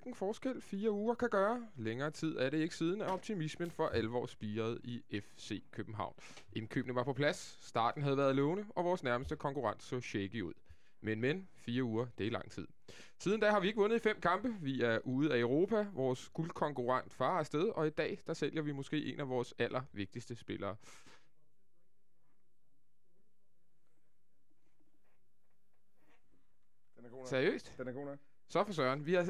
hvilken forskel 4 uger kan gøre. Længere tid er det ikke siden, at optimismen for alvor spirede i FC København. Indkøbene var på plads, starten havde været lovende, og vores nærmeste konkurrent så shaky ud. Men, 4 uger, det er lang tid. Siden da har vi ikke vundet i 5 kampe. Vi er ude af Europa. Vores guldkonkurrent farer afsted, og i dag, der sælger vi måske en af vores allervigtigste spillere. Den er god nok. Seriøst? Den er god nok. Så for søren. Vi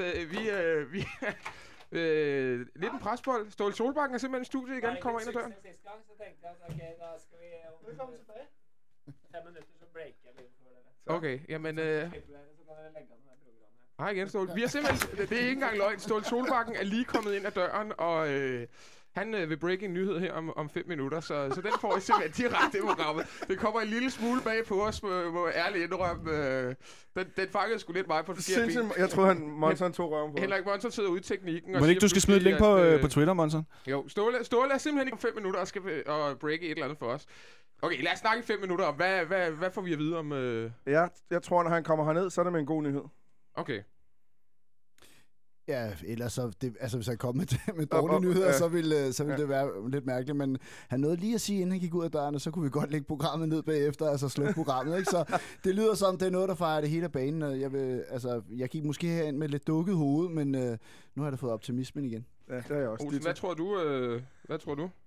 lidt en presbold. Ståle Solbakken er simpelthen i studiet igen. Kommer ind ad døren. Sidste gang så tenkte jeg at okay, da skal vi... Velkommen tilbage. 5 minutter, så breaker jeg lidt for det. Okay, jamen... Så kan jeg lægge den her programmet. Hej igen, Ståle. Vi er simpelthen... Det er ikke engang løgn. Ståle Solbakken er lige kommet ind ad døren, og... Han vil breake en nyhed her om 5 minutter, så den får I simpelthen direkte i programmet. Det kommer en lille smule bag på os, må jeg ærligt indrømme. Den fangede sgu lidt mig på det forkerte ben. Jeg troede, Monson tog røven på. Henrik Monson sidder ude i teknikken. Må det ikke, du skal smide et link på Twitter, Monson? Jo, Ståle er simpelthen ikke om 5 minutter og skal breake et eller andet for os. Okay, lad os snakke i 5 minutter om, hvad får vi at vide om... Jeg tror, når han kommer herned, så er det med en god nyhed. Okay. Ja, ellers så, hvis han kom med dårlige nyheder, så ville det være lidt mærkeligt, men han nåede lige at sige, inden han gik ud af døren, og så kunne vi godt lægge programmet ned bagefter, altså slukke programmet, ikke? Så det lyder som, det er noget, der fejrer det hele af banen, og jeg gik måske herind med lidt dukket hoved, men nu har jeg da fået optimismen igen. Ja, det har jeg også. Olsen, hvad tror du?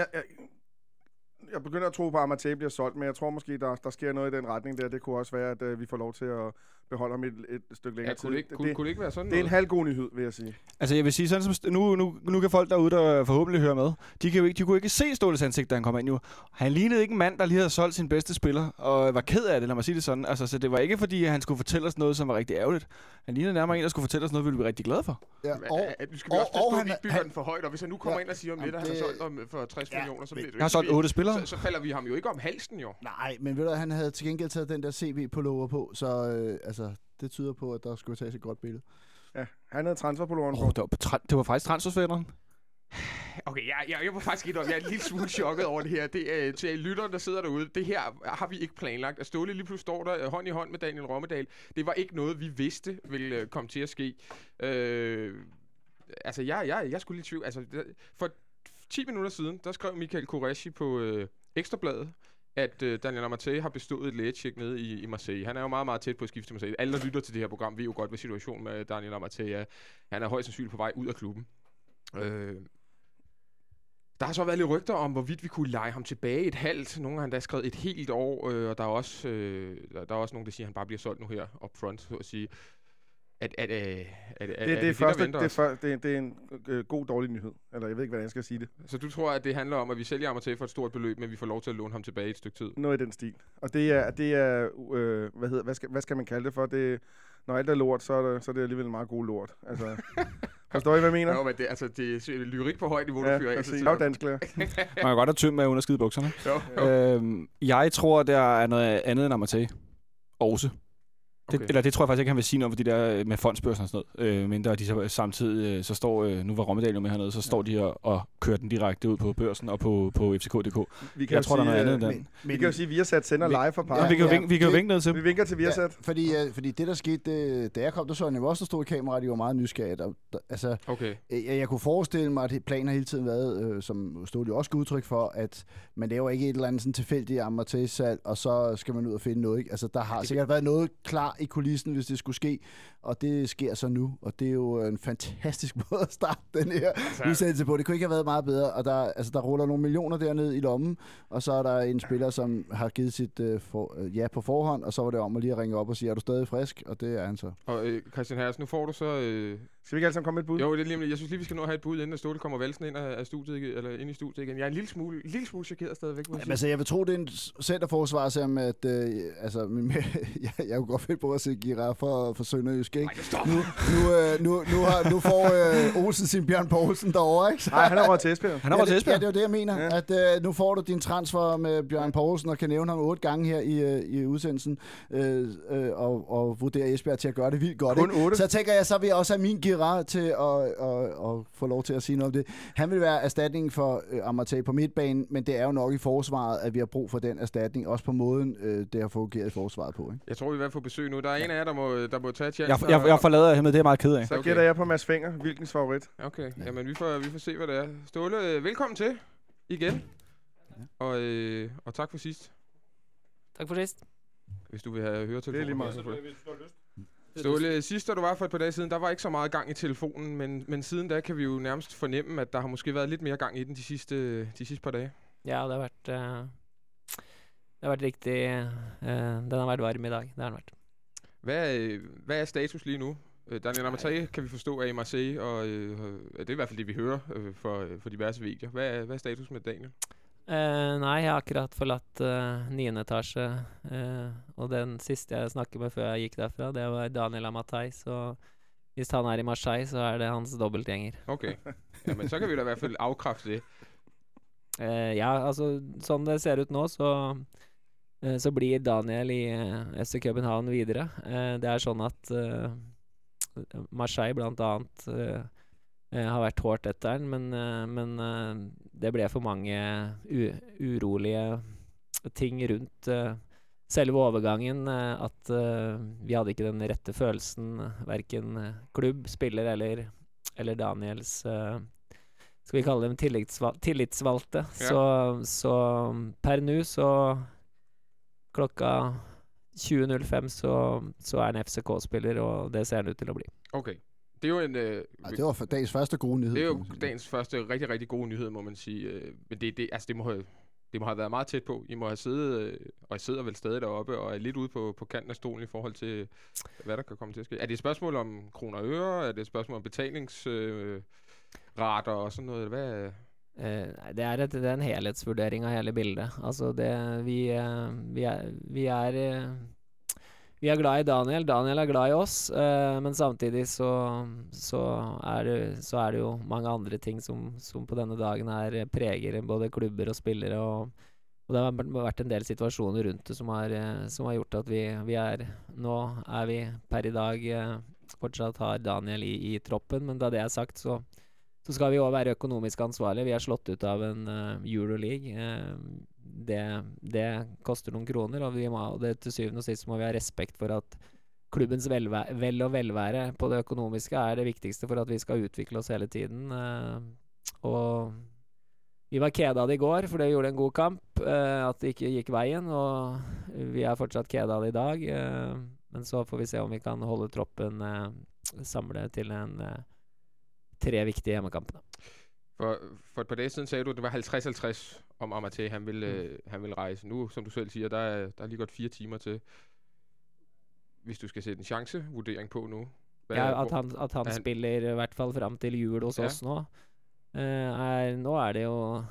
Jeg begynder at tro på, at Amartey bliver solgt, men jeg tror måske, der sker noget i den retning der. Det kunne også være, at vi får lov til at beholde ham et stykke længere tid. Kunne det ikke være sådan det er en halvgod nyhed, vil jeg sige. Altså jeg vil sige, sådan som nu kan folk derude, der forhåbentlig hører med, de kunne ikke se Ståles ansigt, da han kom ind nu. Han lignede ikke en mand, der lige havde solgt sin bedste spiller, og var ked af det, lad mig sige det sådan. Altså, så det var ikke fordi, han skulle fortælle os noget, som var rigtig ærgerligt. Han lignede nærmere en, der skulle fortælle os noget, vi ville blive rigtig glade for. Ja, nu skal vi også passe på, at vi ikke bygger den for højt, og hvis han nu kommer ind og siger om lidt, at han har solgt for 60 millioner, så bliver det jeg har solgt 8 spillere. Så falder vi ham jo ikke om halsen, jo. Nej, men ved du, han havde til gengæld taget den der CV-pullover på, så det tyder på, at der skulle tages et godt billede. Ja, han havde transferpulloveren på. Det var faktisk transfersvætteren. Okay, jeg var faktisk jeg er en lille smule chokket over det her. Det er til lytteren, der sidder derude. Det her har vi ikke planlagt. At Ståle lige pludselig står der hånd i hånd med Daniel Rommedal. Det var ikke noget, vi vidste ville komme til at ske. Jeg skulle lige tvivl. Altså, for 10 minutter siden, der skrev Michael Qureshi på Ekstrabladet, at Daniel Amartey har bestået et lægetjek nede i Marseille. Han er jo meget, meget tæt på at skifte til Marseille. Alle, der lytter til det her program, ved jo godt, hvad situationen med Daniel Amartey er. Han er højst sandsynligt på vej ud af klubben. Der har så været lidt rygter om, hvorvidt vi kunne lege ham tilbage et halvt. Nogle har endda skrevet et helt år, og der er også nogen, der siger, at han bare bliver solgt nu her up front, så at sige. Det er en god, dårlig nyhed. Eller jeg ved ikke, hvordan jeg skal sige det. Så du tror, at det handler om, at vi sælger Amartey for et stort beløb, men vi får lov til at låne ham tilbage et stykke tid? Noget i den stil. Og det er hvad skal man kalde det for? Når alt er lort, så er det alligevel en meget god lort. Altså, forstår I, hvad jeg mener? Jo, men det er lyrik på højt niveau, du fyrer af. Jeg er jo dansklærer. Man kan godt have tømt med under skide bukserne. Jo. Jeg tror, der er noget andet end Amartey. Også. Okay. Det tror jeg faktisk ikke, han vil sige noget, fordi der med fondsbørsen og sådan noget. Mindre de så samtidig, så står, nu var Rommedal jo med hernede, så står de og kører den direkte ud på børsen og på FCK.dk. Jeg tror, der er noget andet end den. Vi kan jo sige, at Viasat sender live fra parken. Vi kan jo vinke ned til. Vi vinker til Viasat. Ja, fordi det, der skete, da jeg kom, der så jeg også, der stod i kameraet, de var meget nysgerrige. Altså, jeg kunne forestille mig, at planen har hele tiden været, som stod jo også udtryk for, at man laver ikke et eller andet sådan tilfældigt Amartey-salg, og så skal man ud og finde noget. Ikke? Altså, der har sikkert været noget klar i kulissen, hvis det skulle ske, og det sker så nu, og det er jo en fantastisk måde at starte den her udsendelse på. Det kunne ikke have været meget bedre, og der ruller nogle millioner dernede i lommen, og så er der en spiller, som har givet sit ja på forhånd, og så var det om at lige ringe op og sige, er du stadig frisk? Og det er han så. Og Christian Hersen, nu får du så... Skal vi ikke alle sammen komme med et bud? Jo, det er lige, jeg synes lige, vi skal nå at have et bud, inden at Ståle kommer valsen ind af studiet, eller ind i studiet igen. Jeg er en lille smule chokeret stadigvæk. Altså, jeg vil tro, det er en centerforsvar, som at jeg kunne godt finde på at se giraffer for Sønderjysk, ikke? Nu får Olsen sin Bjørn Poulsen derovre, ikke? Nej, han har råd til Esbjerg. Ja, det er jo det, jeg mener. Ja. At nu får du din transfer med Bjørn Poulsen, og kan nævne ham 8 gange her i udsendelsen, og vurdere Esbjerg til at gøre det vildt godt. Kun 8. Så tænker jeg, så vil jeg også have min giraf Gerard til at få lov til at sige noget om det. Han vil være erstatningen for Amartey på midtbanen, men det er jo nok i forsvaret, at vi har brug for den erstatning, også på måden, det har fungeret i forsvaret på. Ikke? Jeg tror, vi vil få besøg nu. Der er en af jer, der må tage chancen. Jeg forlader Ahmed, det er meget ked af. Så gætter jeg på Mads Fenger, hvilkens favorit. Okay, jamen vi får se, hvad det er. Ståle, velkommen til igen. Og tak for sidst. Tak for sidst. Hvis du vil have høretelefonen. Det er lige meget. Ståle, sidst da du var for et par dage siden, der var ikke så meget gang i telefonen, men siden da kan vi jo nærmest fornemme, at der har måske været lidt mere gang i den de sidste par dage. Ja, det har vært riktig. Den har vært varm i dag. Det har den vært. Hvad er status lige nu? Daniel Amartey kan vi forstå er i Marseille, og det er i hvert fald det, vi hører for diverse videoer. Hvad er status med Daniel? Nei, jeg har akkurat forlatt 9. etasje, og den siste jeg snakket med før jeg gikk derfra, det var Daniel Amartey, så hvis han er i Marseille, så er det hans dobbeltgjenger. Okay, ja, men så kan vi da i hvert fall afkræfte det. Ja, altså, sånn det ser ut nå, så blir Daniel i FC København videre. Det er sånn at Marseille blant annet har vært hårdt etter den, men det ble for mange urolige ting rundt selve overgangen, at vi hadde ikke den rette følelsen, hverken klubb, spiller eller Daniels skal vi kalle dem tillitsvalgte. Ja. Så per nå, så klokka 20.05 så er en FCK-spiller, og det ser han ut til å bli. Okay. Det er jo en... det var dagens første gode nyhed. Det er jo dagens første rigtig, rigtig gode nyhed, må man sige. Men det må have været meget tæt på. I må have siddet, og I sidder vel stadig deroppe, og er lidt ude på kanten af stolen i forhold til, hvad der kan komme til at ske. Er det et spørgsmål om kroner og øre? Er det et spørgsmål om betalingsrater og sådan noget? Hvad? Det er en helhetsvurdering av hele bildet. Altså vi er glad i Daniel. Daniel er glad i oss, men samtidig så er det jo mange andre ting som på denne dagen preger både klubber og spillere, og det har vært en del situasjoner rundt det som har gjort at nå er vi per i dag fortsatt har Daniel i troppen, men da det er sagt så skal vi også være økonomisk ansvarlige. Vi er slått ut av en Euroleague. Det koster noen kroner, og det til syvende og sist må vi ha respekt for at klubbens vel og velvære på det økonomiske er det viktigste for at vi skal utvikle oss hele tiden. Og vi var keda det i går, for det gjorde en god kamp, at det ikke gikk veien, og vi er fortsatt keda det i dag. Men så får vi se om vi kan holde troppen samlet til en 3 viktige hjemmekampene. For et par dage siden sagde du, at det var 50-50 om Amartey, han vil rejse. Nu, som du selv siger, der er lige godt 4 timer til. Hvis du skal sætte en chancevurdering på nu. Ja, at han spiller i hvert fall frem til jul hos oss nå. Nå er det jo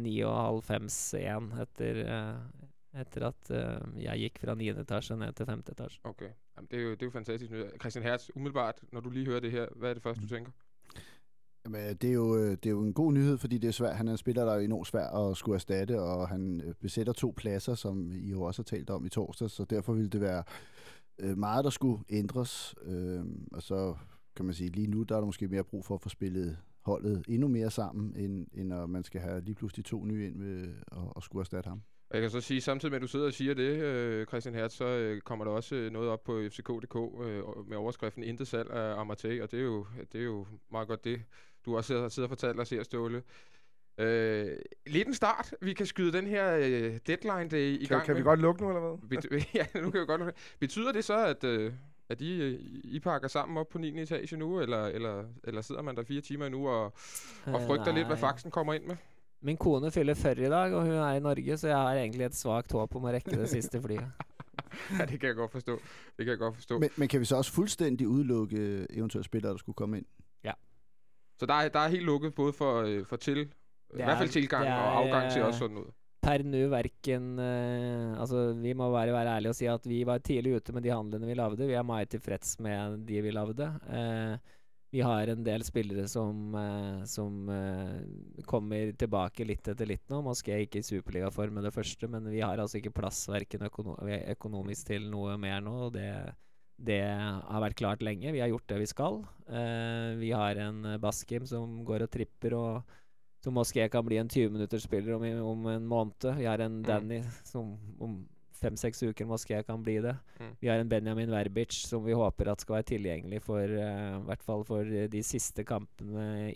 9,5-1 etter at jeg gikk fra 9. etasje ned til 5. etasje. Okay, jamen, det er jo fantastisk. Christian Hertz, umiddelbart, når du lige hører det her, hvad er det første, du tænker? Jamen, det er jo en god nyhed, fordi det er svært. Han er en spiller, der er enormt svær at skulle erstatte, og han besætter 2 pladser, som I jo også har talt om i torsdag, så derfor ville det være meget, der skulle ændres. Og så kan man sige, lige nu der er der måske mere brug for at få spillet holdet endnu mere sammen, end når man skal have lige pludselig 2 nye ind med at skulle erstatte ham. Jeg kan så sige, samtidig med at du sidder og siger det, Christian Hertz, så kommer der også noget op på fck.dk med overskriften Intet salg af Amartey, og det er jo meget godt det, du også sidder og fortalt os her, Ståle. Lidt en start. Vi kan skyde den her deadline day i gang. Kan vi godt lukke nu, eller hvad? Ja, nu kan vi godt lukke. Betyder det så, at I pakker sammen op på 9. etage nu, eller sidder man der 4 timer nu og frygter lidt, hvad faxen kommer ind med? Min kone fyller 40 i dag, og hun er i Norge, så jeg har egentlig et svagt håp om at række det sidste flyet. Ja, det kan jeg godt forstå. Men kan vi så også fuldstændig udelukke eventuelle spillere, der skulle komme ind? Ja. Så der er helt lukket både for i hvert fald tilgang og afgang til også sådan noget. Per nu hverken altså vi må være ærlige og si at vi var tidlig ute med de handlene vi lavede. Vi er meget tilfreds med de vi lavede. Vi har en del spillere som kommer tilbake litt etter litt nå. Måske ikke i Superliga-form med det første, men vi har altså ikke plass hverken økonomisk til noe mer nå, og det har vært klart lenge. Vi har gjort det vi skal. Vi har en Baskim som går og tripper, og som Moské kan bli en 20-minuttersspiller om en måned. Vi har en Danny som om 5-6 uker Moské kan bli det. Vi har en Benjamin Verbic som vi håper at skal være tilgjengelig for hvert fall for de siste kampene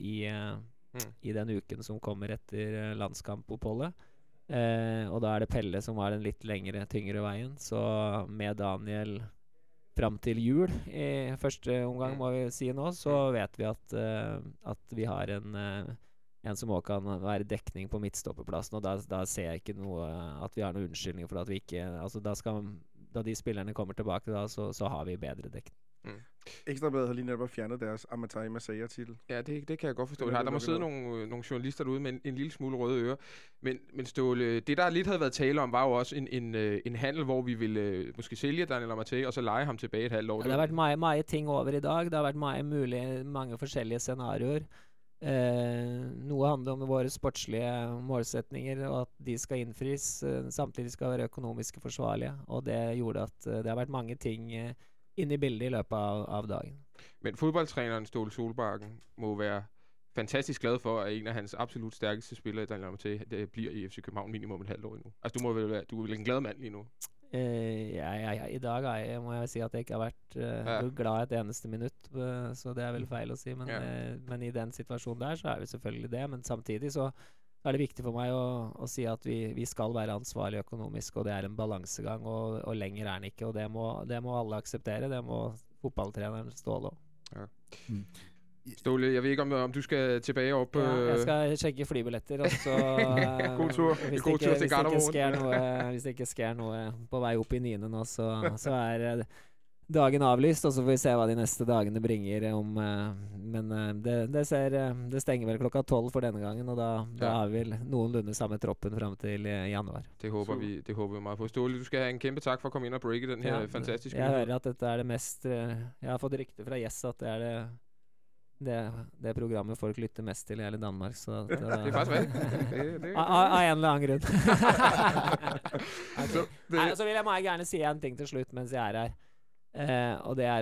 i den uken som kommer etter landskampopholdet. Og da er det Pelle som har den litt lengre, tyngre veien. Så med Daniel fram til jul i første omgang, må vi si nå, så vet vi at vi har en som også kan være dekning på midtstopperplassen, og da ser jeg ikke noe at vi har noen unnskyldning for at vi ikke altså da de spillerne kommer tilbake da, så har vi bedre dekning. Ekstrabladet har lige netop fjernet deres Amatai Masaya-titel. Ja, det kan jeg godt forstå. Der må sidde nogle journalister derude med en lille smule røde ører. Men Ståle, det der lidt havde været tale om, var jo også en handel, hvor vi ville måske sælge Daniel Amatai, og så lege ham tilbage et halvt år. Ja, det har vært mange ting over i dag. Det har vært mange forskjellige scenarioer. Noe handler om våre sportslige målsetninger, og at de skal innfris. Samtidig skal være økonomiske forsvarlige. Og det gjorde at det har vært mange ting inn i bildet i løpet av dagen. Men fodboldtræneren Ståle Solbakken må være fantastisk glad for, at en af hans absolut stærkeste spillere, Daniel Amatai, det bliver i FC København minimum et halvt år endnu. Altså, du er vel en glad mand lige nu? Ja, i dag må jeg si at jeg ikke har vært glad et eneste minutt, så det er vel feil å si. Men i den situasjonen der, så er vi selvfølgelig det. Men samtidig så er det viktig for meg å si at vi skal være ansvarlig økonomisk, og det er en balansegang, og lenger er den ikke. Og det må alle akseptere. Det må fotballtreneren Ståle også. Ja. Ståle, jeg ved ikke om du skal tilbage op på... Ja, jeg skal sjekke flybilletter, og så... God tur. Hvis det ikke sker noe på vei opp i 9. nå, så er dagen avlyst, og så får vi se hva de neste dagene bringer men det stenger vel klokka 12 for denne gangen, og da har vi vel noenlunde samme troppen frem til januar. Det håper vi meget på. Ståle, du skal ha en kæmpe tak for å komme inn og breake den her fantastiske... Jeg hører at dette er det mest... Jeg har fått rykte fra Jess at det er det programmet folk lytter mest til i hele Danmark, så... Det er faktisk vel. Av en eller annen grunn. Så vil jeg meget gjerne si en ting til slutt mens jeg er her. Og det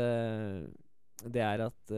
er at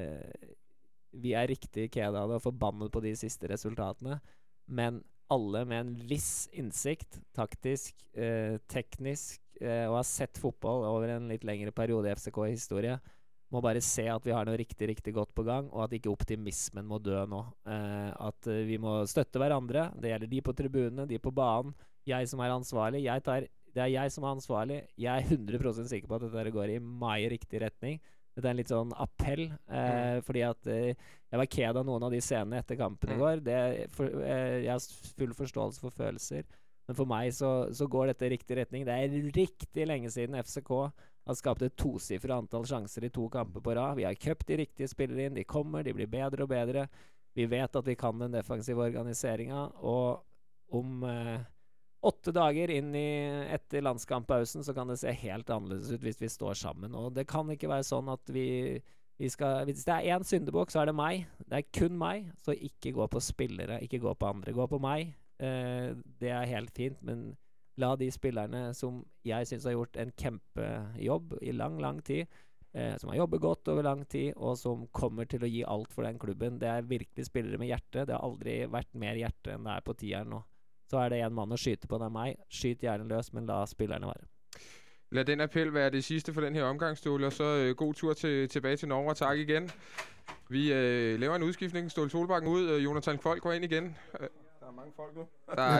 vi er riktig kjedade og forbannet på de siste resultatene, men alle med en viss innsikt, taktisk, teknisk, og har sett fotball over en litt lengre periode i FCK-historie, må bare se at vi har noe riktig, riktig godt på gang, og at ikke optimismen må dø nå. At vi må støtte hverandre. Det gjelder de på tribunene, de på banen. Jeg som er ansvarlig, det er jeg som er ansvarlig. Jeg er 100% sikker på at dette går i riktig retning. Dette er en litt sånn appell, fordi at jeg var ked av noen av de scenene etter kampen i går. Jeg har full forståelse for følelser, men for meg så går dette i riktig retning. Det er riktig lenge siden FCK har skapt et 2-sifret antall sjanser i 2 kamper på rad. Vi har kjøpt de riktige spillere inn, de kommer, de blir bedre og bedre. Vi vet at vi kan den defensive organiseringen, og om 8 dager inn etter landskampausen så kan det se helt annerledes ut hvis vi står sammen. Og det kan ikke være sånn at hvis det er en syndebukk, så er det meg. Det er kun meg, så ikke gå på spillere, ikke gå på andre. Gå på meg. Det er helt fint, men la de spillerne som jeg synes har gjort en kjempejobb i lang tid, som har jobbet godt over lang tid, og som kommer til å gi alt for den klubben. Det er virkelig spillere med hjerte. Det har aldri vært mer hjerte enn det er på 10'eren nå. Så er det en mann å skyte på, det er meg. Skyt hjernen løs, men la spillerne være. Lad den appel være det sidste for den her omgang, Ståle, og så god tur tilbage til Norge, og tak igen. Vi laver en udskiftning. Ståle Solbakken ud, Jonathan Folk går ind igen. Mange folk nu.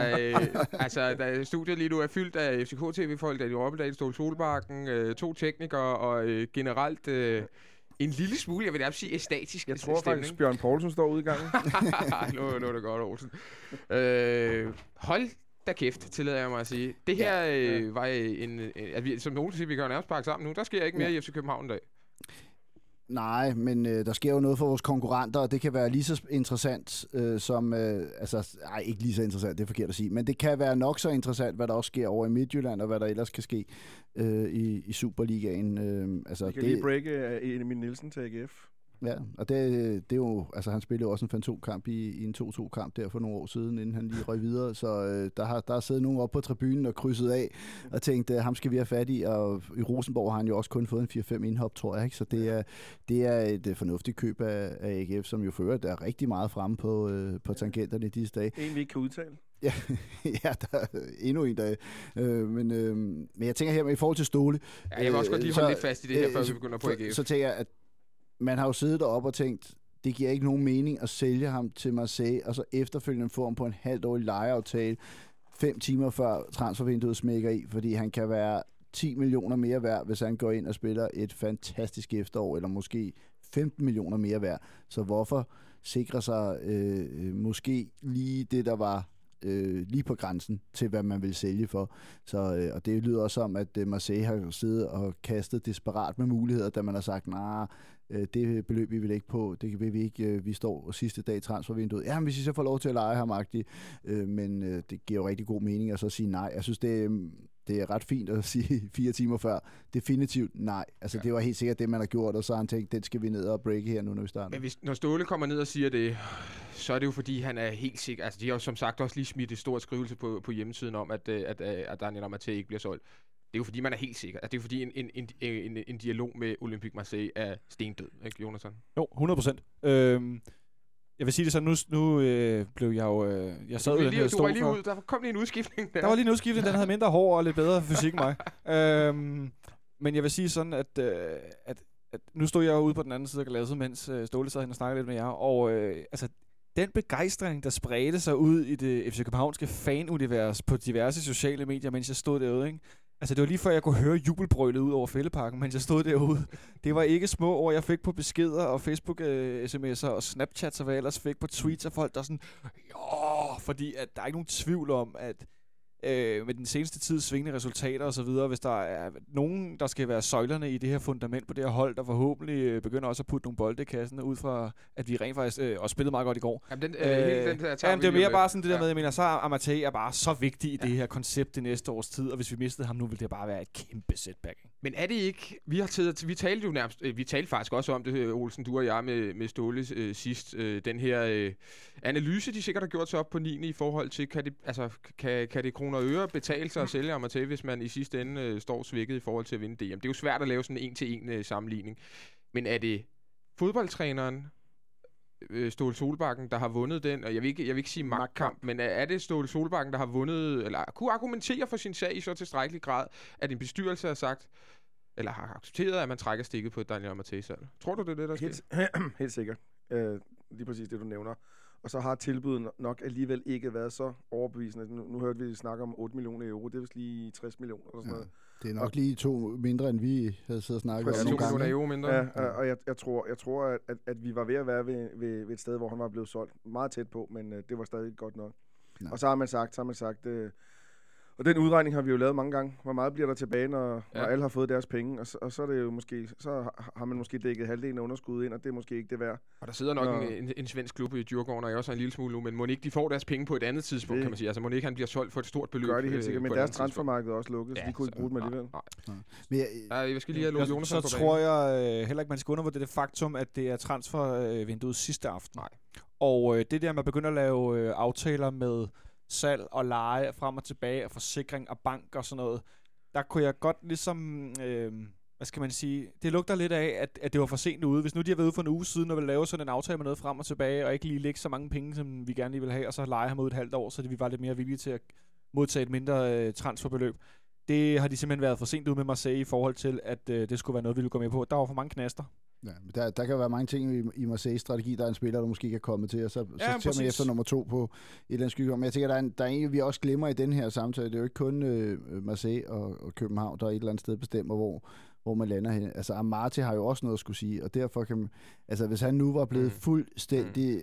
Der er studiet lige nu er fyldt af FCK-TV-folk, der er i Råbedal, Ståle Solbakken, 2 teknikere og generelt en lille smule, jeg vil nærmest sige, æstatisk Jeg tror faktisk, Bjørn Poulsen står ude i gangen. Nu er det godt, Olsen. Hold da kæft, tillader jeg mig at sige. Det her var som nogen siger, vi kan jo nærmest pakke sammen nu. Der sker ikke mere i FC København i dag. Nej, men der sker jo noget for vores konkurrenter, og det kan være lige så interessant som... ikke lige så interessant, det er forkert at sige, men det kan være nok så interessant, hvad der også sker over i Midtjylland, og hvad der ellers kan ske i Superligaen. Vi kan lige breake Emil Nielsen til AGF. Ja, og det er jo, altså han spillede jo også en fantomkamp i en 2-2-kamp der for nogle år siden, inden han lige røg videre, så der har siddet nogen oppe på tribunen og krydset af, og tænkt, ham skal vi have fat i, og i Rosenborg har han jo også kun fået en 4-5 indhop, tror jeg, ikke? Så det er et fornuftigt køb af AGF, som jo fører, der er rigtig meget fremme på tangenterne i disse dage. En, vi ikke kan udtale. Ja, der er endnu en dag. Men jeg tænker her, i forhold til Ståle... Ja, jeg vil også godt lige holde lidt fast i det her, før vi begynder på AGF. Så tænker jeg, at man har jo siddet deroppe og tænkt, det giver ikke nogen mening at sælge ham til Marseille, og så efterfølgende få ham på en halvårig lejeaftale 5 timer før transfervinduet smækker i, fordi han kan være 10 millioner mere værd, hvis han går ind og spiller et fantastisk efterår, eller måske 15 millioner mere værd. Så hvorfor sikre sig måske lige det, der var lige på grænsen til, hvad man vil sælge for. Så, og det lyder også som, at Marseille har siddet og kastet desperat med muligheder, da man har sagt, det beløb vi vil ikke på, det vil vi ikke, vi står sidste dag i transfervinduet. Ja, men hvis I så får lov til at lege ham, men det giver jo rigtig god mening at så sige nej. Jeg synes, det er ret fint at sige 4 timer før. Definitivt nej. Altså, det var helt sikkert det, man har gjort, og så har han tænkt, den skal vi ned og breake her nu, når vi starter. Men når Ståle kommer ned og siger det, så er det jo fordi, han er helt sikker. Altså, de har jo som sagt også lige smidt et stort skrivelse på hjemmesiden om, at Daniel Amartey ikke bliver solgt. Det er jo fordi, man er helt sikker. Altså, det er jo fordi, en dialog med Olympique Marseille er stendød, ikke, Jonathan? Jo, 100%. Jeg vil sige det sådan, nu blev jeg jo... jeg sad i den her stol lige ud, der kom lige en udskiftning der. Der var lige en udskiftning, den havde mindre hår og lidt bedre fysik end mig. Men jeg vil sige sådan, at nu stod jeg ude på den anden side af glasset, mens Ståle sad hen og snakkede lidt med jer, og altså, den begejstring, der spredte sig ud i det FC Københavnske fanunivers på diverse sociale medier, mens jeg stod derude, ikke? Altså, det var lige før, jeg kunne høre jubelbrølet ud over Fælleparken, mens jeg stod derude. Det var ikke små ord, jeg fik på beskeder og Facebook-sms'er og Snapchats og hvad jeg ellers fik på tweets af folk, der sådan, fordi at der er ikke nogen tvivl om, at med den seneste tids svingende resultater og så videre, hvis der er nogen, der skal være søjlerne i det her fundament på det her hold, der forhåbentlig begynder også at putte nogle bolde i kassen, ud fra, at vi rent faktisk også spillede meget godt i går. Jamen, den der det er mere bare sådan det der med, jeg mener, så Amartey er bare så vigtig i det her koncept det næste års tid, og hvis vi mistede ham nu, ville det bare være et kæmpe setback. Men er det ikke, vi talte jo nærmest, vi talte faktisk også om det, Olsen, du og jeg med Ståle sidst, den her analyse, de sikkert har gjort sig op på 9. i forhold til, kan det kroner og øre betale sig at sælge Amartey, hvis man i sidste ende står svækket i forhold til at vinde DM. Det er jo svært at lave sådan en en-til-en sammenligning. Men er det fodboldtræneren Ståle Solbakken, der har vundet den, og jeg vil ikke sige magtkamp, men er det Ståle Solbakken, der har vundet, eller kunne argumentere for sin sag i så tilstrækkelig grad, at en bestyrelse har sagt, eller har accepteret, at man trækker stikket på Daniel Amartey selv? Tror du, det er det, der sker? Helt sikkert. Lige præcis det, du nævner. Og så har tilbuddet nok alligevel ikke været så overbevisende. Nu hørte vi snakke om 8 millioner euro. Det er vist lige 60 millioner eller sådan noget. Det er nok lige 2 mindre, end vi havde siddet og snakket om. 2 millioner euro mindre. Ja, og jeg tror at vi var ved at være ved et sted, hvor han var blevet solgt. Meget tæt på, men det var stadig godt nok. Ja. Og så har man sagt og den udregning har vi jo lavet mange gange. Hvor meget bliver der tilbage, når alle har fået deres penge? Og så er det jo måske, så har man måske dækket halvdelen af underskuddet ind, og det er måske ikke det værd. Og der sidder nok en svensk klub i Djurgården, og jeg også en lille smule nu, men må ikke de får deres penge på et andet tidspunkt, kan man sige. Altså må ikke han bliver solgt for et stort beløb. Gør de helt sikkert, men deres transfermarked er også lukket, så de kunne ikke bruge dem alligevel. Jeg skal lige have Jonas så tror jeg heller ikke, man skal undervurdere det faktum, at det er transfervinduet sidste aften. Nej. Og det der med at begynde at lave aftaler med salg og leje frem og tilbage, og forsikring og bank og sådan noget, der kunne jeg godt ligesom, hvad skal man sige, det lugter lidt af, at det var for sent ude. Hvis nu de har været ude for en uge siden og ville lave sådan en aftale med noget frem og tilbage, og ikke lige lægge så mange penge, som vi gerne lige vil have, og så lege ham ud et halvt år, så vi var lidt mere villige til at modtage et mindre transferbeløb. Det har de simpelthen været for sent ude med Marseille i forhold til, at det skulle være noget, vi ville gå med på. Der var for mange knaster. Ja, der kan være mange ting i Marseilles strategi. Der er en spiller, der måske ikke er kommet til, og så tager man efter nummer 2 på et eller andet skygge. Men jeg tænker, der er en, vi også glemmer i den her samtale. Det er jo ikke kun Marseille og København, der et eller andet sted bestemmer, hvor man lander hen. Altså, Amartey har jo også noget at skulle sige, og derfor kan man, altså, hvis han nu var blevet fuldstændig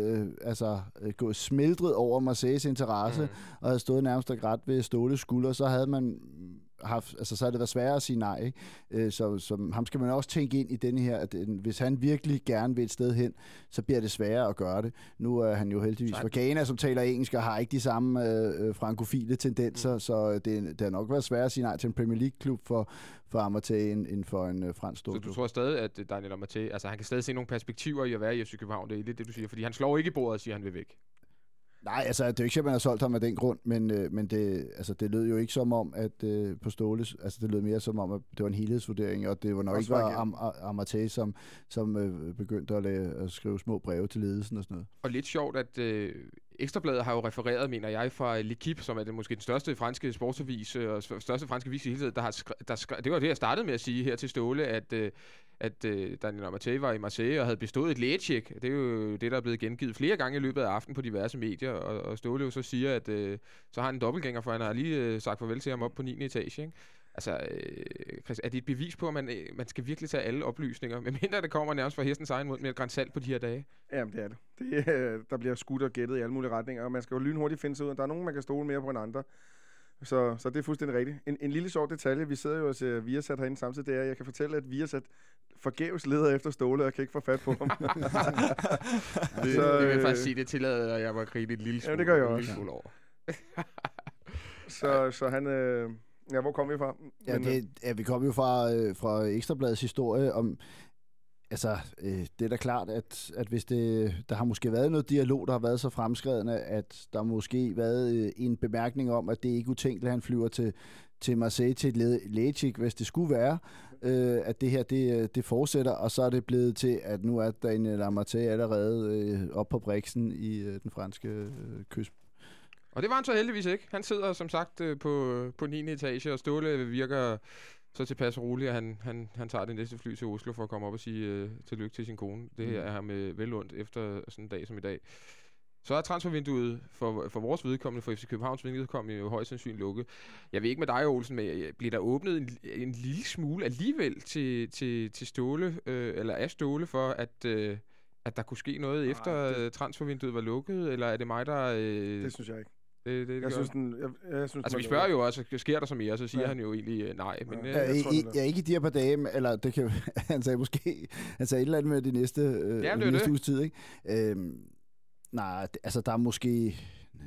gået smeltet over Marseilles interesse, og havde stået nærmest og grædt ved Ståles skulder, så havde man så har det været sværere at sige nej. Ikke? Så ham skal man også tænke ind i denne her, at hvis han virkelig gerne vil et sted hen, så bliver det sværere at gøre det. Nu er han jo heldigvis fra Ghana, som taler engelsk, og har ikke de samme frankofile tendenser, så det har nok været sværere at sige nej til en Premier League-klub for Amartey end for en fransk storklub. Så du tror stadig, at Daniel Amartey, altså han kan stadig se nogle perspektiver i at være i FC København, det er lidt det, du siger, fordi han slår ikke i bordet og siger, at han vil væk. Nej, altså det er jo ikke, at man har solgt ham af den grund, men det lød jo ikke som om, at på Ståles, altså det lød mere som om, at det var en helhedsvurdering, og det var nok ikke Amartey, som begyndte at skrive små breve til ledelsen og sådan noget. Og lidt sjovt, at Ekstrabladet har jo refereret, mener jeg, fra L'Équipe, som er det måske den største franske sportsavis, og største franske vis i hele tiden, det var det, jeg startede med at sige her til Ståle, at Daniel Amartey var i Marseille og havde bestået et lægetjek. Det er jo det, der er blevet gengivet flere gange i løbet af aftenen på diverse medier, og Ståle jo så siger, at så har han en dobbeltgænger, for han har lige sagt farvel til ham op på 9. etage, ikke? Altså, Chris, er det et bevis på, at man skal virkelig tage alle oplysninger, medmindre det kommer nærmest fra hestens egen mod med et grænsalt på de her dage? Jamen, det er det. Der bliver skudt og gættet i alle mulige retninger, og man skal jo lynhurtigt finde sig ud, at der er nogen, man kan stole mere på end andre. Så det er fuldstændig rigtigt. En lille sjov detalje, vi sidder jo og ser Viasat herinde samtidig, det er, at jeg kan fortælle, at Viasat forgæves leder efter Ståle, og kan ikke få fat på ham. det vil jeg faktisk sige, det tillader jeg mig grine en lille smule, det gør jeg også. Lille smule over. så han... Ja, hvor kom vi fra? Vi kom jo fra Ekstrabladets historie om... Altså, det er da klart, at hvis der har måske været noget dialog, der har været så fremskredende, at der måske været en bemærkning om, at det ikke er utænkeligt, at han flyver til Marseille til et lægetjek, hvis det skulle være, at det her, det fortsætter, og så er det blevet til, at nu er Daniel Amartey allerede op på briksen i den franske kyst. Og det var han så heldigvis ikke. Han sidder som sagt på 9. etage, og Ståle virker så tilpas roligt, at han tager det næste fly til Oslo for at komme op og sige tillykke til sin kone. Det her er ham vel ondt efter sådan en dag som i dag. Så er transfervinduet for vores vedkommende, for FC Københavns vedkommende, jo højst sandsynligt lukket. Jeg ved ikke med dig, Olsen, men bliver der åbnet en lille smule alligevel til Ståle, eller af Ståle, for at der kunne ske noget efter transfervinduet var lukket, eller er det mig, der... Det synes jeg ikke. Jeg synes, altså vi spørger jo også, sker der så mere, så siger han jo egentlig nej. Men, ikke i de her par dage, eller det kan han sagde måske, han sagde et eller andet med de næste uges tid, ikke? Nej, altså der er måske,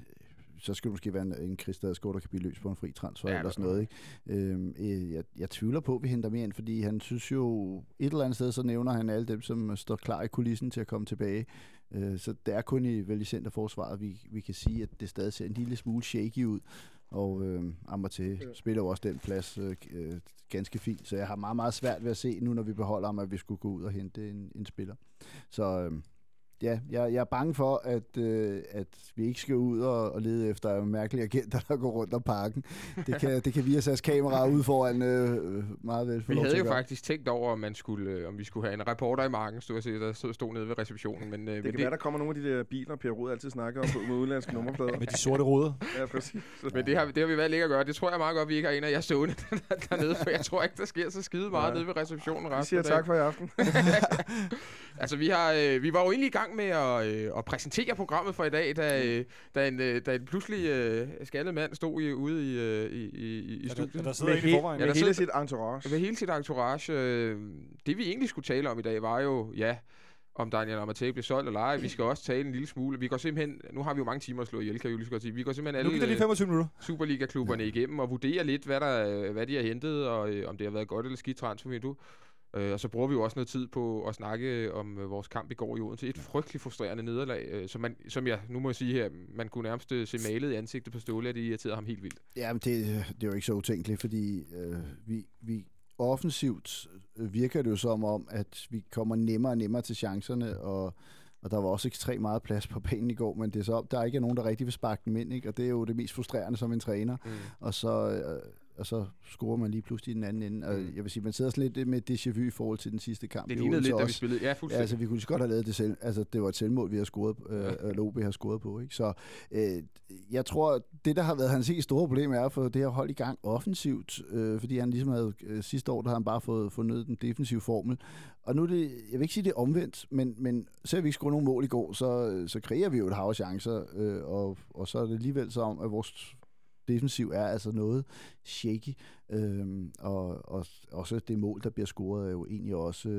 så skal det måske være en Chris Dadsgaard, der kan blive løs på en fri transfer eller sådan noget, ikke? Jeg tvivler på, at vi henter mere ind, fordi han synes jo, et eller andet sted, så nævner han alle dem, som står klar i kulissen til at komme tilbage. Så det er kun i centerforsvaret, vi kan sige, at det stadig ser en lille smule shaky ud. Og Amartey spiller jo også den plads ganske fint. Så jeg har meget, meget svært ved at se nu, når vi beholder ham, at vi skulle gå ud og hente en spiller. Så ja, jeg er bange for, at vi ikke skal ud og lede efter mærkelige agenter, der går rundt om parken. Det kan Viasats kameraer ud foran meget vel. Vi havde jo faktisk tænkt over, om vi skulle have en reporter i marken, der stod nede ved receptionen. Men, det kan være, der kommer nogle af de der biler, Per Rud altid snakker om med udenlandske nummerplader. Med de sorte ruder. Ja, præcis. Men det har vi valgt ikke at gøre. Det tror jeg meget godt, vi ikke har en af jer stående dernede, for jeg tror ikke, der sker så skide meget nede ved receptionen. Vi siger tak for i aften. Altså, vi var jo egentlig i gang med at præsentere programmet for i dag, da en pludselig skaldet mand stod ude i studiet. Der sidder ikke i forvejen. Med hele sit entourage. Med hele sit entourage. Det vi egentlig skulle tale om i dag, var jo, om Daniel Amartey blev solgt eller ej. Vi skal også tale en lille smule. Vi går simpelthen, nu har vi jo mange timer at slå ihjel, kan jeg jo lige så godt sige. Vi går simpelthen alle Superliga-klubberne igennem og vurderer lidt, hvad de har hentet, og om det har været godt eller skidt transfervindue. Og så bruger vi jo også noget tid på at snakke om vores kamp i går i Odense. Et frygteligt frustrerende nederlag, som jeg nu må sige her, man kunne nærmest se malet i ansigtet på Ståle, at det irriterede ham helt vildt. Ja, men det er jo ikke så utænkeligt, fordi vi offensivt virker det jo som om, at vi kommer nemmere og nemmere til chancerne, og der var også ekstremt meget plads på banen i går, men det er så, der ikke er nogen, der rigtig vil sparke dem ind, ikke? Og det er jo det mest frustrerende som en træner. Og så scorer man lige pludselig i den anden ende. Og jeg vil sige, man sidder sådan lidt med déjà vu i forhold til den sidste kamp. Det lignede lidt, da vi spillede. Ja, fuldstændig. Ja, altså, vi kunne godt have lavet det selv. Altså, det var et selvmål, vi har scoret, eller OB har scoret på. Ikke? Så jeg tror, det, der har været hans helt store problem, er at få det her hold i gang offensivt. Fordi han ligesom havde sidste år, der har han bare fået fundet den defensive formel. Og nu er det, jeg vil ikke sige, det er omvendt, men selvom vi ikke scorer nogen mål i går, så kreerer vi jo et hav af chancer. Og så er det alligevel så om, at defensiv er altså noget shaky. Og også det mål, der bliver scoret, er jo egentlig også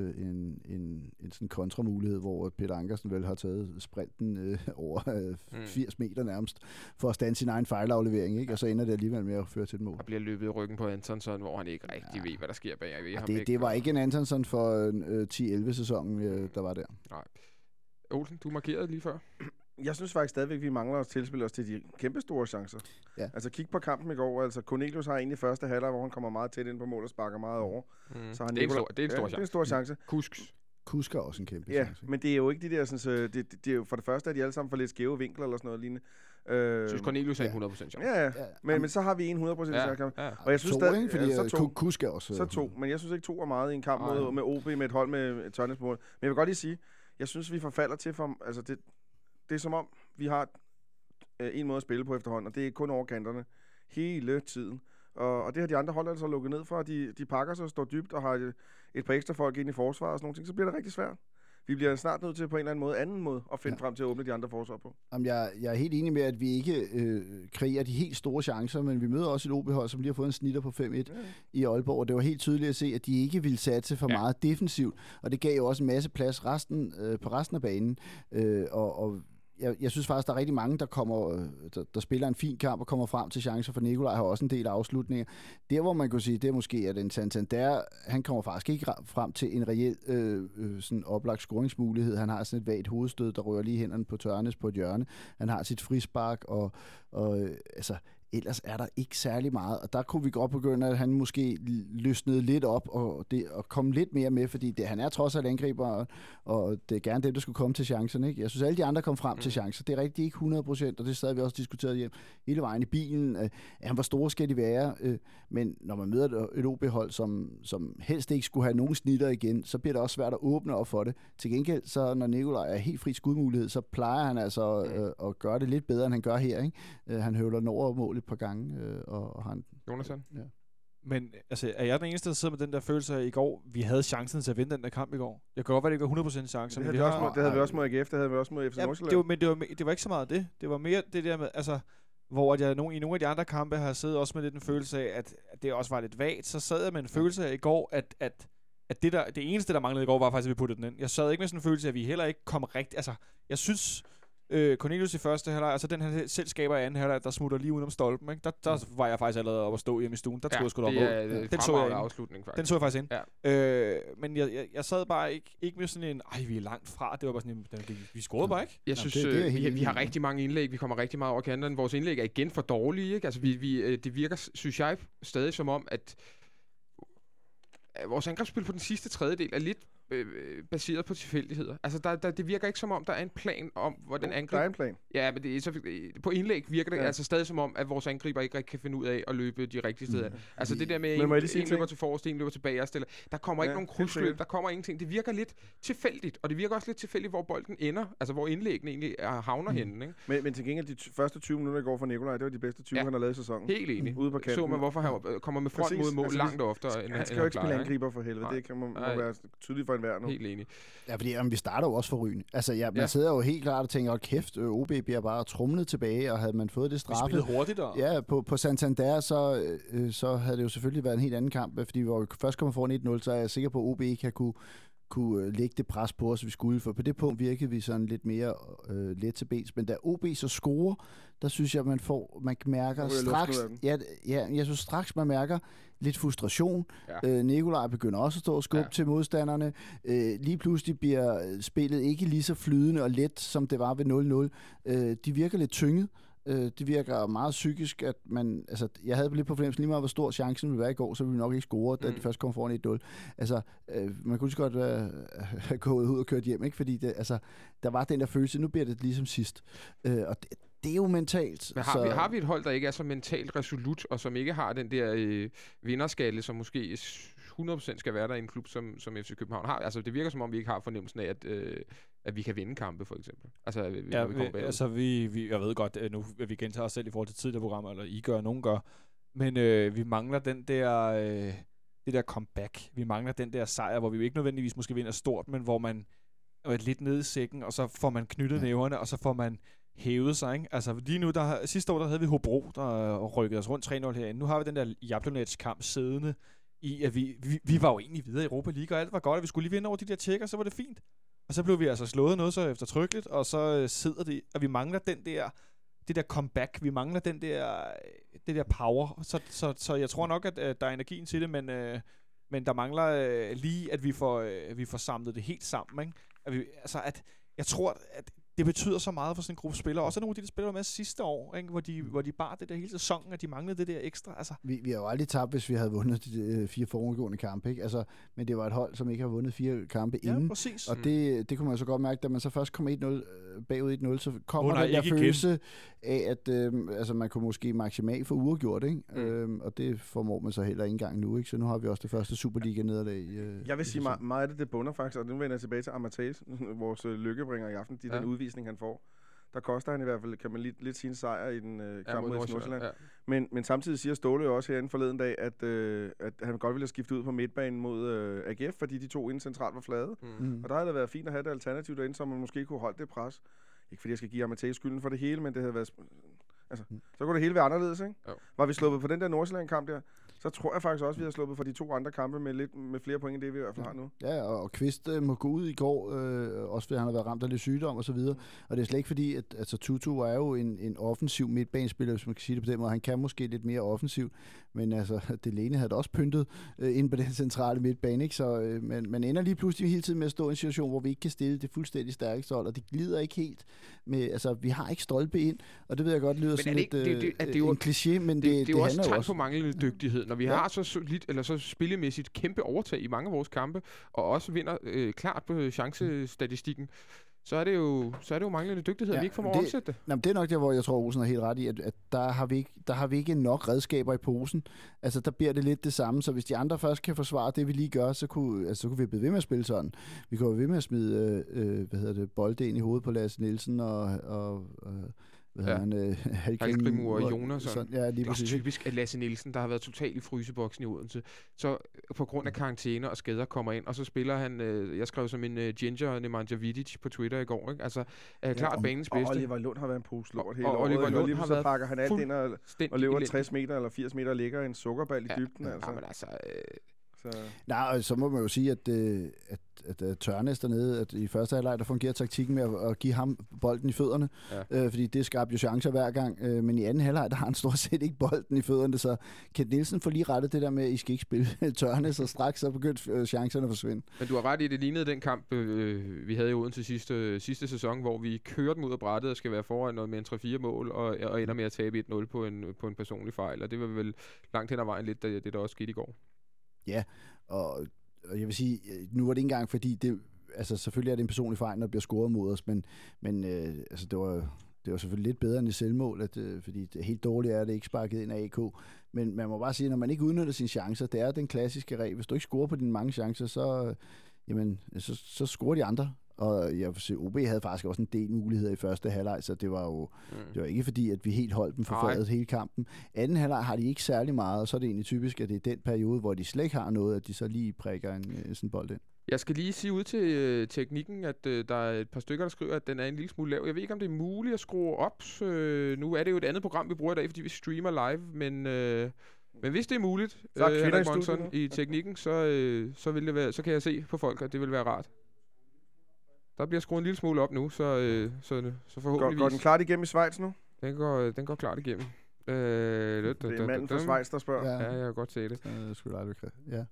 en sådan kontramulighed, hvor Peter Ankersen vel har taget sprinten over 80 meter nærmest, for at stande sin egen fejlaflevering, ikke? Og så ender det alligevel med at føre til et mål. Og bliver løbet i ryggen på Antonsson, hvor han ikke rigtig ved, hvad der sker bagved ham. Det var ikke en Antonsson for 10-11-sæsonen, der var der. Nej. Olsen, du markerede lige før. Jeg synes faktisk stadigvæk, vi mangler at tilspille os til de kæmpe store chancer. Ja. Altså kig på kampen i går. Altså Cornelius har egentlig første halvleg, hvor han kommer meget tæt ind på mål og sparker meget over. Så han det er en stor chance. Kusk er også en kæmpe chance. Men det er jo ikke de der sådan, det er jo for det første, at de alle sammen får lidt skæve vinkler eller sådan noget lignende. Synes Cornelius er en 100% chance. Ja. Men så har vi en 100% chance. Ja. Og jeg synes stadig, fordi Kusk er også... Så 2, men jeg synes ikke 2 er meget i en kamp med OB med et hold med et tørningsmål. Men jeg vil godt lige sige, jeg synes, vi forfalder til altså det er som om, vi har en måde at spille på efterhånden, og det er kun over kanterne hele tiden. Og det har de andre hold altså lukket ned for, de pakker sig og står dybt og har et par ekstra folk ind i forsvaret og sådan nogle ting, så bliver det rigtig svært. Vi bliver snart nødt til på en eller anden måde at finde frem til at åbne de andre forsvar på. Jamen, jeg er helt enig med, at vi ikke kreerer de helt store chancer, men vi møder også et OB-hold, som lige har fået en snitter på 5-1 i Aalborg, og det var helt tydeligt at se, at de ikke ville satse for meget defensivt, og det gav jo også en masse plads på resten af banen, og jeg synes faktisk, der er rigtig mange, der spiller en fin kamp og kommer frem til chancer, for Nikolaj har også en del afslutninger. Der, hvor man kunne sige, det er måske, at en Santander, han kommer faktisk ikke frem til en reel sådan oplagt scoringsmulighed. Han har sådan et vagt hovedstød, der rører lige hænderne på Tørnes på et hjørne. Han har sit frispark, og altså... Ellers er der ikke særlig meget, og der kunne vi godt begynde, at han måske løsnede lidt op og komme lidt mere med, fordi han er trods alt angriber, og det er gerne dem, der skulle komme til chancen. Ikke? Jeg synes, alle de andre kom frem til chancer. Det er rigtig ikke 100%, og det sad vi også diskuteret hjem hele vejen i bilen. Hvor store skal de være? Men når man møder et OB-hold, som helst ikke skulle have nogen snitter igen, så bliver det også svært at åbne op for det. Til gengæld, så når Nikolaj er helt fri skudmulighed, så plejer han altså at gøre det lidt bedre, end han gør her. Ikke? Han høvler den over målet et par gange, og han... Jonathan? Ja. Men altså, er jeg den eneste, der sidder med den der følelse af i går, vi havde chancen til at vinde den der kamp i går? Jeg kan godt være, det ikke var 100% chance. Det havde vi også mod AGF, det havde vi også mod FC Nordsjælland. Men det var ikke så meget det. Det var mere det der med, altså, hvor jeg i nogle af de andre kampe har siddet også med lidt en følelse af, at det også var lidt vagt. Så sad jeg med en følelse af i går, at det eneste, der manglede i går, var faktisk, at vi puttede den ind. Jeg sad ikke med sådan en følelse af, at vi heller ikke kom rigtigt. Altså, jeg synes... Cornelius i første halvleg, altså den her selv skaber i anden halvleg, der smutter lige udenom stolpen, ikke? Der var jeg faktisk allerede oppe at stå hjemme i stuen. Der troede jeg sgu da op. Den så jeg afslutning faktisk. Den så jeg faktisk ind. Ja. Men jeg sad bare ikke med sådan en, vi er langt fra. Det var bare sådan en, vi scorede bare ikke. Jeg synes, vi har rigtig mange indlæg. Vi kommer rigtig meget over kanterne. Vores indlæg er igen for dårlige, ikke? Altså det virker, synes jeg, stadig som om, at vores angrebsspil på den sidste tredjedel er lidt baseret på tilfældigheder. Altså, det virker ikke som om, der er en plan om, hvordan angriber... Der er en plan. Ja, men på indlæg virker det altså stadig som om, at vores angriber ikke rigtig kan finde ud af at løbe de rigtige steder. Altså, det der med, en løber til forrest, en løber tilbage og stiller. Der kommer ikke nogen krydsløb, der kommer ingenting. Det virker lidt tilfældigt, og det virker også lidt tilfældigt, hvor bolden ender. Altså, hvor indlæggene egentlig havner henne, ikke? Men til gengæld, de første 20 minutter i går for Nikolaj, det var de bedste 20, han har lavet i sæsonen. Helt enig. Ude på kanten. Så man, hvorfor han kommer med front mod mål langt oftere, end han skal jo ikke spille angriber for helvede. Det kan man være tydeligt for enhver nu. Helt enig. Ja, fordi vi starter jo også for rygende. Altså, man sidder jo helt klart og tænker, kæft, OB bliver bare trumlet tilbage, og havde man fået det straffe... Vi spillede hurtigt, og... Ja, på Santander, så havde det jo selvfølgelig været en helt anden kamp, fordi vi var jo først kommet foran 1-0, så er jeg sikker på, at OB ikke har kunne lægge det pres på os, vi skulle, for på det punkt virkede vi sådan lidt mere let til bens. Men da OB så scorer, der synes jeg, man mærker straks... jeg synes straks, man mærker lidt frustration. Ja. Nikolaj begynder også at stå og skubbe til modstanderne. Lige pludselig bliver spillet ikke lige så flydende og let, som det var ved 0-0. De virker lidt tynget. Det virker meget psykisk, at man... Altså, jeg havde lidt på fornemmelsen lige meget, hvor stor chancen ville være i går, så ville vi nok ikke score, da de først kom foran 1-0. Altså, man kunne godt have gået ud og kørt hjem, ikke? Fordi der var den der følelse, nu bliver det ligesom sidst. Og det er jo mentalt. Men har vi et hold, der ikke er så mentalt resolut, og som ikke har den der vinderskalle, som måske 100% skal være der i en klub, som FC København har? Altså, det virker som om, vi ikke har fornemmelsen af, at vi kan vinde kampe, for eksempel. Altså, jeg ved godt, nu vi gentager os selv i forhold til tidligere programmer, eller I gør, nogen gør, men vi mangler den der, det der comeback. Vi mangler den der sejr, hvor vi ikke nødvendigvis måske vinder stort, men hvor man er lidt nede i sækken, og så får man knyttet næverne, og så får man hævet sig, ikke? Altså lige nu, sidste år, der havde vi Hobro, der rykkede os rundt 3-0 herinde. Nu har vi den der Jablonec-kamp siddende i, at vi var jo egentlig videre i Europa League, og alt var godt, og vi skulle lige vinde over de der tjekker, så var det fint. Og så blev vi altså slået noget så eftertrykkeligt, og så sidder det, og vi mangler det der comeback, vi mangler det der power. Så jeg tror nok, at der er energien til det, men der mangler lige, at vi får samlet det helt sammen, ikke? Jeg tror, at det betyder så meget for sådan en gruppe spillere. Også nogle af de spillere med sidste år, ikke? Hvor de bar det der hele sæsonen, at de manglede det der ekstra. Altså. Vi har jo aldrig tabt, hvis vi havde vundet de 4 foregående kampe, ikke? Altså, men det var et hold, som ikke har vundet 4 kampe inden. Ja, præcis. Og det kunne man så godt mærke, da man så først kom 1-0 bagud 1-0, så kommer den der følelse af, at man kunne måske maksimalt få uafgjort, ikke? Og det formår man så heller ikke engang nu, ikke? Så nu har vi også det første Superliga-nederlag. Jeg vil sige, meget af det bunder faktisk, og nu vender jeg tilbage til Amateus, vores lykkebringer i aften, den udvisning, han får. Der koster han i hvert fald, kan man lidt sige, en sejr i den kamp mod Nordsjælland. Ja. Men samtidig siger Ståle jo også herinde forleden dag, at han godt ville have skiftet ud på midtbanen mod AGF, fordi de to inden centralt var flade. Og der havde det været fint at have det alternativ derinde, så man måske kunne holde det pres. Ikke fordi jeg skal give Amateus skylden for det hele, men det havde været... Altså, så kunne det hele være anderledes, ikke? Jo. Var vi sluppet på den der Nordsjælland-kamp der, så tror jeg faktisk også, at vi har sluppet for de 2 andre kampe med flere point, end det vi i hvert fald har nu. Ja, og Kvist må gå ud i går, også fordi han har været ramt af lidt sygdom og så videre. Og det er slet ikke fordi, at altså, Tutu er jo en offensiv midtbanespiller, hvis man kan sige det på den måde. Han kan måske lidt mere offensiv, men altså, Delaney havde også pyntet ind på den centrale midtbane, ikke? Så man ender lige pludselig hele tiden med at stå i en situation, hvor vi ikke kan stille det fuldstændig stærkeste hold, og det glider ikke helt med, altså, vi har ikke stolpe ind, og det ved jeg godt lyder sådan lidt en kliché, men det er jo også tegn på manglende dygtighed. Når vi har så solidt, eller så spillemæssigt kæmpe overtag i mange af vores kampe, og også vinder klart på chancestatistikken, så er det jo manglende dygtighed, at vi ikke formår at omsætte det. Jamen, det er nok der, hvor jeg tror, Olsen er helt ret i, at der har vi ikke nok redskaber i posen. Altså, der bliver det lidt det samme, så hvis de andre først kan forsvare det, vi lige gør, så kunne vi blive ved med at spille sådan. Vi kunne blive ved med at smide, bolde ind i hovedet på Lasse Nielsen og Halkrimur og Jonas. Ja, det er også typisk, at Lasse Nielsen, der har været totalt i fryseboksen i Odense, så på grund af karantæne og skader kommer ind, og så spiller han, jeg skrev som en Ginger Nemanja Vidic på Twitter i går, ikke? Altså, klart banens bedste. Og Oliver Lund har været en pose lort hele året. Oliver Lund har været pakker han alt ind og løber 60 meter eller 80 meter og ligger en sukkerball i dybden. Ja, men altså... Nej, så må man jo sige, at Tørnes dernede, at i første halvleg, der fungerer taktikken med at give ham bolden i fødderne, fordi det skabte jo chancer hver gang, men i anden halvleg, der har han stort set ikke bolden i fødderne, så Kent Nielsen får lige rettet det der med, at I skal ikke spille Tørnes, og straks så begyndte chancerne at forsvinde. Men du har ret i, det lignede den kamp, vi havde i Odense sidste sæson, hvor vi kører dem ud af brættet og skal være foran noget med en 3-4 mål, og ender med at tabe 1-0 på en personlig fejl, og det var vel langt hen ad vejen lidt, det der også skete i går. Ja, og jeg vil sige, nu var det ikke engang, fordi det, altså selvfølgelig er det en personlig fejl, når der bliver scoret mod os, men altså det var selvfølgelig lidt bedre end det selvmål, fordi det helt dårligt er det ikke sparket ind af AK. Men man må bare sige, når man ikke udnytter sine chancer, det er den klassiske regel. Hvis du ikke scorer på dine mange chancer, så scorer de andre. Og jeg vil sige, OB havde faktisk også en del muligheder i første halvleg, så det var jo det var ikke fordi, at vi helt holdt dem forfærdet hele kampen. Anden halvleg har de ikke særlig meget, og så er det egentlig typisk, at det er den periode, hvor de slet ikke har noget, at de så lige prikker sådan bold ind. Jeg skal lige sige ud til teknikken, at der er et par stykker, der skriver, at den er en lille smule lav. Jeg ved ikke, om det er muligt at skrue op. Nu er det jo et andet program, vi bruger i dag, fordi vi streamer live, men hvis det er muligt, i teknikken, så vil det være, så kan jeg se på folk, at det vil være rart. Der bliver skruet en lille smule op nu, så forhåbentligvis... Går den klart igennem i Schweiz nu? Den går klart igennem. Det er manden fra Schweiz, der spørger. Ja, jeg kan godt se det. Det skulle aldrig ja.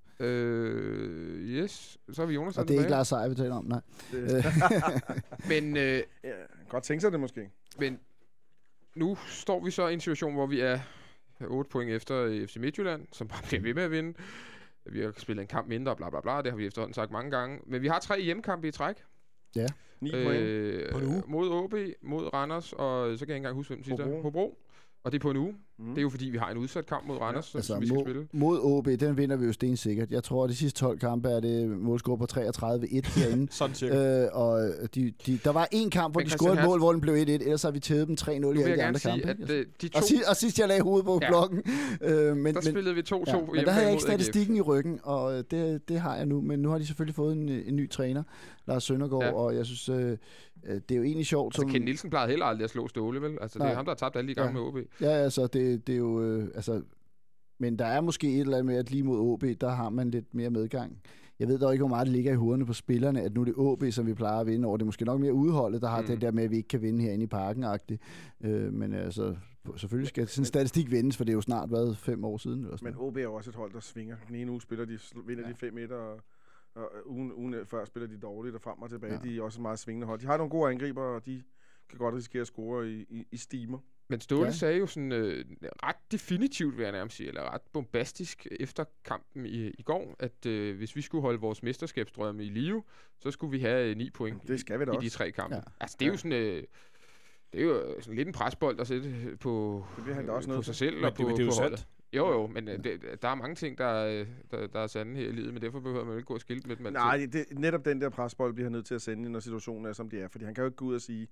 Yes, så er vi Jonas. Og det er ikke Lars Seier, vi taler om, nej. Men... godt tænke sig det måske. Men nu står vi så i en situation, hvor vi er 8 point efter FC Midtjylland, som bare bliver ved med at vinde. Vi har spillet en kamp mindre, bla bla bla, det har vi efterhånden sagt mange gange. Men vi har 3 hjemmekampe i træk. Ja. 9 point mod OB, mod Randers, og så kan jeg ikke engang huske, hvem sidder. Hobro. Og det er på en uge. Det er jo fordi, vi har en udsat kamp mod Randers, som vi skal spille. Mod OB, den vinder vi jo stensikkert. Jeg tror, at de sidste 12 kampe er det målscore på 33-1 herinde. Sådan cirka. Og der var en kamp, hvor de scorede et mål, hvor den blev 1-1. Ellers har vi tævet dem 3-0 i alle de andre kampe. Og sidst jeg lagde hovedet på blokken. Der spillede vi 2-2. Men der havde jeg ikke statistikken i ryggen, og det har jeg nu. Men nu har de selvfølgelig fået en ny træner, Lars Søndergaard, og jeg synes, det er jo egentlig sjovt. Altså, Ken Nielsen plejede heller aldrig at slå Ståle, vel? Altså, det er ham, der har tabt alle de gange med OB. Ja, altså, det er jo... men der er måske et eller andet med, at lige mod OB, der har man lidt mere medgang. Jeg ved dog ikke, hvor meget det ligger i hovederne på spillerne, at nu er det OB, som vi plejer at vinde over. Det er måske nok mere udholdet, der har det der med, at vi ikke kan vinde herinde i parken-agtigt. Men altså, selvfølgelig skal sådan en statistik vendes, for det er jo snart været 5 år siden. Eller sådan. Men OB er jo også et hold, der svinger. Den ene uge vinder de 5-1, og ugen før spiller de dårligt, og frem og tilbage. De er også meget svingende hold. De har nogle gode angriber, og de kan godt risikere at score i stimer. Men Ståle sagde jo sådan ret definitivt, vil jeg nærmest sige, eller ret bombastisk efter kampen i går, at hvis vi skulle holde vores mesterskabsdrømme i live, så skulle vi have 9 point det skal vi da i også. de 3 kampe. Ja. Altså, det er jo sådan... det er jo sådan lidt en presbold at sætte på sig selv og på holdet. Jo, men der er mange ting, der er sande her i livet, men derfor behøver man ikke gå og skilte med dem. Nej, netop den der presbold bliver han nødt til at sende, når situationen er, som det er. Fordi han kan jo ikke gå ud og sige,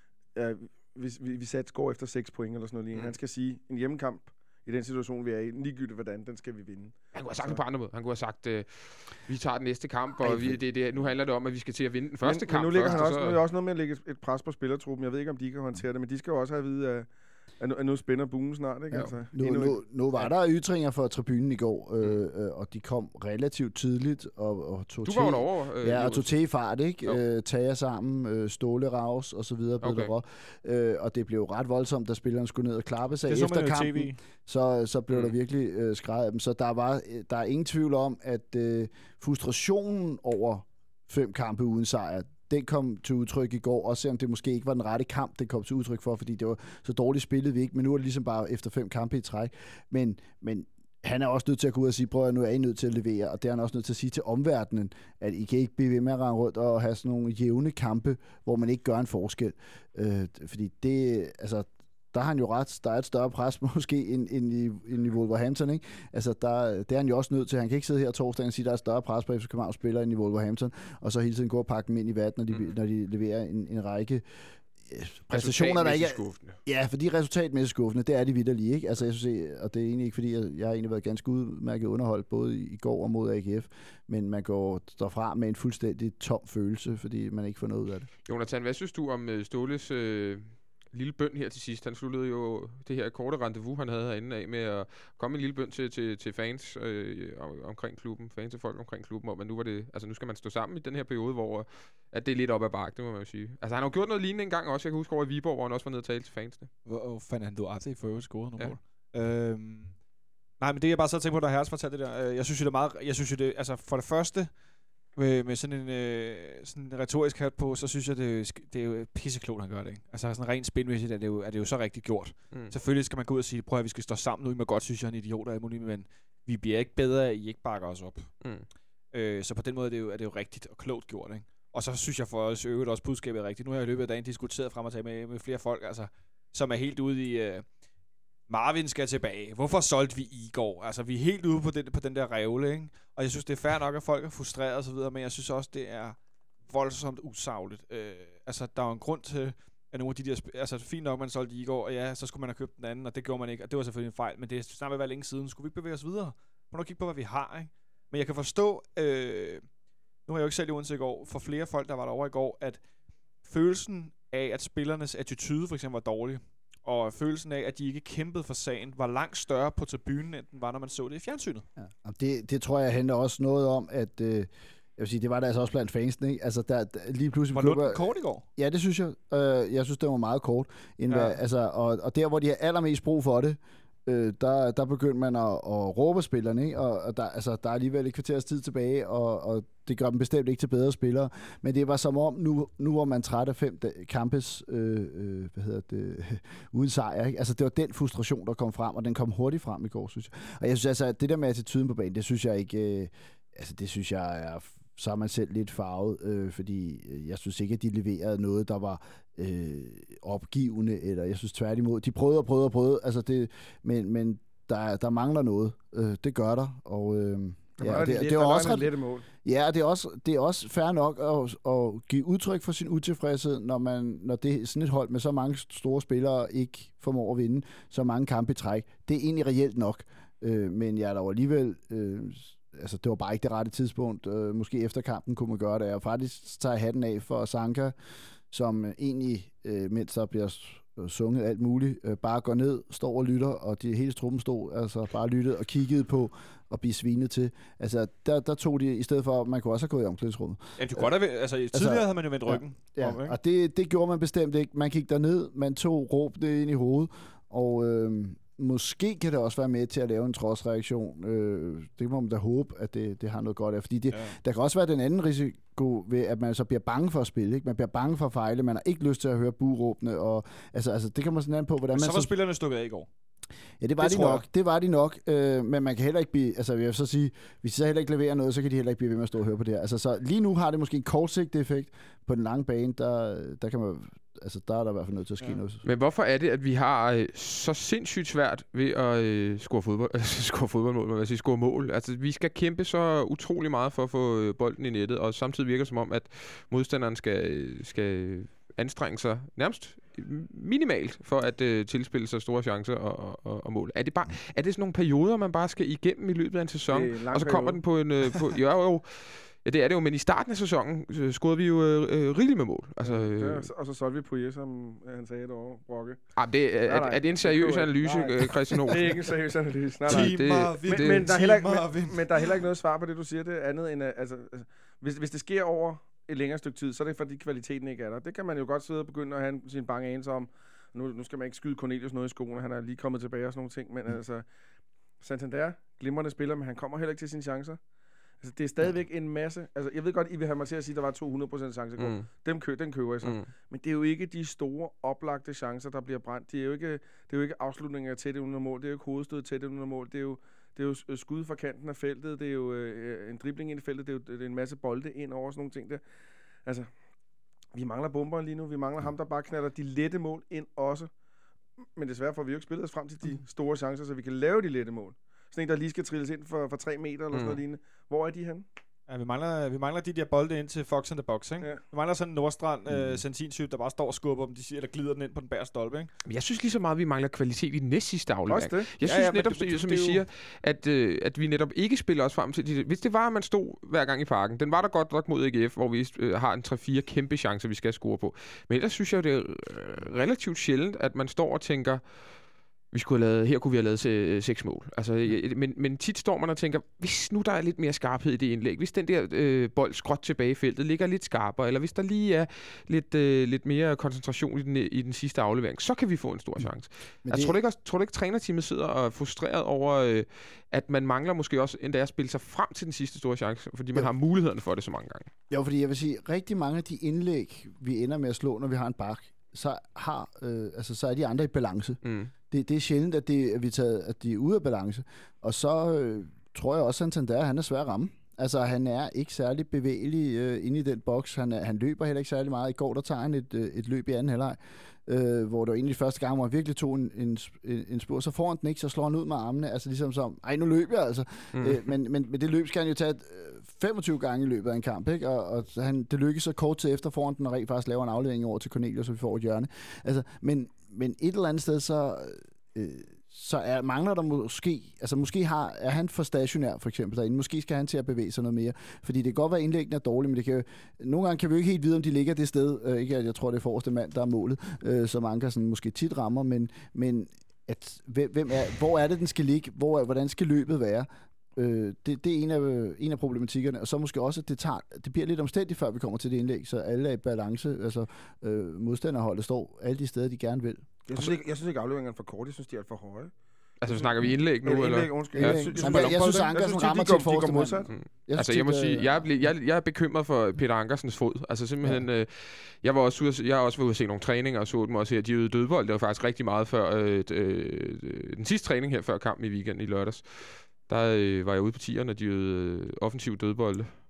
vi satte score efter 6 point eller sådan noget lige. Han skal sige, en hjemmekamp i den situation, vi er i, ligegyldigt hvordan, den skal vi vinde. Han kunne have sagt det på andre måde. Han kunne have sagt, vi tager den næste kamp, og nu handler det om, at vi skal til at vinde den første kamp. Men nu ligger han også noget med at lægge et pres på spillertruppen. Jeg ved ikke, om de kan håndtere det, men de skal jo også have at vide, at nu spænder buen snart, ikke? Altså, nu var der ytringer for tribunen i går, og de kom relativt tidligt og tog du var derovre? Og tog til i fart, ikke? Tager sammen, Ståle Raus og så videre. Og det blev ret voldsomt, da spillerne skulle ned og klappe sig efter kampen. Så blev der virkelig skreget af dem. Så der er ingen tvivl om, at frustrationen over 5 kampe uden sejr, den kom til udtryk i går, også selvom det måske ikke var den rette kamp, det kom til udtryk for, fordi det var så dårligt spillet vi ikke, men nu er det ligesom bare efter 5 kampe i træk. Men han er også nødt til at gå ud og sige, prøv at nu er I nødt til at levere, og det er han også nødt til at sige til omverdenen, at I kan ikke blive ved med at rende rundt og have sådan nogle jævne kampe, hvor man ikke gør en forskel. Fordi det, altså, der har han jo ret. Der er et større pres måske end i Wolverhampton, ikke? Altså, det er han jo også nødt til. Han kan ikke sidde her torsdag og sige, at der er et større pres på FC København spiller end i Wolverhampton, og så hele tiden gå og pakke dem ind i vat, når de leverer en række præstationer, der ikke er... Ja, fordi resultatmæssigt skuffende, det er de vitterlige, ikke? Altså, jeg synes, og det er egentlig ikke, fordi jeg har egentlig været ganske udmærket underholdt, både i går og mod AGF, men man går derfra med en fuldstændig tom følelse, fordi man ikke får noget ud af det. Jonathan, hvad synes du om Ståles lille bøn her til sidst? Han sluttede jo det her korte rendezvous, han havde herinde af, med at komme en lille bøn til fans omkring klubben, fans og folk omkring klubben, om at nu skal man stå sammen i den her periode, hvor at det er lidt op ad bakke, det må man jo sige. Altså, han har jo gjort noget lignende en gang også, jeg kan huske over i Viborg, hvor han også var nede og tale til fansene. Hvor fandt han dog aldrig for øvrigt scoret nogle mål? Nej, men det jeg bare så tænker på, da Hertz fortalte det der, jeg synes jo det er meget, altså for det første, med sådan en retorisk hat på, så synes jeg, det er jo pisseklogt, han gør det, ikke? Altså sådan rent spilmæssigt er det jo så rigtig gjort. Selvfølgelig skal man gå ud og sige, prøv at vi skal stå sammen nu, I må godt synes, jeg er en idiot og alt muligt, men vi bliver ikke bedre, I ikke bakker os op. Så på den måde er det jo rigtigt og klogt gjort, ikke? Og så synes jeg for os øvrigt også, budskabet er rigtigt. Nu har jeg i løbet af dagen diskuteret frem og tilbage med flere folk, altså, som er helt ude i... Marvin skal tilbage. Hvorfor solgte vi Igor? Altså, vi er helt ude på den der revle, ikke? Og jeg synes, det er fair nok, at folk er frustreret og så videre, men jeg synes også, det er voldsomt usagligt. Altså, der er jo en grund til, at nogle af de der... Altså, fint nok, man solgte Igor, og ja, så skulle man have købt den anden, og det gjorde man ikke, og det var selvfølgelig en fejl, men det er snart ved at være længe siden. Skulle vi ikke bevæge os videre? Prøv at kigge på, hvad vi har, ikke? Men jeg kan forstå... nu har jeg jo ikke selv i Odense i går, for flere folk, der var derovre i går, at følelsen af, at spillernes attitude for eksempel var dårlig, og følelsen af, at de ikke kæmpede for sagen, var langt større på tribunen, end den var, når man så det i fjernsynet. Ja, det tror jeg handler også noget om, at... jeg vil sige, det var der altså også blandt fansene, ikke? Altså, der lige pludselig... Var Lund kort i går? Ja, det synes jeg. Jeg synes, det var meget kort. Og der, hvor de har allermest brug for det, der begyndte man at råbe spillerne, ikke? Og der er alligevel et kvarters tid tilbage, og det gør dem bestemt ikke til bedre spillere. Men det var som om, nu var man træt af 5 kampes uden sejr, ikke? Altså, det var den frustration, der kom frem, og den kom hurtigt frem i går, synes jeg. Og jeg synes altså, at det der med attituden på banen, det synes jeg ikke... det synes jeg er så er man selv lidt farvet, fordi jeg synes ikke, at de leverede noget, der var opgivende, eller jeg synes tværtimod, de prøvede, altså men der mangler noget. Det gør der, og det er også ret lette mål. Ja, det er også fair nok at give udtryk for sin utilfredshed, når det er sådan et hold med så mange store spillere ikke formår at vinde så mange kampe i træk. Det er egentlig reelt nok, men jeg er dog alligevel altså det var bare ikke det rette tidspunkt. Måske efter kampen kunne man gøre det. Og faktisk tager jeg hatten af for Sanka, som egentlig, mens der bliver sunget alt muligt, bare går ned, står og lytter, og hele truppen stod, altså bare lyttede og kiggede på at blive svinet til. Altså, der tog de, i stedet for, at man kunne også have gået i omklædningsrummet. Ja, det kunne godt have, tidligere havde man jo vendt ryggen. Ja, og det gjorde man bestemt ikke. Man gik derned, man tog råbte ind i hovedet, og måske kan det også være med til at lave en trodsreaktion. Det må man da håbe, at det har noget godt af. Fordi der kan også være den anden risiko ved, at man så bliver bange for at spille. Ikke? Man bliver bange for at fejle. Man har ikke lyst til at høre buråbne. Og, altså, det kan man sådan an på, hvordan man... Så var spillerne stukket af i går. Ja, det var de nok. Men man kan heller ikke blive... Altså, jeg vil så sige, hvis de så heller ikke leverer noget, så kan de heller ikke blive ved med at stå og høre på det her. Altså, så lige nu har det måske en kortsigtet effekt. På den lange bane, der kan man... Altså, der er der i hvert fald nødt til at ske noget. Men hvorfor er det, at vi har så sindssygt svært ved at score mål? Altså, vi skal kæmpe så utrolig meget for at få bolden i nettet, og samtidig virker det som om, at modstanderen skal anstrenge sig nærmest minimalt for at tilspille sig store chancer og mål. Er det sådan nogle perioder, man bare skal igennem i løbet af en sæson, og så kommer den på en... Ja, det er det jo, men i starten af sæsonen scorede vi jo rigeligt med mål. Altså, og så solgte vi Poirier, som han sagde et år, Brokke. Er det en seriøs analyse, Christian Olsen? Det er ikke en seriøs analyse. Men der er heller ikke noget svar på det, du siger. Det andet end, hvis det sker over et længere stykke tid, så er det fordi kvaliteten ikke er der. Det kan man jo godt sidde og begynde at have sin bange anelse om. Nu skal man ikke skyde Cornelius noget i skoene. Han er lige kommet tilbage og sådan nogle ting. Men altså, Santander, glimrende spiller, men han kommer heller ikke til sine chancer. Altså, det er stadigvæk en masse... Altså, jeg ved godt, I vil have mig til at sige, at der var 200% chance i går. Den køber jeg så. Men det er jo ikke de store, oplagte chancer, der bliver brændt. Det er jo ikke afslutninger tæt under mål. Det er jo ikke hovedstød tæt under mål. Det er jo skud fra kanten af feltet. Det er jo en dribling ind i feltet. Det er en masse bolde ind over sådan nogle ting der. Altså, vi mangler bomberen lige nu. Vi mangler ham, der bare knalder de lette mål ind også. Men desværre får vi jo ikke spillet os frem til de store chancer, så vi kan lave de lette mål. Sådan en, der lige skal trilles ind for 3 meter eller sådan noget lignende. Hvor er de henne? Ja, vi mangler de der bolde ind til Fox and the Box, ikke? Ja. Vi mangler sådan en Nordstrand Sentinsyg, der bare står og skubber dem, eller glider den ind på den bære stolpe, ikke? Jeg synes lige så meget, at vi mangler kvalitet i den næst sidste aflevering. Jeg synes netop, som I siger, at vi netop ikke spiller os frem til... Hvis det var, at man stod hver gang i parken, den var der godt nok mod AGF, hvor vi har en 3-4 kæmpe chancer, vi skal score på. Men ellers synes jeg, det er relativt sjældent, at man står og tænker... Her kunne vi have lavet 6 mål. Altså, men tit står man og tænker, hvis nu der er lidt mere skarphed i det indlæg, hvis den der bold skråt tilbage i feltet ligger lidt skarpere, eller hvis der lige er lidt mere koncentration i den sidste aflevering, så kan vi få en stor chance. Tror du ikke, trænerteamet sidder og er frustreret over, at man mangler måske også endda at spille sig frem til den sidste store chance, fordi man har mulighederne for det så mange gange? Ja, fordi jeg vil sige, rigtig mange af de indlæg, vi ender med at slå, når vi har en bak, så er de andre i balance. Det er sjældent, at de er ude af balance. Og så tror jeg også, at Santander, han er svær at ramme. Altså, han er ikke særlig bevægelig inde i den boks. Han løber heller ikke særlig meget. I går, der tager han et løb i anden halvleg, hvor det var egentlig første gang, hvor han virkelig tog en spur. Så får han den ikke, så slår han ud med armene. Altså ligesom som, nu løber jeg altså. Men det løb skal han jo tage 25 gange i løbet af en kamp, ikke? Og det lykkes så kort til efter, foran den og rent faktisk laver en aflevering over til Cornelius, så vi får et hjørne. Altså, men et eller andet sted, så mangler der måske er han for stationær, for eksempel, derinde. Måske skal han til at bevæge sig noget mere. Fordi det kan godt være, at indlæggene er dårlige, men nogle gange kan vi jo ikke helt vide, om de ligger det sted. Ikke at jeg tror, det er forreste mand, der er målet, som Anker sådan måske tit rammer, men hvor er det, den skal ligge? Hvordan skal løbet være? Det er en af problematikkerne, og så måske også, at det bliver lidt omstændigt, før vi kommer til det indlæg, så alle er i balance, altså modstanderholdet står alle de steder, de gerne vil. Jeg synes ikke afleveringerne er for korte, jeg synes, de er for høje. Altså, snakker vi indlæg nu, eller? Jeg synes, Ankersen rammer til forreste modsat. Altså, jeg må sige, jeg er bekymret for Peter Ankersens fod. Altså, simpelthen, jeg har også været ude at se nogle træninger, og så dem også her, de øvede dødbold. Det var faktisk rigtig meget før den sidste træning her, før kampen i weekenden i lørdags. Der var jeg ude på tieren, og de øvede offensiv dødbolde.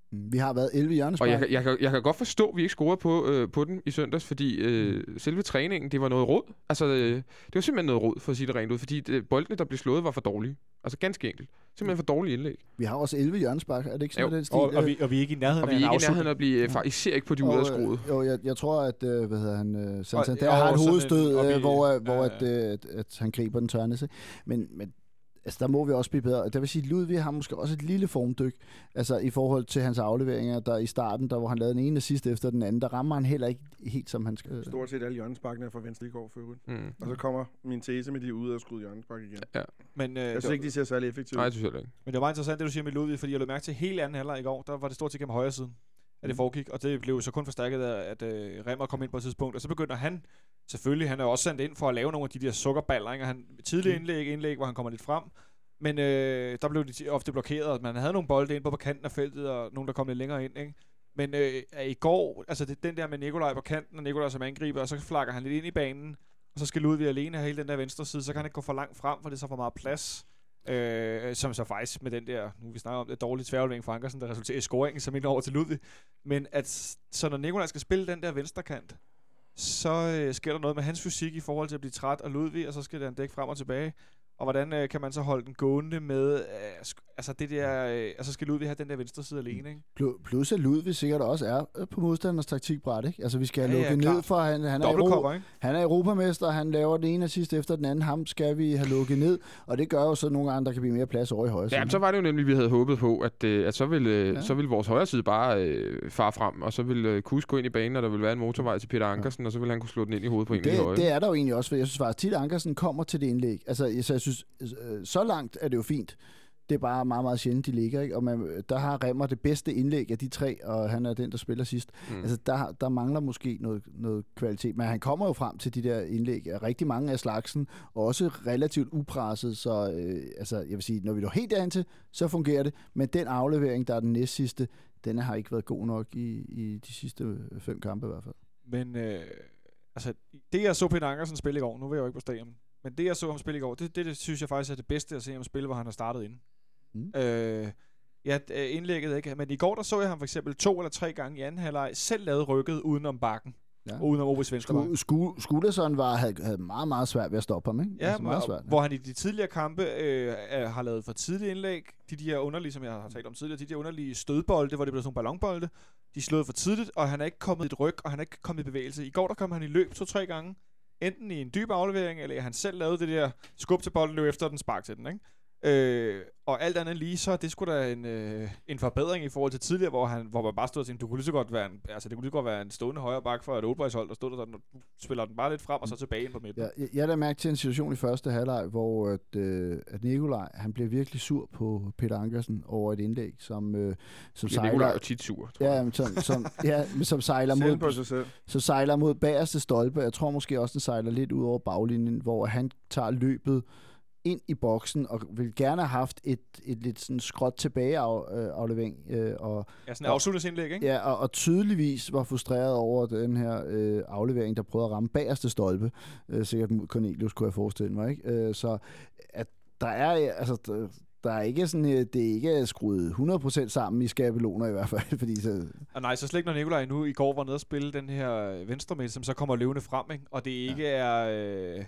Vi har været 11 hjørnespark. Og jeg kan godt forstå, at vi ikke scorede på den i søndags, fordi selve træningen, det var noget råd. Altså, det var simpelthen noget råd, for at sige det rent ud, fordi boldene, der blev slået, var for dårlige. Altså ganske enkelt. Simpelthen for dårlige indlæg. Vi har også 11 hjørnespark, er det ikke sådan den stil? Og vi er ikke i nærheden af en afslutning. At blive, især ikke på de udadskruede. Jo, jeg tror, at, Santander har et hovedstød, hvor at han griber den tørnes. Men altså, der må vi også blive bedre. Der vil sige, at Ludvig har måske også et lille formdyk, altså i forhold til hans afleveringer, der i starten, der hvor han lavede den ene og sidste efter den anden, der rammer han heller ikke helt, som han skal. Stort set alle hjørnesparkene er fra venstre i går for øvrigt. Og så kommer min tese med de udadskruede hjørnespark igen. Ja. Men, jeg synes ikke, de ser særlig effektivt. Nej, jeg synes ikke. Men det var interessant, det du siger med Ludvig, fordi jeg lod mærke til hele anden halvleg i går, der var det stort set gennem højre siden, at det foregik, og det blev så kun forstærket af, at Remmer kom ind på et tidspunkt, og så begynder han, selvfølgelig, han er også sendt ind for at lave nogle af de der sukkerballer, ikke? Han tidlig indlæg, hvor han kommer lidt frem, men der blev de ofte blokeret, og man havde nogle bolde ind på kanten af feltet, og nogen, der kom lidt længere ind, ikke? Men i går, altså det, den der med Nikolaj på kanten, og Nikolaj som angriber, og så flakker han lidt ind i banen, og så skal Ludvig alene have hele den der venstre side, så kan han ikke gå for langt frem, for det er så for meget plads. Som så faktisk med den der, nu vi snakker om det dårlige tværlevering fra Ankersen, der resulterer i scoringen, som ikke over til Ludvig. Men at så når Nikolaj skal spille den der venstre kant, så sker der noget med hans fysik i forhold til at blive træt af Ludvig, og så skal han dække frem og tilbage. Og hvordan kan man så holde den gående med, altså det der, altså skal Ludvig have den der venstre side alene, ikke? Plus at Ludvig sikkert også er på modstanders taktikbræt, ikke? Altså vi skal have lukket ned for, han er europamester, han laver det ene og sidste efter den anden, ham skal vi have lukket ned, og det gør jo så nogle gange, der kan blive mere plads over i højre side. Ja, så var det jo nemlig, vi havde håbet på, at så ville vores højre side bare fare frem, og så ville Kus gå ind i banen, og der ville være en motorvej til Peter Ankersen, og så ville han kunne slå den ind i hovedet på en af de høje. Det er der jo egentlig også, for jeg synes faktisk, at Ankersen kommer til det indlæg. Altså, jeg synes, så langt er det jo fint. Det er bare meget, meget sjældent, de ligger, ikke? Og der har Remmer det bedste indlæg af de tre, og han er den, der spiller sidst. Altså, der mangler måske noget kvalitet, men han kommer jo frem til de der indlæg af rigtig mange af slagsen, og også relativt upresset, så altså, jeg vil sige, når vi når helt derhen til, så fungerer det, men den aflevering, der er den næstsidste, den har ikke været god nok i de sidste 5 kampe i hvert fald. Men altså, det jeg så Peter Ankersen spille i går, nu vil jeg jo ikke på stadion, men det jeg så ham spille i går, det synes jeg faktisk er det bedste at se ham spille, hvor han har startet inde. Indlægget ikke, men i går der så jeg ham for eksempel 2 eller 3 gange i anden halvleg selv lavet rykket udenom bakken. Ja. Udenom OB's venstre bakke. Skulersson havde meget, meget svært ved at stoppe ham, ikke? Ja, altså meget svært, hvor han i de tidligere kampe har lavet for tidlige indlæg. De her underlige, som jeg har talt om tidligere, de der underlige stødbolde, hvor det blev sådan nogle ballonbolde. De slået for tidligt, og han er ikke kommet i et ryg, og han er ikke kommet i bevægelse. I går der kom han i løb 2-3 gange. Enten i en dyb aflevering, eller han selv lavede det der skub til bolden, løb efter den, spark til den, ikke? Og alt andet lige, så det skulle da en forbedring i forhold til tidligere, hvor man bare stod og tænkte, det kunne lige så godt være en stående højre bak for et Old Boys hold, der stod der sådan, du spiller den bare lidt frem, og så tilbage ind på midten. Ja, jeg lader mærke til en situation i første halvleg, hvor at Nikolaj, han bliver virkelig sur på Peter Ankersen over et indlæg, som sejler. Nikolaj er jo tit sur, tror jeg. Som sejler mod bagerste stolpe. Jeg tror måske også, den sejler lidt ud over baglinjen, hvor han tager løbet ind i boksen, og vil gerne have haft et lidt sådan skråt tilbage aflevering. Sådan en afslutningsindlæg, ikke? Ja, og tydeligvis var frustreret over den her aflevering, der prøvede at ramme bagerste stolpe. Sikkert mod Cornelius, kunne jeg forestille mig, ikke? Så at der er, altså, der er ikke sådan, det er ikke skruet 100% sammen i skabeloner i hvert fald, fordi så... Nej, så slet ikke når Nikolaj nu i går var nede og spille den her venstre midt, som så kommer løvende frem, ikke? Og det ikke er...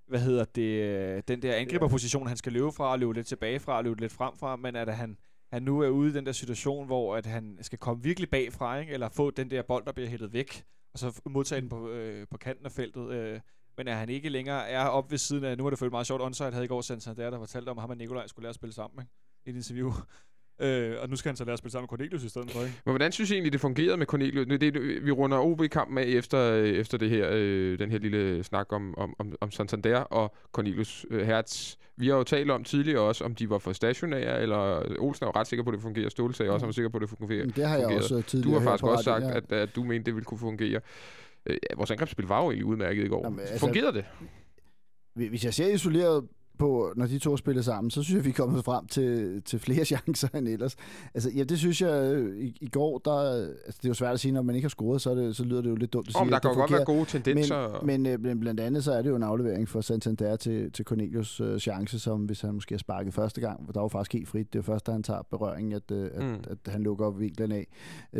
den der angriberposition, han skal løbe fra, og løbe lidt tilbage fra, og løbe lidt frem fra, men at han nu er ude i den der situation, hvor at han skal komme virkelig bagfra, ikke? Eller få den der bold, der bliver hældet væk, og så modtage den på kanten af feltet. Men at han ikke længere er op ved siden af, nu har det følt meget sjovt, onside havde i går Santander, der fortalte om, at ham og Nikolaj skulle lære at spille sammen, ikke? I et interview. Og nu skal han så lære at spille sammen med Cornelius i stedet for, ikke? Men hvordan synes I egentlig, det fungerede med Cornelius? Vi runder OB-kampen af efter det her, den her lille snak om Santander og Cornelius Hertz. Vi har jo talt om tidligere også, om de var for stationære, eller Olsen er jo ret sikker på, at det fungerer. Ståle sagde også, at han var sikker på, at det fungerer. Det har jeg også tidligere. Du har faktisk også sagt, at du mente, det ville kunne fungere. Vores angrebsspil var jo egentlig udmærket i går. Jamen, fungerede det? Hvis jeg ser isoleret når de to spiller sammen, så synes jeg, vi er kommet frem til flere chancer end ellers. Altså, ja, det synes jeg i går, altså, det er jo svært at sige, når man ikke har scoret, så lyder det jo lidt dumt at sige, der kan jo godt være gode tendenser. Men blandt andet, så er det jo en aflevering for Santander til Cornelius chance, som hvis han måske har sparket første gang, for der var faktisk helt frit. Det er først, da han tager berøringen, at han lukker op vinklen af.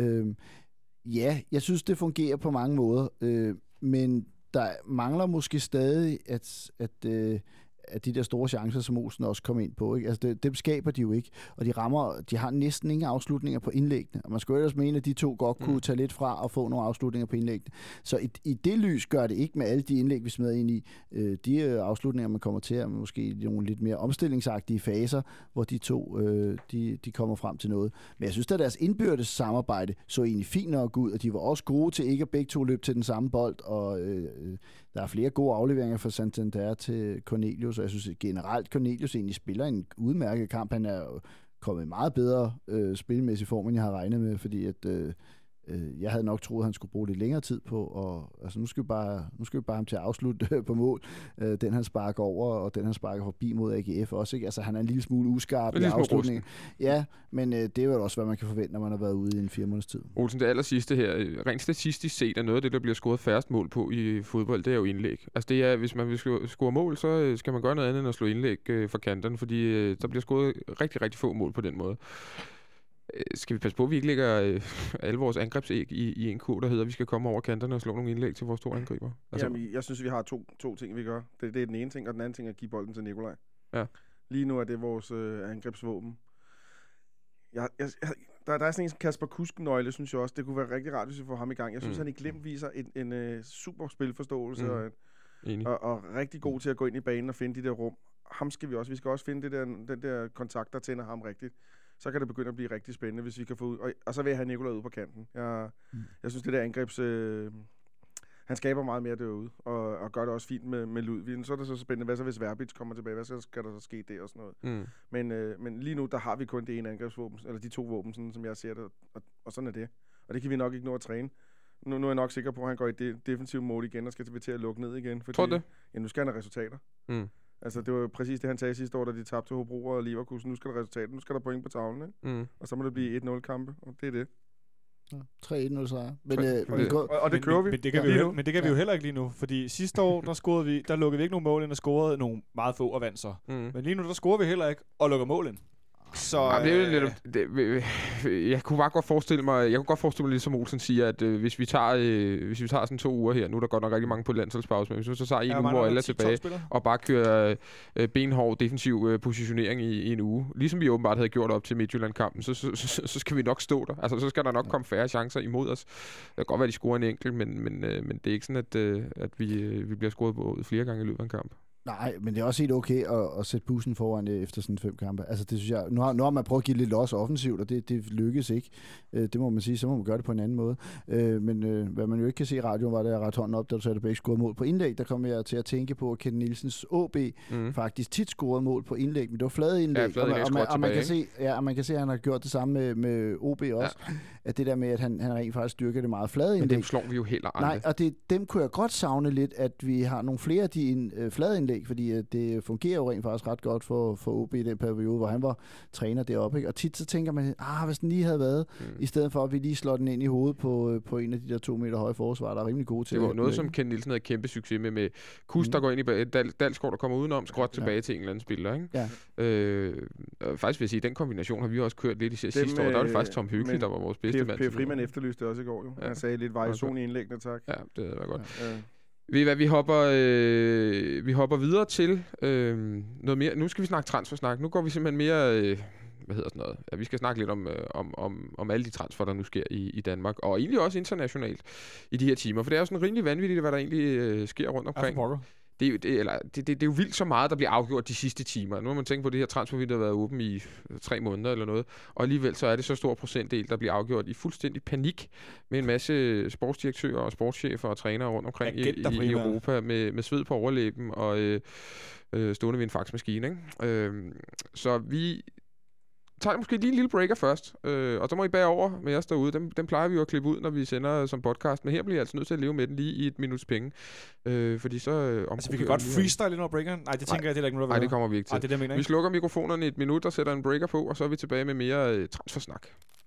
Ja, jeg synes, det fungerer på mange måder, men der mangler måske stadig, at de der store chancer, som Olsen også kom ind på, ikke? Altså dem skaber de jo ikke, og de har næsten ingen afslutninger på indlæggene, og man skulle ellers mene, at de to godt kunne tage lidt fra og få nogle afslutninger på indlæggene. Så i det lys gør det ikke med alle de indlæg, vi smider ind i. De afslutninger, man kommer til, er måske nogle lidt mere omstillingsagtige faser, hvor de to de kommer frem til noget. Men jeg synes, at deres indbyrdes samarbejde så egentlig fint nok ud, og de var også gode til ikke at begge to løbe til den samme bold, og der er flere gode afleveringer fra Santander til Cornelius, og jeg synes generelt, Cornelius egentlig spiller en udmærket kamp. Han er kommet i meget bedre spilmæssig form, end jeg har regnet med, fordi at jeg havde nok troet, at han skulle bruge lidt længere tid på, og altså nu skal vi bare ham til at afslutte på mål. Den han sparker over, og den han sparker forbi mod AGF også, ikke? Altså han er en lille smule uskarp i afslutningen. Ja, men det er jo også, hvad man kan forvente, når man har været ude i en 4 måneders tid. Olsen, det aller sidste her, rent statistisk set er noget af det, der bliver scoret færrest mål på i fodbold, det er jo indlæg. Altså det er, hvis man vil score mål, så skal man gøre noget andet end at slå indlæg fra kanterne, fordi der bliver scoret rigtig, rigtig få mål på den måde. Skal vi passe på, at vi ikke lægger alle vores angrebsæg i en kur, der hedder, at vi skal komme over kanterne og slå nogle indlæg til vores to angriber? Altså, jamen, jeg synes, vi har to ting, vi gør. Det er den ene ting, og den anden ting er at give bolden til Nikolaj. Ja. Lige nu er det vores angrebsvåben. Der er sådan en Kasper Kusk-nøgle, synes jeg også. Det kunne være rigtig rart, hvis vi får ham i gang. Jeg synes, han i Glimt viser en super spilforståelse og rigtig god til at gå ind i banen og finde de der rum. Ham skal vi også. Vi skal også finde den der kontakt, der tænder ham rigtigt. Så kan det begynde at blive rigtig spændende, hvis vi kan få ud. Og så vil jeg have Nikolaj ud på kanten. Jeg synes, det der angrebs... han skaber meget mere derude, og gør det også fint med Ludvig. Så er det så spændende, hvad så hvis Verbitz kommer tilbage? Hvad så skal der så ske der og sådan noget? Men lige nu, der har vi kun det ene angrebsvåben, eller de to våben, sådan, som jeg ser det, og sådan er det. Og det kan vi nok ikke nå at træne. Nu er jeg nok sikker på, at han går i det defensive mode igen, og skal til at lukke ned igen. Fordi, tror det? Ja, nu skal han have resultater. Altså, det var præcis det, han sagde sidste år, da de tabte til Hobro og Leverkusen. Nu skal der resultater. Nu skal der point på tavlen, ikke? Og så må det blive 1-0-kampe, og det er det. 3-1-0 sejr. Og det kører vi. Men det kan vi jo heller ikke lige nu, fordi sidste år, der lukkede vi ikke nogen mål ind og scorede nogle meget få og vandt så. Men lige nu, der scorer vi heller ikke og lukker mål ind. Så jeg kunne bare godt forestille mig, ligesom Olsen siger, at hvis vi tager sådan 2 uger her, nu er der godt nok rigtig mange på landsholdspause, men hvis vi så tager en uge, hvor alle er tilbage, og bare kører benhård defensiv positionering i en uge, ligesom vi åbenbart havde gjort op til Midtjylland-kampen, så skal vi nok stå der. Altså, så skal der nok komme færre chancer imod os. Det kan godt være, de scorer en enkelt, men det er ikke sådan, at vi bliver scoret på flere gange i løbet af en kamp. Nej, men det er også helt okay at sætte bussen foran efter sådan 5 kampe. Altså det synes jeg, nu har man prøvet at give lidt los offensivt, og det lykkes ikke. Det må man sige, så må man gøre det på en anden måde. Men hvad man jo ikke kan se i radioen, var det at rette hånden op, da du sagde, at du ikke scorede mål på indlæg. Der kom jeg til at tænke på, at Ken Nielsens AB faktisk tit scorede mål på indlæg, men det var flade indlæg. Og man kan se, at han har gjort det samme med OB også. Ja. At det der med, at han rent faktisk styrker det meget flade indlæg. Men dem slår vi jo heller aldrig. Nej, og dem kunne jeg godt savne lidt, at vi har nogle flere af de flade indlæg, fordi det fungerer jo rent faktisk ret godt for OB i den periode, hvor han var træner deroppe. Ikke? Og tit så tænker man, hvis den lige havde været, i stedet for at vi lige slår den ind i hovedet på en af de der 2 meter høje forsvar, der er rimelig gode til. Det var noget, som Ken Nielsen havde kæmpe succes med Kus, der går ind i Dalsgaard, der kommer udenom, skråt tilbage til en eller anden spiller. Ikke? Ja. Faktisk vil jeg sige, den kombination har vi også kørt lidt i sidste år. Der var det faktisk Tom Hyggelig, der var vores bedste mand. Per Frimann efterlyste også i går jo. Han sagde lidt variation i indlæggene, tak. Ja, det var godt. Ved I hvad, vi hopper videre til noget mere. Nu skal vi snakke transfersnak. Nu går vi simpelthen mere... Ja, vi skal snakke lidt om alle de transfer, der nu sker i Danmark, og egentlig også internationalt i de her timer, for det er jo sådan rimelig vanvittigt, hvad der egentlig sker rundt omkring. Det er jo vildt så meget, der bliver afgjort de sidste timer. Nu må man tænke på, at det her transfervindue har været åben i 3 måneder eller noget, og alligevel så er det så stor procentdel, der bliver afgjort i fuldstændig panik med en masse sportsdirektører og sportschefer og trænere rundt omkring i Europa med sved på overlæben og stående ved en faxmaskine. Ikke? Så vi tager måske lige en lille breaker først, og så må I bære over med os derude. Dem plejer vi jo at klippe ud, når vi sender som podcast, men her bliver jeg altså nødt til at leve med den lige i et minuts penge. Fordi så... vi kan godt freestyle ind over breakeren? Nej, det tænker jeg, det er der ikke noget, nej, det kommer vi ikke til. Ej, det mener vi slukker mikrofonerne et minut og sætter en breaker på, og så er vi tilbage med mere transfersnak.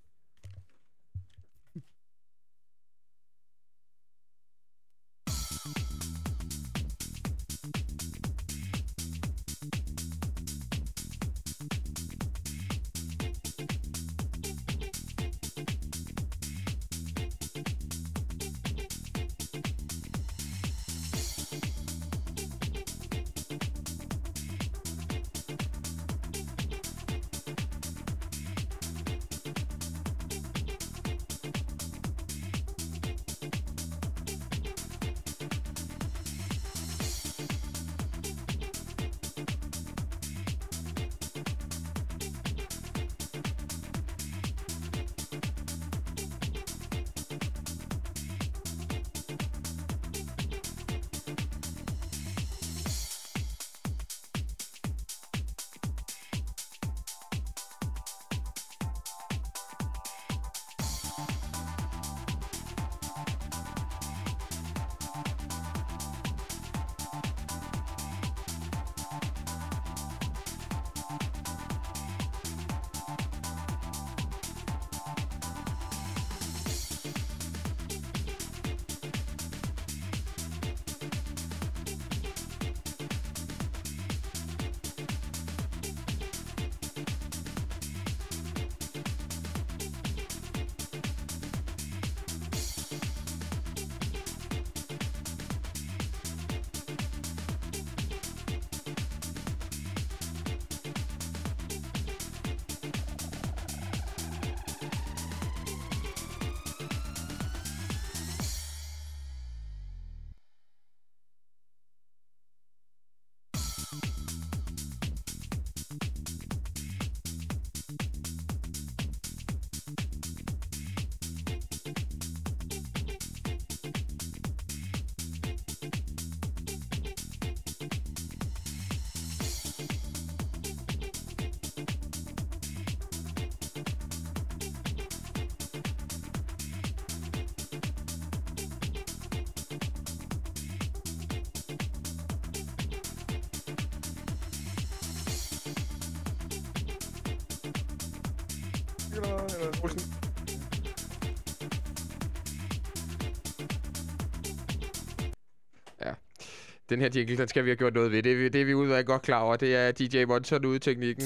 Ja. Den her jingle, den skal vi have gjort noget ved. Det er vi udvalgt godt klar over. Det er DJ Monson ude i teknikken,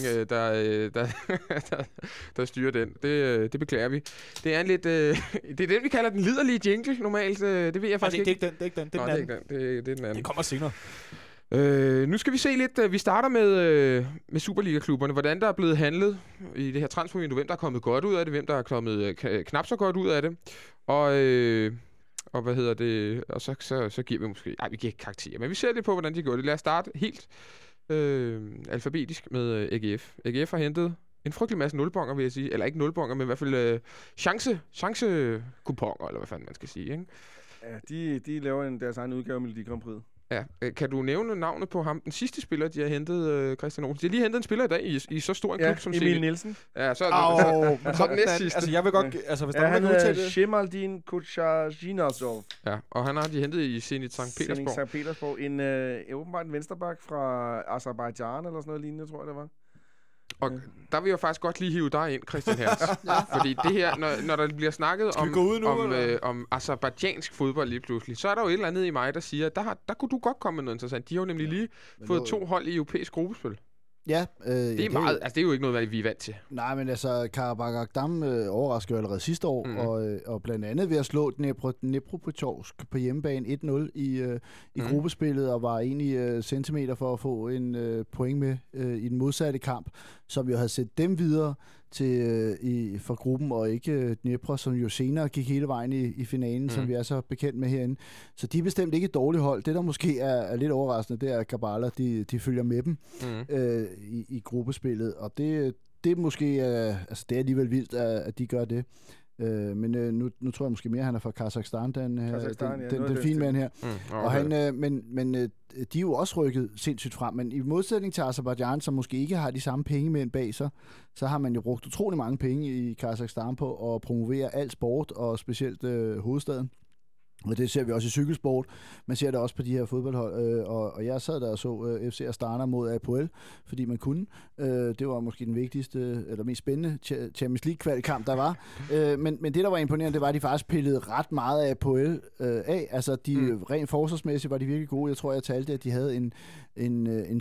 der styrer den. Det beklager vi. Det er en lidt... det er den, vi kalder den liderlige jingle normalt. Det ved jeg faktisk ikke. Det er ikke den. Det er den anden. Det er den anden. Det kommer senere. Nu skal vi se lidt. Vi starter med Superliga-klubberne. Hvordan der er blevet handlet i det her transfervindue. Hvem der er kommet godt ud af det. Hvem der er kommet knap så godt ud af det. Og hvad hedder det? Og så giver vi måske... Nej, vi giver ikke karakterer. Men vi ser lidt på, hvordan de gør det. Lad os starte helt alfabetisk med AGF. AGF har hentet en frygtelig masse nulbonger, vil jeg sige. Eller ikke nulbonger, men i hvert fald chance-kuponer, eller hvad fanden man skal sige, ikke? Ja, de laver deres egen udgave af Melodi Grand Prix. Ja, kan du nævne navnet på ham? Den sidste spiller, de har hentet, Christian Olsen. De har lige hentet en spiller i dag i så stor en klub som Emil Nielsen. Ja, så er den næst sidste. Altså, jeg vil godt... Altså, hvis han hedder Shemaldin Kuchajinazov. Ja, og han har de hentet i Zenit Sankt Petersborg. Zenit Sankt Petersborg. Åbenbart en venstreback fra Azerbaijan, eller sådan noget lignende, tror jeg, det var. Og der vil jeg faktisk godt lige hive dig ind, Christian Hertz. Fordi det her, når der bliver snakket om azerbaijansk fodbold lige pludselig, så er der jo et eller andet i mig, der siger, der kunne du godt komme med noget interessant. De har jo nemlig lige fået 2 hold i europæisk gruppespil. Ja. Det er meget, altså det er jo ikke noget, vi er vant til. Nej, men altså, Karabakh Agdam overraskede jo allerede sidste år, og blandt andet ved at slå Dnepropetrovsk på hjemmebane 1-0 i gruppespillet, og var egentlig centimeter for at få en point med i den modsatte kamp, som jo havde set dem videre til for gruppen, og ikke Dnepro, som jo senere gik hele vejen i finalen, som vi er så bekendt med herinde. Så de er bestemt ikke et dårligt hold. Det, der måske er lidt overraskende, det er, at Kabbalah, de følger med dem i gruppespillet, og det er måske, altså det er alligevel vildt, at de gør det. Men nu tror jeg måske mere, at han er fra Kazakhstan, den fine mand her. Okay. Og han, men de er jo også rykket sindssygt frem. Men i modsætning til Aserbajdsjan, som måske ikke har de samme penge med bag sig, så har man jo brugt utrolig mange penge i Kazakhstan på at promovere alt sport, og specielt hovedstaden. Og det ser vi også i cykelsport. Man ser det også på de her fodboldhold. Og jeg sad der og så FC Astana mod APOEL, fordi man kunne. Det var måske den vigtigste, eller mest spændende Champions League-kamp, der var. Men det, der var imponerende, det var, at de faktisk pillede ret meget af APOEL af. Altså, rent forsvarsmæssigt var de virkelig gode. Jeg tror, jeg talte, at de havde en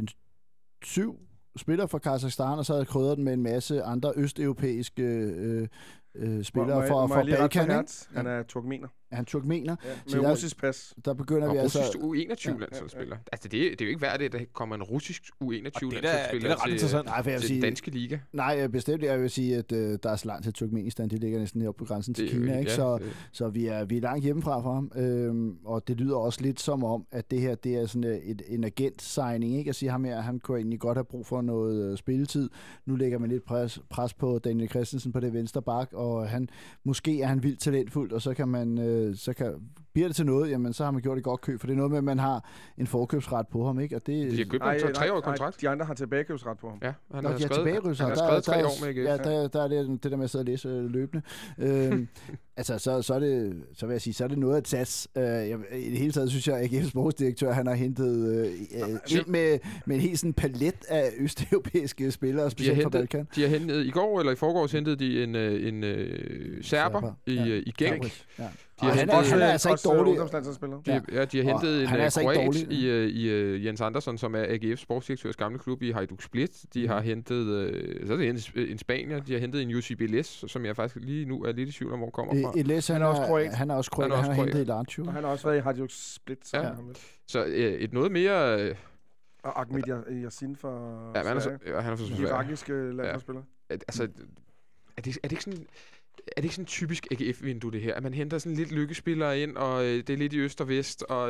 7 spillere fra Kazakhstan, og så havde krydret den med en masse andre østeuropæiske spillere fra Balkan. Han er turkmener. Han er turkmener. Ja, med russisk pas. Der begynder vi altså... altså... russisk U21-landsholdsspiller. Altså, det er jo ikke værd, at der kommer en russisk U21-landsholdsspiller til den danske liga. Nej, bestemt. Jeg vil sige, at der er så langt til Turkmenistan. Det ligger næsten heroppe på grænsen til Kina. Ikke? Så vi er langt hjemmefra for ham. Og det lyder også lidt som om, at det her det er sådan en agent-signing. Ikke? At sige, han kunne egentlig godt have brug for noget spilletid. Nu lægger man lidt pres på Daniel Christensen på det venstre bak, og måske er han vildt talentfuld, og så kan man bliver det til noget, jamen så har man gjort et godt køb, for det er noget med, at man har en forkøbsret på ham, ikke? Og det, de har købt ham til 3-årig kontrakt. De andre har tilbagekøbsret på ham. Ja, han har skrevet 3 år med AGF. Ja, der er det der med at sidde og læse løbende. Altså, så vil jeg sige, så er det noget at sats. I det hele taget synes jeg, at AGF's sportsdirektør, han har hentet ind med en helt sådan palet af østeuropæiske spillere, specielt fra Balkan. De har hentet, i går eller i forgårs hentede de en serber i Genk. Ja. Han er altså ikke dårlig. De har hentet en kroat i Jens Andersson, som er AGF's sportsdirektørs gamle klub i Hajduk Split. De har hentet en spanier. De har hentet en UCB Les, som jeg faktisk lige nu er lidt i tvivl om, hvor kommer fra. Les, han er også kroat. Han har hentet i Lazio. Og han har også været i Hajduk Split. Så et noget mere... Og Ahmed Yassin fra han er fra irakiske landsholdsspiller. Altså, er det ikke sådan... Er det ikke sådan en typisk AGF-vindue, det her? At man henter sådan lidt lykkespillere ind, og det er lidt i øst og vest, og...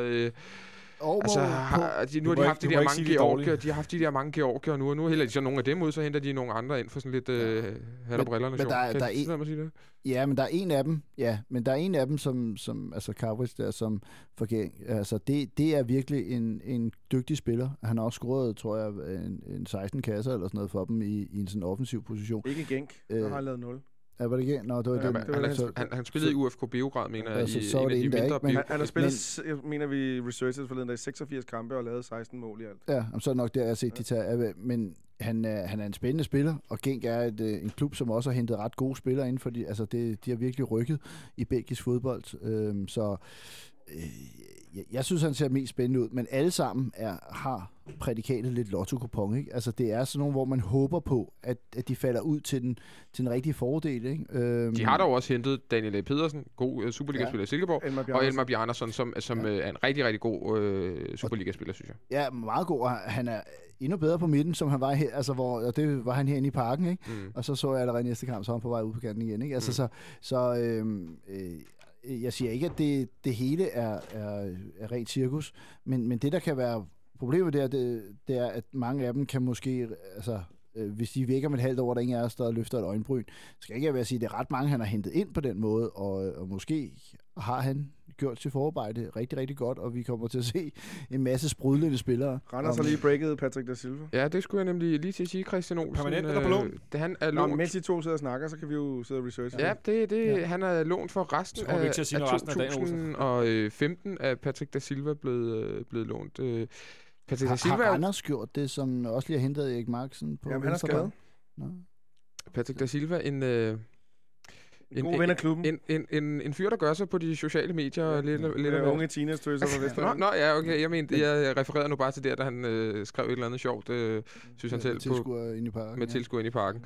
nu har de haft de der mange georgier, og nu hælder de så nogle af dem ud, så henter de nogle andre ind for sådan lidt hat og briller-nation. Ja, men der er en af dem, som altså Karwitz der, som altså det er virkelig en dygtig spiller. Han har også scoret, tror jeg, en 16 kasser eller sådan noget for dem i en sådan offensiv position. Ikke Genk, der har lavet 0. Ja, var det ikke? Nå, det var han spillede i UFK Beograd, mener jeg, i en af de mindre. Han har spillet, mener vi, researches forleden, der i 86 kampe og lavet 16 mål i alt. Ja, så er det nok der, jeg har set de tager. Men han er en spændende spiller, og Genk er en klub, som også har hentet ret gode spillere ind, fordi altså de har virkelig rykket i belgisk fodbold. Jeg synes, han ser mest spændende ud, men alle sammen har prædikatet lidt lotto-kupon, ikke? Altså, det er sådan nogle, hvor man håber på, at de falder ud til den rigtige fordel, ikke? De har dog også hentet Daniel A. Pedersen, god Superliga-spiller i Silkeborg, og Elmar Bjarnason, som er en rigtig, rigtig god Superliga-spiller, synes jeg. Ja, meget god, og han er endnu bedre på midten, som han var her, altså, og det var han herinde i parken, ikke? Og så jeg allerede næste kamp, så han på vej ud på kanten igen, ikke? Altså, jeg siger ikke, at det hele er rent cirkus, men det, der kan være problemet det er, at mange af dem kan måske, altså, hvis de vækker med et halvt år, der ingen af os, der løfter et øjenbryn, skal ikke være at sige, at det er ret mange, han har hentet ind på den måde, og måske har han gjort sit forarbejde rigtig, rigtig godt, og vi kommer til at se en masse sprudlende spillere. Randers har lige breaket Patrick da Silva. Ja, det skulle jeg nemlig lige til at sige, Christian Olsen. Permanent eller på lån? Han er lånt. Mens de to sidder og snakker, så kan vi jo sidde og researche. Ja, han er lånt for resten af 2015 af Patrick da Silva blevet lånt. Patrick da Silva har Randers gjort det, som også lige har hentet Erik Marksen på? Jamen, han er skadet. Patrick da Silva, en god ven af klubben. En fyr, der gør sig på de sociale medier. Lidt unge teenage-tøser fra Vestjylland. Nå, ja, okay. Jeg refererede nu bare til det, da han skrev et eller andet sjovt, synes han selv. Med tilskuer ind i parken.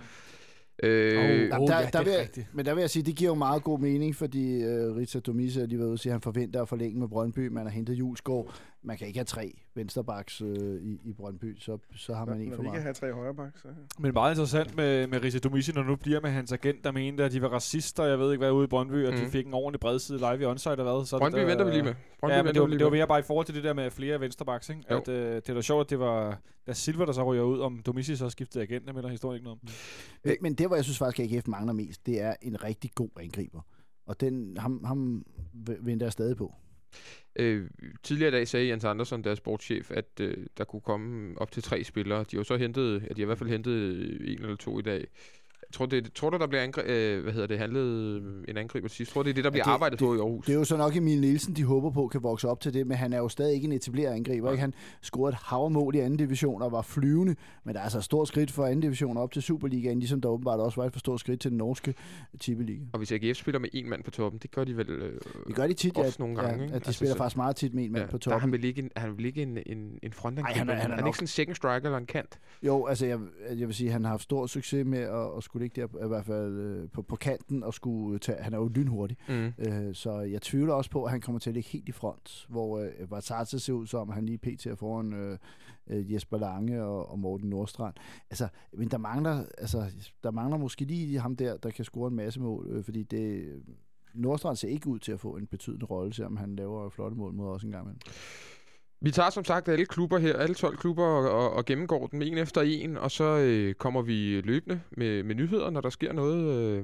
Men der vil jeg sige, det giver jo meget god mening, fordi Rita Domisa lige var ude og sige, at han forventer at forlænge med Brøndby. Man har hentet Julesgaard. Man kan ikke have 3 vensterbacks i Brøndby, så har man en for meget. Man kan have 3 højrebacks. Men meget interessant med Rita Domisa, når nu bliver med hans agent, der mente, at de var racister, jeg ved ikke hvad, ude i Brøndby, og de fik en ordentlig bredside live i onside og hvad. Så Brøndby venter vi lige med. Ja, men det var mere bare i forhold til det der med flere vensterbacks, ikke? At, det var sjovt, at det var Da Silva, der så ryger ud, om Domicic så skiftede agent, der melder historien ikke noget om. Men det, hvor jeg synes faktisk, at AGF mangler mest, det er en rigtig god angriber. Og ham venter jeg stadig på. Tidligere i dag sagde Jens Andersson, deres sportschef, at der kunne komme op til 3 spillere. De har jo så hentet, de har i hvert fald hentet 1 eller 2 i dag. Tror du, der bliver handlet en angriber til sidst? Tror du, det er det, der bliver arbejdet på i Aarhus? Det er jo så nok Emil Nielsen, de håber på, kan vokse op til det, men han er jo stadig ikke en etableret angriber. Ja. Ikke? Han scorede et havmål i anden division og var flyvende, men der er altså et stort skridt fra anden division op til Superligaen, ligesom der åbenbart også var et for stort skridt til den norske Tippeliga. Og hvis AGF spiller med 1 mand på toppen, det gør de vel det gør de tit, også nogle gange. At de spiller faktisk meget tit med 1 mand på toppen. Der er han vel ikke en frontangriber? Han er ikke sådan en second striker eller en kant? Jo, altså jeg vil sige, at han har haft stor succes med at skulle ligge der, i hvert fald på kanten, og skulle tage, han er jo lynhurtig. Så jeg tvivler også på, at han kommer til at ligge helt i front, hvor Vartarce ser ud som, han lige pt. Er foran Jesper Lange og Morten Nordstrand. Altså, men der mangler måske lige ham der kan score en masse mål, fordi Nordstrand ser ikke ud til at få en betydende rolle, selvom han laver flotte mål mod os en gang imellem. Vi tager som sagt alle klubber her, alle 12 klubber, og gennemgår dem en efter en, og så kommer vi løbende med nyheder, når der sker noget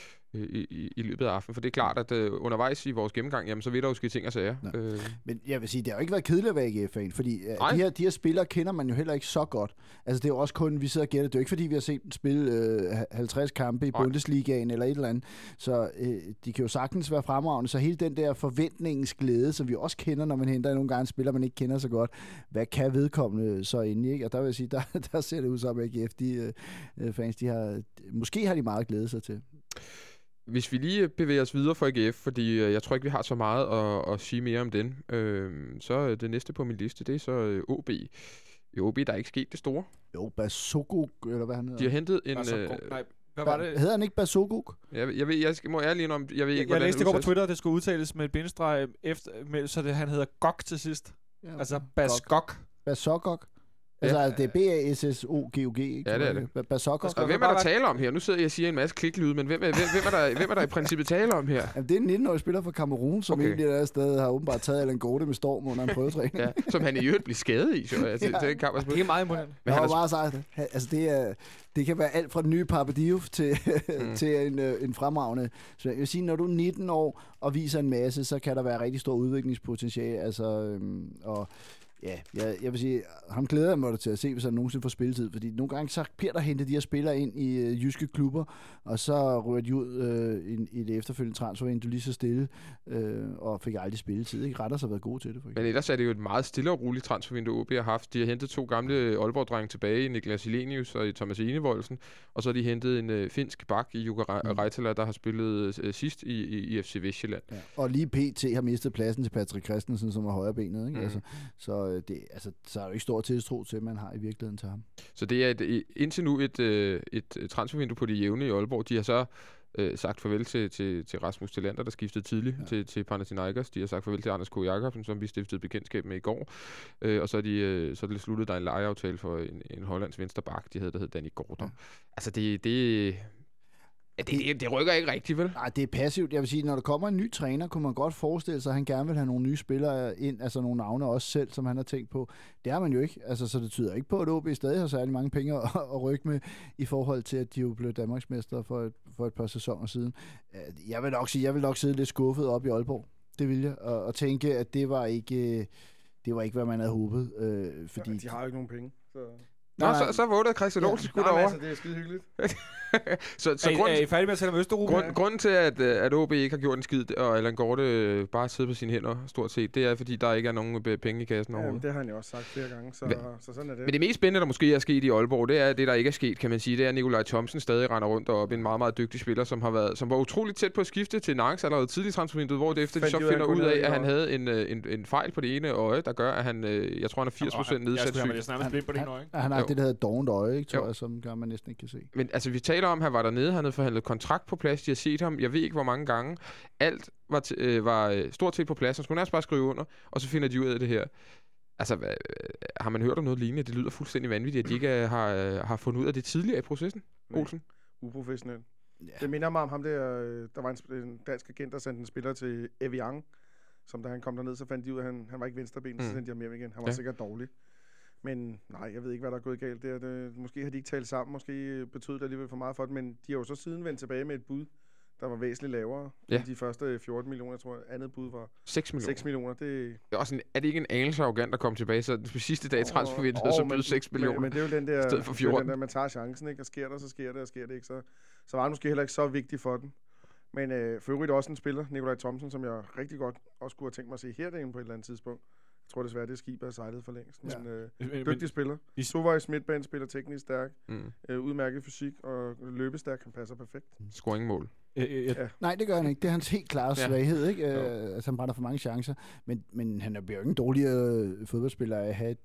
i løbet af aftenen. For det er klart, at undervejs i vores gennemgang, jamen, så vil der jo ske ting og sager. Men jeg vil sige, det har jo ikke været kedeligt at være AGF-fan, fordi de her spillere kender man jo heller ikke så godt. Altså, det er jo også kun, vi sidder og gætter. Det er jo ikke, fordi vi har set dem spille 50 kampe i Bundesligaen eller et eller andet. Så de kan jo sagtens være fremragende. Så hele den der forventningens glæde, som vi også kender, når man henter nogle gange en spiller, man ikke kender så godt, hvad kan vedkommende så inde, ikke? Og der vil jeg sige, der ser det ud som AGF, de fans, måske har de meget glæde sig til. Hvis vi lige bevæger os videre for AGF, fordi jeg tror ikke, vi har så meget at sige mere om den, så det næste på min liste, det er så OB. I OB, der er ikke sket det store. Jo, Basoguk, eller hvad han hedder. De har hentet en... Hvad var det? Hedder han ikke Basoguk? Jeg må ærlig indrømme, jeg ved ikke, hvordan læste det går på Twitter, at det skulle udtales med et bindestreg efter, så han hedder Gok til sidst. Ja, altså Basoguk. Basoguk. Altså, det er B-A-S-S-O-G-O-G, ikke? Ja, det er det. Basoguk. Og hvem er der tale om her? Nu sidder jeg og siger en masse kliklyde, men hvem er der i princippet tale om her? Jamen, det er en 19-årig spiller fra Cameroun, som egentlig der sted har åbenbart taget Allan Gorte med storm under en prøvetræning. Ja, som han i øvrigt blev skadet i, så det er meget imponerende. Men han var meget sejt. Altså, det kan være alt fra den nye Pape Diouf til en fremragende. Så jeg vil sige, når du er 19 år og viser en masse, så kan der være rigtig stor udviklingspotentiale. Altså, ja, jeg vil sige, ham glæder jeg mig til at se, hvis han nogensinde får spilletid, fordi nogle gange så bliver der hentet de her spillere ind i jyske klubber, og så rører de ud i det efterfølgende transfervindue lige så stille, og fik aldrig spilletid. Ikke? Retters har været gode til det. For Men ellers er det jo et meget stille og roligt transfervindue, OB har haft. De har hentet 2 gamle Aalborg-drenge tilbage, Niklas Elenius og Thomas Enevoldsen, og så har de hentet en finsk bak i Jukka Raitala, der har spillet sidst i FC Vestjylland. Ja. Og lige PT har mistet pladsen til Patrick Christensen, som er højrebenet, ikke? Altså, så er jo ikke stor tiltro til, at man har i virkeligheden til ham. Så det er indtil nu et transfervindue på det jævne i Aalborg. De har så sagt farvel til Rasmus Tillander, der skiftede tidligt til Panathinaikos. De har sagt farvel til Anders K. Jakobsen, som vi stiftede bekendtskab med i går. Og så er det sluttet, der en lejeaftale for en hollandsk vensterbak, der hed Danny Gordon. Ja. Altså det rykker ikke rigtigt, vel? Nej, det er passivt. Jeg vil sige, når der kommer en ny træner, kunne man godt forestille sig, at han gerne vil have nogle nye spillere ind, altså nogle navne også selv, som han har tænkt på. Det har man jo ikke. Altså, så det tyder ikke på, at OB stadig har særlig mange penge at rykke med, i forhold til, at de jo blev Danmarksmestre for et par sæsoner siden. Jeg vil nok sidde lidt skuffet op i Aalborg. Det vil jeg. Og tænke, at det var ikke, hvad man havde håbet. Fordi ja, de har jo ikke nogen penge, så... Så vågede Christian Olsen sgu derovre. Altså, det er skide hyggeligt. Er I færdige med at tale om Østeuropa? Grunden til, at OB ikke har gjort en skid, og Allan Gorte bare sidder på sine hænder, stort set, det er, fordi der ikke er nogen penge i kassen overhovedet. Det har han jo også sagt flere gange, så sådan er det. Men det mest spændende, der måske er sket i Aalborg, det er det, der ikke er sket, kan man sige. Det er, at Nikolaj Thomsen stadig render rundt deroppe. En meget, meget dygtig spiller, som var utroligt tæt på at skifte til Nantes allerede tidligt transfervinduet, hvor det efter de så finder ud af, at han havde en fejl på det ene øje, der gør, at han, jeg tror, han er 80% nedsat syg. Han har det, der hedder dovent øje, ikke, tror jeg, som gør, man næsten ikke kan se. Men altså, vi taler om, at han var dernede, han havde forhandlet kontrakt på plads, de har set ham, jeg ved ikke, hvor mange gange. Alt var stort set på plads, han skulle nærmest bare skrive under, og så finder de ud af det her. Altså, har man hørt om noget lignende? Det lyder fuldstændig vanvittigt, at de ikke har fundet ud af det tidligere i processen, Olsen. Uprofessionelt. Ja. Det minder mig om ham der var en dansk agent, der sendte en spiller til Evian, som da han kom derned, så fandt de ud af, at han var ikke venstreben, så sendte de ham hjem igen. Han var sikkert dårlig. Men nej, jeg ved ikke, hvad der er gået galt der. Måske har de ikke talt sammen, måske betød det alligevel for meget for det, men de har jo så siden vendt tilbage med et bud, der var væsentligt lavere end de første 14 millioner. Jeg tror, andet bud var 6 millioner. 6 millioner, det er også er det ikke en anelse arrogant at komme tilbage, så på sidste dag i transfervinduet, så byde 6 millioner. Men det er jo den der, stedet for 14. Den der, man tager chancen, ikke? Og sker der, så sker det, og sker det ikke, så var det måske heller ikke så vigtigt for den. Men for øvrigt også en spiller, Nikolaj Thomsen, som jeg rigtig godt også kunne have tænkt mig at se herinde på et eller andet tidspunkt. Jeg tror desværre, det skib er sejlet for længst. Men dygtig spiller. Sovejs midtbanespiller, teknisk stærk, udmærket fysik og løbestærk. Han passer perfekt. Scoringmål. Nej, det gør han ikke. Det er hans helt klare svaghed, ikke? Altså, han brænder for mange chancer. Men han bliver jo ikke en dårligere fodboldspiller af at have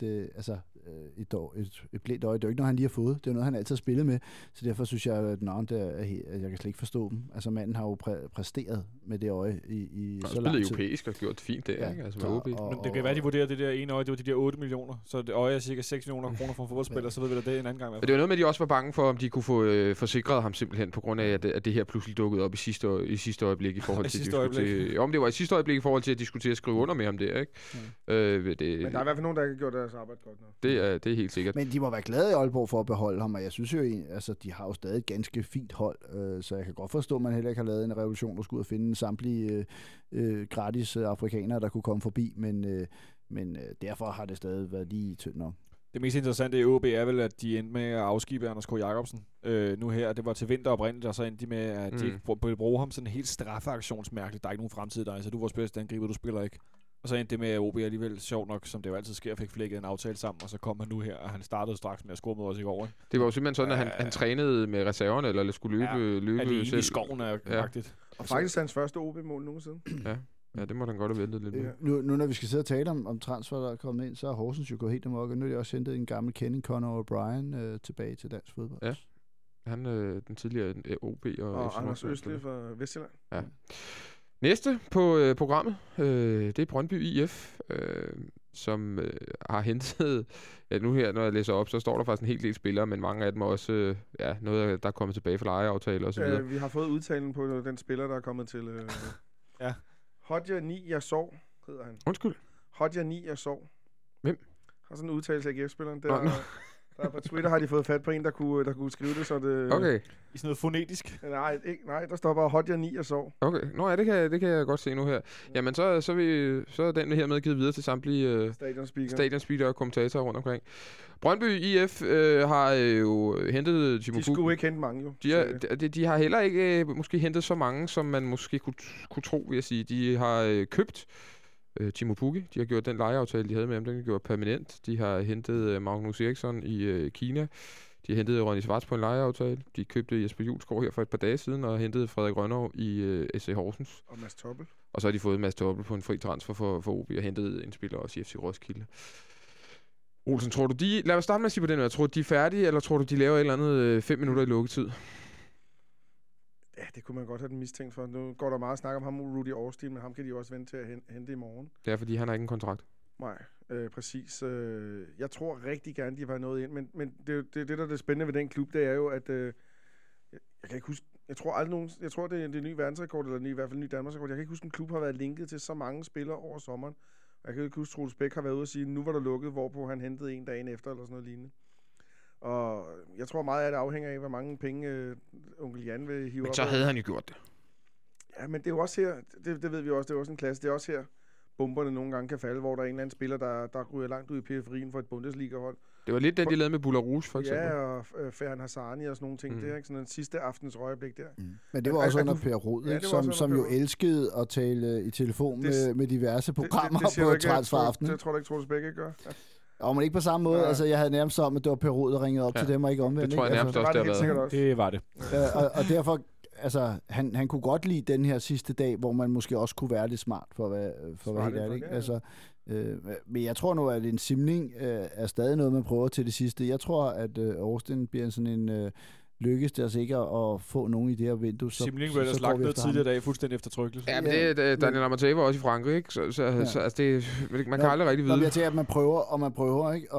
et blindt øje. Det er jo ikke noget, han lige har fået. Det er noget, han altid har spillet med. Så derfor synes jeg, at jeg kan slet ikke forstå dem. Altså, manden har jo præsteret med det øje i så lang tid. Han europæisk og gjort fint der, ikke? Altså, men det kan være, de vurderer det der ene øje, det var de der 8 millioner. Så det øje er cirka 6 millioner kroner for en fodboldspiller, så ved vi det en anden gang. Men det var noget med, at de også var bange for, om de kunne få forsikret ham simpelthen, på grund af, at det her pludselig dukkede op i sidste øjeblik i forhold til om det var i sidste øjeblik i forhold til at diskutere at skrive under med ham der, ikke? Men der er i hvert fald nogen, der ikke har gjort deres arbejde godt nok. Det er helt sikkert. Men de må være glade i Aalborg for at beholde ham, og jeg synes jo, altså de har jo stadig et ganske fint hold, så jeg kan godt forstå, at man heller ikke har lavet en revolution, der skulle ud og finde samtlige gratis afrikanere, der kunne komme forbi, men derfor har det stadig været lige tyndt nok. Det mest interessante i OB er vel, at de endte med at afskibe Anders K. Jacobsen nu her. Det var til vinter oprindeligt, og så endte de med, at de ikke ville bruge ham sådan helt straffeaktionsmærkeligt. Der er ikke nogen fremtid der, så du er vores bedste angriber, du spiller ikke. Og så endte det med, at OB alligevel, sjovt nok, som det jo altid sker, fik flækket en aftale sammen, og så kom han nu her, og han startede straks med at score med os i går. Det var jo simpelthen sådan, at han trænede med reserverne, eller skulle løbe selv. I skoven er rigtigt. Og faktisk hans første OB-mål nogensinde. Ja, det må han godt have ventet lidt med. Nu når vi skal sidde og tale om transfer, der er kommet ind, så er Horsens jo gået helt amok, og nu er de også hentet en gammel kending, Conor O'Brien, tilbage til dansk fodbold. Ja, han den tidligere OB og Anders Østli fra Vestjylland. Ja. Næste på programmet, det er Brøndby IF, som har hentet, nu her, når jeg læser op, så står der faktisk en hel del spillere, men mange af dem også, noget, der er kommet tilbage fra lejeaftaler og så videre. Vi har fået udtalen på den spiller, der er kommet til... Hodja Niyazov hedder han. Undskyld? Hodja Niyazov. Hvem? Har sådan en udtalelse af AGF-spilleren. Der på Twitter har de fået fat på en, der kunne skrive det, så det... Okay. I sådan noget fonetisk? Nej, der står bare Hodja Niyazov. Okay. Nå ja, det kan jeg godt se nu her. Jamen, så er den her med givet videre til samtlige stadionspeaker og kommentatorer rundt omkring. Brøndby IF har jo hentet Timo Puk. De skulle ikke hente mange, jo. De har heller ikke måske hentet så mange, som man måske kunne tro, vil jeg sige. De har købt Timo Pukki. De har gjort den lejeaftale, de havde med ham, den har gjort permanent. De har hentet Magnus Eriksson i Kina. De har hentet Ronny Schwartz på en lejeaftale. De købte Jesper Julesgaard her for et par dage siden, og hentet Frederik Rønnow i SC Horsens. Og Mads Toppel. Og så har de fået Mads Toppel på en fri transfer for OB, og hentet en spiller også i FC Roskilde. Olsen, tror du lad os starte med at sige på den her. Tror du, de er færdige, eller tror du, de laver et eller andet 5 minutter i lukketid? Ja, det kunne man godt have den mistænkt for. Nu går der meget snak om ham, Rudy Austin, men ham kan de også vente til at hente i morgen. Ja, fordi han har ikke en kontrakt. Nej, præcis. Jeg tror rigtig gerne, de var nået ind, men det der er det spændende ved den klub, det er jo, at jeg kan ikke huske, jeg tror det er en ny verdensrekord, eller i hvert fald en ny Danmarksrekord. Jeg kan ikke huske, en klub har været linket til så mange spillere over sommeren. Jeg kan ikke huske, Troels Bæk har været ude og sige, nu var der lukket, hvorpå han hentede en dagen efter, eller sådan noget lignende. Og jeg tror meget af det afhænger af, hvor mange penge onkel Jan vil hive op. Men så havde han jo gjort det. Ja, men det er jo også her, det ved vi også, det er også en klasse, det er også her, bomberne nogle gange kan falde, hvor der er en eller anden spiller, der ryger langt ud i periferien for et Bundesliga-hold. Det var lidt den, de lavede med Bulla for eksempel. Ja, og Ferhan Hassani og sådan nogle ting. Det er ikke sådan en sidste aftens øjeblik der. Men det var også under Per Rud, som jo elskede at tale i telefon med diverse programmer på Transferaften. Det tror du ikke, Troels Bæk ikke gør? Og men ikke på samme måde. Altså, jeg havde nærmest om, at det var Per Rud, der ringede op til dem, og ikke omvendt. Det tror jeg nærmest også, det har været. Det var det. Og derfor, altså, han kunne godt lide den her sidste dag, hvor man måske også kunne være lidt smart, for at være helt ærlig. Altså, men jeg tror nu, at en simning er stadig noget, man prøver til det sidste. Jeg tror, at Austin bliver sådan en lykkes det altså ikke at få nogen i det her vindue. Simling blev ellers lagt ned tidligere dag, fuldstændig eftertrykkeligt. Ja, men det er Daniel Amatei var også i Frankrig, ikke? Så altså, det, man kan aldrig rigtig vide. Jeg tænker, at man prøver, ikke?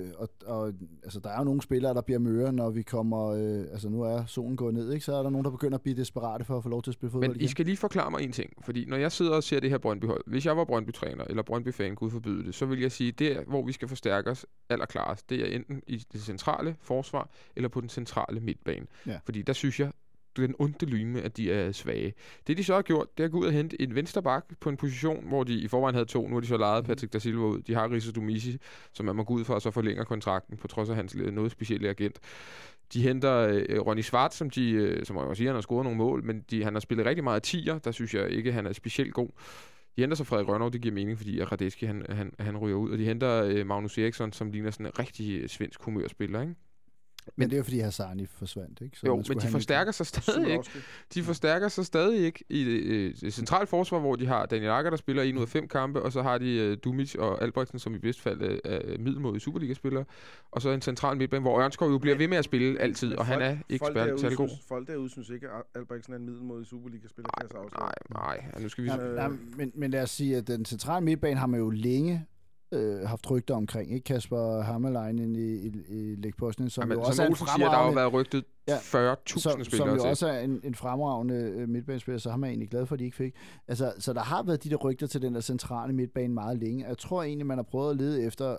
Og altså, der er jo nogle spillere, der bliver møre, når vi kommer... altså, nu er solen gået ned, ikke? Så er der nogen, der begynder at blive desperate for at få lov til at spille fodbold. Men I skal lige forklare mig en ting, fordi når jeg sidder og ser det her Brøndby-hold, hvis jeg var Brøndby-træner eller Brøndby-fan, Gud forbyde det, så vil jeg sige, det hvor vi skal forstærke os allerklarest, det er enten i det centrale forsvar, eller på den centrale midtbane. Ja. Fordi der synes jeg, den onde lyne, at de er svage. Det de så har gjort, det er at gå ud og hente en venstre bak på en position, hvor de i forvejen havde 2. Nu har de så lejet Patrick da Silva ud. De har Risa Dumisi, som man må gå ud for, og så forlænger kontrakten, på trods af hans noget specielle agent. De henter Ronny Schwartz, som man jo siger, han har scoret nogle mål, men han har spillet rigtig meget 10'er. Der synes jeg ikke, han er specielt god. De henter så Frederik Rønnow, det giver mening, fordi Radetzky, han ryger ud. Og de henter Magnus Eriksson, som ligner sådan en rigtig svensk humørspiller, ikke? Men det er jo fordi Hassani forsvandt, ikke? Så jo, men de forstærker sig stadig ikke. De forstærker sig stadig ikke i det centrale forsvar, hvor de har Daniel Agger, der spiller 1 ud af 5 kampe, og så har de Dumic og Albrechtsen, som i bedst fald er middelmådige Superliga-spillere, og så en central midtbane, hvor Ørnskov jo bliver ved med at spille altid, og han er ikke særlig god. Folk derude synes ikke, at Albrechtsen er en middelmådig Superliga-spiller. Nej, nu skal vi... Men lad os sige, at den centrale midtbane har man jo længe haft rygter omkring, ikke? Kasper Hammerlein i Lech Poznan, som jo også er en fremragende... der har jo været rygtet 40.000 spillere som jo også er en fremragende midtbanespiller, så har man egentlig glad for, at de ikke fik. Altså, så der har været de der rygter til den der centrale midtbane meget længe. Jeg tror egentlig, man har prøvet at lede efter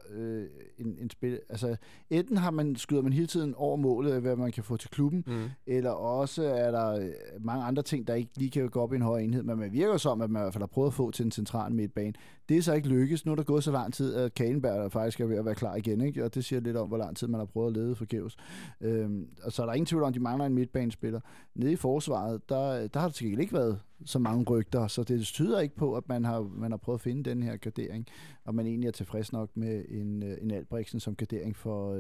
en spil. Altså, enten skyder man hele tiden over målet af, hvad man kan få til klubben, eller også er der mange andre ting, der ikke lige kan gå op i en høj enhed, men man virker som, at man i hvert fald har prøvet at få til en central midtbane. Det er så ikke lykkes. Nu er der gået så lang tid, at Kalenberg faktisk er ved at være klar igen, ikke? Og det siger lidt om, hvor lang tid man har prøvet at lede forgæves. Og så er der ingen tvivl om, de mangler en midtbanespiller. Nede i forsvaret, der har det sikkert ikke været så mange rygter, så det tyder ikke på, at man har prøvet at finde den her gardering, og man egentlig er tilfreds nok med en Albrechtsen som gardering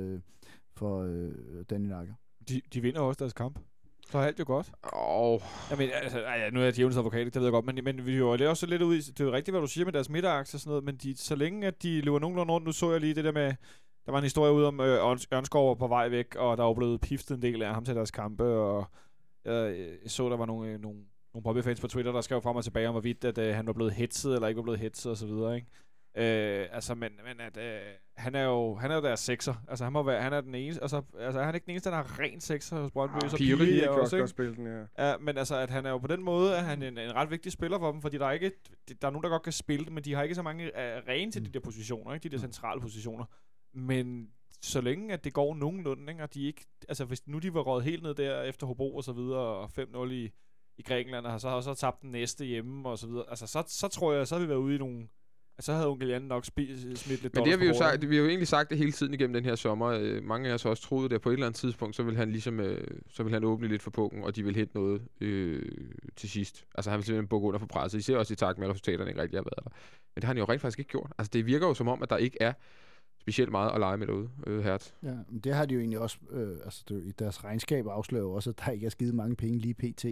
for Daniel Agger. De vinder også deres kamp. Så er alt jo godt. Jamen, altså, nu er jeg djævelens advokat, det ved jeg godt, men vi jo også lidt ud i, det er jo rigtigt, hvad du siger med deres midterakse og sådan noget, men så længe, at de løber nogenlunde rundt, nu så jeg lige det der med, der var en historie ude om Ørnskov på vej væk, og der var blevet piftet en del af ham til deres kampe, og jeg så, der var nogle Brøndby-fans på Twitter, der skrev frem og tilbage om, hvorvidt at han var blevet hetset, eller ikke var blevet hetset, og så videre, ikke? Men at han er jo deres sekser. Altså han er den eneste, altså er han ikke den eneste, der har ren sekser hos Brøndby, så Piri er også, ikke? Spille den, ja, men altså at han er jo på den måde, at han er en ret vigtig spiller for dem, fordi der er nogen, der godt kan spille det, men de har ikke så mange rene til de der positioner, ikke? De der centrale positioner. Men så længe at det går nogenlunde, ikke? Og de ikke, altså hvis nu de var røget helt ned der efter Hobro og så videre, og 5-0 i Grækenland, og så har så tabt den næste hjemme og så videre, altså så tror jeg, så har vi været ude i nogle. Så havde onkel Jan nok smidt lidt. Men det har vi jo sagt, vi har jo egentlig sagt det hele tiden igennem den her sommer. Mange af os har også troet, at på et eller andet tidspunkt, så vil han ligesom, så vil han åbne lidt for pukken, og de vil hente noget til sidst. Altså han vil simpelthen bukke under for presset. I ser også i takt med, at resultaterne ikke rigtig har været der. Men det har han jo rent faktisk ikke gjort. Altså det virker jo som om, at der ikke er specielt meget at lege med derude, Hert. Ja, det har de jo egentlig også, i deres regnskab afslører jo også, at der ikke er skide mange penge lige pt.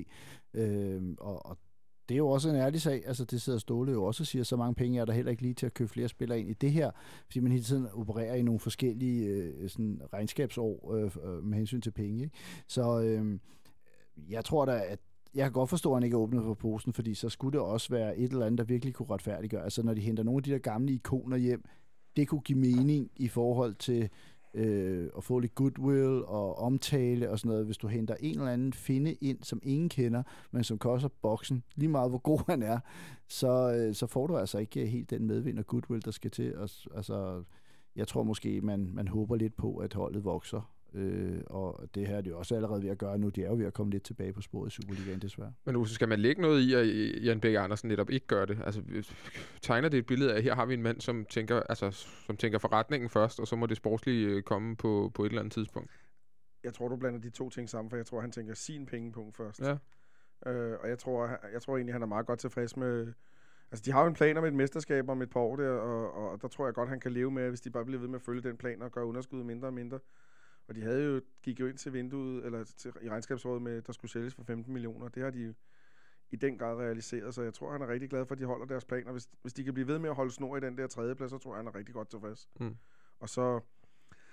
Og det er jo også en ærlig sag. Altså, det sidder Ståle jo også og siger, så mange penge er der heller ikke lige til at købe flere spillere ind i det her, fordi man hele tiden opererer i nogle forskellige sådan regnskabsår med hensyn til penge. Ikke? Så jeg tror da, at jeg kan godt forstå, at han ikke er åbnet for posen, fordi så skulle det også være et eller andet, der virkelig kunne retfærdiggøre. Altså, når de henter nogle af de der gamle ikoner hjem, det kunne give mening i forhold til at få lidt goodwill og omtale og sådan noget. Hvis du henter en eller anden finde ind, som ingen kender, men som koster boksen, lige meget hvor god han er, så får du altså ikke helt den medvind og goodwill, der skal til. Altså, jeg tror måske, man håber lidt på, at holdet vokser. Og det her er de også allerede ved at gøre nu. De er jo ved at komme lidt tilbage på sporet i Superligaen, desværre. Men nu skal man lægge noget i, at Jan Bæk Andersen netop ikke gør det. Altså, tegner det et billede af, at her har vi en mand, som tænker forretningen først, og så må det sportslige komme på et eller andet tidspunkt. Jeg tror, du blander de to ting sammen, for jeg tror, han tænker sin pengepunkt først. Ja. Og jeg tror egentlig, han er meget godt tilfreds med. Altså, de har jo en plan om et mesterskab om et par år der, og der tror jeg godt, han kan leve med, hvis de bare bliver ved med at følge den plan og gøre underskuddet mindre og mindre. Og de gik jo ind til vinduet, eller i regnskabsåret med, der skulle sælges for 15 millioner. Det har de i den grad realiseret, så jeg tror, han er rigtig glad for, at de holder deres planer. Hvis de kan blive ved med at holde snor i den der tredje plads, så tror jeg, han er rigtig godt tilfreds. Og så,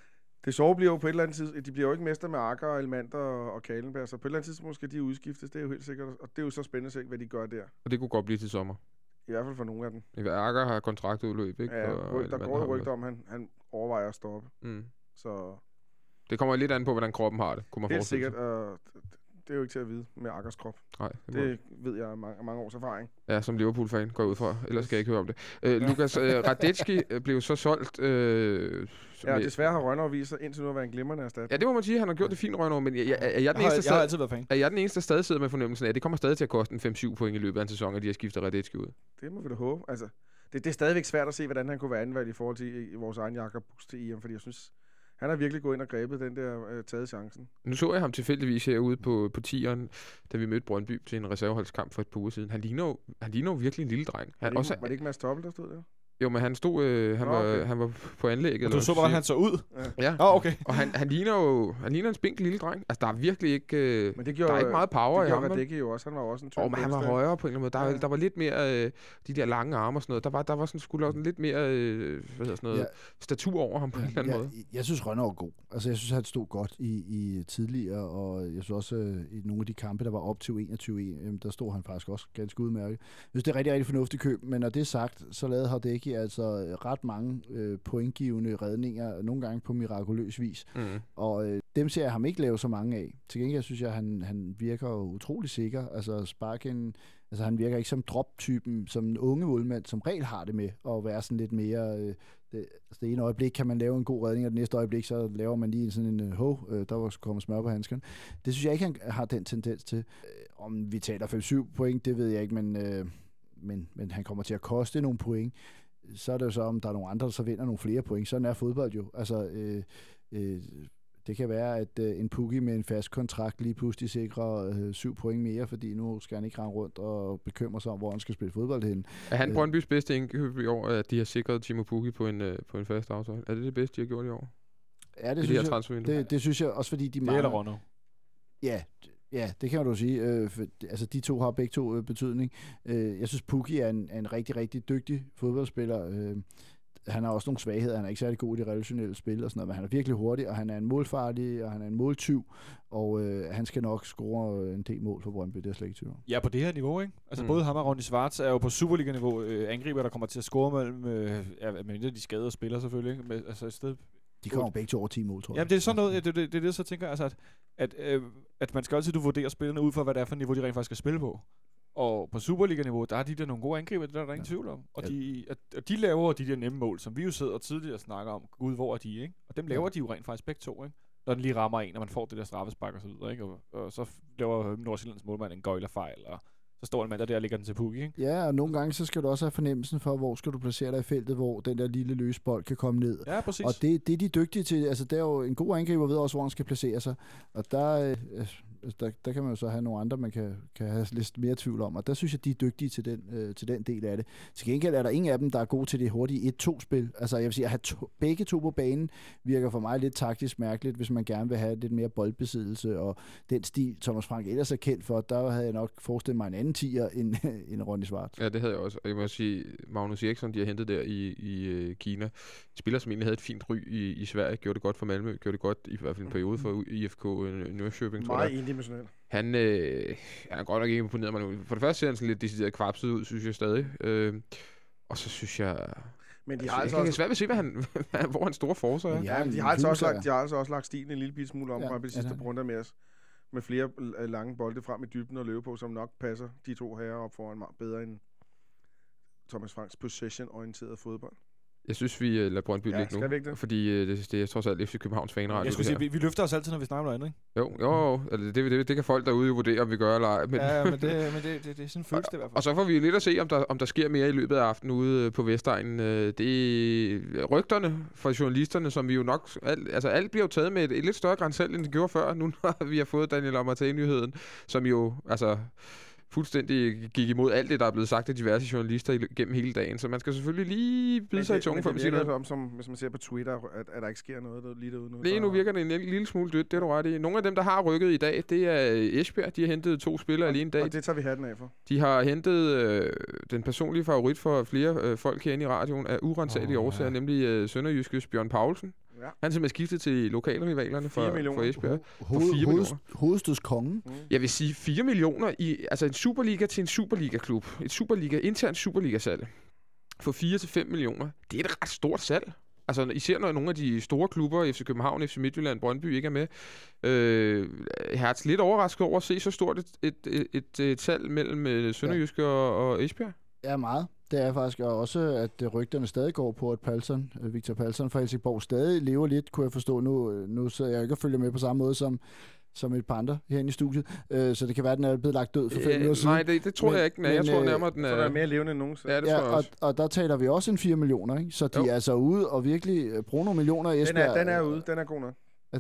Det sjove bliver jo på et eller andet tidspunkt, de bliver jo ikke mester med Akker, Elmander og Kalenberg, så på et eller andet tidspunkt skal de udskiftes, det er jo helt sikkert, og det er jo så spændende at se, hvad de gør der. Og det kunne godt blive til sommer. I hvert fald for nogle af dem. Akker har kontraktudløb, ikke? Ja, der går jo rygter om, han overvejer at stoppe. Så det kommer lidt an på, hvordan kroppen har det, kunne man helt sikkert, og det er jo ikke til at vide med Akkers krop. Nej, det ved jeg af mange års erfaring. Ja, som Liverpool-fan går jeg ud fra. Ellers skal jeg ikke høre om det. Lukas Radecki blev så solgt. Ja, desværre har Rønner vist sig indtil nu at være en glimrende erstatning. Ja, det må man sige. Han har gjort det fint, Rønner, men jeg har altid været fan. Er jeg den eneste, der stadig sidder med fornemmelsen af, at det kommer stadig til at koste en 5-7 point i løbet af en sæson, at de har skiftet Radecki ud? Det må vi da håbe. Altså, det er stadigvæk svært at se, hvordan han kunne være anvalgt i forhold til i vores egen Jakob Buks til EM, fordi jeg synes, han har virkelig gået ind og grebet den der taget chancen. Nu så jeg ham tilfældigvis herude på 10'eren, da vi mødte Brøndby til en reserveholdskamp for et par uger siden. Han ligner jo virkelig en lille dreng. Var det ikke Mads Toppel, der stod der? Jo, men han stod, han var på anlægget. Og du så, hvordan han så ud? Ja. Okay. Og han ligner en spinkel lille dreng. Altså, der er virkelig ikke, men det gjorde, der er ikke meget power i ham. Det gjorde jo også. Han var også en tynd. Men han var højere på en eller anden måde. Der var lidt mere, de der lange arme og sådan noget. Der var sådan, skulle også lidt mere, statur over ham på en eller anden måde. Jeg synes, Rønner var god. Altså, jeg synes, han stod godt i tidligere, og jeg synes også, i nogle af de kampe, der var op til 21, der stod han faktisk også ganske udmærket. Jeg synes, det er rigtig, rigtig fornuftigt køb, men når det er sagt, så lavede Radecki altså ret mange pointgivende redninger, nogle gange på mirakuløs vis. Og dem ser jeg ham ikke lave så mange af. Til gengæld synes jeg, han virker utrolig sikker. Altså Sparken, han virker ikke som drop-typen, som en unge målmand, som regel har det med at være sådan lidt mere... det ene øjeblik kan man lave en god redning, og det næste øjeblik, så laver man lige sådan en der var kommet smør på handskerne. Det synes jeg ikke, han har den tendens til. Om vi taler 5-7 point, det ved jeg ikke, men han kommer til at koste nogle point. Så er det jo så, om der er nogle andre, der så vinder nogle flere point. Sådan er fodbold jo. Altså, det kan være, at en Pukki med en fast kontrakt lige pludselig sikrer 7 point mere, fordi nu skal han ikke rende rundt og bekymre sig om, hvor han skal spille fodbold hen. Er han Brøndbys bedste indkøb i år, at de har sikret Timo Pukki på en fast aftale? Er det bedste, de har gjort i år? Ja, det synes jeg også, fordi de mangler... Det er Rønner. Ja, det kan du sige. Altså, de to har begge to betydning. Jeg synes, Pukki er en rigtig, rigtig dygtig fodboldspiller. Han har også nogle svagheder. Han er ikke særlig god i det relationelle spil og sådan noget, men han er virkelig hurtig, og han er en målfarlig, og han er en måltyv, og han skal nok score en del mål for Brøndby, det er slet ikke tvivl om. Ja, på det her niveau, ikke? Altså både ham og Ronny Schwartz er jo på Superliga-niveau angriber, der kommer til at score mellem, men de skader spiller selvfølgelig, ikke? Men, altså et sted... De kommer begge to over 10 mål, tror jeg. Jamen, det er sådan noget, det er det, så tænker jeg, altså, at man skal altid vurdere spillerne ud fra, hvad det er for niveau, de rent faktisk skal spille på. Og på Superliga-niveau, der er de der nogle gode angriber, det er der ingen tvivl om. Og de laver de der nemme mål, som vi jo sidder og tidligere snakker om. Gud, hvor er de, ikke? Og dem laver de jo rent faktisk begge to, ikke? Når den lige rammer en, og man får det der straffespark og så videre, ikke? Og så laver Nordsjællands målmand en gøjlerfejl, og så står en mand der og ligger den til Pukki, ikke? Ja, og nogle gange så skal du også have fornemmelsen for, hvor skal du placere dig i feltet, hvor den der lille løse bold kan komme ned. Ja, præcis. Og det er de dygtige til. Altså, der er jo en god angriber ved også, hvor han skal placere sig. Og der kan man jo så have nogle andre, man kan have lidt mere tvivl om. Og der synes jeg, de er dygtige til den del af det. Til gengæld er der ingen af dem, der er gode til det hurtige 1-2-spil. Altså, jeg vil sige, at have begge to på banen virker for mig lidt taktisk mærkeligt, hvis man gerne vil have lidt mere boldbesiddelse. Og den stil, Thomas Frank ellers er kendt for, der havde jeg nok forestillet mig en anden tier end Ronny Schwartz. Ja, det havde jeg også. Og jeg må sige, Magnus Eriksson, de har hentet der i Kina. Spiller, som egentlig havde et fint ry i Sverige. Gjorde det godt for Malmø. Gjorde det godt i hvert fald en periode for IFK Norrköping, tror jeg. Meget indimensionel. Han er godt nok ikke imponeret mig nu. For det første ser han sådan lidt decideret kvapset ud, synes jeg stadig. Og så synes jeg... Men de har altså også... svært ved at se, hvor hans store forser er. Ja, de har altså også lagt stilen en lille bitte smule om på de sidste runder med flere lange bolde frem i dybden og løbe på, som nok passer de to herrer op foran meget bedre end Thomas Franks possession-orienteret fodbold. Jeg synes, vi lader Brøndby ligge nu, det? Fordi det er trods alt FC Københavns fanradio. Jeg skulle sige, vi løfter os altid, når vi snakker om noget andet, ikke? Jo. Altså, det kan folk derude jo vurdere, om vi gør eller ej. Men det er sådan føles det i hvert fald. Og så får vi lidt at se, om der sker mere i løbet af aftenen ude på Vestegnen. Det er rygterne fra journalisterne, som vi jo nok... alt bliver jo taget med et lidt større grænsel, end det gjorde før. Nu når vi har fået Daniel Amartey-nyheden, som jo... fuldstændig gik imod alt det, der er blevet sagt af diverse journalister gennem hele dagen. Så man skal selvfølgelig lige bide sig i tungen, for at sige noget. Som hvis man ser på Twitter, at der ikke sker noget lige derude nu. Lige nu virker det en lille smule dødt, det er du ret i. Nogle af dem, der har rykket i dag, det er Esbjerg. De har hentet 2 spillere alene i dag. Og det tager vi hatten af for. De har hentet den personlige favorit for flere folk herinde i radioen af urensagelige årsager, nemlig Sønderjyskes Bjørn Paulsen. Han er simpelthen skiftet til lokalrivalerne for Esbjerg. For 4 millioner. Hovedstødskongen. Jeg vil sige 4 millioner i en Superliga til en Superliga-klub. Et internt Superliga-salg. For 4 til 5 millioner. Det er et ret stort salg. Altså, især når nogle af de store klubber, FC København, FC Midtjylland, Brøndby, ikke er med. Hertz lidt overrasket over at se så stort et salg mellem Sønderjyske og Esbjerg. Ja, meget. Det er faktisk også, at rygterne stadig går på, at Victor Palsson fra Helsingborg stadig lever lidt, kunne jeg forstå. Nu sidder jeg ikke og følger med på samme måde som et par andre herinde i studiet. Så det kan være, at den er blevet lagt død for 5 minutter siden. Nej, det tror jeg ikke. Jeg tror nærmere, den er mere levende end nogensinde. Ja, det tror jeg også. Og der taler vi også en 4 millioner, ikke? Så de er altså ude og virkelig bruge nogle millioner i Esbjerg. Den er ude. Den er god nok. Ja,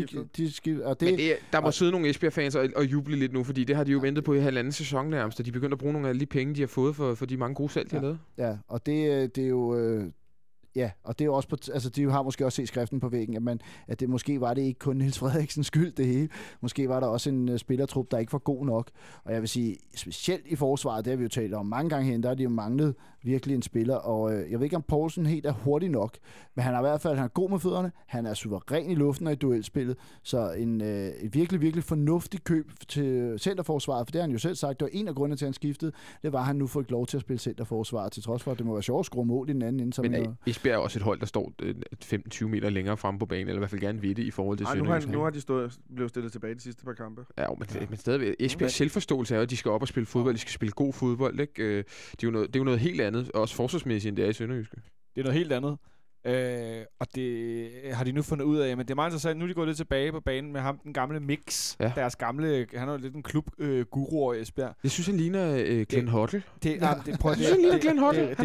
der må sidde nogle Esbjerg-fans og juble lidt nu, fordi det har de jo ventet på i halvanden sæson nærmest, og de begynder at bruge nogle af de penge, de har fået for de mange gode salg, de har lavet. Ja, og det er jo... Ja, og det er jo også på, altså de har måske også set skriften på væggen, at det måske var det ikke kun Niels Frederiksens skyld det hele. Måske var der også en spillertrup, der ikke var god nok. Og jeg vil sige, specielt i forsvaret, det har vi jo talt om mange gange hen, der har de jo manglet virkelig en spiller, og jeg ved ikke, om Poulsen helt er hurtig nok, men han er i hvert fald han er god med fødderne, han er suveræn i luften og i duelspillet, så en virkelig, virkelig fornuftig køb til centerforsvaret, for det har han jo selv sagt, det var en af grundene til, at han skiftede, det var, at han nu får lov til at spille centerforsvaret, til trods for, at det må være sjovt at skrue mål i den anden ende. Men Esbjerg er også et hold, der står 15-20 meter længere fremme på banen, eller i hvert fald gerne ved det i forhold til Sønderjyske. Nu har de blevet stillet tilbage de sidste par kampe. Ja, men stadigvæk. Esbjergs selvforståelse er jo, at de skal op og spille fodbold, de skal spille god fodbold, ikke? Det er jo noget helt andet, også forsvarsmæssigt, end det er i Sønderjyske. Det er noget helt andet. Og det har de nu fundet ud af. Men det er meget interessant. Nu er de gået lidt tilbage på banen med ham, den gamle Mix. Ja. Deres gamle, han er jo lidt en klub-guru over Esbjerg. Jeg synes, han ligner Glenn Hoddle. Jeg synes, han ligner Glenn Hoddle.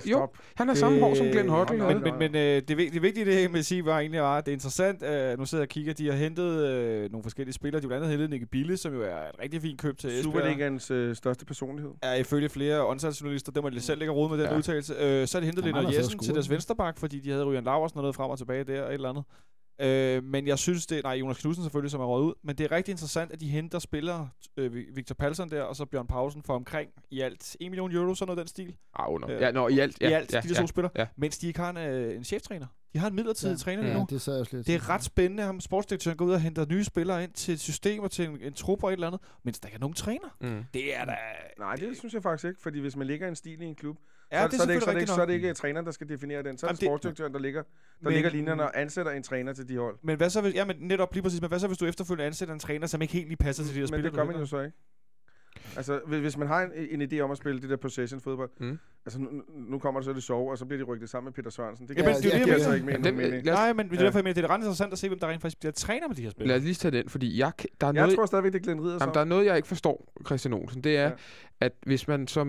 Han har samme hår som Glenn Hoddle. Men det vigtige det med at sige var egentlig, at det er interessant. Nu sidder jeg og kigger. De har hentet nogle forskellige spillere. De har blandt andet hentet Nicky Bille, som jo er et rigtig fint køb til Esbjerg. Superligans største personlighed. Ja, ifølge flere onsdagsjournalister. Der må de selv lægge råd med den udtalelse. Så har de hentet Lennart Jessen til deres vensterbak, fordi de havde Ryan Laursen noget frem og tilbage der og et eller andet. Men jeg synes Jonas Knudsen selvfølgelig, som er røget ud, men det er rigtig interessant, at de henter spillere, Victor Palsson der, og så Bjørn Pausen for omkring i alt 1 million euro, sådan noget den stil. I alt. I alt, de to spillere, mens de ikke har en cheftræner. De har en midlertidig træner lige nu. Det er ret spændende, at sportsdirektøren går ud og henter nye spillere ind til et system og til en trup og et eller andet, mens der ikke er nogen træner. Det er da... Nej, det synes jeg faktisk ikke, fordi hvis man ligger en stil i en klub, så er det ikke træneren, der skal definere den. Så er det sportsdirektøren, der ligger linjerne og ansætter en træner til de hold. Men hvad så hvis, netop lige præcis, men hvad så hvis du efterfølgende ansætter en træner, som ikke helt lige passer til de der spillere? Men det gør man jo så ikke. Altså, hvis man har en idé om at spille det der possession-fodbold, altså nu kommer der så det sjove, og så bliver de rykket sammen med Peter Sørensen. Det giver altså ikke mening. Nej, men det er derfor, jeg mener, det er ret interessant at se, hvem der rent faktisk bliver træner med de her spillere. Lad os lige tage den, fordi jeg tror stadigvæk, det er Glenn Riddersholm. Der er noget, jeg ikke forstår, Christian Olsen. Det er, at hvis man som...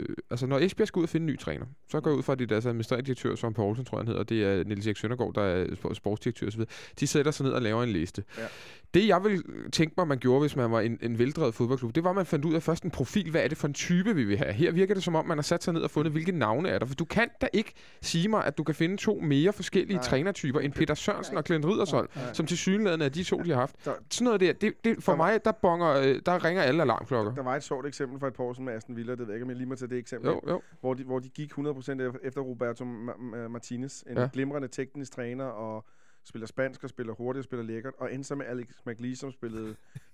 når Esbjerg skal ud og finde en ny træner, så går jeg ud fra, at det er deres administrerende direktør, som Poulsen, tror jeg, han hedder, og det er Niels Erik Søndergaard, der er sportsdirektør osv. De sætter sig ned og laver en liste. Ja. Det, jeg vil tænke mig, man gjorde, hvis man var en veldrevet fodboldklub, det var, at man fandt ud af først en profil. Hvad er det for en type, vi vil have? Her virker det, som om man har sat sig ned og fundet, hvilke navne er der. For du kan da ikke sige mig, at du kan finde 2 mere forskellige trænertyper end Peter Sørensen og Glenn Riddersholm, som tilsyneladende er de 2, de har haft. Sådan noget der, det for mig, der ringer alle alarmklokker. Der var et sjovt eksempel for et par år siden med Aston Villa, det ved jeg ikke, om jeg lige må tage det eksempel, hvor de gik 100% efter Roberto Martinez, en glimrende teknisk træner, og spiller spansk og spiller hurtigt og spiller lækkert, og endte så med Alex McLeese, som spillede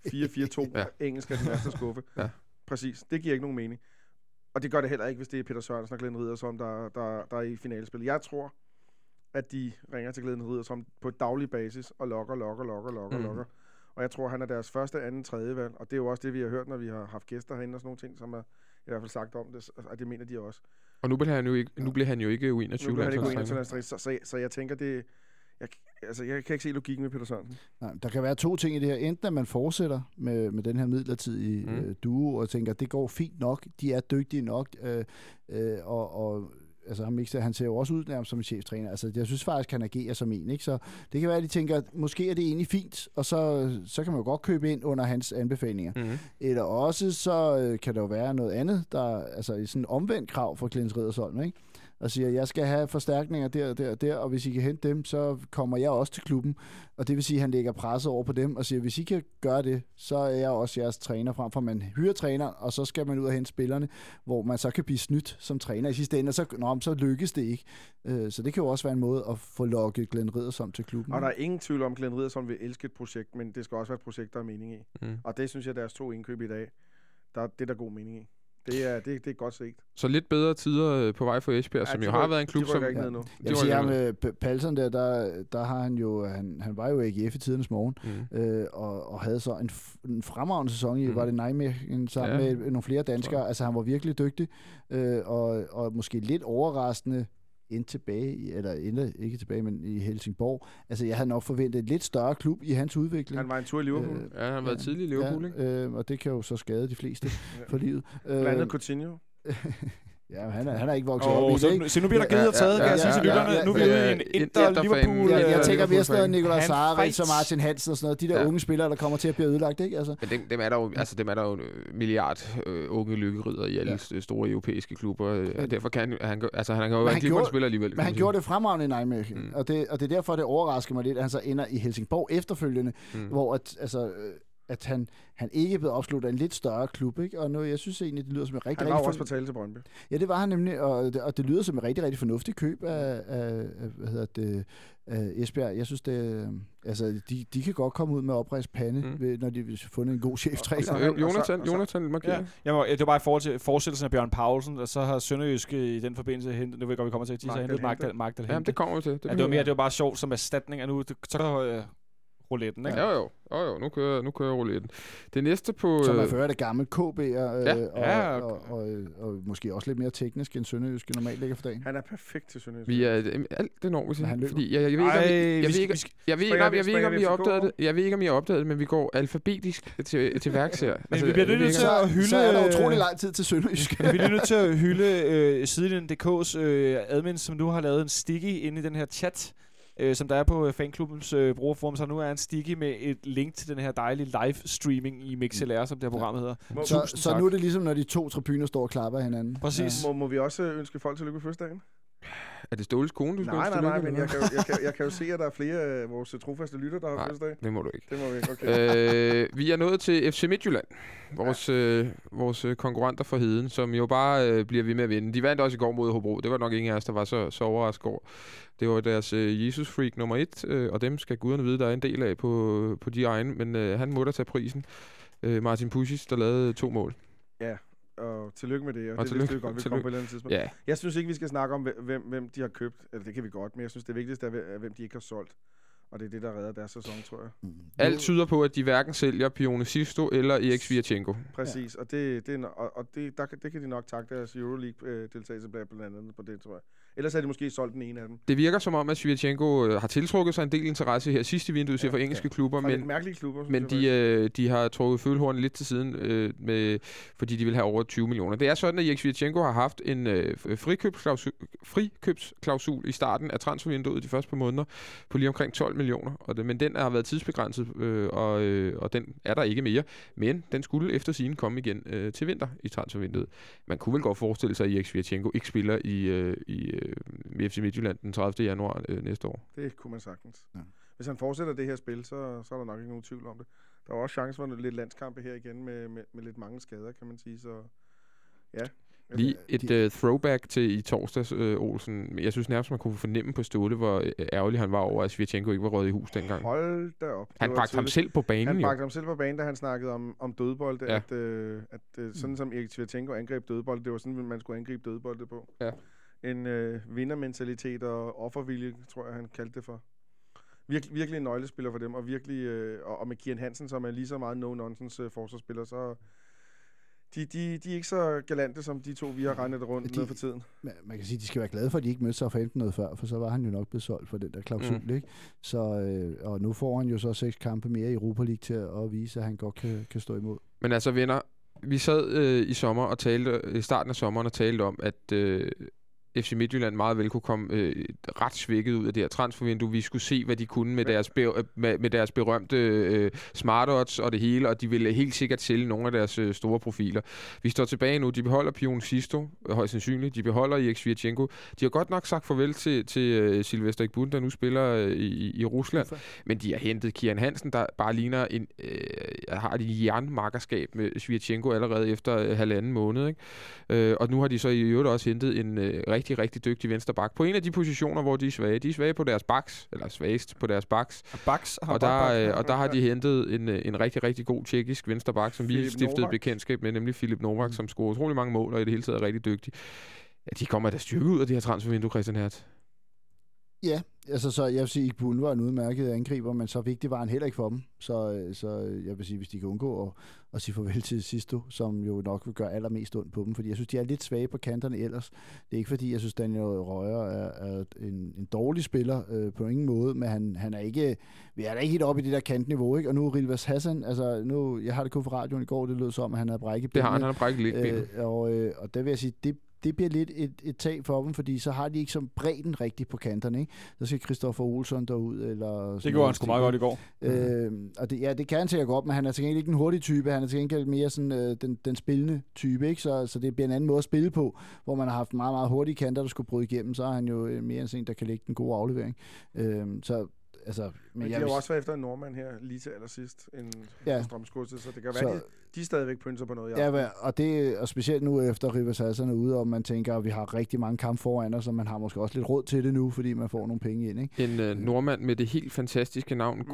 4-4-2 engelsk af den værste skuffe. Ja. Præcis. Det giver ikke nogen mening. Og det gør det heller ikke, hvis det er Peter Sørensen og Glenn Riddersholm, der er i finalespillet. Jeg tror, at de ringer til Glenn Riddersholm på et daglig basis og lokker. Og jeg tror, han er deres første, anden, tredje valg. Og det er jo også det, vi har hørt, når vi har haft gæster herinde og sådan nogle ting, som er i hvert fald sagt om det, og det mener de også. Og nu bliver han jo ikke U21-landsholdstræner. Så jeg tænker, det... Jeg kan ikke se logikken med Peter Sørensen. Nej, der kan være 2 ting i det her. Enten at man fortsætter med den her midlertidige duo, og tænker, at det går fint nok, de er dygtige nok, altså han ser jo også ud nærmest som en cheftræner. Altså, jeg synes faktisk, han agerer som en, ikke? Så det kan være, at de tænker, at måske er det egentlig fint, og så kan man jo godt købe ind under hans anbefalinger. Eller også, så kan der jo være noget andet, der altså sådan en omvendt krav for Glenn Riddersholm, ikke? og siger, jeg skal have forstærkninger der, og hvis I kan hente dem, så kommer jeg også til klubben. Og det vil sige, at han lægger presset over på dem og siger, hvis I kan gøre det, så er jeg også jeres træner, frem for man hyrer træner, og så skal man ud og hente spillerne, hvor man så kan blive snydt som træner i sidste ende, og så lykkes det ikke. Så det kan jo også være en måde at få lokket Glenn Riddersholm til klubben. Og der er ingen tvivl om, at Glenn Riddersholm vil elske et projekt, men det skal også være et projekt, der er mening i. Og det synes jeg, deres 2 indkøb i dag, det er der god mening i. Det er godt set. Så lidt bedre tider på vej for Esbjerg, som jo har været en klub, som... Jeg vil sige, at med Palsson der har han jo... Han var jo i AGF i tidernes morgen, og havde så en fremragende sæson i, var det Nijmegen sammen med nogle flere danskere. Altså, han var virkelig dygtig, og måske lidt overraskende ikke tilbage, men i Helsingborg. Altså, jeg havde nok forventet et lidt større klub i hans udvikling. Han var en tur i Liverpool. Han har været tidlig i Liverpool, ikke? Og det kan jo så skade de fleste for livet. Blandt andet Coutinho. Ja, han er ikke vokset op i det, ikke? Så nu bliver der givet og taget, kan jeg sige til lytterne. Nu er vi ude i en Inter-Liverpool. Jeg tænker, vi har stadig Nikolaj Sarri og Martin Hansen og sådan noget. De der unge spillere, der kommer til at blive ødelagt, ikke? Altså. Men dem er der jo milliard unge lykkerider i alle store europæiske klubber. Derfor kan han jo være en glimrende spiller alligevel. Men han gjorde det fremragende i Nijmegen. Og det er derfor, det overrasker mig lidt, at han så ender i Helsingborg efterfølgende, hvor at han ikke er blevet opsluttet af en lidt større klub, ikke? Og nu, jeg synes egentlig, det lyder som en rigtig... Han var også på tale til Brøndby. Ja, det var han nemlig, og det lyder som en rigtig, rigtig fornuftig køb af Esbjerg. Jeg synes, de kan godt komme ud med oprejst pande, når de har fundet en god cheftræner. Jonathan markerer. Ja, det var bare i forhold til forestillelsen af Bjørn Paulsen, og så har Sønderjysk i den forbindelse hentet, nu ved jeg godt, vi kommer til at sige, så hentet Magdal. Jamen, det kommer vi til. Det var bare sjovt som erstatning, og nu så rouletten, ikke? Jo, nu kører rouletten. Det næste på... Som er fører det gamle KB'er, og måske også lidt mere teknisk end Sønderjysk normalt ligger for dagen. Han er perfekt til Sønderjysk. Vi er alt det når vi siger. Fordi jeg ved ikke, om I har opdaget det, men vi går alfabetisk til værks her. Men vi bliver nødt til at hylde... Så er der utrolig lang tid til Sønderjysk. Vi bliver nødt til at hylde Sidelinjen.dk's admin, som nu har lavet en sticky inde i den her chat, som der er på fanklubbens brugerforum, så nu er en sticky med et link til den her dejlige live-streaming i MixLR, som det her program hedder. Så nu er det ligesom, når de 2 tribuner står og klapper hinanden. Præcis. Må vi også ønske folk tillykke på fødselsdagen? Er det Ståles kone, du skal ønske tillykke? Nej, men jeg kan jo se, at der er flere af vores trofaste lytter, der har fødselsdag. Det må du ikke. Det må vi ikke, okay. Vi er nået til FC Midtjylland, vores konkurrenter for Heden, som jo bare bliver ved med at vinde. De vandt også i går mod Hobro. Det var nok ingen af os, der var så overrasket over. Det var deres Jesus-freak nummer 1, og dem skal guderne vide, der er en del af på de egne, men han må da tage prisen. Martin Pusic, der lavede 2 mål. Ja, og tillykke med det, og det vidste vi godt, vi kommer på et eller andet tidspunkt. Ja. Jeg synes ikke, vi skal snakke om, hvem de har købt, eller det kan vi godt, men jeg synes, det vigtigste er, hvem de ikke har solgt. Og det er det, der redder deres sæson, tror jeg. Alt tyder på, at de hverken sælger Pione Sisto eller Erik Svirchenko. Præcis, og det kan de nok takke deres Euroleague-deltagelse blandt andet på det, tror jeg. Ellers er de måske solgt den ene af dem. Det virker som om, at Svirchenko har tiltrukket sig en del interesse her sidste vindue for engelske klubber. Men mærkelige klubber. Men de har trukket følehornet lidt til siden, fordi de vil have over 20 millioner. Det er sådan, at Erik Svirchenko har haft en frikøbsklausul i starten af transfervinduet de første par måneder på lige omkring 12 millioner. Men den har været tidsbegrænset, og den er der ikke mere. Men den skulle efter sigende komme igen til vinter i transfervinduet. Man kunne vel godt forestille sig, at Erik Svirchenko ikke spiller i FC Midtjylland den 30. januar næste år. Det kunne man sagtens. Ja. Hvis han fortsætter det her spil, så er der nok ikke nogen tvivl om det. Der er også chance for lidt landskampe her igen med lidt mange skader, kan man sige. Så ja. Lige et throwback til i torsdags, Olsen. Jeg synes nærmest, man kunne fornemme på Ståle, hvor ærgerlig han var over, at Svirchenko ikke var røget i hus dengang. Hold da op. Han bragte ham selv på banen. Han bragte ham selv på banen, da han snakkede om dødbolde. Ja. At sådan som Erik Svirchenko angreb dødbolde, det var sådan, man skulle angribe dødbolde på. Ja. En vindermentalitet og offervilje, tror jeg, han kaldte det for. Virkelig en nøglespiller for dem, og virkelig og med Kian Hansen, som er lige så meget no-nonsense forsvarsspiller, så de er ikke så galante som de 2, vi har regnet rundt med for tiden. Man kan sige, at de skal være glade for, at de ikke mødte sig for enten noget før, for så var han jo nok blevet solgt for den der klausul, ikke? Så, og nu får han jo så 6 kampe mere i Europa League til at vise, at han godt kan stå imod. Men altså, venner, vi sad i sommer og talte, i starten af sommeren og talte om, at FC Midtjylland meget vel kunne komme ret svækket ud af det her transfervindue. Vi skulle se, hvad de kunne med deres berømte smart odds og det hele, og de ville helt sikkert sælge nogle af deres store profiler. Vi står tilbage nu. De beholder Pion Sisto, højst sandsynligt. De beholder Erik Svirchenko. De har godt nok sagt farvel til Silvester Igbun, der nu spiller i Rusland, men de har hentet Kian Hansen, der bare ligner har et jernmakkerskab med Svirchenko allerede efter 1,5 måned. Ikke? Og nu har de så i øvrigt også hentet en rigtig, rigtig dygtig vensterbak på en af de positioner, hvor de er svage. De er svage på deres backs, eller svagest på deres backs. Og der har de hentet en rigtig, rigtig god tjekkisk vensterbak, som vi stiftede bekendtskab med, nemlig Filip Novak, som scorer utrolig mange mål og i det hele taget er rigtig dygtig. Ja, de kommer da styrke ud af det her transfervindue, Christian Hertz. Ja, altså så jeg vil sige, at Igbun var en udmærket angriber, men så vigtig var han heller ikke for dem. Så jeg vil sige, hvis de kan undgå at sige farvel til Sisto, som jo nok vil gøre allermest ondt på dem, fordi jeg synes, de er lidt svage på kanterne ellers. Det er ikke fordi, jeg synes, Daniel Røjer er en dårlig spiller på ingen måde, men han er ikke, vi er da ikke helt oppe i det der kantniveau, ikke? Og nu Rilvas Hassan, altså nu, jeg har det kun fra radioen i går, det lød som, at han havde brækket benet. Det har han har brækket lidt benet. Og der vil jeg sige, det bliver lidt et tab for dem, fordi så har de ikke som bredden rigtigt på kanterne, ikke? Så skal Christoffer Olsson derud, eller... Det gjorde han sgu meget godt i går. Og det kan han sikkert godt, men han er til gengæld ikke en hurtig type, han er til gengæld mere sådan den spillende type, ikke? Så det bliver en anden måde at spille på, hvor man har haft meget, meget hurtige kanter, der skulle bryde igennem, så er han jo mere en sådan, der kan lægge den gode aflevering. Altså, men de har jo også været efter en nordmand her lige til allersidst, en Strømsgodset, så det kan være, de stadigvæk pynser på noget. Og specielt nu efter Rivas Hassan er ude, og man tænker, at vi har rigtig mange kampe foran os, og man har måske også lidt råd til det nu, fordi man får nogle penge ind. Ikke? En nordmand med det helt fantastiske navn,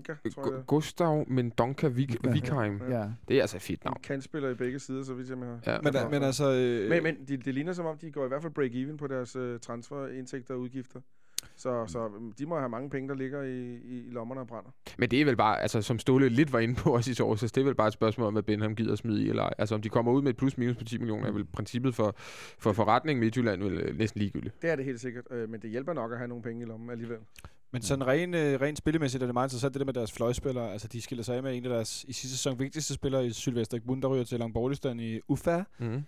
Gustav Mendonca Vikheim. Ja. Det er altså et fedt navn. En kantspiller i begge sider, så vidt jeg har. Ja, men altså... Men det ligner som om, de går i hvert fald break-even på deres transferindtægter og udgifter. Så de må have mange penge, der ligger i lommerne og brænder. Men det er vel bare, altså som Ståle lidt var inde på os i år, så det er vel bare et spørgsmål om, hvad Benham gider smide i eller ej. Altså om de kommer ud med et plus-minus på 10 millioner, er vel princippet for forretningen i Midtjylland vel næsten ligegyldigt. Det er det helt sikkert, men det hjælper nok at have nogle penge i lommen alligevel. Men sådan rent spillemæssigt er det meget interessant, det der med deres fløjspillere. Altså de skiller sig af med en af deres i sidste sæson vigtigste spillere i Sylvester Igbun, der ryger til Langbortistan i Ufa,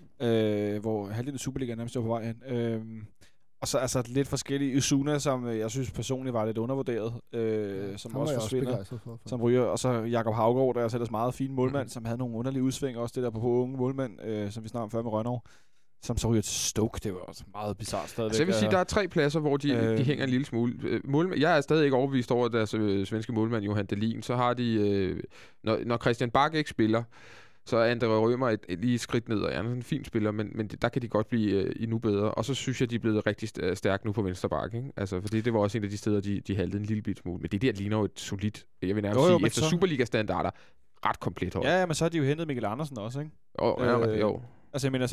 hvor halvdelen af Superligaen nærmest er på vej hen. Og så altså lidt forskellige. Usuna, som jeg synes personligt var lidt undervurderet, som også forsvinder, som ryger. Og så Jakob Havgaard, der er ellers meget fin målmand, som havde nogle underlige udsving, også det der på unge målmand, som vi snakkede om før med Rønnerov, som så ryger til Stoke. Det var også meget bizarrt stadigvæk. Altså jeg vil sige, der er 3 pladser, hvor de hænger en lille smule. Jeg er stadig ikke overbevist over deres svenske målmand, Johan Dahlin. Så har de, når Christian Bak ikke spiller, så er Andre Rømer lige et skridt ned, og er en fin spiller, men der kan de godt blive endnu bedre. Og så synes jeg, de er blevet rigtig stærke nu på venstre bakke, ikke? Altså, fordi det var også en af de steder, de haltede en lille bit smule. Men det der ligner jo et solidt, jeg vil nærmest sige, efter Superliga-standarder, ret komplet hold. Ja, men så har de jo hentet Mikkel Andersen også, ikke? Jo. Altså, jeg mener,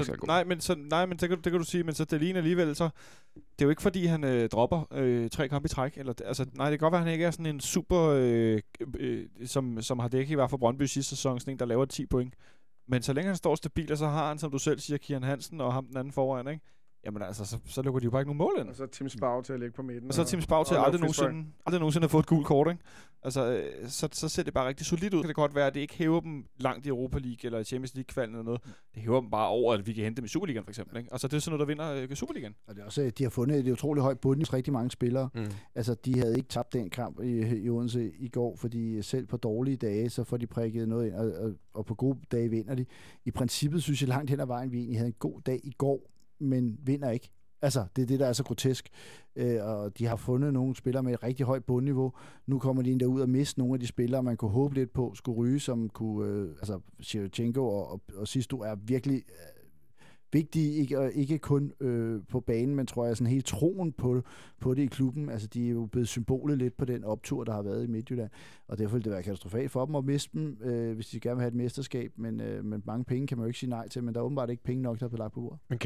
det kan du sige, men så Dahlin alligevel, så det er jo ikke fordi, han dropper 3 kampe i træk. Eller, altså, nej, det kan godt være, at han ikke er sådan en super, som har dækket i hvert fald Brøndby sidste sæson, sådan en, der laver 10 point. Men så længe han står stabil, og så har han, som du selv siger, Kian Hansen og ham den anden foran, ikke? Jamen altså, så lukker de jo bare ikke nogen mål ind. Og så Tim Spau til at ligge på midten. Og så Tim Spau til aldrig nogensinde at få et gult kort, ikke? Altså, så ser det bare rigtig solidt ud. Det kan godt være, at det ikke hæver dem langt i Europa League eller Champions League-kvalden eller noget. Det hæver dem bare over, at vi kan hente dem i Superligaen for eksempel, ikke? Altså, det er sådan noget, der vinder Superligaen. Og det er også, de har fundet et utroligt højt bund i rigtig mange spillere. Altså, de havde ikke tabt den kamp i Odense i går, fordi selv på dårlige dage, så får de prikket noget ind, og på gode dage vinder de. I princippet synes jeg langt hen ad vejen, vi egentlig havde en god dag i går, men vinder ikke. Altså, det er det, der er så grotesk. Og de har fundet nogle spillere med et rigtig højt bundniveau. Nu kommer de ind derud og mister nogle af de spillere, man kunne håbe lidt på skulle ryge, som kunne... Svirchenko og Sisto er virkelig vigtige, ikke kun på banen, men tror jeg sådan helt troen på det i klubben. Altså, de er jo blevet symbolet lidt på den optur, der har været i Midtjylland. Og derfor vil det være katastrofalt for dem at miste dem, hvis de gerne vil have et mesterskab. Men mange penge kan man jo ikke sige nej til, men der er åbenbart ikke penge nok, der er blevet lagt på bordet. Men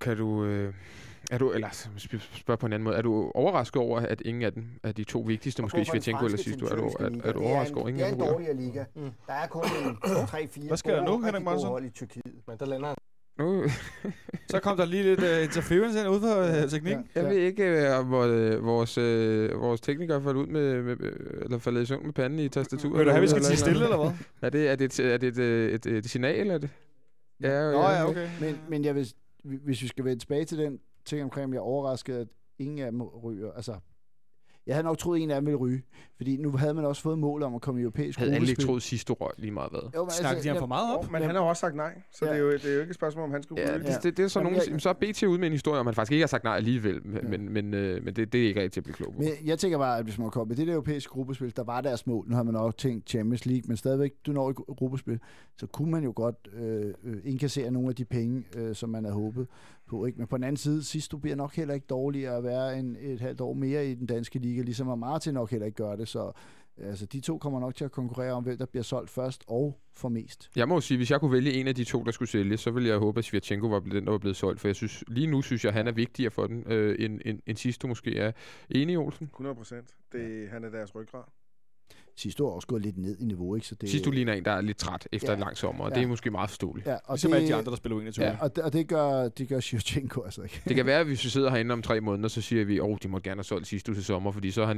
eller spørg på en anden måde, er du overrasket over, at ingen af dem er de 2 vigtigste, måske Svirchenko eller Sisto? Er du overrasket over, ingen af dem? Det er en dårligere liga. Der er kun 3-4 Hvad sker der nu, Henrik Monsen? i Tyrkiet. Men der lander Så kom der lige lidt interference ind ud på teknikken. Jeg ved ikke, om vores teknikere faldt ud eller faldet i søvn med panden i tastaturet. Vil du have, vi skal sige stille, eller hvad? Er det et signal, eller det? Ja, okay. Men hvis vi skal vende tilbage til den tænker omkring, om jeg er overrasket, at ingen af dem ryger. Altså, jeg havde nok troet, at en af dem ville ryge. Fordi nu havde man også fået mål om at komme i europæisk gruppespil. Havde alle ikke troet sidste år lige meget hvad? Snakker de ham for meget op? Men han har også sagt nej, så det er jo ikke et spørgsmål, om han skulle ryge. Det er så nogen, så er BT ude med en historie, om han faktisk ikke har sagt nej alligevel, men det er ikke rigtig at blive klog på. Men jeg tænker bare, at hvis man kommer i det der europæiske gruppespil, der var deres mål. Nu har man også tænkt Champions League, men stadigvæk, du når i gruppespil, så kunne man jo godt indkassere nogle af de penge, som man havde håbet på. Ikke? Men på den anden side, sidst du bliver nok heller ikke dårligere at være et halvt år mere i den danske liga, ligesom Martin nok heller ikke gør det, så altså, de to kommer nok til at konkurrere om, hvem der bliver solgt først og for mest. Jeg må sige, hvis jeg kunne vælge en af de to, der skulle sælges, så ville jeg håbe, at Svirchenko var den, der var blevet solgt, for lige nu synes jeg, at han er vigtigere for den, end Sisto måske er. Enig, Olsen? 100%. Han er deres ryggrad. Sidste år også gået lidt ned i niveau, ikke? Så det... Sidste ligner en, der er lidt træt efter en lang sommer, og det er måske meget forståeligt. Ja, og ligesom alle de andre, der spiller U21. Ja, og det gør Svirchenko altså ikke. Det kan være, at hvis vi sidder herinde om 3 måneder, så siger vi, de må gerne have solgt sidste til sommer, fordi så er han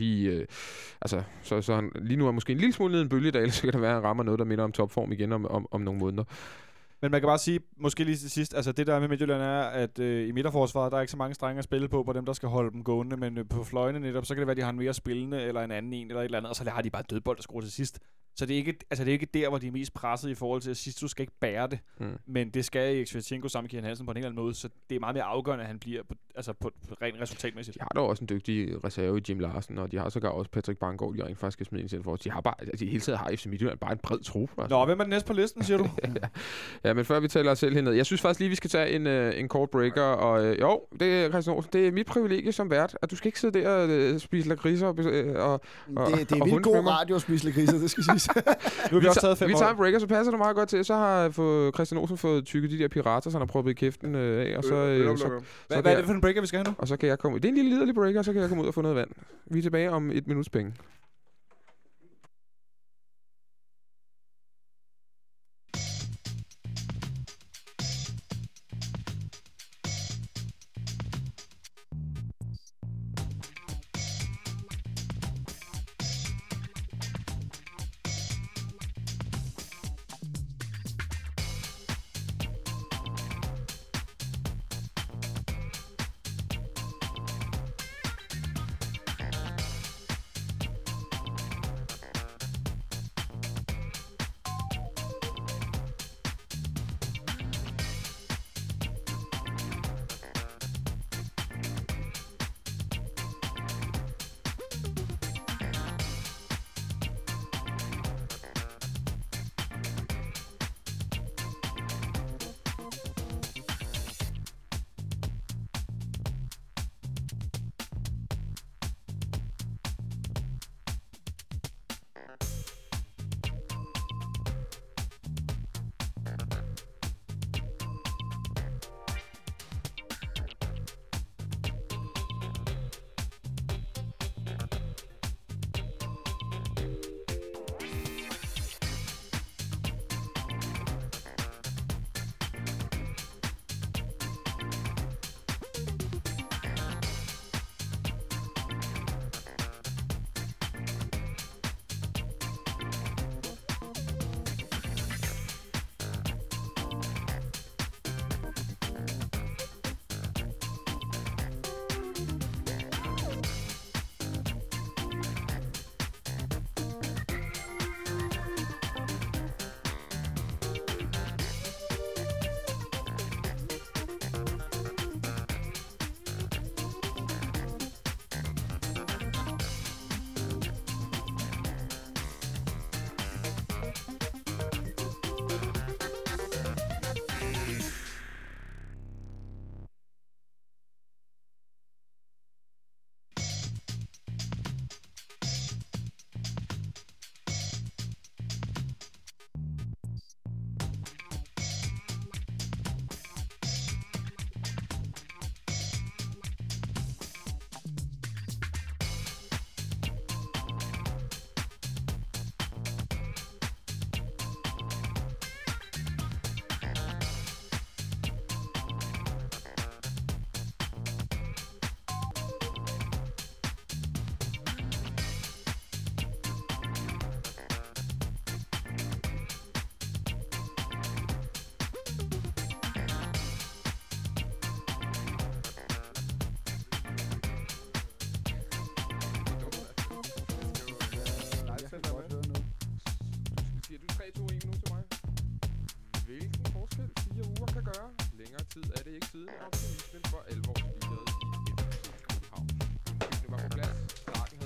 så han lige nu er måske en lille smule ned i en bølgedal, så kan der være, at han rammer noget, der minder om topform igen om nogle måneder. Men man kan bare sige, måske lige til sidst, altså det der med Midtjylland er, at i midterforsvaret, der er ikke så mange strenge at spille på dem, der skal holde dem gående, men på fløjene netop, så kan det være, at de har en mere spillende, eller en anden en, eller et eller andet, og så har de bare dødbold at skrue til sidst. Så det er ikke der, hvor de er mest presset i forhold til, at sidst du skal ikke bære det, men det skal Erik Svirchenko sammen med Kian Hansen på en helt anden måde, så det er meget mere afgørende, at han bliver på rent resultatmæssigt. De har dog også en dygtig reserve i Jim Larsen, og de har sågar også Patrick Banggaard, de rent faktisk skal smide ind til for os. De har bare, de hele tiden har FC Midtjylland bare en bred trup. Altså. Nå, hvem er den næste på listen, siger du? Ja, men før vi taler os selv herned, jeg synes faktisk lige, vi skal tage en kort breaker, og det er Christian Olsen, det er mit privilegie som vært, at du skal ikke sidde der og spise lakridser og det er vildt god radio at spise lakridser, det skal siges. Nu vi tager en breaker, så passer det meget godt til. Så har Christian Olsen fået tykket de der pirater, så han har proppet i kæften af. Og hvad er det for en breaker, vi skal have nu? Og så kan jeg komme ud. Det er en lille liderlig breaker, så kan jeg komme ud og få noget vand. Vi er tilbage om 1 minuts penge.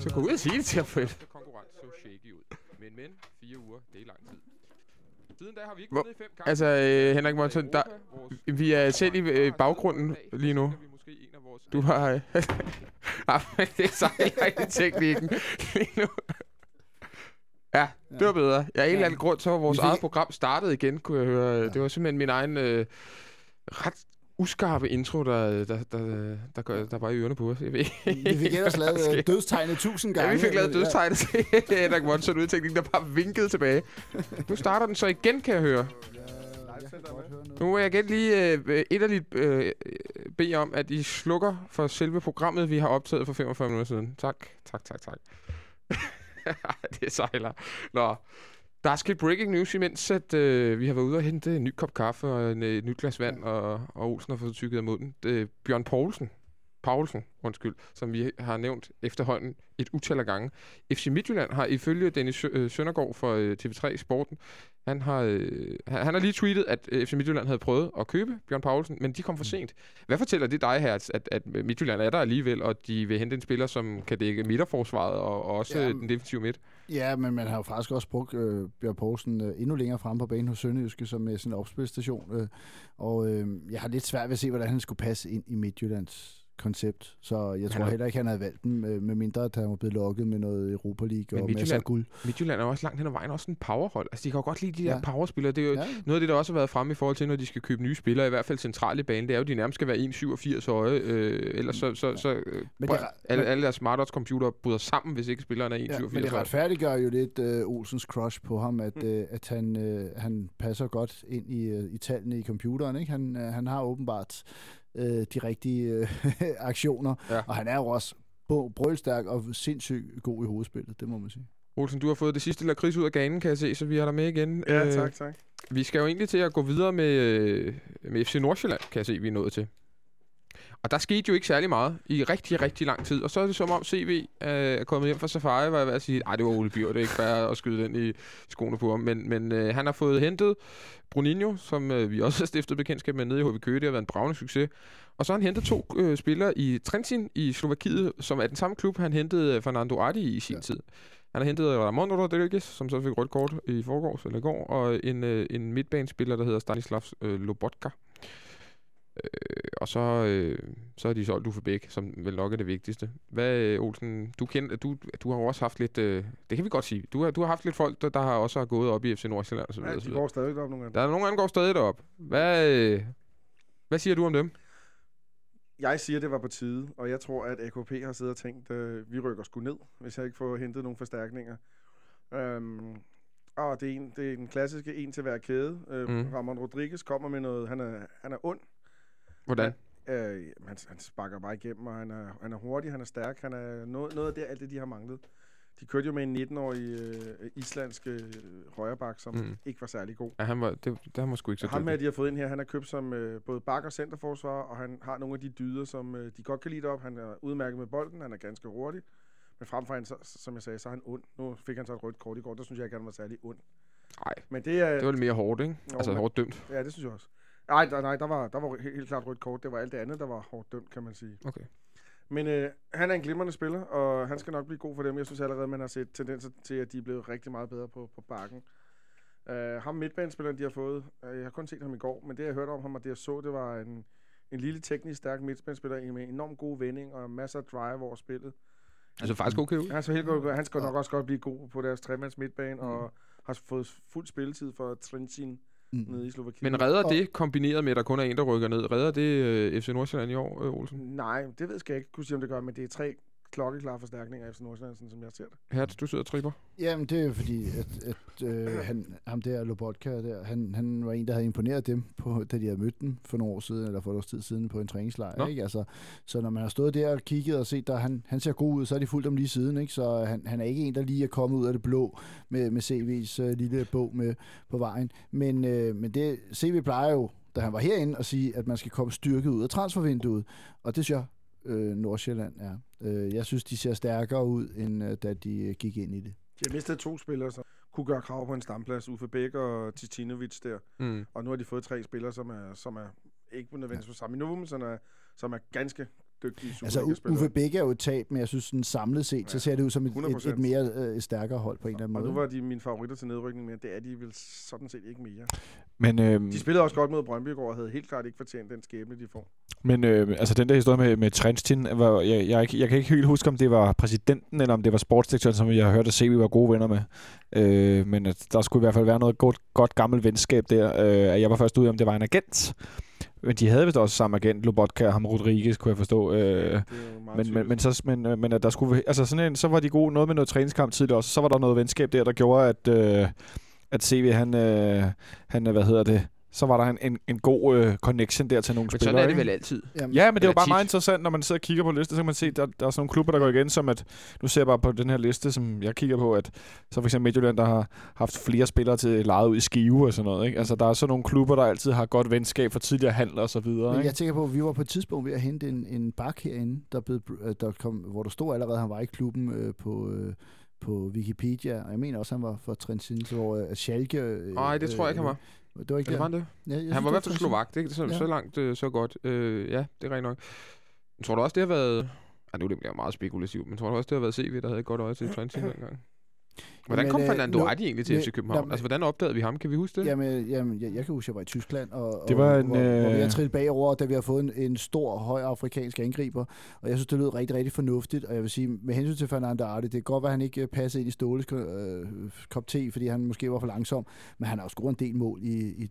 skal gå ud og sige det til ham. Konkurrence så shaky ud. Men 4 uger, det er lang tid. Siden da har vi ikke vundet i 5 kampe. Altså, Henrik Monson, vi er selv i baggrunden lige nu. Du har... det er sejlagt i teknikken lige nu. Ja, det var bedre. Jeg er en eller anden grund, så var vores eget program startet igen, kunne jeg høre. Ja. Det var simpelthen min egen ret uskarpe intro, der var i ørerne på os. Vi fik ellers lavet dødstegnet 1000 gange. Ja, vi fik lavet dødstegnet til Henrik Monson udtænkning, der bare vinkede tilbage. Nu starter den så igen, kan jeg høre. Nu vil jeg igen lige etterligt bede om, at I slukker for selve programmet, vi har optaget for 45 minutter siden. Tak. Det sejler. Nå, der er sket breaking news, imens at vi har været ude og hente en ny kop kaffe og et nyt glas vand, og Olsen har fået tykket af munden. Bjørn Poulsen, som vi har nævnt efterhånden et utal af gange. FC Midtjylland har ifølge Dennis Søndergaard for TV3 Sporten, han har lige tweetet, at FC Midtjylland havde prøvet at købe Bjørn Poulsen, men de kom for sent. Hvad fortæller det dig her, at Midtjylland er der alligevel, og de vil hente en spiller, som kan dække midterforsvaret og også den defensive midt? Ja, men man har jo faktisk også brugt Bjørn Poulsen endnu længere frem på banen hos Sønderjyske som sådan en opspilstation. Jeg har lidt svært ved at se, hvordan han skulle passe ind i Midtjyllands koncept, så jeg tror heller ikke, han havde valgt dem, med mindre at han var blevet lokket med noget Europa League og masser af guld. Midtjylland er også langt hen ad vejen også en powerhold. Altså, de kan jo godt lide de der powerspillere. Det er jo noget af det, der også har været fremme i forhold til, når de skal købe nye spillere, i hvert fald centralt i banen. Det er jo, de nærmest skal være 1,87 høje, ellers så alle deres smart odds computer bryder sammen, hvis ikke spilleren er 1,87 høje. Men det retfærdiggør jo lidt Olsens crush på ham, at han passer godt ind i tallene i computeren, ikke? Han har åbenbart de rigtige aktioner, og han er jo også brølstærk og sindssygt god i hovedspillet, det må man sige. Olsen, du har fået det sidste lakrids ud af ganen, kan jeg se, så vi har dig med igen. Ja, tak. Vi skal jo egentlig til at gå videre med FC Nordsjælland, kan jeg se, vi er nået til. Og der skete jo ikke særlig meget i rigtig, rigtig lang tid. Og så er det som om CV er kommet hjem fra Safari, hvor jeg vil sige, det var Ole Bjør, det er ikke fair at skyde den i skoene på ham. Men han har fået hentet Bruninho, som vi også har stiftet bekendtskab med nede i HV Køge. Det har været en bravende succes. Og så har han hentet 2 spillere i Trentin i Slovakiet, som er den samme klub, han hentede Fernando Adi i sin tid. Han har hentet Ramon Rodriguez, som så fik rødt kort i forgårs eller i går, og en midtbanespiller, der hedder Stanislav Lobotka. Og så er de solgt Uffe Bæk, som vel nok er det vigtigste. Hvad, Olsen, du har jo også haft lidt, det kan vi godt sige, du har haft lidt folk, der har også gået op i FC Nordsjælland og så videre. Ja, de går stadig derop nogle gange. Der er nogle gange, går stadig derop. Hvad siger du om dem? Jeg siger, det var på tide, og jeg tror, at AKP har siddet og tænkt, vi rykker sgu ned, hvis jeg ikke får hentet nogle forstærkninger. Og det er den klassiske en til hver kæde. Ramon Rodriguez kommer med noget, han er ond. Hvordan? Han sparker bare igennem, og han er hurtig, han er stærk, han er noget af det, alt det, de har manglet. De kørte jo med en 19-årig islandsk højreback, som ikke var særlig god. Ja, det var sgu ikke så ham med, de har fået ind her, han er købt som både bak og centerforsvar, og han har nogle af de dyder, som de godt kan lide op. Han er udmærket med bolden, han er ganske hurtig. Men fremfor han, som jeg sagde, så er han ond. Nu fik han så et rødt kort i går, der synes jeg ikke, han var særlig ond. Nej, men det var lidt mere hårdt, ikke? Altså hårdt dømt. Ja, det synes jeg også. Nej, der var helt klart rødt kort. Det var alt det andet, der var hårdt dømt, kan man sige. Okay. Men han er en glimrende spiller, og han skal nok blive god for dem. Jeg synes allerede, man har set tendenser til, at de er blevet rigtig meget bedre på bakken. Ham midtbanespilleren, de har fået, jeg har kun set ham i går, men det jeg hørte om ham, og det jeg så, det var en lille teknisk stærk midtbanespiller med enormt god vending og masser af drive over spillet. Altså faktisk okay ud? Han så helt godt. Han skal nok også godt blive god på deres tremands midtbane, og har fået fuld spilletid for Trentin nede i Slovakiet. Men redder det, kombineret med, at der kun er en, der rykker ned, redder det FC Nordsjælland i år, Olsen? Nej, det ved jeg ikke kunne sige, om det gør, men det er 3 klokkeklare forstærkninger af FC Nordsjælland, som jeg ser det. Hert, du sidder og tripper? Jamen, det er jo fordi, at ham der, Lobotka, han var en, der havde imponeret dem, da de havde mødt dem for nogle år siden, eller for et års tid siden på en træningslejr. Ikke? Altså, så når man har stået der og kigget og set, at han ser god ud, så er de fulgt dem lige siden. Ikke? Så han er ikke en, der lige er kommet ud af det blå med CV's lille bog med på vejen. Men det CV plejer jo, da han var herinde, at sige, at man skal komme styrket ud af transfervinduet. Og det synes jeg, Nordsjælland er. Jeg synes, de ser stærkere ud, end da de gik ind i det. De har mistet 2 spillere, som kunne gøre krav på en stamplads. Uffe Bæk og Titinovic der. Og nu har de fået 3 spillere, som er ikke nødvendigvis på samme niveau, men som er ganske dygtige Altså Uffe Bække er jo et tab, men jeg synes sådan samlet set, så ser det ud som et mere stærkere hold på en eller anden måde. Og nu var de mine favoritter til nedrykning, men det er de vel sådan set ikke mere. Men, de spillede også godt mod Brøndby i går og havde helt klart ikke fortjent den skæbne, de får. Men altså den der historie med Trentin, jeg kan ikke helt huske, om det var præsidenten, eller om det var sportsdirektøren, som jeg hørte, at CV var gode venner med. Men der skulle i hvert fald være noget godt gammelt venskab der. Jeg var først ude, om det var en agent. Men de havde vist også samme agent, Lobotka og ham Rodriguez, kunne jeg forstå. Men der skulle, altså sådan en, så var de gode noget med noget træningskamp tidligere også. Så var der noget venskab der gjorde, at CV han hvad hedder det, så var der en god connection der til nogle spillere. Men sådan er det vel altid. Ja, men det er jo bare meget interessant, når man sidder og kigger på listen, så kan man se, der er sådan nogle klubber, der går igen, som at, nu ser jeg bare på den her liste, som jeg kigger på, at så for eksempel Midtjylland, der har haft flere spillere til lejet ud i Skive og sådan noget, ikke? Altså, der er sådan nogle klubber, der altid har godt venskab for tidligere handler og så videre, men ikke? jeg tænker på, at vi var på et tidspunkt ved at hente en bak herinde, hvor der stod allerede, han var i klubben på Wikipedia, og jeg mener også, han var for Trentin, hvor Schalke... Nej, det tror jeg ikke, han var. Det var ikke det. Det? Ja, han var i hvert fald slovak, det er så langt, så godt. Ja, det er rigtigt nok. Jeg tror du også, det har været... nu er det meget spekulativt, men tror du også, det har været CV, der havde et godt øje til Trentin dengang? Hvordan kom Fernando Adi egentlig til FC København? Altså, hvordan opdagede vi ham? Kan vi huske det? Jamen jeg kan huske, at jeg var i Tyskland, det var hvor vi har trillet bagover, da vi har fået en stor, høj afrikansk angriber. Og jeg synes, det lød rigtig, rigtig fornuftigt. Og jeg vil sige, med hensyn til Fernando Adi, det kan godt være, at han ikke passede ind i Ståles kop te, fordi han måske var for langsom. Men han har jo scoret en del mål i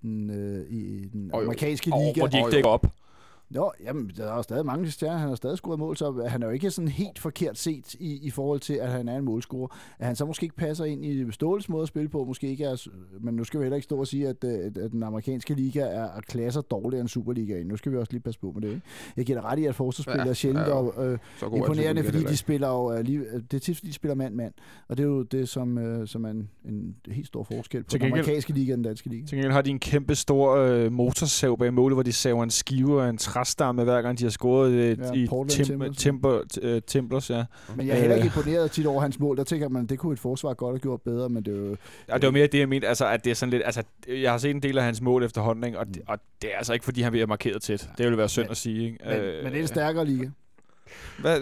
den amerikanske liga. Hvor de ikke dækker op. Jo, jamen, der er jo stadig mange stjerner. Han har stadig scoret mål, så han er jo ikke sådan helt forkert set i forhold til, at han er en målscorer. At han så måske ikke passer ind i Ståles måde at spille på, måske ikke er... Men nu skal vi heller ikke stå og sige, at den amerikanske liga er klasser dårligere end Superligaen. Nu skal vi også lige passe på med det, ikke? Jeg giver dig ret i, at forsvarsspillere er sjældent og imponerende, fordi de spiller jo... det er tit, fordi de spiller mand-mand. Og det er jo det, som er en helt stor forskel på den amerikanske liga og den danske liga. Til gengæld har de en kæmpe stor motorsav bag målet, hvor de saver en skive og en træstamme hver gang de har scoret i Templers, ja. Men jeg er heller ikke imponeret tit over hans mål. Der tænker man, det kunne et forsvar godt have gjort bedre, men det er jo... Ja, det var mere det, jeg mente, altså, at det er sådan lidt... Altså, jeg har set en del af hans mål efterhånden, og det er altså ikke, fordi han vil have markeret tæt. Det ville være synd at sige, ikke? Men det er en stærkere liga. Hvad?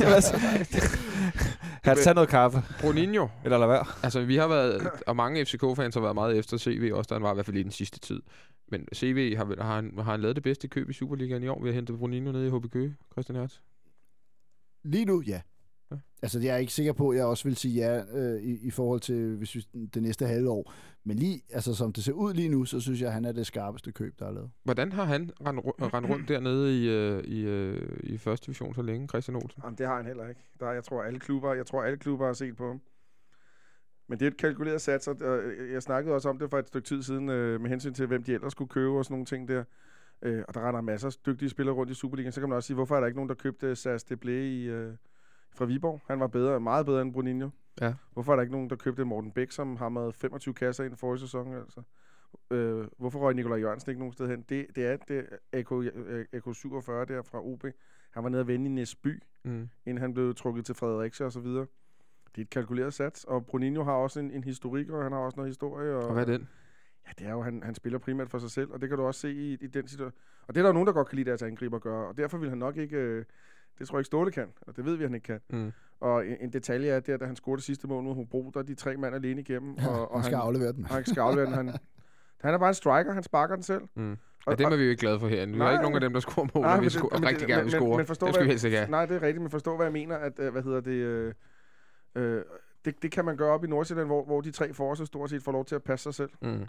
Har du taget noget kaffe? Bruninho. Eller lad være. Altså, vi har været... Og mange FCK-fans har været meget efter CV, også da han var i hvert fald i den sidste tid. Men CV har han lavet det bedste køb i Superligaen i år ved at hente Bruninho ned i HB Køge, Christian Hertz? Lige nu, ja. Altså, jeg er ikke sikker på, at jeg også vil sige ja i forhold til det næste halve år. Men lige, altså, som det ser ud lige nu, så synes jeg, at han er det skarpeste køb, der er lavet. Hvordan har han rendt rundt dernede i første division så længe, Christian Olsen? Jamen, det har han heller ikke. Jeg tror, alle klubber har set på ham. Men det er et kalkuleret sats, og jeg snakkede også om det for et stykke tid siden, med hensyn til, hvem de ellers skulle købe og sådan nogle ting der. Og der render masser af dygtige spillere rundt i Superligaen. Så kan man også sige, hvorfor er der ikke nogen, der købte Sas Deblé fra Viborg? Han var meget bedre end Bruninho. Ja. Hvorfor er der ikke nogen, der købte Morten Bæk, som hamrede 25 kasser ind forrige sæson? Altså? Hvorfor røg Nikolaj Jørgensen ikke nogen sted hen? Det er AK47 der fra OB. Han var nede at vende i Næsby, inden han blev trukket til Fredericia og så videre. Det er et kalkuleret sats, og Bruninho har også en historik, og han har også noget historie. Og hvad er den? Ja, det er jo, han spiller primært for sig selv, og det kan du også se i den situation. Og det er der jo nogen, der godt kan lide deres angriber at gøre, og derfor vil han nok ikke... det tror jeg ikke Ståle kan, og det ved vi, han ikke kan. Og en detalje er, at da han scorede det sidste mål mod Hobro, der er de 3 mand alene igennem. Ja, og han skal aflevere den. Han skal aflevere den. Han er bare en striker, han sparker den selv. Og dem er vi jo ikke glade for herinde. Vi har ikke nogen af dem, der scorer mål, og vi rigtig gerne vil score. Men forstå, det skal vi helst ikke have. Nej, det er rigtigt, men forstå, hvad jeg mener, at, det kan man gøre op i Nordsjælland, hvor de 3 forreste stort set får lov til at passe sig selv.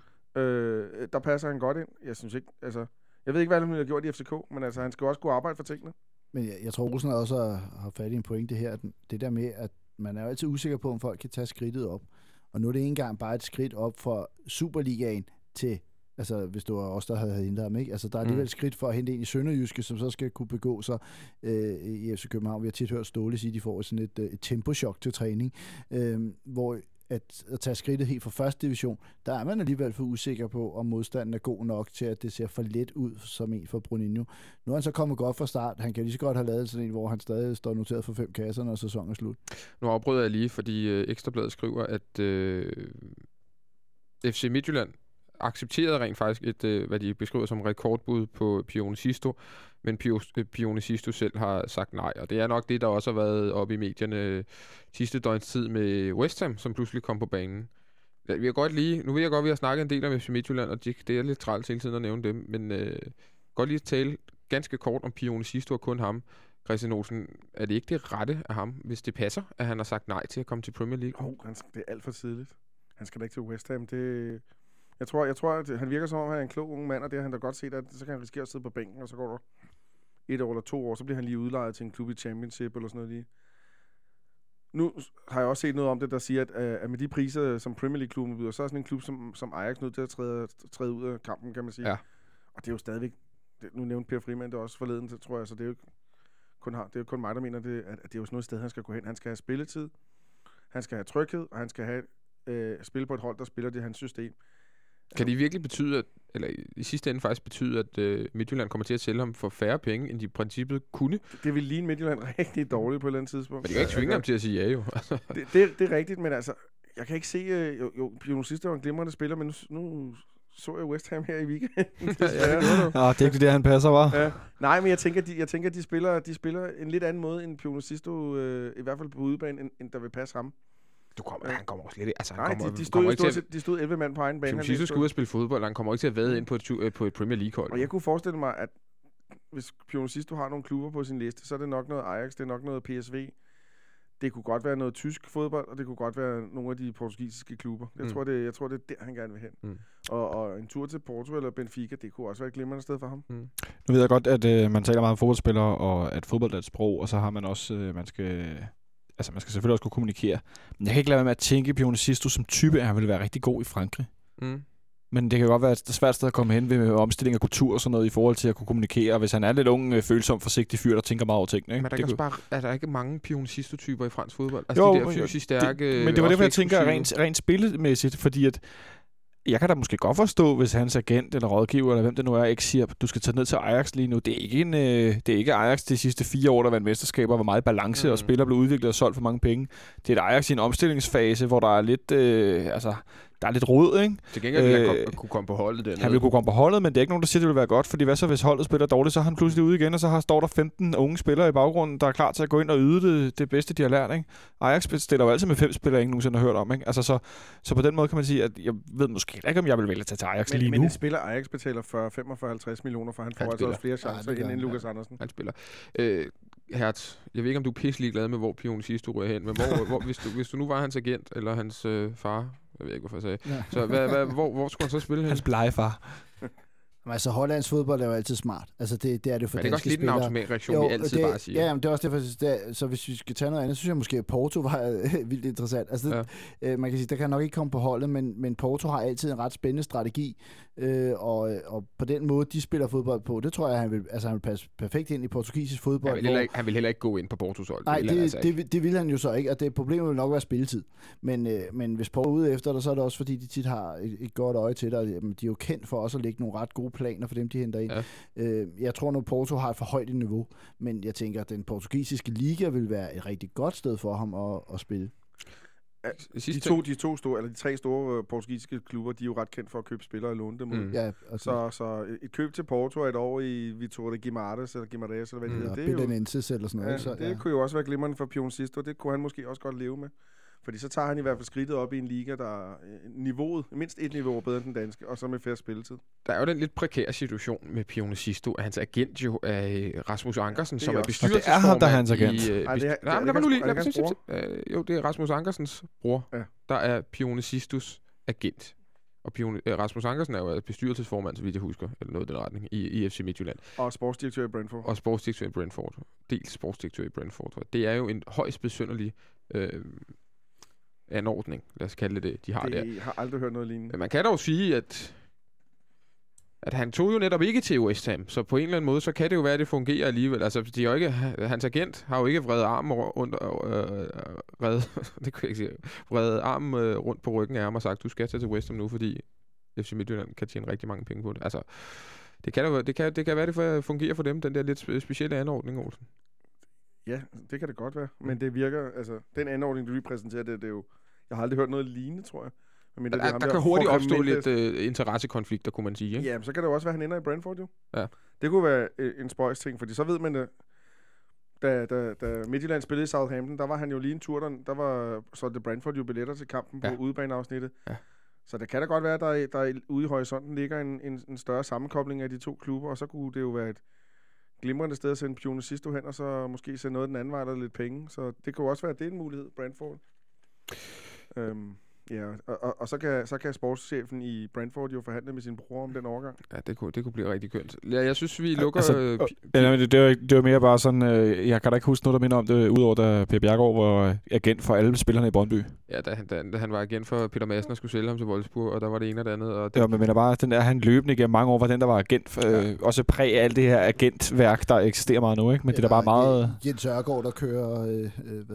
Der passer han godt ind. Jeg synes ikke, altså... Jeg ved ikke, hvad han har gjort i FCK, men altså, han skal også kunne arbejde for tingene. Men jeg tror, Rosen også har fat i en pointe her. Det der med, at man er jo altid usikker på, om folk kan tage skridtet op. Og nu er det ikke engang bare et skridt op fra Superligaen til... Altså, hvis du også der havde hentet ham, ikke? Altså, der er alligevel et skridt for at hente en i Sønderjyske, som så skal kunne begå sig i FC København. Vi har tit hørt Ståle sige, at de får sådan et tempochok til træning, hvor at tage skridtet helt fra første division, der er man alligevel for usikker på, om modstanden er god nok til, at det ser for let ud som en for Bruninho. Nu er han så kommet godt fra start. Han kan lige så godt have lavet sådan en, hvor han stadig står noteret for 5 kasser, når sæsonen er slut. Nu afbryder jeg lige, fordi Ekstrabladet skriver, at FC Midtjylland accepteret rent faktisk et, hvad de beskriver som rekordbud på Pione Sisto, men Pione Sisto selv har sagt nej, og det er nok det, der også har været oppe i medierne sidste døgns tid med West Ham, som pludselig kom på banen. Ja, vi har godt lige, nu ved jeg godt, at vi har snakket en del om FC Midtjylland, og det er lidt træls hele tiden at nævne dem, men godt lige at tale ganske kort om Pione Sisto og kun ham. Christian Olsen, er det ikke det rette af ham, hvis det passer, at han har sagt nej til at komme til Premier League? Det er alt for tidligt. Han skal da ikke til West Ham. Jeg tror at han virker som om, han er en klog ung mand, og det har han da godt set, at så kan han risikere at sidde på bænken, og så går der 1 år eller 2 år, så bliver han lige udlejet til en klub i Championship eller sådan noget lige. Nu har jeg også set noget om det, der siger, at med de priser, som Premier League-klubben byder, så er sådan en klub som Ajax nødt til at træde ud af kampen, kan man sige. Ja. Og det er jo stadigvæk, nu nævnte Per Frimann det også forleden, så tror jeg, så det er jo kun mig, der mener, at det er jo sådan noget sted, han skal gå hen. Han skal have spilletid, han skal have tryghed, og han skal have spille på et hold, der spiller det hans system. Kan det virkelig betyde, eller i sidste ende faktisk betyde, at Midtjylland kommer til at sælge ham for færre penge, end de i princippet kunne? Det vil ligne Midtjylland rigtig dårligt på et eller andet tidspunkt. Men de kan ikke tvinge ham til at sige ja, jo. det er rigtigt, men altså, jeg kan ikke se, Pione Sisto var en glimrende spiller, men nu så jeg West Ham her i weekenden. Det er ikke det, han passer, var. Ja. Nej, men jeg tænker, de spiller en lidt anden måde end Pione Sisto, i hvert fald på udebane, end der vil passe ham. Han kommer også lidt... Altså, de stod 11 mand på egen bane. Pione Sisto skulle ud og spille fodbold, han kommer ikke til at vade ind på et Premier League-hold. Og jeg kunne forestille mig, at hvis Pione Sisto har nogle klubber på sin liste, så er det nok noget Ajax, det er nok noget PSV. Det kunne godt være noget tysk fodbold, og det kunne godt være nogle af de portugisiske klubber. Jeg tror, det er der, han gerne vil hen. Og en tur til Porto eller Benfica, det kunne også være et glimrende sted for ham. Nu ved jeg godt, at man taler meget om fodboldspillere, og at fodbold er et sprog, og så har man også, man skal selvfølgelig også kunne kommunikere. Men jeg kan ikke lade være med at tænke, Pione Sisto som type, at han ville være rigtig god i Frankrig. Men det kan godt være et svært sted at komme hen ved omstilling af kultur og sådan noget i forhold til at kunne kommunikere. Hvis han er lidt ung, følsom, forsigtig fyr, der tænker meget over tingene. Ikke? Men er der ikke mange Pione Sisto-typer i fransk fodbold? Altså jo, de der fysisk stærke... Men det var derfor, jeg tænker rent spillemæssigt, fordi at jeg kan da måske godt forstå, hvis hans agent eller rådgiver, eller hvem det nu er, ikke siger, at du skal tage ned til Ajax lige nu. Det er ikke Ajax de sidste 4 år, der vandt mesterskaber, hvor meget balance, og spillere blev udviklet og solgt for mange penge. Det er et Ajax i en omstillingsfase, hvor der er lidt... der er lidt rod, ikke? Til gengæld kunne komme på holdet dernede. Han ville kunne komme på holdet, men det er ikke nogen, der siger, det vil være godt, fordi hvad så, hvis holdet spiller dårligt, så er han pludselig ude igen, og så står der 15 unge spillere i baggrunden, der er klar til at gå ind og yde det bedste, de har lært, ikke? Ajax stiller jo altid med 5 spillere, ingen nogensinde har hørt om, ikke? Altså, så på den måde kan man sige, at jeg ved måske ikke, om jeg vil vælge at tage til Ajax lige nu. Men en spiller Ajax betaler 40-45-50 millioner, for han får altså også flere chancer end Lukas Andersen. Han spiller. Hertz, jeg ved ikke, om du er pisselig glad med, hvor Pione Sisto ryger hen, men hvis du nu var hans agent, eller hans far, jeg ved ikke, hvorfor jeg sagde. Ja. Så hvor skulle han så spille hen? Hans blegefar. Altså, Hollands fodbold er jo altid smart. Altså, det er det for danske spillere. Men det er også lidt en automatreaktion, vi altid bare siger. Ja, men det er også derfor, så hvis vi skal tage noget andet, synes jeg måske, at Porto var vildt interessant. Altså, man kan sige, der kan nok ikke komme på holdet, men Porto har altid en ret spændende strategi, og på den måde, de spiller fodbold på, det tror jeg, han vil passe perfekt ind i portugisisk fodbold. Han vil heller ikke gå ind på Portos hold. Nej, det vil han jo så ikke, og det problemet vil nok være spilletid. Men hvis Porto er ude efter dig, så er det også fordi, de tit har et godt øje til dig. De er jo kendt for også at lægge nogle ret gode planer for dem, de henter ind. Ja. Jeg tror nu, Porto har et for højt niveau, men jeg tænker, at den portugisiske liga vil være et rigtig godt sted for ham at spille. De 3 store portugisiske klubber, de er jo ret kendt for at købe spillere og låne dem ud. Ja, så et køb til Porto et år i Vitória Guimarães eller hvad det hedder. Det er jo eller sådan noget. Ja, det kunne jo også være glimrende for Pione Sisto. Det kunne han måske også godt leve med. Fordi så tager han i hvert fald skridtet op i en liga, der er niveauet, mindst et niveau bedre end den danske, og så med færre spilletid. Der er jo den lidt prekære situation med Pione Sisto, at hans agent jo er Rasmus Ankersen, som er bestyrelsesformand. Det er ham, der er hans agent. Det er Rasmus Ankersens bror, der er Pione Sistos agent. Og Rasmus Ankersen er jo bestyrelsesformand, så vidt jeg husker, eller noget i den retning, i FC Midtjylland. Og sportsdirektør i Brentford. Dels sportsdirektør i Brentford. Det er jo en højst besynderlig anordning, lad os kalde det, de har der. Jeg har aldrig hørt noget lignende. Men man kan dog sige, at han tog jo netop ikke til West Ham, så på en eller anden måde, så kan det jo være, at det fungerer alligevel. Altså, de er jo ikke, hans agent har jo ikke vredet armen rundt, vredet armen rundt på ryggen af ham og sagt, du skal tage til West Ham nu, fordi FC Midtjylland kan tjene rigtig mange penge på det. Altså, det kan være, det fungerer for dem, den der lidt specielle anordning, Olsen. Ja, det kan det godt være, men det virker, altså, den anordning, du lige præsenterer, det er jo, jeg har aldrig hørt noget lignende, tror jeg. Der kan hurtigt opstå lidt interessekonflikter, kunne man sige. Ikke? Ja, men så kan det jo også være, at han ender i Brentford, jo. Ja. Det kunne være en spøjs ting, fordi så ved man det. Da Midtjylland spillede i Southampton, der var han jo lige en tur, der var solgte Brentford jo billetter til kampen på udebaneafsnittet. Ja. Så det kan da godt være, at der ude i horisonten ligger en større sammenkobling af de to klubber, og så kunne det jo være et glimrende sted at sende Pione Sisto hen, og så måske sende noget den anden vej, der lidt penge. Så det kunne også være, at det er en mulighed, Brentford. Ja, og så kan sportschefen i Brentford jo forhandle med sin bror om den overgang. Ja, det kunne blive rigtig kønt. Ja, jeg synes, vi lukker... det var mere bare sådan... jeg kan da ikke huske noget, der minder om det, udover da Per Bjergaard var agent for alle spillerne i Brøndby. Ja, da han var agent for Peter Madsen og skulle sælge ham til Wolfsburg, og der var det ene og det andet. Og det... Ja, men mener bare, den der, han løbende gennem mange år var den, der var agent. Også præg af alt det her agentværk, der eksisterer meget nu, ikke? Men det er bare meget... Jens Ørgaard, der kører...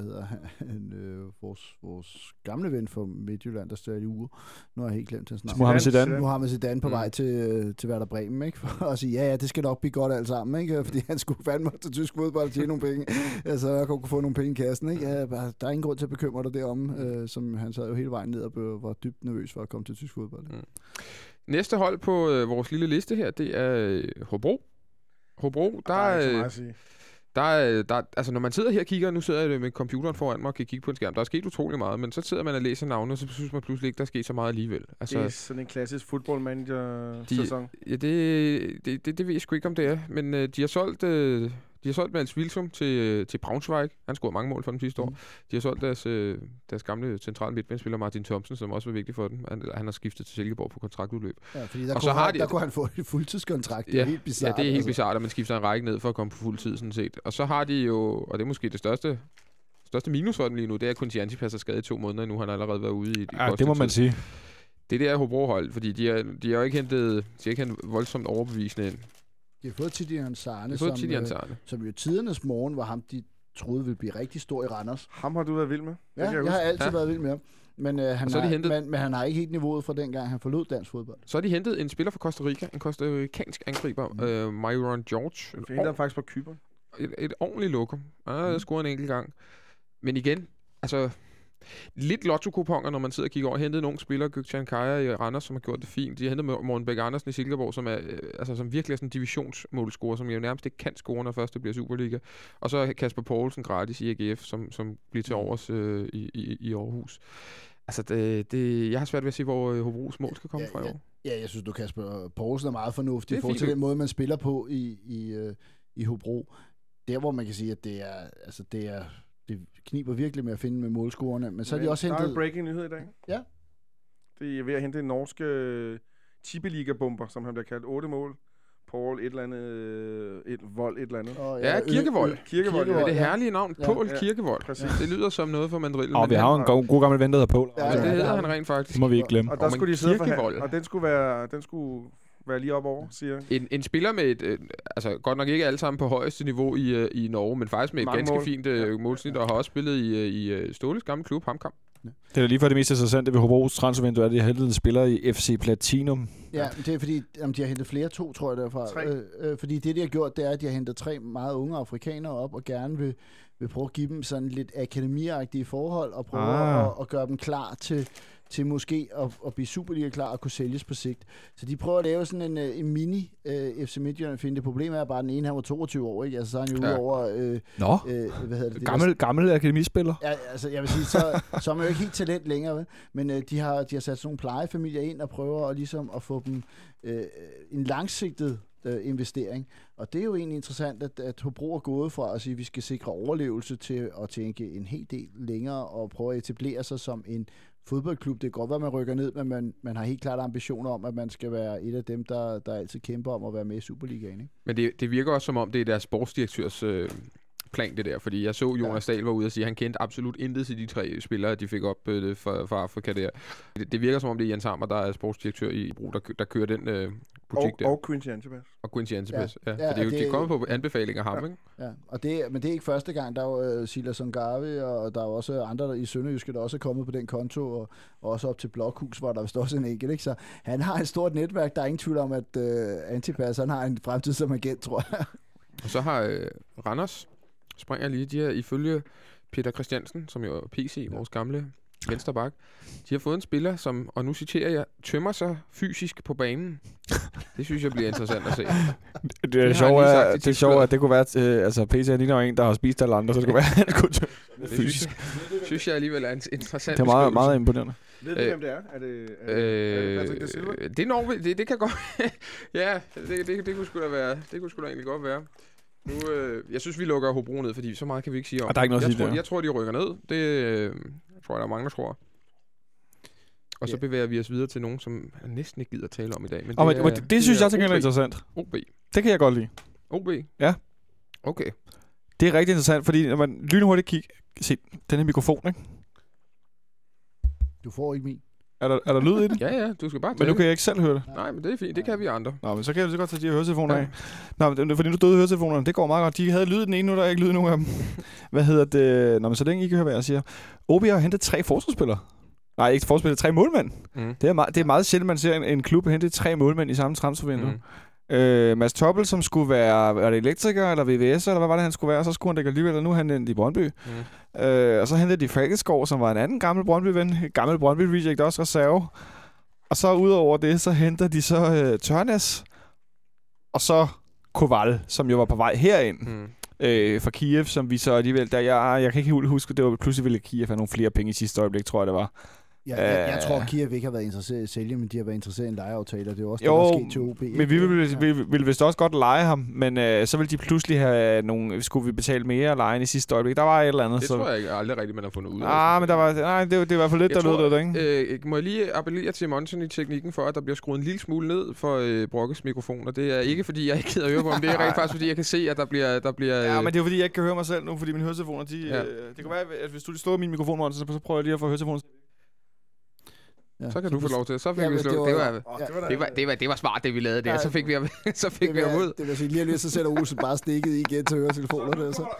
vores gamle ven for Midtjylland, der står i uger. Nu har jeg helt glemt hans navn. Mohamed Zidane på vej til Werder Bremen, ikke? For at sige, ja, det skal nok blive godt alt sammen, ikke? Fordi han skulle fandme til tysk fodbold og tjene nogle penge. Altså, jeg kunne få nogle penge i kassen, ikke? Ja, der er ingen grund til at bekymre dig derom, som han sad jo hele vejen ned og var dybt nervøs for at komme til tysk fodbold. Næste hold på vores lille liste her, det er Hobro. Hobro, der er ikke så meget at sige. Altså når man sidder her og kigger, nu sidder jeg med computeren foran mig og kan kigge på en skærm, der er sket utrolig meget, men så sidder man og læser navne, og så synes man pludselig ikke, der er sket så meget alligevel. Altså, det er sådan en klassisk football manager-sæson. Ja, det ved jeg sgu ikke, om det er, men de har solgt Mads Wilsum til Braunschweig. Han scorede mange mål for dem sidste år. De har solgt deres gamle centrale midtbanespiller Martin Thomsen, som også var vigtig for dem. Han har skiftet til Silkeborg på kontraktudløb. Ja, fordi der kunne han få et fuldtidskontrakt. Det er helt bizarrt. Ja, det er helt bizarrt, at man skifter en række ned for at komme på fuld tid, sådan set. Og så har de jo, og det er måske det største minus for dem lige nu, det er, at Kunti Antipas er skadet i 2 måneder nu. Han har allerede været ude i det må man sige. Det er Hobro-hold, fordi de har jo ikke hentet voldsomt overbevisende ind. De har fået Tidian Sarne, som jo tidernes morgen var ham, de troede ville blive rigtig stor i Randers. Ham har du været vild med? Ja, jeg har altid været vild med ham. Men han har ikke helt niveauet fra dengang, han forlod dansk fodbold. Så har de hentet en spiller fra Costa Rica, en costaricansk angriber, Myron George. Vi henter faktisk på Cypern. Et ordentligt lokum. Jeg scorede en enkelt gang. Men igen, altså... Lidt lotto-kuponer, når man sidder og kigger over. Hentede nogle spillere, Gökçen Kaya i Randers, som har gjort det fint. De har hentet Morten Bæk Andersen i Silkeborg, som er som virkelig er sådan en divisionsmålscorer, som jo nærmest ikke kan score, når først det bliver Superliga. Og så Kasper Poulsen gratis i AGF, som bliver til overs i Aarhus. Altså, jeg har svært ved at se, hvor Hobros mål skal komme fra i år. Ja, jeg synes, du Kasper Poulsen er meget fornuftig i forhold til den måde, man spiller på i Hobro. Der, hvor man kan sige, at det kniber virkelig med at finde med målscorerne, men så er de også hentet... Der er en breaking nyhed i dag. Ja. Det er ved at hente en norske Tippeliga-bomber, som han bliver kaldt. 8 mål. Paul et eller andet... Vold et eller andet. Ja, Kirkevold. Kirkevold. Det herlige navn. Paul Kirkevold. Præcis. Det lyder som noget for mandrillen. Og vi har jo en god gammel ven, der hedder Paul. Ja, det hedder han rent faktisk. Det må vi ikke glemme. Og der skulle de sidde for og den skulle være lige op over, siger en spiller med et, altså godt nok ikke alle sammen på højeste niveau i Norge, men faktisk med et ganske fint målsnit, og har også spillet i Ståles gamle klub, HamKam. Ja. Det er lige for det mest interessante ved Hobros transfervindue, at de har hentet en spiller i FC Platinum. Ja, det er fordi, de har hentet flere 2, tror jeg derfra. Fordi det, de har gjort, det er, at de har hentet 3 meget unge afrikanere op, og gerne vil prøve at give dem sådan lidt akademiagtige forhold, og prøve at gøre dem klar til måske at blive Superliga klar og kunne sælges på sigt. Så de prøver at lave sådan en mini FC Midtjylland finde. Det problem er bare, at den ene, han var 22 år, ikke? Altså så er han jo ude over... hvad hedder det? Gammel akademispiller. Ja, altså jeg vil sige, så er man jo ikke helt talent længere, vel? Men de har sat sådan nogle plejefamilier ind og prøver ligesom at få dem en langsigtet investering. Og det er jo egentlig interessant, at Hobro er gået fra at sige, at vi skal sikre overlevelse til at tænke en hel del længere og prøve at etablere sig som en fodboldklub. Det kan godt være, at man rykker ned, men man har helt klart ambitioner om, at man skal være et af dem, der altid kæmper om at være med i Superligaen. Ikke? Men det virker også som om, det er deres sportsdirektørs plan, det der. Fordi jeg så Jonas Dahl var ude og sige, at han kendte absolut intet til de 3 spillere, de fik op fra Afrika der. Det virker som om, det er Jens Hammer, der er sportsdirektør i Hobro, der kører den butik der. Og Quincy Antipas. Og Quincy Antipas, ja. For de er kommet på anbefalinger af ham, ikke? Ja, men det er ikke første gang. Der er jo Silas Ongarve, og der er også andre i Sønderjyske, der også er kommet på den konto, og også op til Blokhus, hvor der vist også en enkelt, ikke? Så han har et stort netværk. Der er ingen tvivl om, at Antipas, han har en fremtid som agent, tror jeg. Og så har Randers, springer lige, de her ifølge Peter Christiansen, som jo er PC, vores gamle venstre bak. De har fået en spiller, som, og nu citerer jeg, tømmer sig fysisk på banen. Det synes jeg bliver interessant at se. Det er sjovt, at det kunne være, altså PC ligner jo en, der har spist alle andre, så det kunne være, at han kunne tømme fysisk. Synes jeg alligevel er en interessant beskrivelse. Det er meget, meget imponerende. Ved du, hvem det er? Er det Patrick Da Silva? Det kan godt. Ja, det kunne sgu da være. Det kunne sgu da egentlig godt være. Nu, jeg synes, vi lukker Hobro ned, fordi så meget kan vi ikke sige om. Der er ikke noget at sige jeg tror, de rykker ned. Det tror jeg, der er mange, der tror. Og så bevæger vi os videre til nogen, som jeg næsten ikke gider tale om i dag. Men det synes jeg tænker er interessant. OB. Det kan jeg godt lide. OB? Ja. Okay. Det er rigtig interessant, fordi når man lynhurtigt kigger... Se, den her mikrofon, ikke? Du får ikke min. Er der lyd i den? Ja, du skal bare tage. Men nu kan jeg ikke selv høre det. Nej, men det er fint. Det kan vi andre. Nå, men så kan jeg så godt tage de her høretelefoner af. Nå, men fordi nu døde høretelefonerne. Det går meget godt. De havde lyd den ene, nu der er ikke lyd nogen af dem. Hvad hedder det? Nå, men så længe I kan høre, hvad jeg siger. OB har hentet 3 forsvarsspillere. Nej, ikke forsvarsspillere, 3 målmænd. Det er meget sjældent, man ser en klub hente 3 målmænd i samme transfervindue. Mads Toppel, som skulle være det elektriker eller VVS, eller hvad var det, han skulle være, og så skulle han dække alligevel, og nu er han i Brøndby. Og så hentede de Falkeskov, som var en anden gammel Brøndby-ven, gammel Brøndby-reject, også reserve. Og så udover det, så henter de så Tørnes, og så Koval, som jo var på vej herind fra Kiev, som vi så alligevel, jeg kan ikke helt huske, det var pludselig ville Kiev have nogle flere penge i sidste øjeblik, tror jeg det var. Jeg tror, Kiev ikke har været interesseret i at sælge, men de har været interesseret i en lejeaftale, og det er også det, der er sket til OB. Men vi ville vist også godt lege ham, men så ville de pludselig have nogle... Skulle vi betale mere lejen i sidste øjeblik? Der var et eller andet. Det tror jeg ikke aldrig rigtigt, man har fundet ud af. Men det er i hvert fald lidt, der lød det, ikke? Må jeg lige appellere til Monsen i teknikken for, at der bliver skruet en lille smule ned for Brokkes mikrofoner. Det er ikke, fordi jeg ikke gider at høre på ham. Det er rent faktisk, fordi jeg kan se, at der bliver Ja, men det er fordi, jeg ikke kan høre mig selv nu, fordi mine høretelefoner, det kan være, at hvis du slår min mikrofon, Monsen, så prøver jeg lige at få høretelefoner. Ja, så kan du få lov til. Så fik vi slukket. Det var smart, det vi lavede der. Så fik vi ham ud. Det vil sige, lige lidt, så sætter Olsen bare stikket i igen til høretelefonerne. Så.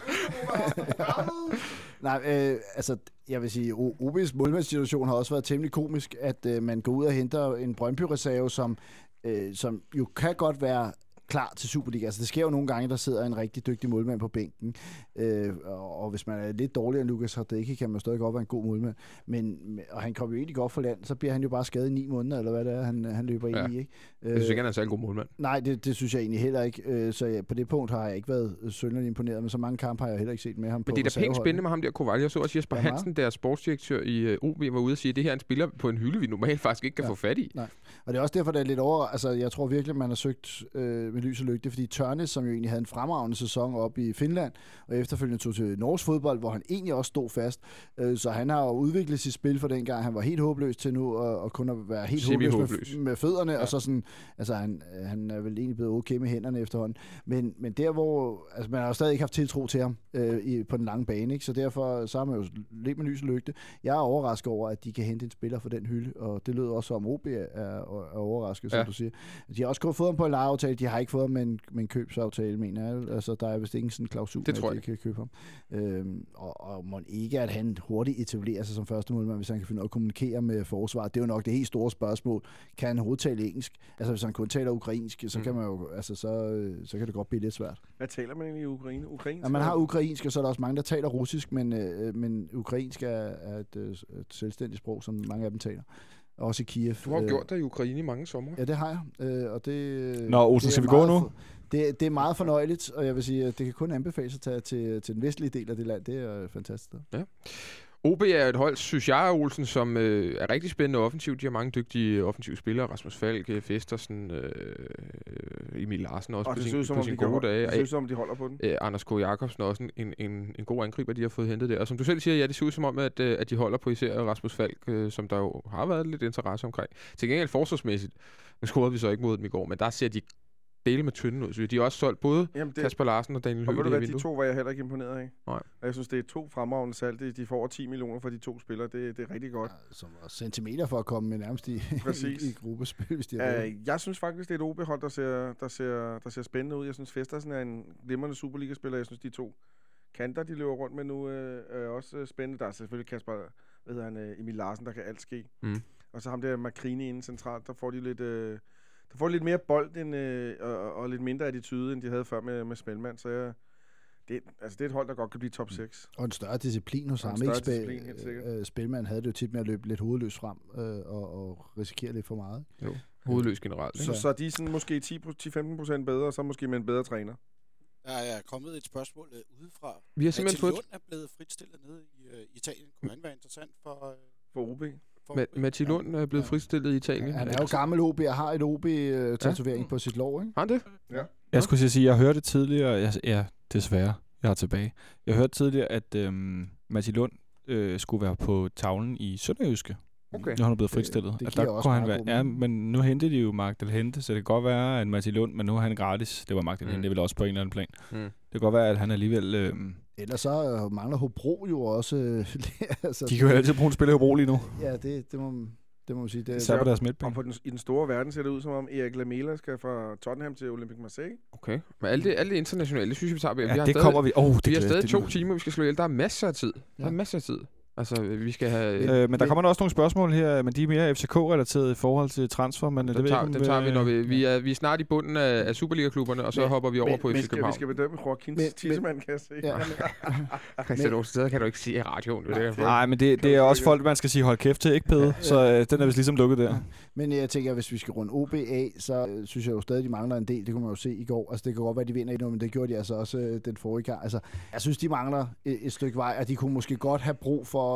Nej, altså, jeg vil sige, OB's målmandssituation har også været temmelig komisk, at man går ud og henter en Brøndby-reserve, som jo kan godt være klar til Superliga. Altså, det sker jo nogle gange, der sidder en rigtig dygtig målmand på bænken. Og hvis man er lidt dårligere end Lukas Hardecki, kan man stadig godt være en god målmand. Og han kommer jo egentlig godt for land, så bliver han jo bare skadet i 9 måneder, eller hvad det er, han løber ind i. Ikke? Jeg synes ikke, han er en særlig god målmand. Nej, det synes jeg egentlig heller ikke. Så på det punkt har jeg ikke været synderligt imponeret, men så mange kampe har jeg heller ikke set med ham. Men det er da pænt spændende med ham der Koval. Jeg så også Jesper Hansen, der sportsdirektør i OB, var ude og sige, at det her er en spiller på en hylde, vi normalt faktisk ikke kan få fat i. Nej. Og det er også derfor, det er lidt over. Altså, jeg tror virkelig, man har søgt med lys og lygte, fordi Tørnes, som jo egentlig havde en fremragende sæson op i Finland, og efterfølgende tog til norsk fodbold, hvor han egentlig også stod fast. Så han har jo udviklet sit spil for dengang. Han var helt håbløs til nu, og kun at være helt håbløs med fødderne, og så sådan, altså han er vel egentlig blevet okay med hænderne efterhånden. Men der, hvor, altså man har jo stadig ikke haft tiltro til ham på den lange bane, ikke? Så derfor så har man jo lidt med lys og lygte. Jeg er overrasket over, at de kan hente en spiller for den hylde, og det lød også som OB er overrasket, som du siger. De har også fået ham på en lejeaftale, de har ikke fået ham med en købsaftale, mener jeg. Altså, der er vist ingen sådan klausul, at de kan købe ham. Og må ikke, at han hurtigt etablerer sig som første målmand, hvis han kan finde ud af at kommunikere med forsvaret. Det er jo nok det helt store spørgsmål. Kan han hurtigt tale engelsk? Altså, hvis han kun taler ukrainsk, så kan man jo, altså, så kan det godt blive lidt svært. Hvad taler man egentlig i Ukraine? Ukrainsk? Ja, man har ukrainsk, og så er der også mange, der taler russisk, men ukrainsk er et selvstændigt sprog, som mange af dem taler. Også i Kiev. Du har gjort dig i Ukraine i mange sommer. Ja, det har jeg. Og det, Nå, Olsen, skal vi gå nu? Det er meget fornøjeligt, og jeg vil sige, at det kan kun anbefales at tage til den vestlige del af det land. Det er fantastisk. Ja. OB er et hold, synes jeg, Olsen, som er rigtig spændende offensivt. De har mange dygtige offensive spillere. Rasmus Falk, Festersen, Emil Larsen også på sin gode dage. Det ser ud som om, de holder på den. Anders K. Jacobsen også en god angriber, de har fået hentet der. Og som du selv siger, ja, det ser ud som om, at de holder på især Rasmus Falk, som der jo har været lidt interesse omkring. Til gengæld forsvarsmæssigt, nu scorede vi så ikke mod dem i går, men der ser de dele med tynden ud. Så de har også solgt både Kasper Larsen og Daniel Høgh. Og ved du hvad, de to var jeg heller ikke imponeret af. Nej. Jeg synes, det er 2 fremragende salg. De får over 10 millioner for de 2 spillere. Det er rigtig godt. Ja, som var centimeter for at komme med nærmest i gruppespil, hvis de jeg synes faktisk, det er et OB-hold, der ser spændende ud. Jeg synes, Festersen er en glimrende Superliga-spiller. Jeg synes, de 2 kanter, de løber rundt med nu, er også spændende. Der er selvfølgelig Kasper, Emil Larsen, der kan alt ske. Og så ham der Makrini inde centralt, der får de lidt... Der får lidt mere bold og lidt mindre attitude, end de havde før med Spelman. Så det er et hold, der godt kan blive top 6. Og en større disciplin hos ham. Spilmand havde det jo tit med at løbe lidt hovedløs frem og risikere lidt for meget. Jo, hovedløs generelt. Så de er sådan måske 10-15% bedre, og så måske med en bedre træner. Der er kommet et spørgsmål udefra. Vi har simpelthen fået... Lund er blevet fritstillet nede i Italien. Kunne han være interessant for OB? Matti Lund er blevet fritstillet i Italien. Han er jo gammel OB og har et OB-tatovering på sit lår, ikke? Har han det? Ja. Jeg skulle sige, jeg hørte tidligere... Ja, desværre. Jeg er tilbage. Jeg hørte tidligere, at Matti Lund skulle være på tavlen i Sønderjyske. Okay. Nu har han blevet fritstillet. Det der også han være. Ja, men nu hentede de jo Mark Delhente, så det kan godt være, at Matti Lund, men nu er han gratis. Det var Mark Delhente, det vil også på en eller anden plan. Det kan godt være, at han alligevel... Ellers så mangler Hobro jo også... altså, de kan jo altid bruge en spiller i Hobro lige nu. Ja, det må man sige. Det så på deres midtbane. Og i den store verden ser det ud, som om Erik Lamela skal fra Tottenham til Olympique Marseille. Okay. Men alt det internationale, det synes jeg, vi tager. Ja, vi har kommer vi. Vi har stadig 2 timer, vi skal slå ihjel. Der er masser af tid. Der er masser af tid. Altså, vi skal have... men der kommer også nogle spørgsmål her, men de er mere FCK-relateret i forhold til transfer, men det tager vi, når vi er snart i bunden af Superliga-klubberne, og så hopper vi over på FC København. Vi skal bedømme Joaquins tissemand, kan jeg se. Ja. Christian Åsted kan du ikke sige i radioen. Nej, men det er også folk, man skal sige hold kæft til, ikke Pede? Så den er vist ligesom lukket der. Men jeg tænker, hvis vi skal runde OB af, så synes jeg jo stadig, de mangler en del. Det kunne man jo se i går. Altså, det kan godt være, de vinder endnu, men det gjorde de altså også den forrige gang. Altså, jeg synes, de mangler et stykke vej, og de kunne måske godt have brug for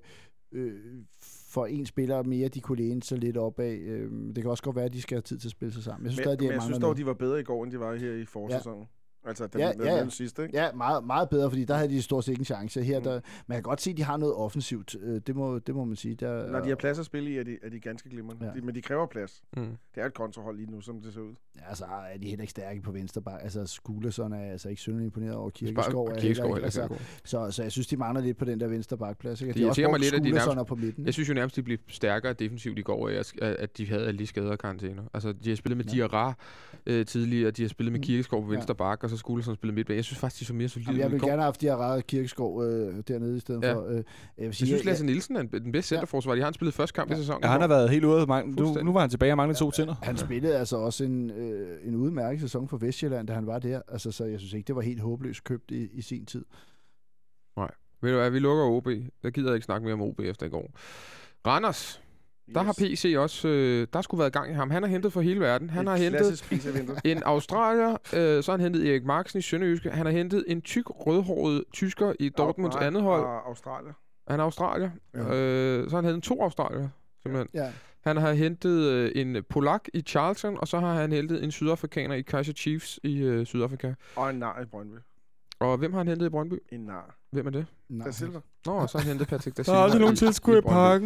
en spiller mere, de kunne læne sig lidt op af. Det kan også godt være, at de skal have tid til at spille sig sammen. Jeg synes dog, de var bedre i går, end de var her i forsæsonen. Ja. Altså den sidste, ikke? Ja, meget, meget bedre, fordi der havde de stort set ikke en chance. Her, man kan godt se, at de har noget offensivt. Det må man sige. Når de har plads at spille i, er de ganske glimrende. Ja. Men de kræver plads. Det er et kontrahold lige nu, som det ser ud. Ja, så er de heller ikke stærke på venstre bak. Altså, Skuleson er altså ikke synderligt imponeret over Kirkeskov. Så jeg synes, de mangler lidt på den der venstre bakplads. Det irriterer mig lidt, at de nærmest, på midten. Jeg synes jo nærmest, de blev stærkere defensivt i går, at de havde alle de skader og karantæner. Altså, de har spillet med Diarra tidligere, de har spillet med Kirkeskov på venstre bak, og så skulle sådan spille midtbane. Jeg synes faktisk, de så mere solide. Jeg vil gerne have haft Diarra og Kirkeskov dernede i stedet for. Jeg synes, Lasse Nielsen er den bedste centerforsvar. De har han spillet første kamp i sæsonen. Ja, han har været helt ude. Nu var han tilbage og manglede 2 tænder. Han spillede altså også en udmærket sæson for Vestjylland, da han var der. Altså, så jeg synes ikke, det var helt håbløst købt i sin tid. Nej. Ved du hvad, vi lukker OB. Jeg gider ikke snakke mere om OB efter i går. Randers. Der har PC også, der skulle været gang i ham. Han har hentet for hele verden. Han har hentet en australier, så har han hentet Erik Marksen i Sønderjyske. Han har hentet en tyk, rødhåret tysker i Dortmunds andet hold. Australier. Han er australier. Ja. Så har han hentet 2 australier, simpelthen. Ja. Han har hentet en polak i Charlton, og så har han hentet en sydafrikaner i Kaizer Chiefs i Sydafrika. Og en nar i Brøndby. Og hvem har han hentet i Brøndby? En nar. Hvem er det? Da Silva. Nå, så har han hentet Patrick Da Silva. Der er aldrig nogen tilskuer i parken.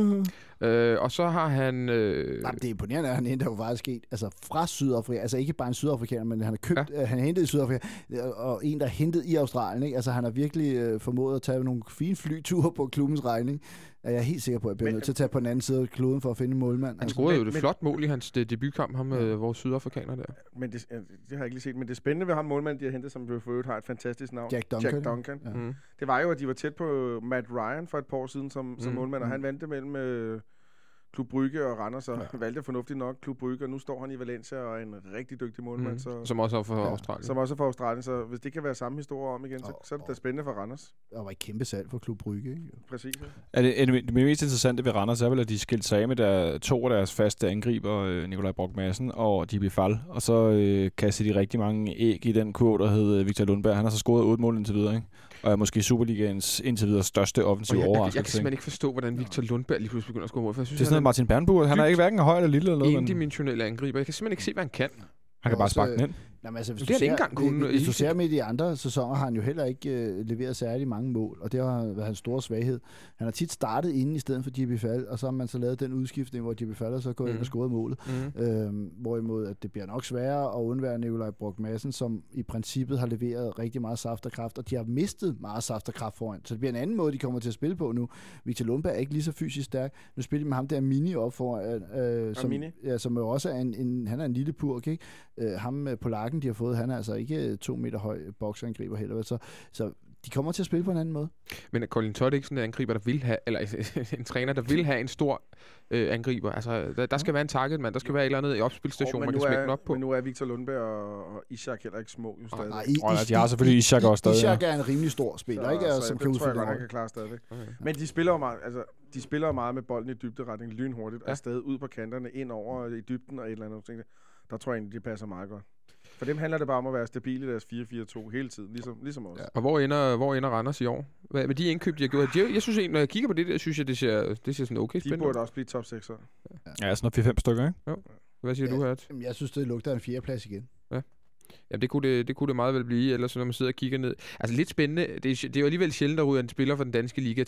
Og så har han... Nej, det er imponerende, at han henter jo faktisk sket fra Sydafrika. Altså ikke bare en sydafrikaner, men han har købt, han har hentet i Sydafrika, og en, der er hentet i Australien. Ikke? Altså han har virkelig formået at tage nogle fine flyture på klubbens regning. Jeg er helt sikker på, at jeg bliver nødt til at tage på den anden side af kloden for at finde en målmand. Han scorede jo et flot mål i hans debutkamp, ham med vores sydafrikaner der. Men det har jeg ikke lige set. Men det spændende ved ham målmand, de har hentet, som for øvrigt har et fantastisk navn. Jack Duncan. Ja. Det var jo, at de var tæt på Matt Ryan for et par år siden som målmand, og han vendte mellem Klub Brygge og Randers, og valgte fornuftigt nok Klub Brygge, og nu står han i Valencia og er en rigtig dygtig målmand. Som også er for Australien. Som også er for Australien, så hvis det kan være samme historie om igen, så er det da spændende for Randers. Der var et kæmpe salg for Klub Brygge, ikke? Præcis. Ja. Det mest interessante ved Randers er vel, at de skilte sig af med 2 af deres faste angriber, Nikolaj Brock Madsen og Dibi Fall, og så kastede de rigtig mange æg i den kurv, der hed Victor Lundberg. Han har så scoret 8 mål indtil videre, ikke? Og er måske Superligaens indtil videre største offensive overraskelse. Jeg kan simpelthen ikke forstå, hvordan Victor Lundberg lige pludselig begynder at score mål. Det er sådan noget Martin Bernburg. Han er ikke hverken høj eller lille eller noget. Endimensionelle angriber. Jeg kan simpelthen ikke se, hvad han kan. Han kan bare sparke den ind. Jamen, altså, hvis du ser med de andre sæsoner, har han jo heller ikke leveret særlig mange mål, og det har været hans store svaghed. Han har tit startet inden i stedet for Dibi Fall, og så har man så lavet den udskiftning, hvor Dibi Fall så gået ind og scoret målet. Hvorimod at det bliver nok sværere at undvære Nikolaj Brock Madsen, som i princippet har leveret rigtig meget saft og kraft, og de har mistet meget saft og kraft foran. Så det bliver en anden måde, de kommer til at spille på nu. Victor Lundberg er ikke lige så fysisk stærk. Nu spiller de med ham der Mini op foran, som jo også er han er en lille purk, ikke? Ham på lakken, de har fået, han er altså ikke 2 meter høj boksangriber heller. Så de kommer til at spille på en anden måde. Men er Colin Todd ikke sådan en angriber, der vil have, eller en træner, der vil have en stor angriber? Altså, der skal være en target, mand. Der skal være et eller andet i opspilstation, man kan smække den op på. Men nu er Victor Lundberg og Ishak heller ikke små, jo stadig. Nej, de har selvfølgelig Ishak også stadig. Ishak er en rimelig stor spiller, ikke? Så som kan udfylde det. Han kan klare stadigvæk. Okay. Men de spiller jo meget, de spiller meget med bolden i dybderetning, lynhurtigt, og stadig ud på kanterne, ind over i dybden og et eller andet ting. Der tror jeg egentlig, de passer meget godt. For dem handler det bare om at være stabile i deres 4-4-2 hele tiden, ligesom os. Ja. Og hvor ender Randers i år? Med de indkøb, de har gjort? Jeg synes egentlig, når jeg kigger på det, synes jeg, det ser sådan okay spændende. De burde også blive top 6'er. Ja, sådan 4-5 stykker, ikke? Jo. Hvad siger du, Hert? Jeg synes, det lugter en 4. plads igen. Ja. Ja, det kunne det meget vel blive, ellers når man sidder og kigger ned. Altså lidt spændende. Det er jo alligevel sjældent, der ryger en spiller fra den danske liga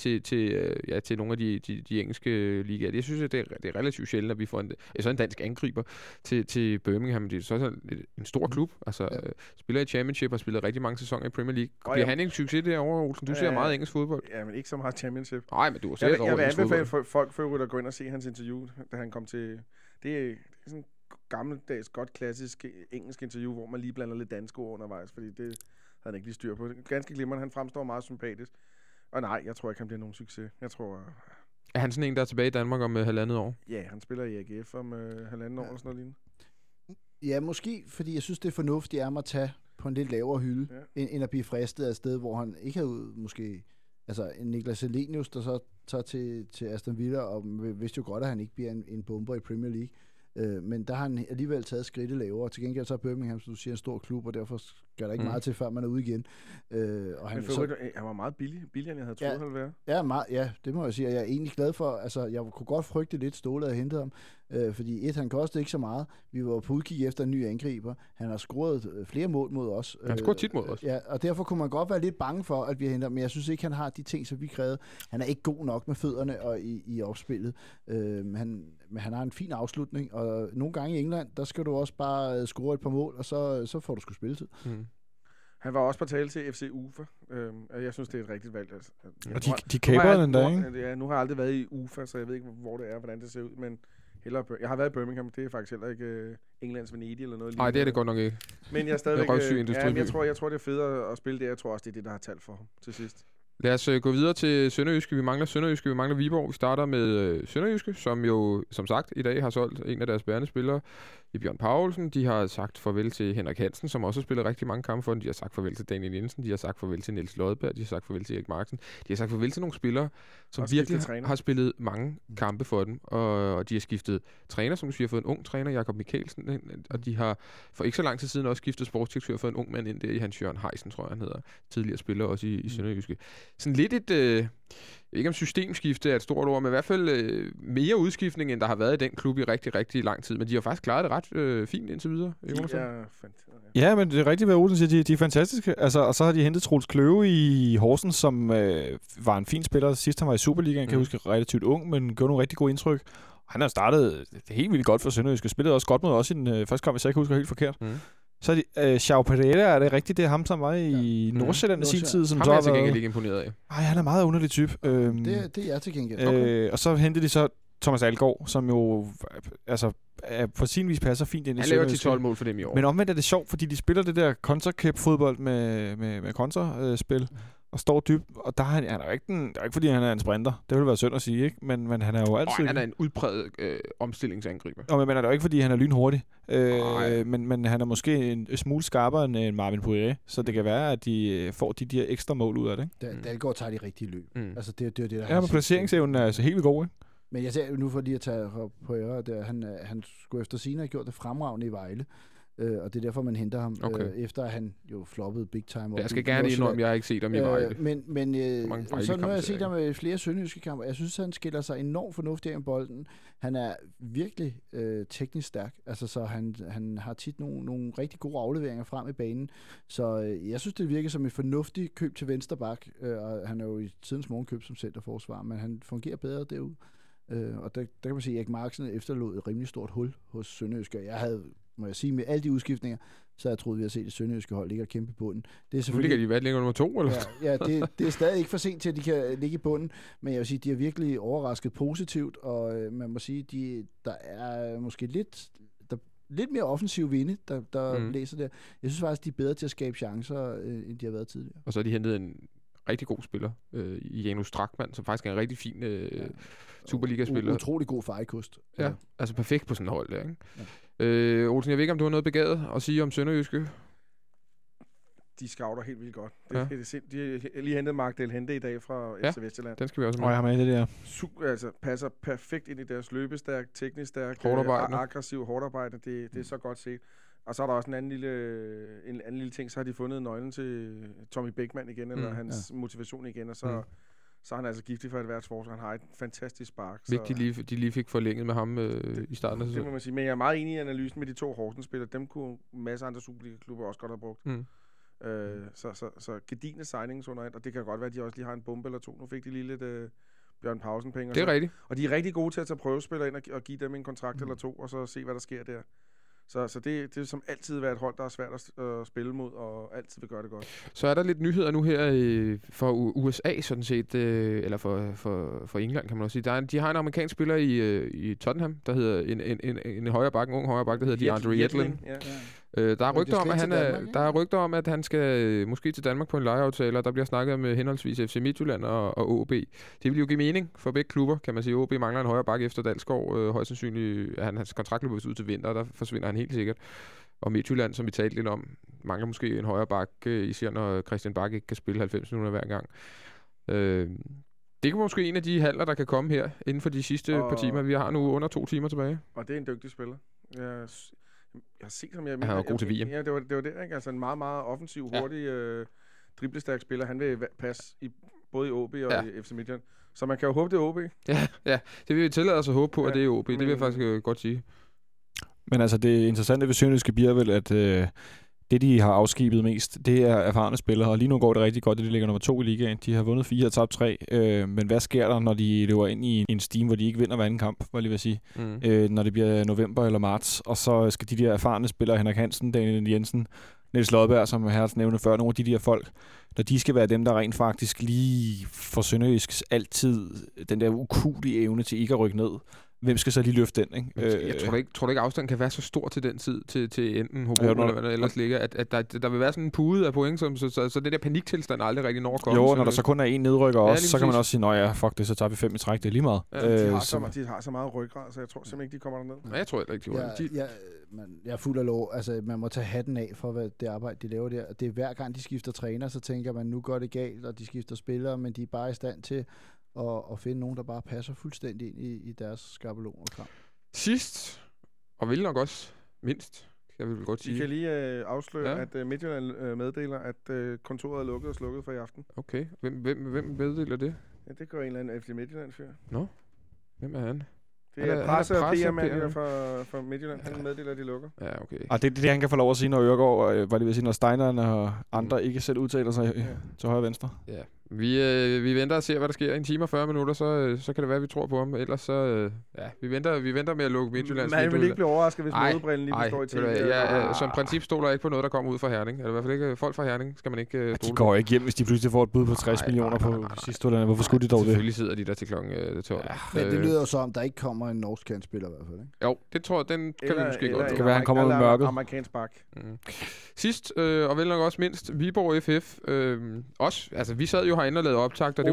til nogle af de engelske ligaer. Jeg synes, det er relativt sjældent, at vi får en dansk angriber til Birmingham. Det er så en stor klub. Altså, spiller i Championship og har spillet rigtig mange sæsoner i Premier League. Bliver han en succes derovre, Olsen? Du ser meget engelsk fodbold. Ja, men ikke så meget Championship. Nej, men du har set jeg vil anbefale folk for at gå ind og se hans interview, da han kom til... Det er sådan gammeldags, godt klassisk engelsk interview, hvor man lige blander lidt danske ord undervejs, fordi det havde han ikke lige styr på. Ganske glimrende, han fremstår meget sympatisk. Og nej, jeg tror ikke, han bliver nogen succes. Jeg tror... Er han sådan en, der er tilbage i Danmark om 1,5 år? Ja, han spiller i AGF om 1,5 år eller sådan noget lignende. Ja, måske, fordi jeg synes, det er fornuftigt at tage på en lidt lavere hylde, end at blive fristet af et sted, hvor han ikke havde måske... Altså, en Niklas Elenius, der så tager til Aston Villa, og vidste jo godt, at han ikke bliver en bomber i Premier League. Men der har han alligevel taget skridtet lavere. Til gengæld så er Birmingham, som du siger, en stor klub, og derfor skal der ikke meget til, før man er ude igen. Og han var meget billigere, end jeg havde troet, han ville være. Ja, det må jeg sige. Jeg er egentlig glad for, altså jeg kunne godt frygte lidt, Ståle havde hentet ham, fordi han kostede ikke så meget. Vi var på udkig efter en ny angriber. Han har scoret flere mål mod os. Han scorer tit mod os. Ja, og derfor kunne man godt være lidt bange for, at vi henter ham, men jeg synes ikke, han har de ting, som vi krævede. Han er ikke god nok med fødderne og i opspillet. Men han har en fin afslutning, og nogle gange i England, der skal du også bare score et par mål, og så får du sgu spilletid. Han var også på tale til FC UFA. Jeg synes, det er et rigtigt valg. Altså, og de kæber den der, ikke? Ja, nu har jeg aldrig været i UFA, så jeg ved ikke, hvor det er, hvordan det ser ud, men jeg har været i Birmingham, det er faktisk heller ikke Englands Venedig eller noget. Nej, det er det godt nok ikke. Men jeg er stadigvæk... jeg tror, det er federe at spille det. Jeg tror også, det er det, der har talt for ham til sidst. Lad os gå videre til Sønderjyske. Vi mangler Viborg. Vi starter med Sønderjyske, som jo, som sagt, i dag har solgt en af deres bærende spillere, Bjørn Paulsen. De har sagt farvel til Henrik Hansen, som også har spillet rigtig mange kampe for dem. De har sagt farvel til Daniel Jensen. De har sagt farvel til Niels Lodberg. De har sagt farvel til Erik Marksen. De har sagt farvel til nogle spillere, som virkelig har spillet mange kampe for dem. Og de har skiftet træner, som du siger, fået en ung træner, Jakob Mikkelsen. Og de har for ikke så lang tid siden også skiftet sportsdirektør, fået en ung mand ind der i Hans-Jørgen Heisen, tror jeg, han hedder. Tidligere spiller også i Sønderjyske. Sådan lidt et... ikke om systemskifte er et stort ord, men i hvert fald mere udskiftning, end der har været i den klub i rigtig, rigtig lang tid. Men de har faktisk klaret det ret fint indtil videre. Ja, men det er rigtigt, hvad Olsen siger. De er fantastiske. Altså, og så har de hentet Troels Kløve i Horsens, som var en fin spiller. Sidst han var i Superligaen, kan jeg huske, relativt ung, men gjorde nogle rigtig gode indtryk. Han har startet helt vildt godt for Sønderjyske. Spillede også godt mod os i den første kamp, hvis jeg ikke husker helt forkert. Så er de, Xiao Pereira, er det rigtigt? Det er ham, som var i Nordsjælland i sin tid. Som ham er jeg til gengæld ikke imponeret af. Nej, han er en meget underlig type. Det er jeg til gengæld. Okay. Og så hentede de så Thomas Algaard, som jo på sin vis passer fint ind i Sønderjyske. Han laver 10-12 mål for dem i år. Men omvendt er det sjovt, fordi de spiller det der kontra-kæp-fodbold med kontraspil. Og står dybt, og der er han er jo ikke det er ikke fordi han er en sprinter. Det vil være synd at sige, ikke? Men han er jo altid... han er en udpræget omstillingsangriber. Men er det jo ikke fordi han er lynhurtig. Men han er måske en smule skarpere end Marvin Poirier, så det kan være at de får de der ekstra mål ud af det, ikke? Dalgaard tager de rigtige løb. Altså det der. Ja, men placeringsevnen er altså helt vildt god, ikke? Men jeg ser nu for lige at tage Poirier der, han skulle efter sine have gjort det fremragende i Vejle. Og det er derfor, man henter ham, efter at han jo floppede big time. Jeg skal gerne indrømme, jeg har ikke set ham i Vejle. Men så nu har jeg set ham med flere sønderjyske kampe. Jeg synes, han skiller sig enormt fornuftigt af bolden. Han er virkelig teknisk stærk. Altså, så han har tit nogle rigtig gode afleveringer frem i banen. Så jeg synes, det virker som et fornuftigt køb til venstre bak. Og han er jo i tidens morgen køb som centerforsvar, men han fungerer bedre derude. Og der kan man sige, at Erik Marksen efterlod et rimelig stort hul hos Sønderjyske. Jeg havde, må jeg sige, med alle de udskiftninger, så jeg troede, vi havde set det sønderjyske hold ligge og kæmpe i bunden. Det er selvfølgelig... Nu ligger de nummer 2, eller? Ja, det er stadig ikke for sent til, at de kan ligge i bunden, men jeg vil sige, de er virkelig overrasket positivt, og man må sige, der er måske lidt mere offensiv vinde, der blæser der. Jeg synes faktisk, de er bedre til at skabe chancer, end de har været tidligere. Og så har de hentet en rigtig god spiller i Janus Strakman, som faktisk er en rigtig fin Superliga-spiller. Utrolig god fejkost. Ja, altså perfekt på sådan et hold der, ikke? Ja. Olsen, jeg ved ikke, om du har noget begavet at sige om Sønderjyske? De scouter helt vildt godt. De har lige hentet Mark Del Hente i dag fra FC Vestjylland. Den skal vi også med. Jeg har med det der. Altså, passer perfekt ind i deres løbestærk, teknisk stærk, aggressiv, hårdarbejde. Det er så godt set. Og så er der også en anden lille ting, så har de fundet nøglen til Tommy Bækman igen, eller hans motivation igen, og så er han altså giftig for et hvert forsvar. Han har et fantastisk spark. Vigtigt, de lige fik forlænget med ham i starten af sæsonen. Det må man sige. Men jeg er meget enig i analysen med de 2 Horsens-spillere. Dem kunne en masse andre Superliga-klubber også godt have brugt. Så gedigne signings under et, og det kan godt være, at de også lige har en bombe eller 2. Nu fik de lige lidt Bjørn Pausen-penge. Det er rigtigt. Og de er rigtig gode til at tage prøvespillere ind og give dem en kontrakt eller 2, og så se, hvad der sker der. Så det vil som altid være et hold, der er svært at spille mod, og altid vil gøre det godt. Så er der lidt nyheder nu her for USA, sådan set, eller for England, kan man også sige. De har en amerikansk spiller i Tottenham, der hedder en ung højre bakke, der hedder DeAndre Yedlin. Der er rygter om, at han skal måske til Danmark på en lejeaftale, og der bliver snakket med henholdsvis FC Midtjylland og OB. Det vil jo give mening for begge klubber, kan man sige. OB mangler en højre bakke efter Dalsgaard. Højst sandsynligt, hans kontrakt løber ud til vinter, og der forsvinder han helt sikkert. Og Midtjylland, som vi talte lidt om, mangler måske en højre bakke, især når Christian Bak ikke kan spille 90 minutter hver gang. Det er måske en af de handler, der kan komme her inden for de sidste par timer. Vi har nu under 2 timer tilbage. Og det er en dygtig spiller. Jeg har set ham. Han er god til VM. Ja, det var det, ikke? Altså en meget, meget offensiv, hurtig, driblestærk spiller. Han vil passe både i OB og i FC Midtjylland. Så man kan jo håbe, det er OB. Ja, det vil vi tillade os at håbe på, at det er OB. Det vil jeg faktisk godt sige. Men altså, det interessante ved Sønderjyske bliver vel, at det, de har afskibet mest, det er erfarne spillere. Og lige nu går det rigtig godt, det de ligger nummer 2 i ligaen. De har vundet 4 og tabt 3. Men hvad sker der, når de løber ind i en steam, hvor de ikke vinder hver anden kamp, hvad jeg vil sige? Når det bliver november eller marts, og så skal de der erfarne spillere, Henrik Hansen, Daniel Jensen, Niels Lodberg, som jeg har nævnt før, nogle af de der folk, når de skal være dem, der rent faktisk lige for Sønderjysk altid den der ukulige evne til ikke at rykke ned. Hvem skal så lige løfte den, ikke? Jeg tror ikke afstanden kan være så stor til den tid, til enten Hobro eller hvad der ellers ligger, at der vil være sådan en pude af point, så det der paniktilstand aldrig rigtig når at komme. Jo, når der så kun er en nedrykker også, så kan man også sige, fuck det, så tager vi 5 i træk, det er lige meget. Ja, de har så meget ryggrad, så jeg tror simpelthen ikke, de kommer derned. Nej, jeg tror heller ikke, jeg er fuld af lov. Altså, man må tage hatten af for, hvad det arbejde, de laver der. Det er hver gang, de skifter træner, så tænker man, nu går det galt, og de skifter spillere, men de er bare i stand til og finde nogen, der bare passer fuldstændig ind i deres skabelon og kram. Sidst, og vel nok også mindst, kan vi vel godt sige. Vi kan lige afsløre, at Midtjylland meddeler, at kontoret er lukket og slukket for i aften. Okay. Hvem meddeler det? Ja, det gør en eller anden FC Midtjylland-fyr. Nå, hvem er han? Det er presse og PR-mand fra Midtjylland. Han meddeler, at de lukker. Ja, okay. Og det er det, han kan få lov at sige, når Øregård, var det vil sige, når Steineren og andre ikke selv udtaler sig til højre og venstre. Ja. Vi venter og ser, hvad der sker. 1 time og 40 minutter, så kan det være, vi tror på ham. Ellers så... vi venter med at lukke Midtjyllands. Men han vil ikke blive overrasket, hvis modebrillen lige består i ting. Som princip stoler jeg ikke på noget, der kommer ud fra Herning. Eller i hvert fald ikke folk fra Herning, skal man ikke stole på. De går ikke hjem, hvis de pludselig får et bud på 60 millioner på sidste år. Hvorfor skulle de dog det? Selvfølgelig sidder de der til klokken 12. Men det lyder jo så, om der ikke kommer en norsk kandspiller i hvert fald, ikke? Jo, det tror jeg, den kan vi måske godt. Det kan være, han kommer ud i mørket. Amerikansk bak. Sidst, og vel nok også mindst, Viborg FF. Altså vi sad jo herinde og lavede optagter.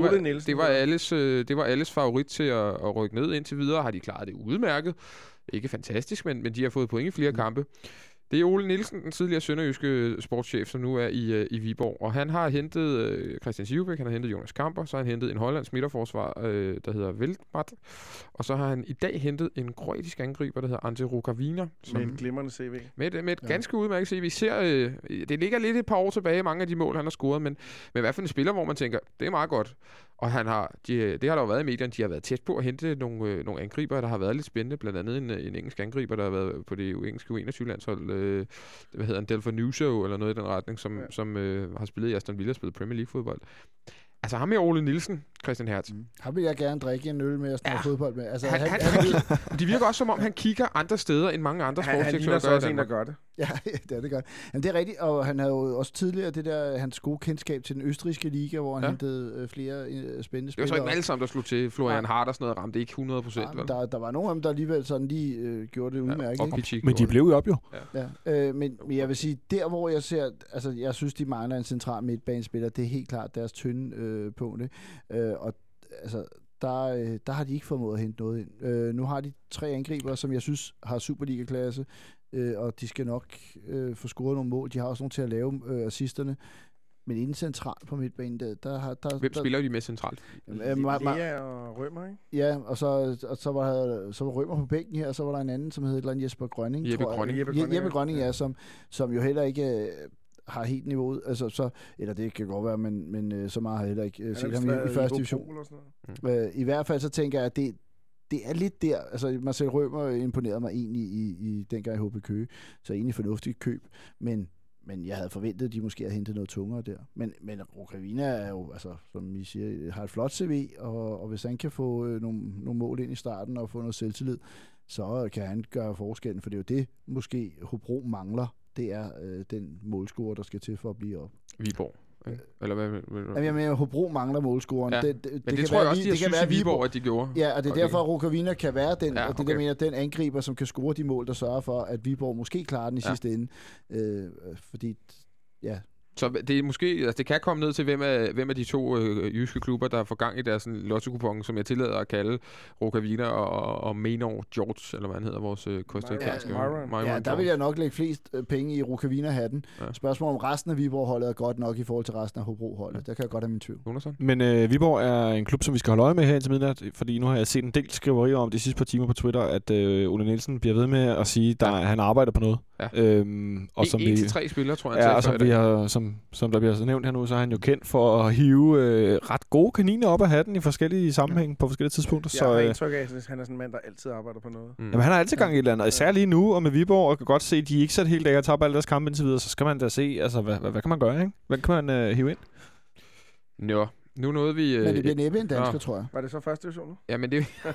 Det var alles favorit til at rykke ned indtil videre. Har de klaret det udmærket. Ikke fantastisk, men de har fået point i flere kampe. Det er Ole Nielsen, den tidligere sønderjyske sportschef, som nu er i Viborg. Og han har hentet Christian Sivebæk, han har hentet Jonas Kamper, så har han hentet en hollandsk midterforsvar, der hedder Veldmat. Og så har han i dag hentet en kroatisk angriber, der hedder Ante Rukavina. Med et glimrende CV. Med et ganske udmærket CV. Vi ser, det ligger lidt et par år tilbage, mange af de mål, han har scoret, men i hvert fald en spiller, hvor man tænker, det er meget godt. Og det har der jo været i medierne, de har været tæt på at hente nogle angriber, der har været lidt spændende. Blandt andet en engelsk angriber, der har været på det engelske U21-landshold. Hvad hedder han? Delfer Nuso, eller noget i den retning, som har spillet i Aston Villa, spillet Premier League-fodbold. Altså ham med Ole Nielsen, Christian Hertz. Ham vil jeg gerne drikke en øl med og snakke fodbold med. Altså, det virker også, som om han kigger andre steder end mange andre sportsdirektører. Han ligner også en, der gør det. Ja, det gør det. Jamen, det er rigtigt, og han havde jo også tidligere det der, hans gode kendskab til den østrigske liga, hvor han hentede flere spændende spillere. Det var så ikke alle sammen, der slog til. Florian Harder og sådan noget ramte ikke 100%. Der var nogle af dem, der alligevel sådan lige gjorde det udmærket. Men de blev jo op jo. Men jeg vil sige, der hvor jeg ser, altså jeg synes, de mangler en central midtbanespiller, det er helt klart deres tynde punkt. Og altså, der har de ikke formået at hente noget ind. Nu har de 3 angriber, som jeg synes har Superliga-klasse, og de skal nok få scoret nogle mål. De har også nogle til at lave assisterne. Men inden centralt på midtbanen, hvem spiller de med centralt? Lea og Rømer, ikke? Ja, og så var Rømer på bænken her, og så var der en anden, som hed Jesper Grønning. Jeppe Grønning, ja, som jo heller ikke har helt niveauet, altså eller det kan godt være, men så meget har jeg heller ikke set ham i første division. I hvert fald så tænker jeg, at det er lidt der, altså Marcel Rømer imponerede mig egentlig i dengang i HB Køge, så egentlig fornuftigt køb, men jeg havde forventet, at de måske havde hentet noget tungere der. Men Rukavina er jo, altså, som I siger, har et flot CV, og hvis han kan få nogle mål ind i starten og få noget selvtillid, så kan han gøre forskellen, for det er jo det, måske Hobro mangler. Det er den målscorer, der skal til for at blive op. Viborg. Eller hvad? Jamen, jeg mener, Hobro mangler målscoren. Ja. Men det tror jeg også, de har synes i Viborg, at de gjorde. Ja, og det er derfor, at Rukavina kan være den, og det der mener, den angriber, som kan score de mål, der sørger for, at Viborg måske klarer den i sidste ende. Fordi, så det er måske, altså det kan komme ned til, hvem af de 2 jyske klubber, der får gang i deres lotto-kupon, som jeg tillader at kalde Rukavina og Maynard George, eller hvad han hedder, vores kostarikanske. Ja, der vil jeg nok lægge flest penge i Rukavina-hatten. Ja. Spørgsmålet om resten af Viborg-holdet er godt nok i forhold til resten af Hobro-holdet. Der kan jeg godt have min tvivl. Men Viborg er en klub, som vi skal holde øje med her indtil midnat, fordi nu har jeg set en del skriverier om de sidste par timer på Twitter, at Ole Nielsen bliver ved med at sige, at han arbejder på noget. Ja. Og som 1-3 spillere, tror jeg. Ja, og som der bliver så nævnt her nu, så er han jo kendt for at hive ret gode kaniner op af hatten i forskellige sammenhæng på forskellige tidspunkter. Jeg har indtryk af, at han er sådan en mand, der altid arbejder på noget. Jamen, han har altid gang i et eller andet, især lige nu, og med Viborg, og kan godt se, at de ikke sat helt af at tabe alle deres kampe indtil videre, så skal man da se, altså, hvad kan man gøre, ikke? Hvad kan man hive ind? Nå, nu nåede vi... Men det bliver næppe en dansker, tror jeg. Var det så første division nu? Ja, men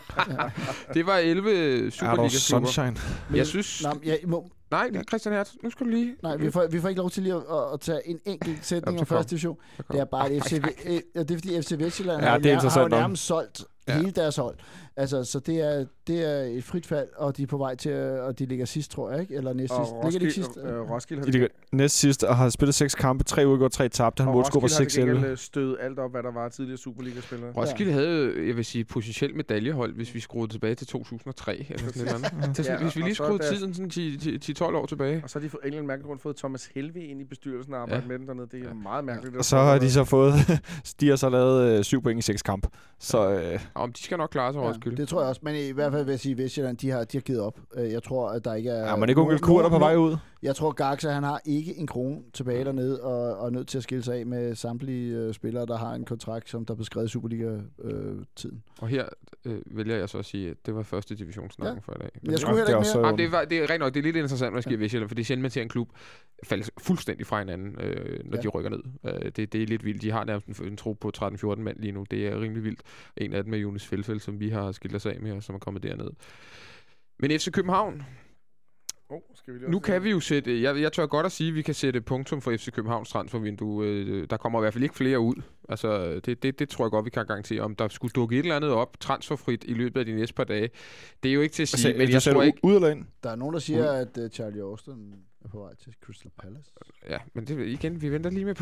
det var 11 Superliga-klubber. Sunshine. Jeg synes... Nej, Christian Hertz, nu skal du lige... Nej, vi får ikke lov til lige at tage en enkelt sætning om første division. Det er bare, det er fordi FC Vestjylland har jo nærmest solgt hele deres hold. Altså, så det er et frit fald, og de er på vej til at de ligger sidst, tror jeg, ikke? Eller næst sidst. Ligger de ikke sidst? Roskilde de ligger næst sidst og har spillet 6 kampe, 3 uger og 3 tabte. Han målscore på 6-11. Roskilde har stødet alt op, hvad der var tidligere Superliga-spillere. Roskilde havde, jeg vil sige, potentielt medaljehold, hvis vi skruede tilbage til 2003 eller sådan noget. Hvis vi lige skruede tiden sådan 10-12 år tilbage. Og så har de for en eller anden mærkelig grund fået Thomas Helvig ind i bestyrelsen og arbejdet med den dernede. Det er meget mærkeligt. Og så har de så fået, de har så lavet 7 point i 6 kampe. Så om de skal nok klare sig, Roskilde. Det tror jeg også, men i hvert fald vil jeg sige, at Vestjylland, de har givet op. Jeg tror, at der ikke er... Ja, men det går ikke Kurt på vej ud. Jeg tror, Gaxa, han har ikke en krone tilbage dernede, og er nødt til at skille sig af med samtlige spillere, der har en kontrakt, som der beskrevet i Superliga-tiden. Og her vælger jeg så at sige, at det var første divisionssnakken for i dag. Men jeg skulle heller ikke mere. Det er rent nok, det er lidt interessant, hvad der sker i Vestjylland, for det er sjældent, man ser en klub falde fuldstændig fra hinanden, når de rykker ned. Det er lidt vildt. De har nærmest en tro på 13-14 mand lige nu. Det er rimelig vildt. En af dem er Jonas Felfeld, som vi har skilt os af med, og som er kommet derned. Men FC København, nu kan vi jo sætte... Jeg tør godt at sige, at vi kan sætte punktum for FC Københavns transfervindue. Der kommer i hvert fald ikke flere ud. Altså, det tror jeg godt, vi kan garantere. Om der skulle dukke et eller andet op transferfrit i løbet af de næste par dage, det er jo ikke til at sige, men jeg tror ikke... Ud eller ind? Der er nogen, der siger, at Charlie Austin er på vej til Crystal Palace. Ja, men det igen, vi venter lige med på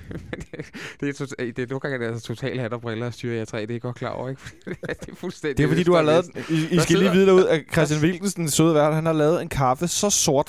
det. Er nogle gange altså totalt hat og briller og styrer jeg 3, det er godt klar over, ikke? Det er fuldstændig... Det er fordi, du har lavet... I skal lige vide derude, at Christian Wilkensen, søde vært, han har lavet en kaffe så sort.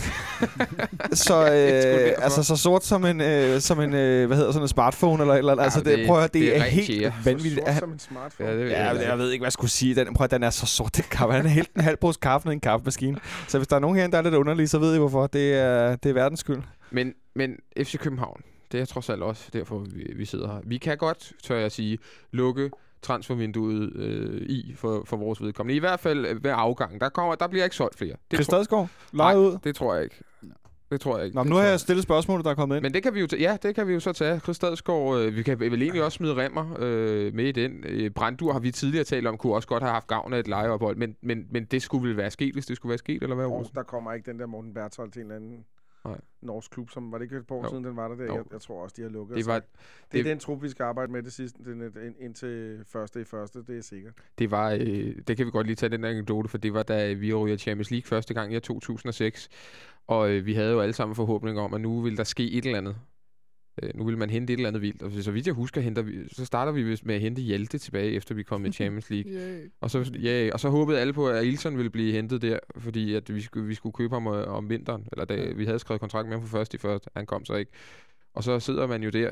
Altså så sort som en hvad hedder sådan en smartphone eller et eller andet. Altså prøv at høre, det er helt vanvittigt. Sort som en smartphone. Jeg ved ikke, hvad jeg skulle sige. Den er så sort, den kaffe. Han har hældt en halv pose kaffe ned i en kaffemaskine. Så hvis der er nogen herinde, der er lidt underlige, så ved I hvorfor. Det er verdens skyld. Men FC København, det er trods alt også derfor, vi sidder her. Vi kan godt, tør jeg sige, lukke transfervinduet for vores vedkommende. I hvert fald ved afgangen. Der bliver ikke solgt flere. Chris Stadsgaard, lejet ud? Det tror jeg ikke. Det tror jeg ikke. Nå, nu har jeg stillet spørgsmålet, der er kommet ind. Men det kan vi jo det kan vi jo så tage. Chris Stadsgaard, vi kan vel egentlig også smide Remmer med i den. Brandur har vi tidligere talt om, kunne også godt have haft gavn af et lejeophold, men det skulle vel være sket, hvis det skulle være sket, eller hvad? Der kommer ikke den der Morten Berthold til en eller anden norsk klub, som var det ikke et par år siden, den var der. Jeg tror også, de har lukket. Det er den trup, vi skal arbejde med det sidste, indtil første, det er sikkert. Det kan vi godt lige tage den anekdote, for det var da vi ryger Champions League første gang i 2006, og vi havde jo alle sammen forhåbninger om, at nu ville der ske et eller andet. Nu vil man hente et eller andet vildt. Og så vidt jeg husker, så starter vi med at hente Hjalte tilbage, efter vi kom i Champions League. Og så håbede alle på, at Ilson ville blive hentet der, fordi at vi skulle købe ham om vinteren. Eller vi havde skrevet kontrakt med ham for først. Han kom så ikke. Og så sidder man jo der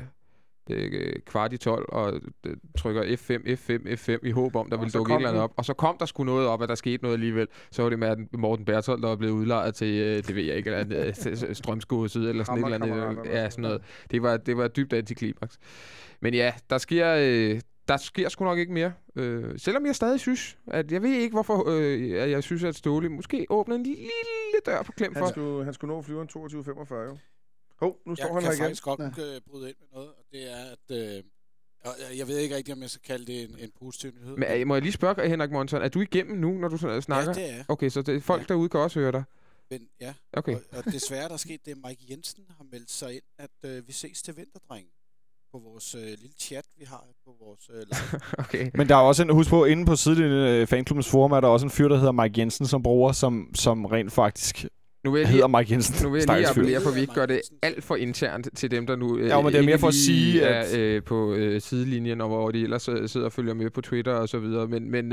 11:15 og trykker F5 i håb om, der ville dukke et eller andet op. Og så kom der sgu noget op, at der skete noget alligevel. Så var det med Morten Berthold, der var blevet udlejet til, det ved jeg ikke, eller Strømsgodset eller sådan et eller andet. Ja, sådan noget. Det var et dybt antiklimaks. Men ja, der sker sgu nok ikke mere. Selvom jeg stadig synes, at jeg ved ikke, hvorfor jeg synes, at Ståle måske åbner en lille dør på klem for. Han skulle nå flyveren 22:45, jo. Nu står han her igen. Jeg kan faktisk godt bryde ind med noget, og det er, at jeg ved ikke rigtig, om jeg skal kalde det en positiv nyhed. Men må jeg lige spørge, Henrik Monson, er du igennem nu, når du snakker? Ja, det er. Okay, så det, folk derude kan også høre dig? Men, ja, okay. Og desværre, der er sket det, at Mike Jensen har meldt sig ind, at vi ses til vinterdrenge på vores lille chat, vi har på vores live. Okay. Men der er også husk på, inde på siden fanklubbens forum, er der også en fyr, der hedder Mike Jensen, som bruger, som rent faktisk... Nu vil jeg lige appellere for, at vi ikke gør det alt for internt til dem, der nu men det er mere for at sige, er på sidelinjen, og hvor de ellers sidder og følger med på Twitter og så videre.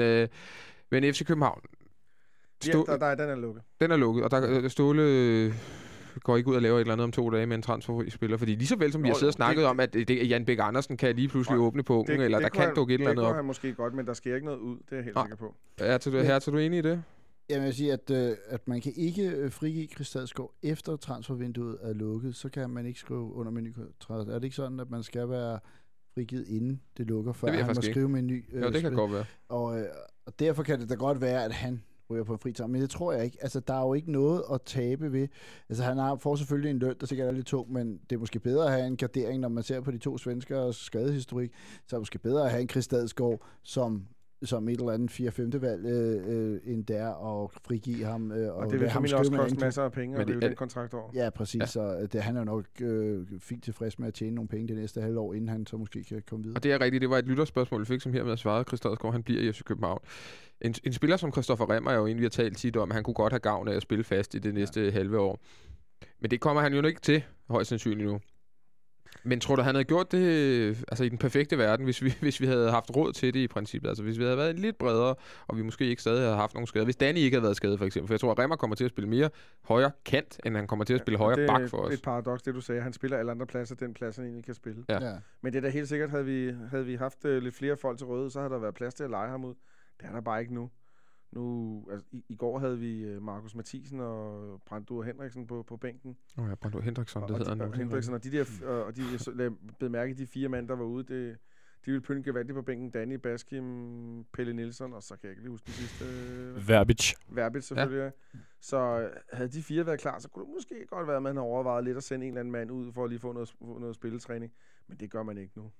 Men FC København... den er lukket. Den er lukket, og der Ståle går ikke ud og laver et eller andet om 2 dage med en transferfri spiller. Fordi lige så vel som vi har siddet og snakket om, at Jan Bæk Andersen kan lige pludselig åbne på ungen, eller der kan dukke et eller andet op. Det kan han måske godt, men der sker ikke noget ud. Det er jeg helt sikker på. Er du enig i det? Jeg vil sige, at man kan ikke frigive Chris Stadsgaard efter transfervinduet er lukket, så kan man ikke skrive under med ny kontrakt. Er det ikke sådan, at man skal være frigivet inden det lukker, før han må skrive med en ny Ja, det kan godt være. Og derfor kan det da godt være, at han ryger på en fri transfer, men det tror jeg ikke. Altså, der er jo ikke noget at tabe ved. Altså, han får selvfølgelig en løn, der sikkert er lidt tung, men det er måske bedre at have en gardering, når man ser på de 2 svenskers skadehistorik, så er det måske bedre at have en Chris Stadsgaard, som et eller andet 4-5. valg, end der og frigive ham. Og det vil ham også koste masser af penge, og det er jo den kontrakt over. Ja, præcis. Ja. Så han er nok fint tilfreds med at tjene nogle penge det næste halvår, inden han så måske kan komme videre. Og det er rigtigt, det var et lytterspørgsmål, vi fik, som hermed svarede Chris Stadsgaard, han bliver i FC København. En spiller som Christoffer Remmer er jo en, vi har talt tit om, han kunne godt have gavn af at spille fast i det næste halve år. Men det kommer han jo ikke til, højst sandsynligt nu. Men tror du, han havde gjort det altså i den perfekte verden, hvis vi havde haft råd til det i princippet? Altså hvis vi havde været lidt bredere, og vi måske ikke stadig havde haft nogle skader. Hvis Danny ikke havde været skadet for eksempel. For jeg tror, at Remmer kommer til at spille mere højre kant, end han kommer til at spille højre bak for os. Det er et paradoks, det du sagde. Han spiller alle andre pladser, den plads, han egentlig kan spille. Ja. Men det er da helt sikkert, havde vi haft lidt flere folk til rådighed, så havde der været plads til at lege ham ud. Det er der bare ikke nu. Altså, i går havde vi Markus Mathisen og Brandur Henriksen på bænken. Ja, Brandur Henriksen, det hedder han nu. Henriksen, og de blev mærke, de 4 mænd, der var ude, de ville pynte gevaldigt på bænken. Danny, Baskim, Pelle Nielsen, og så kan jeg ikke lige huske den sidste. Verbic selvfølgelig, ja. Så havde de 4 været klar, så kunne det måske godt være, at man har overvejet lidt at sende en eller anden mand ud, for at lige få noget spilletræning. Men det gør man ikke nu.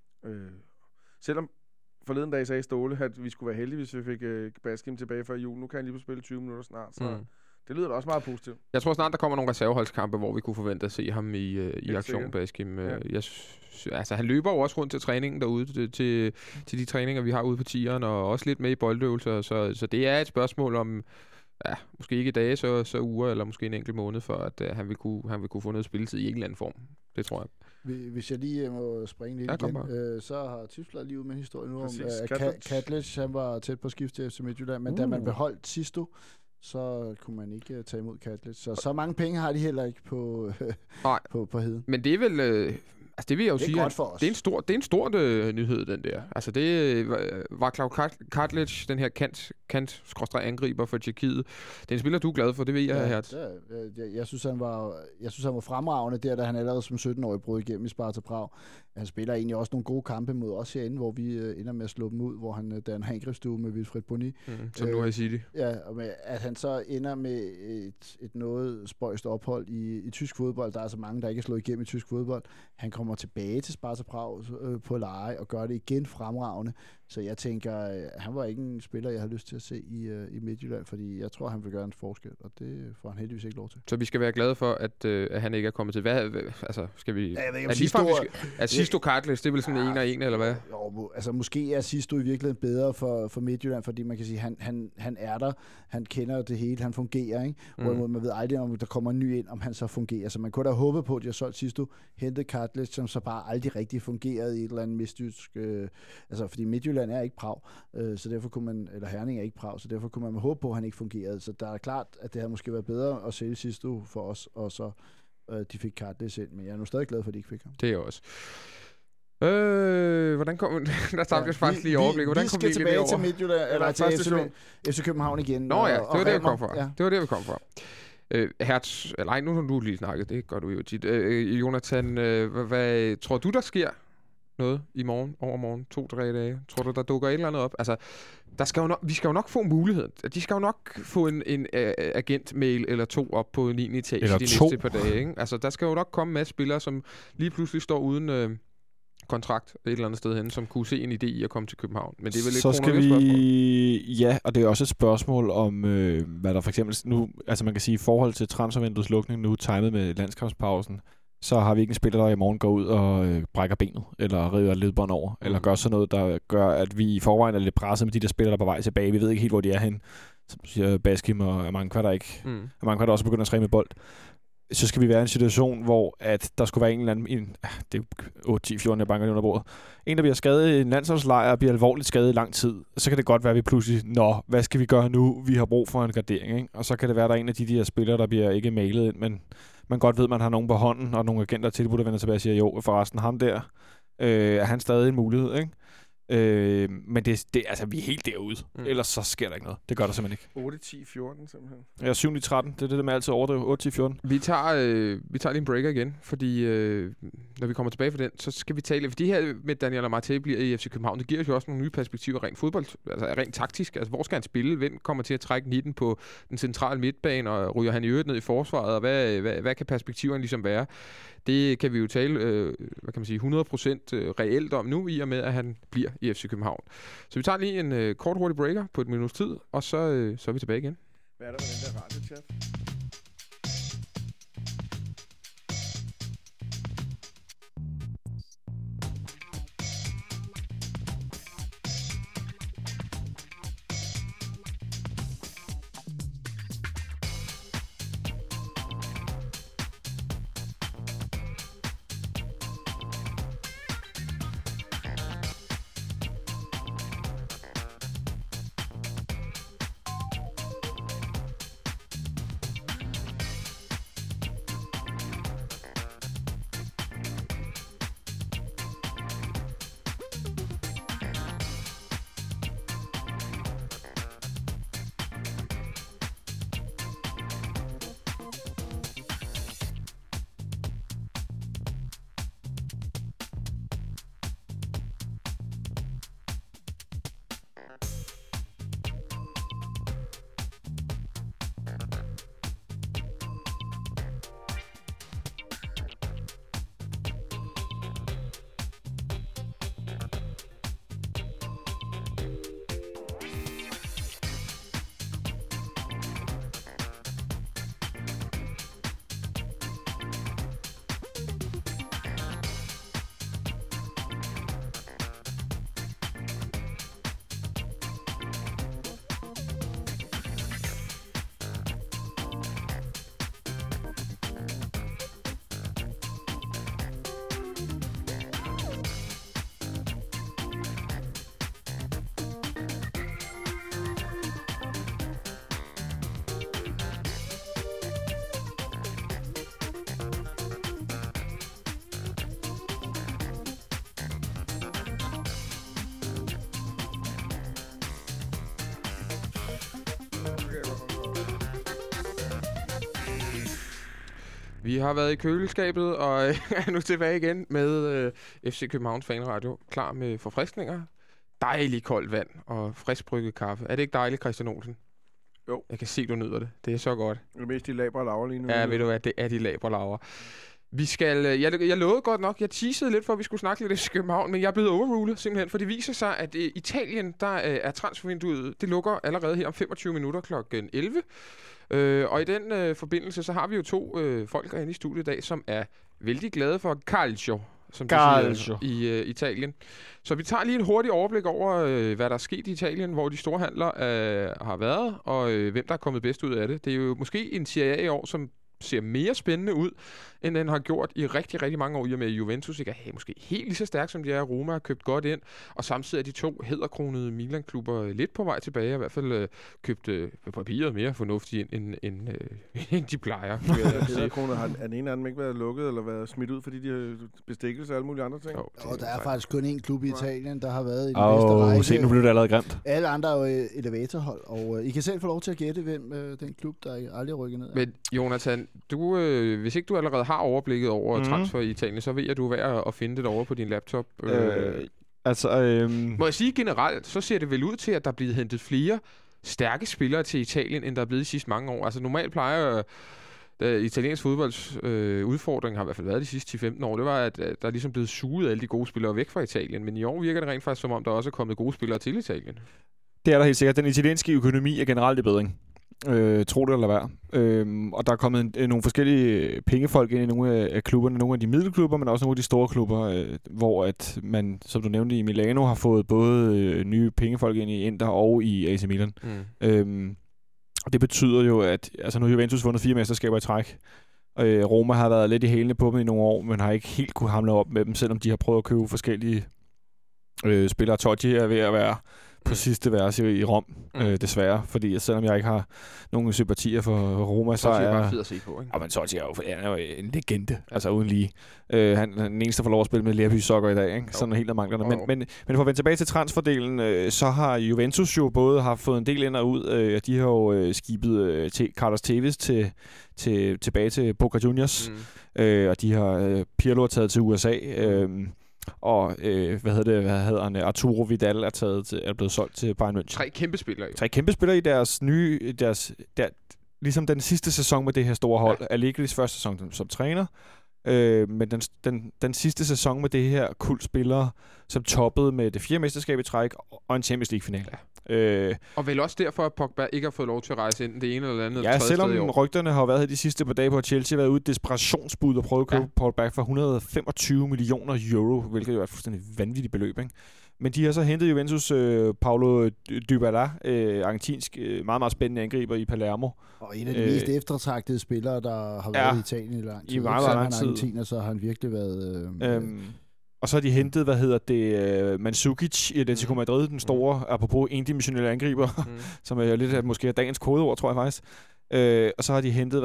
Selvom forleden dag sagde Ståle, at vi skulle være heldige, hvis vi fik Baskim tilbage før jul. Nu kan han lige spille 20 minutter snart, så det lyder da også meget positivt. Jeg tror snart, der kommer nogle reserveholdskampe, hvor vi kunne forvente at se ham i aktion, Baskim. Ja. Altså, han løber jo også rundt til træningen derude, til de træninger, vi har ude på tieren, og også lidt med i boldøvelser. Så det er et spørgsmål om, måske ikke dage, så uger, eller måske en enkelt måned, for at han vil kunne få noget spilletid i en eller anden form. Det tror jeg. Hvis jeg lige må springe lidt igen, så har Tipsblad lige ud med en historie nu om, at Katlich, han var tæt på at skifte til FC Midtjylland, men da man beholdt Sisto, så kunne man ikke tage imod Katlich. Så mange penge har de heller ikke på heden. Men det er vel... altså det vil jeg jo sige, det er en stor nyhed, den der. Altså det var Klaus Katlich, den her kant-angriber for Tjekkiet. Det er en spiller, du er glad for, det ved jeg, Hertz. Jeg synes, han var fremragende der, da han allerede som 17-årig brød igennem i Sparta Prag. Han spiller egentlig også nogle gode kampe mod os herinde, hvor vi ender med at slå dem ud, hvor han der er en angrebsstue med Wilfried Bony. Som nu er i City. Ja, og at han så ender med et noget spøjst ophold i tysk fodbold. Der er så mange, der ikke er slået igennem i tysk fodbold. Han kommer tilbage til Sparta Prag på leje og gør det igen fremragende. Så jeg tænker, han var ikke en spiller, jeg har lyst til at se i Midtjylland, fordi jeg tror, han vil gøre en forskel, og det får han heldigvis ikke lov til. Så vi skal være glade for, at han ikke er kommet til. Altså, skal vi... Ja, jeg ved ikke, er Sisto Kartles, det er vel sådan en og en, eller hvad? Jo, altså måske er Sisto i virkeligheden bedre for Midtjylland, fordi man kan sige, han er der, han kender det hele, han fungerer, ikke? Hvorimod man ved aldrig, om der kommer en ny ind, om han så fungerer. Så man kunne da håbe på, at de har solgt Sisto, hentet Kartles, som så bare aldrig rigtig fungerede i et eller andet midtjysk... altså, fordi Midtjylland er ikke Prag, så derfor kunne man, eller Herning er ikke Prag, så derfor kunne man håbe på, at han ikke fungerede. Så der er klart, at det havde måske været bedre at sælge Sisto for os, og så de fik Kartles ind, men jeg er nu stadig glad for, at de ikke fik ham. Det er jeg også. Hvordan kom der tabte jeg faktisk lige overblik. Vi skal tilbage til Midtjylland, eller til FC København igen. Nå ja, det var det, vi kom fra. Ja. Det var det, vi kom fra. Hertz, eller nu har du lige snakket, det gør du jo tit. Jonathan, hvad tror du, der sker noget i morgen, overmorgen, 2-3 dage? Tror du, der dukker et eller andet op? Altså, vi skal jo nok få muligheden. De skal jo nok få en agentmail eller 2 op på 9. etage de næste par dage. Ikke? Altså, der skal jo nok komme en masse spillere, som lige pludselig står uden kontrakt et eller andet sted henne, som kunne se en idé i at komme til København. Men det er vel et spørgsmål? Ja, og det er også et spørgsmål om, hvad der for eksempel nu, altså man kan sige, i forhold til transfervinduets lukning nu, timet med landskampspausen, så har vi ikke en spiller, der i morgen går ud og brækker benet, eller river ledbånd over, eller gør sådan noget, der gør, at vi i forvejen er lidt presset med de der spillere, der er på vej tilbage. Vi ved ikke helt, hvor de er henne. Som siger Baskim og Amankwa, der ikke. Amankwa, der også begynder at træne med bold. Så skal vi være i en situation, hvor at der skulle være en eller anden... det er 8-10-14, jeg banker under bordet. En, der bliver skadet i en landsholdslejr og bliver alvorligt skadet i lang tid. Så kan det godt være, at vi pludselig... hvad skal vi gøre nu? Vi har brug for en gardering, ikke? Og så kan det være, at der er en af de her spillere, der bliver ikke mailet ind, men man godt ved, at man har nogen på hånden, og nogle agenter tilbudt, der vender tilbage og siger, jo, forresten ham der, er han stadig en mulighed, ikke? Men det, altså, vi er helt derude. Ellers så sker der ikke noget. Det gør der simpelthen ikke. 8-10-14 simpelthen. Ja, 7-13. Det er det, der med altid overdrive. 8-10-14. Vi tager lige en breaker igen, fordi når vi kommer tilbage fra den, så skal vi tale... For de her med Daniel Amartey bliver i FC København, det giver jo også nogle nye perspektiver rent fodbold, altså rent taktisk. Altså, hvor skal han spille? Hvem kommer til at trække 19 på den centrale midtbane, og ryger han i øvrigt ned i forsvaret, og hvad kan perspektiverne ligesom være? Det kan vi jo tale, 100% reelt om nu, i og med, at han bliver i FC København. Så vi tager lige en kort hurtig breaker på et minuts tid, og så er vi tilbage igen. Hvad er der med den der radiochat? Vi har været i køleskabet og er nu tilbage igen med FC Københavns Fanradio. Klar med forfriskninger. Dejlig koldt vand og friskbrygget kaffe. Er det ikke dejligt, Christian Olsen? Jo. Jeg kan se, du nyder det. Det er så godt. Det er mest de laber og laver lige nu. Ja, ved du hvad? Det er de laber og laver. Vi skal... Jeg lovede godt nok. Jeg teasede lidt for, at vi skulle snakke lidt i København, men jeg er blevet overrulet simpelthen, for det viser sig, at i Italien, der er transfervinduet, det lukker allerede her om 25 minutter kl. 11. Og i den forbindelse, så har vi jo to folk herinde i studiet i dag, som er vældig glade for calcio, som de siger i Italien. Så vi tager lige et hurtigt overblik over, hvad der er sket i Italien, hvor de store handler har været, og hvem der er kommet bedst ud af det. Det er jo måske en Serie A i år, som ser mere spændende ud, end den har gjort i rigtig, rigtig mange år, i og med Juventus ikke er måske helt lige så stærk, som de er. Roma har købt godt ind, og samtidig er de to hæderkronede Milan-klubber lidt på vej tilbage, i hvert fald købt på papiret mere fornuftigt, end de plejer. Hæderkronede har den ene af dem ikke været lukket, eller været smidt ud, fordi de har bestikkelse og alle mulige andre ting? Jo, og der er faktisk kun én klub i Italien, der har været i den bedste række. Se, nu bliver det allerede grimt. Alle andre er jo elevatorhold, og I kan selv få lov til at gætte, hvem den klub, der aldrig er rykket ned. Men Jonathan, hvis ikke du allerede har overblikket over transfer i Italien, så ved jeg, at du er værd at finde det over på din laptop. Må jeg sige generelt, så ser det vel ud til, at der er blevet hentet flere stærke spillere til Italien, end der er blevet de sidste mange år. Altså normalt plejer italiensk fodbolds udfordring, har i hvert fald været de sidste 10-15 år, det var, at der er ligesom blevet suget alle de gode spillere væk fra Italien. Men i år virker det rent faktisk, som om der også er kommet gode spillere til Italien. Det er der helt sikkert. Den italienske økonomi er generelt i bedring. Tro det eller hvad. Og der er kommet nogle forskellige pengefolk ind i nogle af klubberne, nogle af de middelklubber, men også nogle af de store klubber, hvor at man, som du nævnte i Milano, har fået både nye pengefolk ind i Inter og i AC Milan. Og det betyder jo, at nu har Juventus vundet 4 mesterskaber i træk. Roma har været lidt i hælene på dem i nogle år, men har ikke helt kunne hamle op med dem, selvom de har prøvet at købe forskellige spillere. Totti er ved at være på sidste vers i Rom, desværre. Fordi selvom jeg ikke har nogen sympatier for Roma, så er... bare fed at se på, ikke? Ja, men Totti er jo en legende, altså uden lige. Han er den eneste, der får lov at spille med Lerby-sokker i dag, ikke? Sådan helt af manglerne. Men for at vende tilbage til transferdelen, så har Juventus jo både har fået en del ind og ud. De har jo skibet Carlos Tevez tilbage til Boca Juniors, og de har Pirlo taget til USA. Og hvad hedder han? Arturo Vidal er blevet solgt til Bayern München. 3 kæmpe spillere. 3 kæmpe spillere i deres ligesom den sidste sæson med det her store hold. Allegri's første sæson som træner. Men den sidste sæson med det her spillere, som toppede med det 4. mesterskab i træk og en Champions League-finale. Og vel også derfor, at Pogba ikke har fået lov til at rejse ind det ene eller andet. Ja, selvom rygterne har været her de sidste par dage på, at Chelsea har været ude i desperationsbud og prøvet at købe Pogba for 125 millioner euro, hvilket jo er et fuldstændig vanvittigt beløb, ikke? Men de har så hentet Juventus Paulo Dybala, argentinsk, meget, meget spændende angriber i Palermo. Og en af de mest eftertragtede spillere, der har været i Italien i lang tid. I meget lang tid. Argentiner, så har han virkelig været... Og så har de hentet, Mandzukic i Atletico Madrid, den store, apropos endimensionelle angriber, som er lidt måske dagens kodeord, tror jeg faktisk. Og så har de hentet,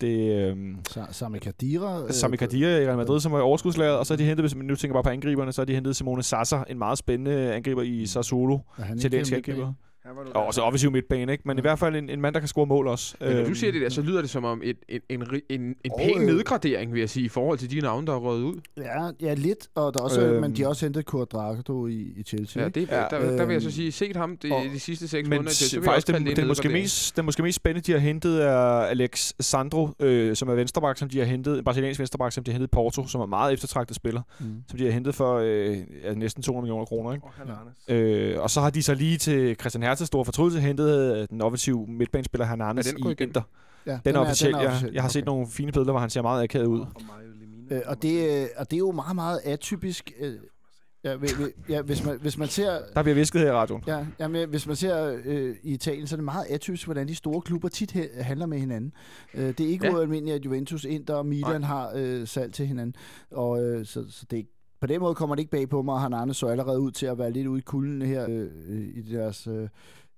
Sami Khedira. Sami Khedira i Real Madrid, som var overskudslaget. Og så har de hentet, hvis man nu tænker bare på angriberne, så har de hentet Simone Sasa, en meget spændende angriber i Sassuolo. Italiensk angriber. Og også offensiv midtbane, ikke? Men i hvert fald en mand, der kan score mål også. Men når du siger det der, så lyder det som om en pæn nedgradering, vil jeg sige, i forhold til de navne, der er røget ud. Ja, lidt. Og der også, men de har også hentet Cuadrado i Chelsea. Ja, der vil jeg så sige, set ham de sidste 6 måneder. Men faktisk, den måske mest spændende, de har hentet, er Alex Sandro, som er venstreback, som de har hentet, en brasiliansk venstreback, som de har hentet i Porto, som er meget eftertragtet spiller, som de har hentet for næsten 200 millioner kroner, ikke? Og så har de så lige til Christian Hertz store fortrydelse hentet den offensive midtbanespiller Hernandez i Inter. Ja, den er officiel. Jeg har set nogle fine billeder, hvor han ser meget akavet ud. Og det er jo meget, meget atypisk. Hvis man ser... Der bliver visket her i radioen. Ja, hvis man ser i Italien, så er det meget atypisk, hvordan de store klubber tit handler med hinanden. Det er ikke ualmindeligt, at Juventus, Inter og Milan har salg til hinanden. Og så det på den måde kommer det ikke bag på mig, og Hernandez så allerede ud til at være lidt ude i kulden her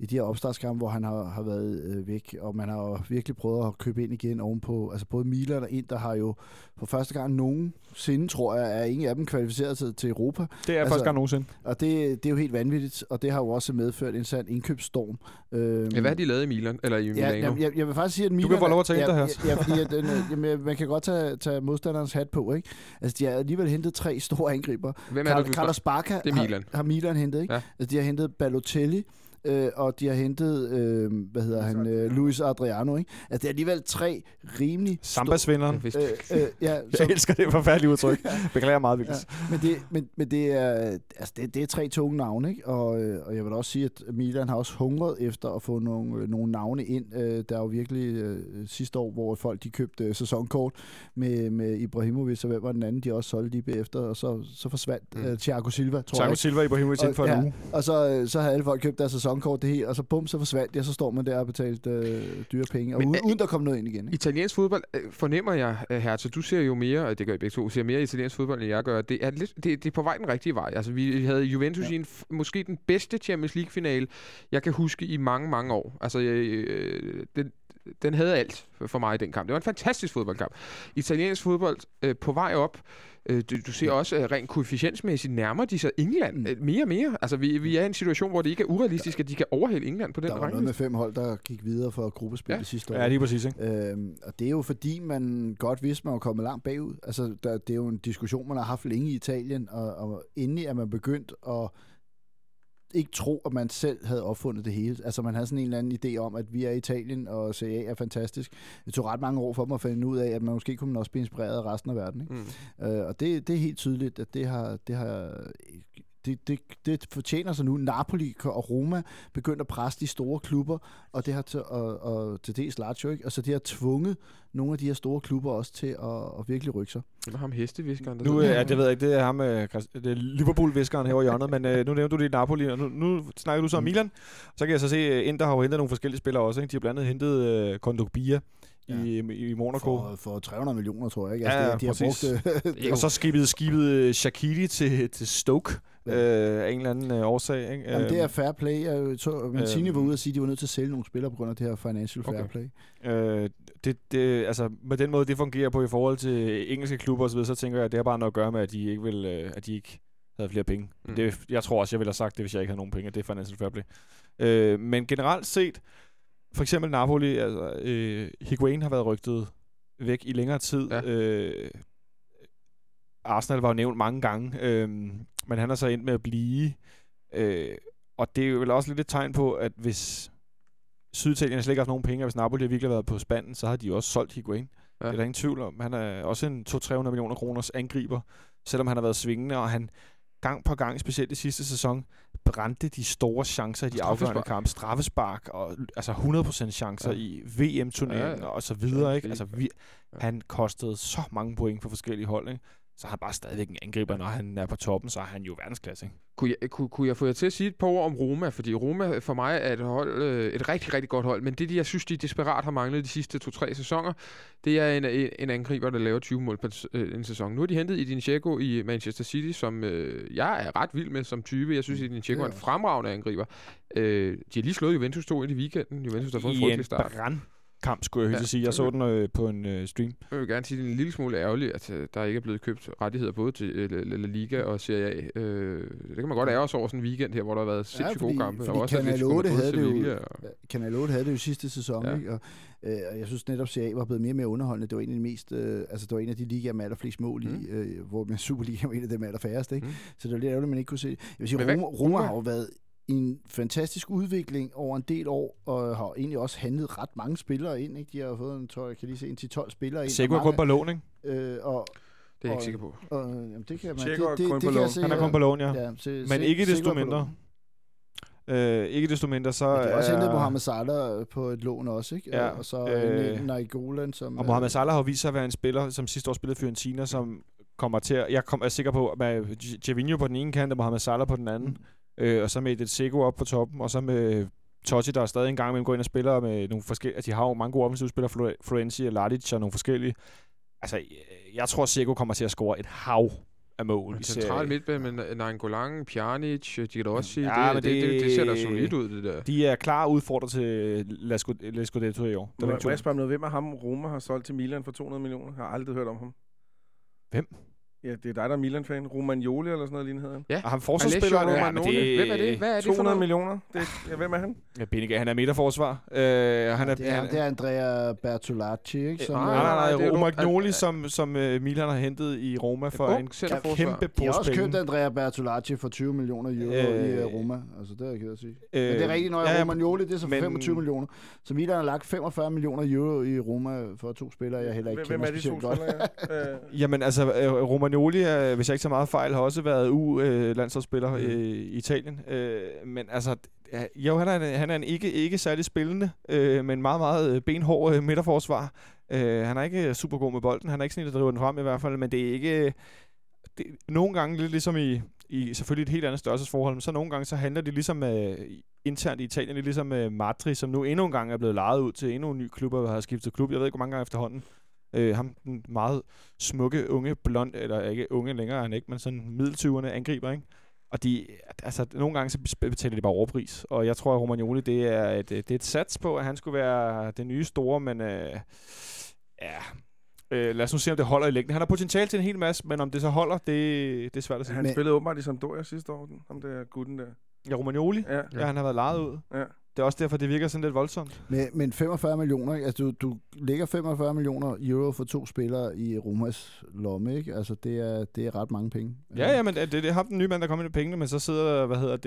i de her opstartskampe, hvor han har været væk, og man har jo virkelig prøvet at købe ind igen ovenpå. Altså både Milan og Inter har jo for første gang nogensinde, tror jeg, er ingen af dem kvalificeret til Europa. Det er første gang nogensinde. Og det er jo helt vanvittigt, og det har jo også medført en sand indkøbsstorm. Hvad har de lavet i Milan? Eller i Milano? Jeg vil faktisk sige, at Milan... Du kan få lov at tage Inter her. Ja, fordi man kan godt tage modstanderens hat på, ikke? Altså, de har alligevel hentet 3 store angriber. Hvem er det, Carlos Bacca har Milan hentet, ikke? Ja. Altså, de har hentet Balotelli, og de har hentet, Luis Adriano, ikke? Altså, det er alligevel 3 rimelig... Samba-svinderen. Jeg elsker det forfærdelige udtryk. Beklager meget, Vigils. Ja, men det er, altså det er 3 tunge navne, ikke? Og jeg vil også sige, at Milan har også hungret efter at få nogle navne ind. Der er jo virkelig sidste år, hvor folk de købte sæsonkort med Ibrahimovic, og hvem var den anden, de også solgte lige bagefter, og så forsvandt Thiago Silva, tror jeg. Thiago Silva og Ibrahimovic inden for en uge. Og så havde alle folk købt deres sæsonkort, det hele, og så bum, så forsvandt det, og så står man der og betalt dyre penge, og uden der kom noget ind igen. Ikke? Italiensk fodbold, fornemmer jeg, Hertha, du ser jo mere, og det gør I begge to, ser mere italiensk fodbold, end jeg gør. Det er på vej den rigtige vej. Altså, vi havde Juventus i måske den bedste Champions League-finale, jeg kan huske i mange, mange år. Altså, den havde alt for mig i den kamp. Det var en fantastisk fodboldkamp. Italiensk fodbold på vej op. Du ser også rent koefficientsmæssigt nærmer de sig England mere og mere. Altså, vi er i en situation, hvor det ikke er urealistisk, at de kan overhale England på den række. Der var noget med 5 hold, der gik videre for gruppespil det sidste år. Ja, lige præcis. Ikke? Og det er jo fordi, man godt vidste, man var kommet langt bagud. Altså, det er jo en diskussion, man har haft længe i Italien, og endelig er man begyndt at ikke tro, at man selv havde opfundet det hele. Altså, man havde sådan en eller anden idé om, at vi er i Italien, og Serie A er fantastisk. Det tog ret mange år for mig at finde ud af, at man måske kunne også blive inspireret af resten af verden. Ikke? Og det er helt tydeligt, at det fortjener sig nu. Napoli og Roma begyndte at presse de store klubber, og det har til dels Lazio, ikke? Altså, det har tvunget nogle af de her store klubber også til at virkelig rykke sig. Det var ham hesteviskeren. Det ved jeg ikke, det er ham, det er Liverpool-viskeren her i hjørnet, men nu nævnte du det i Napoli, og nu snakker du så om Milan. Så kan jeg så se, Inter har jo hentet nogle forskellige spillere også, ikke? De har blandt andet hentet Kondogbia i Monaco. For 300 millioner, tror jeg, ikke? Altså, de har brugt... og så skibet Shaqiri til Stoke. Af en eller anden årsag. Ikke? Jamen, det er fair play. Mancini var ude og sige, at de var nødt til at sælge nogle spillere på grund af det her financial fair play. Altså, med den måde, det fungerer på i forhold til engelske klubber osv., så tænker jeg, at det har bare noget at gøre med, at de ikke, at de ikke havde flere penge. Jeg tror også, jeg ville have sagt det, hvis jeg ikke havde nogen penge. Det er financial fair play. Men generelt set, for eksempel Napoli, altså, Higuain har været rygtet væk i længere tid. Ja. Arsenal var jo nævnt mange gange, men han er så endt med at blive. Og det er jo vel også lidt et tegn på, at hvis Syditalien slet ikke har haft nogen penge, og hvis Napoli virkelig har været på spanden, så har de jo også solgt Higuain. Ja. Det er der ingen tvivl om. Han er også en 200-300 millioner kroners angriber, selvom han har været svingende, og han gang på gang, specielt i sidste sæson, brændte de store chancer i de afgørende kampe. Straffespark og altså 100% chancer i VM-turneringen og så videre. Ikke? Altså, han kostede så mange point for forskellige hold, ikke? Så er han bare stadigvæk en angriber, når han er på toppen, så er han jo verdensklasse. Kunne jeg få jer til at sige et par ord om Roma? Fordi Roma for mig er et rigtig, rigtig godt hold, men det, jeg synes, de desperat har manglet de sidste 2-3 sæsoner, det er en angriber, der laver 20 mål på en sæson. Nu har de hentet Edin Dzeko i Manchester City, som jeg er ret vild med som type. Jeg synes, Edin Dzeko er en fremragende angriber. De har lige slået Juventus 2 ind i weekenden. Juventus har fået en frygtelig start. Kamp, skulle jeg sige. Jeg så den på en stream. Jeg vil gerne sige, at det er en lille smule ærgerligt, at der ikke er blevet købt rettigheder både til La Liga og Serie A. Det kan man godt ærge sig over sådan en weekend her, hvor der har været sindssygt gode kampe. Fordi Canal 8 havde det jo sidste sæson, ikke? Og jeg synes netop, Serie A var blevet mere og mere underholdende. Det var en af de mest, det var en af de ligaer med allerflest mål i, hvor med Superliga var en af dem allerfærreste, ikke? Så det var lidt ærgerligt, man ikke kunne se. Jeg vil sige, Roma har jo været en fantastisk udvikling over en del år, og har egentlig også handlet ret mange spillere ind, ikke? De har fået en 10-12 spillere ind. Sikkert kun på lån, ikke? Det er jeg ikke sikker på. Jamen, det kan man. Han er kun på lån, ja. Men ikke desto mindre. Ikke desto mindre, så det er også hentet Mohamed Salah på et lån også, ikke? Ja, og så Nainggolan, som... Og Mohamed Salah har vist sig at være en spiller, som sidste år spillede Fiorentina, som kommer til at... Jeg er sikker på, at Gervinho på den ene kant, og Mohamed Salah på den anden. Og så med et Dzeko op på toppen, og så med Totti, der er stadig en gang imellem går ind og spiller med nogle forskellige... Altså, de har jo mange gode offensive spillere, Florenzi og Ladic og nogle forskellige. Altså, jeg tror, Dzeko kommer til at score et hav af mål. Central midtbane med Nainggolan, Pjanic, Girossi. Ja, det ser da solidt ud, det der. De er klar udfordret til La Scudetto i år. Må jeg spørge noget? Hvem af ham Roma har solgt til Milan for 200 millioner? Jeg har aldrig hørt om ham. Hvem? Ja, det er dig, der er Milan-fan. Romagnoli eller sådan noget lignende hedder han. Ja, han forsvarsspiller. Ja, hvem er det? Hvad er det 200 millioner. Hvem er han? Ja, Benega, han er midterforsvar. Det er Andrea Bertolacci, ikke? Nej, Romagnoli, som Milan har hentet i Roma for en kæmpe pose. De har også købt Andrea Bertolacci for 20 millioner euro i Roma. Altså, det er jeg ked at sige. Men det er rigtigt, når Romagnoli, det er så 25 millioner. Så Milan har lagt 45 millioner euro i Roma for 2 spillere, jeg heller ikke kender specielt godt. Hvem er de 2 spillere? Jamen, altså, Romagnoli, hvis jeg ikke så meget fejl, har også været landsholdsspiller i Italien. Men altså, jo, han er en ikke særlig spillende, men meget, meget benhård midterforsvar. Han er ikke super god med bolden. Han er ikke sådan en, der driver den frem i hvert fald, men det er ikke... nogle gange, lidt ligesom i selvfølgelig et helt andet størrelsesforhold, men så nogle gange, så handler det ligesom internt i Italien, det er ligesom Madrid, som nu endnu en gang er blevet lejet ud til endnu en ny klub, og har skiftet klub. Jeg ved ikke, hvor mange gange efterhånden. Ham den meget smukke, unge, blond, eller ikke unge længere, han ikke, men sådan middeltyverne angriber, ikke? Og nogle gange så betaler de bare overpris. Og jeg tror, at Romagnoli, det er et sats på, at han skulle være det nye store, men lad os nu se, om det holder i længden. Han har potentiale til en hel masse, men om det så holder, det er svært at sige. Han spillede åbenbart i Sampdoria sidste år, om det er gutten der. Ja, Romagnoli? Ja, han har været lejet ud. Ja. Det er også derfor, det virker sådan lidt voldsomt. Men 45 millioner, altså du lægger 45 millioner euro for 2 spillere i Romas lomme, ikke? Altså det er ret mange penge. Ja, men det er ham den nye mand, der kommer ind med pengene, men så sidder,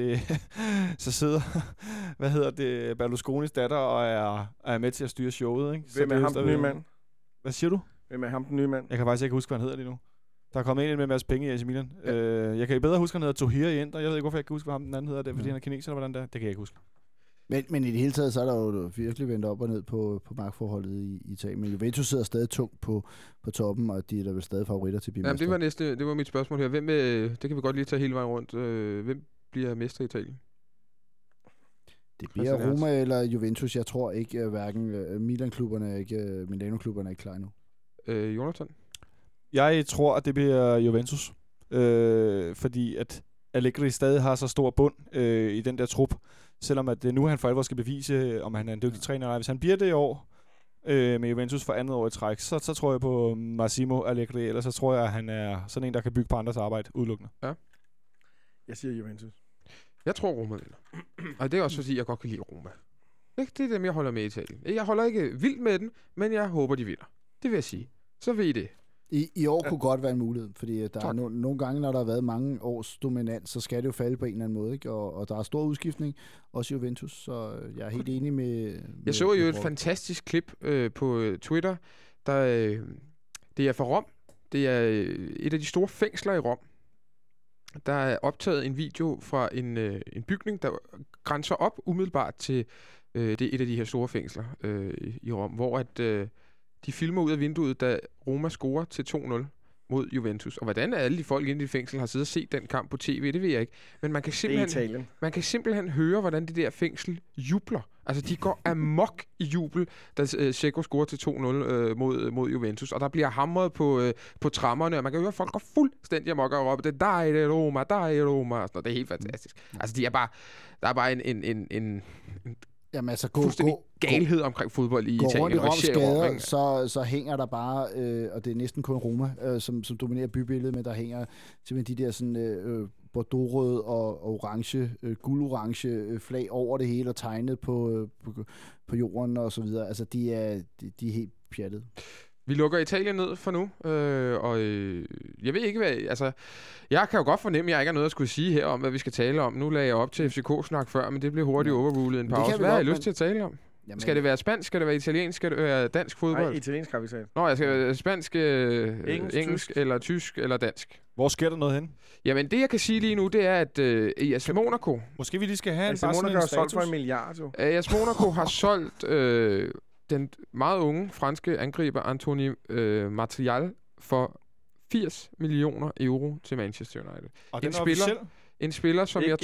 Berlusconis datter og er med til at styre showet, ikke? Hvem er ham den nye mand? Hvad siger du? Hvem er ham den nye mand? Jeg kan faktisk ikke huske, hvad han hedder lige nu. Der er kommet ind med en masse penge i AC Milan. Ja. Jeg kan bedre huske, han hedder Tohir i Inter. Jeg ved ikke, hvorfor jeg kan huske, hvad ham den anden hedder. Det er, fordi han er kineser, eller hvordan det er. Det kan jeg ikke huske. Men i det hele taget, så er der jo virkelig vendt op og ned på magtforholdet i Italien. Men Juventus sidder stadig tungt på toppen, og de er der vel stadig favoritter til at blive mestre. Det var mit spørgsmål her. Det kan vi godt lige tage hele vejen rundt. Hvem bliver mester i Italien? Det bliver Roma eller Juventus. Jeg tror ikke, hverken Milan-klubberne ikke Milano-klubberne er ikke klar endnu. Jonathan? Jeg tror, at det bliver Juventus. Fordi at Allegri stadig har så stor bund i den der trup. Selvom at nu han for alvor skal bevise, om han er en dygtig træner. Nej, hvis han bliver det i år med Juventus for andet år i træk, så tror jeg på Massimo Allegri. Ellers så tror jeg, at han er sådan en, der kan bygge på andres arbejde udelukkende. Ja. Jeg siger Juventus. Jeg tror, Roma vinder. Og det er også fordi, jeg godt kan lide Roma. Det er dem, jeg holder med i Italien. Jeg holder ikke vildt med den, men jeg håber, de vinder. Det vil jeg sige. Så ved I det. I år kunne godt være en mulighed, fordi der er nogle gange, når der har været mange års dominans, så skal det jo falde på en eller anden måde, ikke? Og der er stor udskiftning, også i Juventus, så jeg er helt enig med jeg så jo et fantastisk klip på Twitter, det er fra Rom. Det er et af de store fængsler i Rom. Der er optaget en video fra en bygning, der grænser op umiddelbart til det er et af de her store fængsler i Rom, hvor at de filmer ud af vinduet, da Roma scorer til 2-0 mod Juventus. Og hvordan alle de folk inde i fængsel har siddet og set den kamp på tv, det ved jeg ikke. Men man kan simpelthen høre, hvordan det der fængsel jubler. Altså, de går amok i jubel, da Dzeko scorer til 2-0 mod Juventus. Og der bliver hamret på trammerne, og man kan høre, at folk går fuldstændig amok og råber, det er Roma, og sådan. Det er helt fantastisk. Altså, der er bare en jamen, altså, fuldstændig galhed omkring fodbold i Italien. Rundt i Roms gader, så hænger der bare, og det er næsten kun Roma, som dominerer bybilledet, men der hænger simpelthen de der sådan bordeaux-røde og orange, guld-orange flag over det hele, og tegnet på jorden og så videre. Altså, de er helt pjattede. Vi lukker Italien ned for nu, jeg ved ikke, jeg kan jo godt fornemme, at jeg ikke har noget at skulle sige her om, hvad vi skal tale om. Nu lagde jeg op til FCK-snak før, men det blev hurtigt overrulet en pause. Hvad har I lyst til at tale om? Jamen, skal det være spansk, skal det være italiensk, skal det være dansk fodbold? Nej, italiensk har vi sagt. Nå, jeg skal være spansk, engelsk eller tysk eller dansk. Hvor sker der noget hen? Jamen, det jeg kan sige lige nu, det er, at AS Monaco... Måske vi lige skal have en Monaco har solgt for 1 milliard, jo. AS Monaco har solgt den meget unge franske angriber Anthony Martial for 80 millioner euro til Manchester United. Og en spiller, som jeg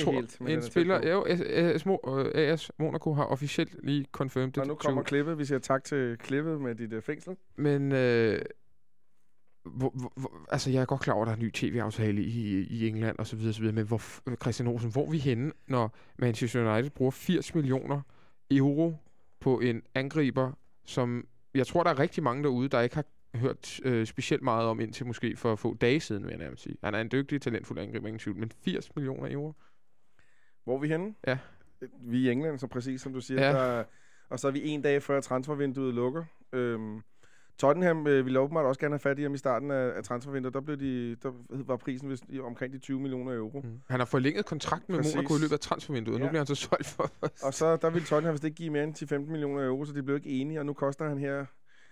tror... AS Monaco har officielt lige confirmed det. Og nu kommer klippet. Vi siger tak til klippet med dit fængsel. Men altså, jeg er godt klar over, at der er en ny tv-aftale i England og så videre, men Christian Olsen, hvor er vi henne, når Manchester United bruger 80 millioner euro på en angriber, som jeg tror, der er rigtig mange derude, der ikke har hørt specielt meget om indtil måske for få dage siden, vil jeg nærmest sige. Han er en dygtig, talentfuld angriber, ingen tvivl, men 80 millioner euro. Hvor er vi henne? Ja. Vi er i England, så præcis som du siger. Ja. Og så er vi en dag før transfervinduet lukker. Tottenham ville åbenbart også gerne have fat i ham i starten af transfervinduet. Der var prisen vist omkring de 20 millioner euro. Han har forlænget kontrakten med Monaco i løbet af transfervinduet, og nu bliver han så solgt for os. Og så der ville Tottenham vist ikke give mere end 10-15 millioner euro, så de blev ikke enige, og nu koster han her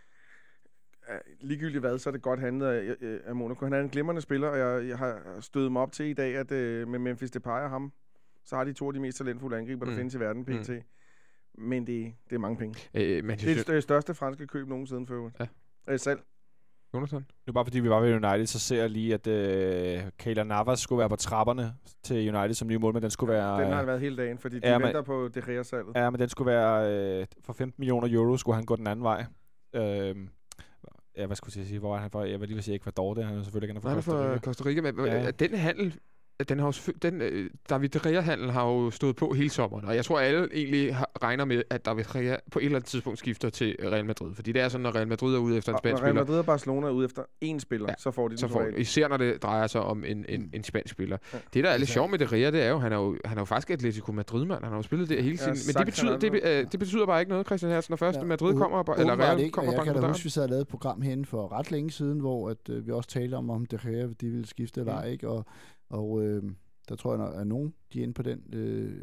ligegyldigt hvad, så er det godt handlet af Monaco. Han er en glimrende spiller, og jeg har stødet mig op til i dag, at med Memphis Depay og ham, så har de to af de mest talentfulde angriber, der findes i verden, pt. Men det er mange penge. Det er det største franske køb nogensinde for øvrigt. Ja. Salg. Jonathan? Nu bare fordi vi var ved United, så ser jeg lige, at Keylor Navas skulle være på trapperne til United som nye målmand. Den skulle være... Den har været hele dagen, fordi de venter på De Gea-salget. Ja, men den skulle være... for 15 millioner euro skulle han gå den anden vej. Ja, hvad skulle jeg sige? Hvor er han for? Jeg vil lige sige Ecuador, det er han selvfølgelig ikke. Han er fra Costa Rica. Men den handel... David De Gea-handel har jo stået på hele sommeren, og jeg tror, alle egentlig regner med, at David De Gea på et eller andet tidspunkt skifter til Real Madrid. Fordi det er sådan, når Real Madrid er ude efter en spansk spiller. Når Real Madrid og Barcelona er ude efter én spiller, så får de den. Især når det drejer sig om en spansk spiller. Ja. Det, der er lidt sjovt med De Gea, det er jo, han er jo faktisk Atletico Madrid-mand. Han har jo spillet det hele tiden. Men det betyder bare ikke noget, Christian Hertz, når først Madrid kommer, eller Real kommer. Jeg kan da huske, vi sad og lavede et program herinde for ret længe siden, hvor vi også talte om De Gea, de ville skifte eller ikke, og der tror jeg, at nogen de er inde på den.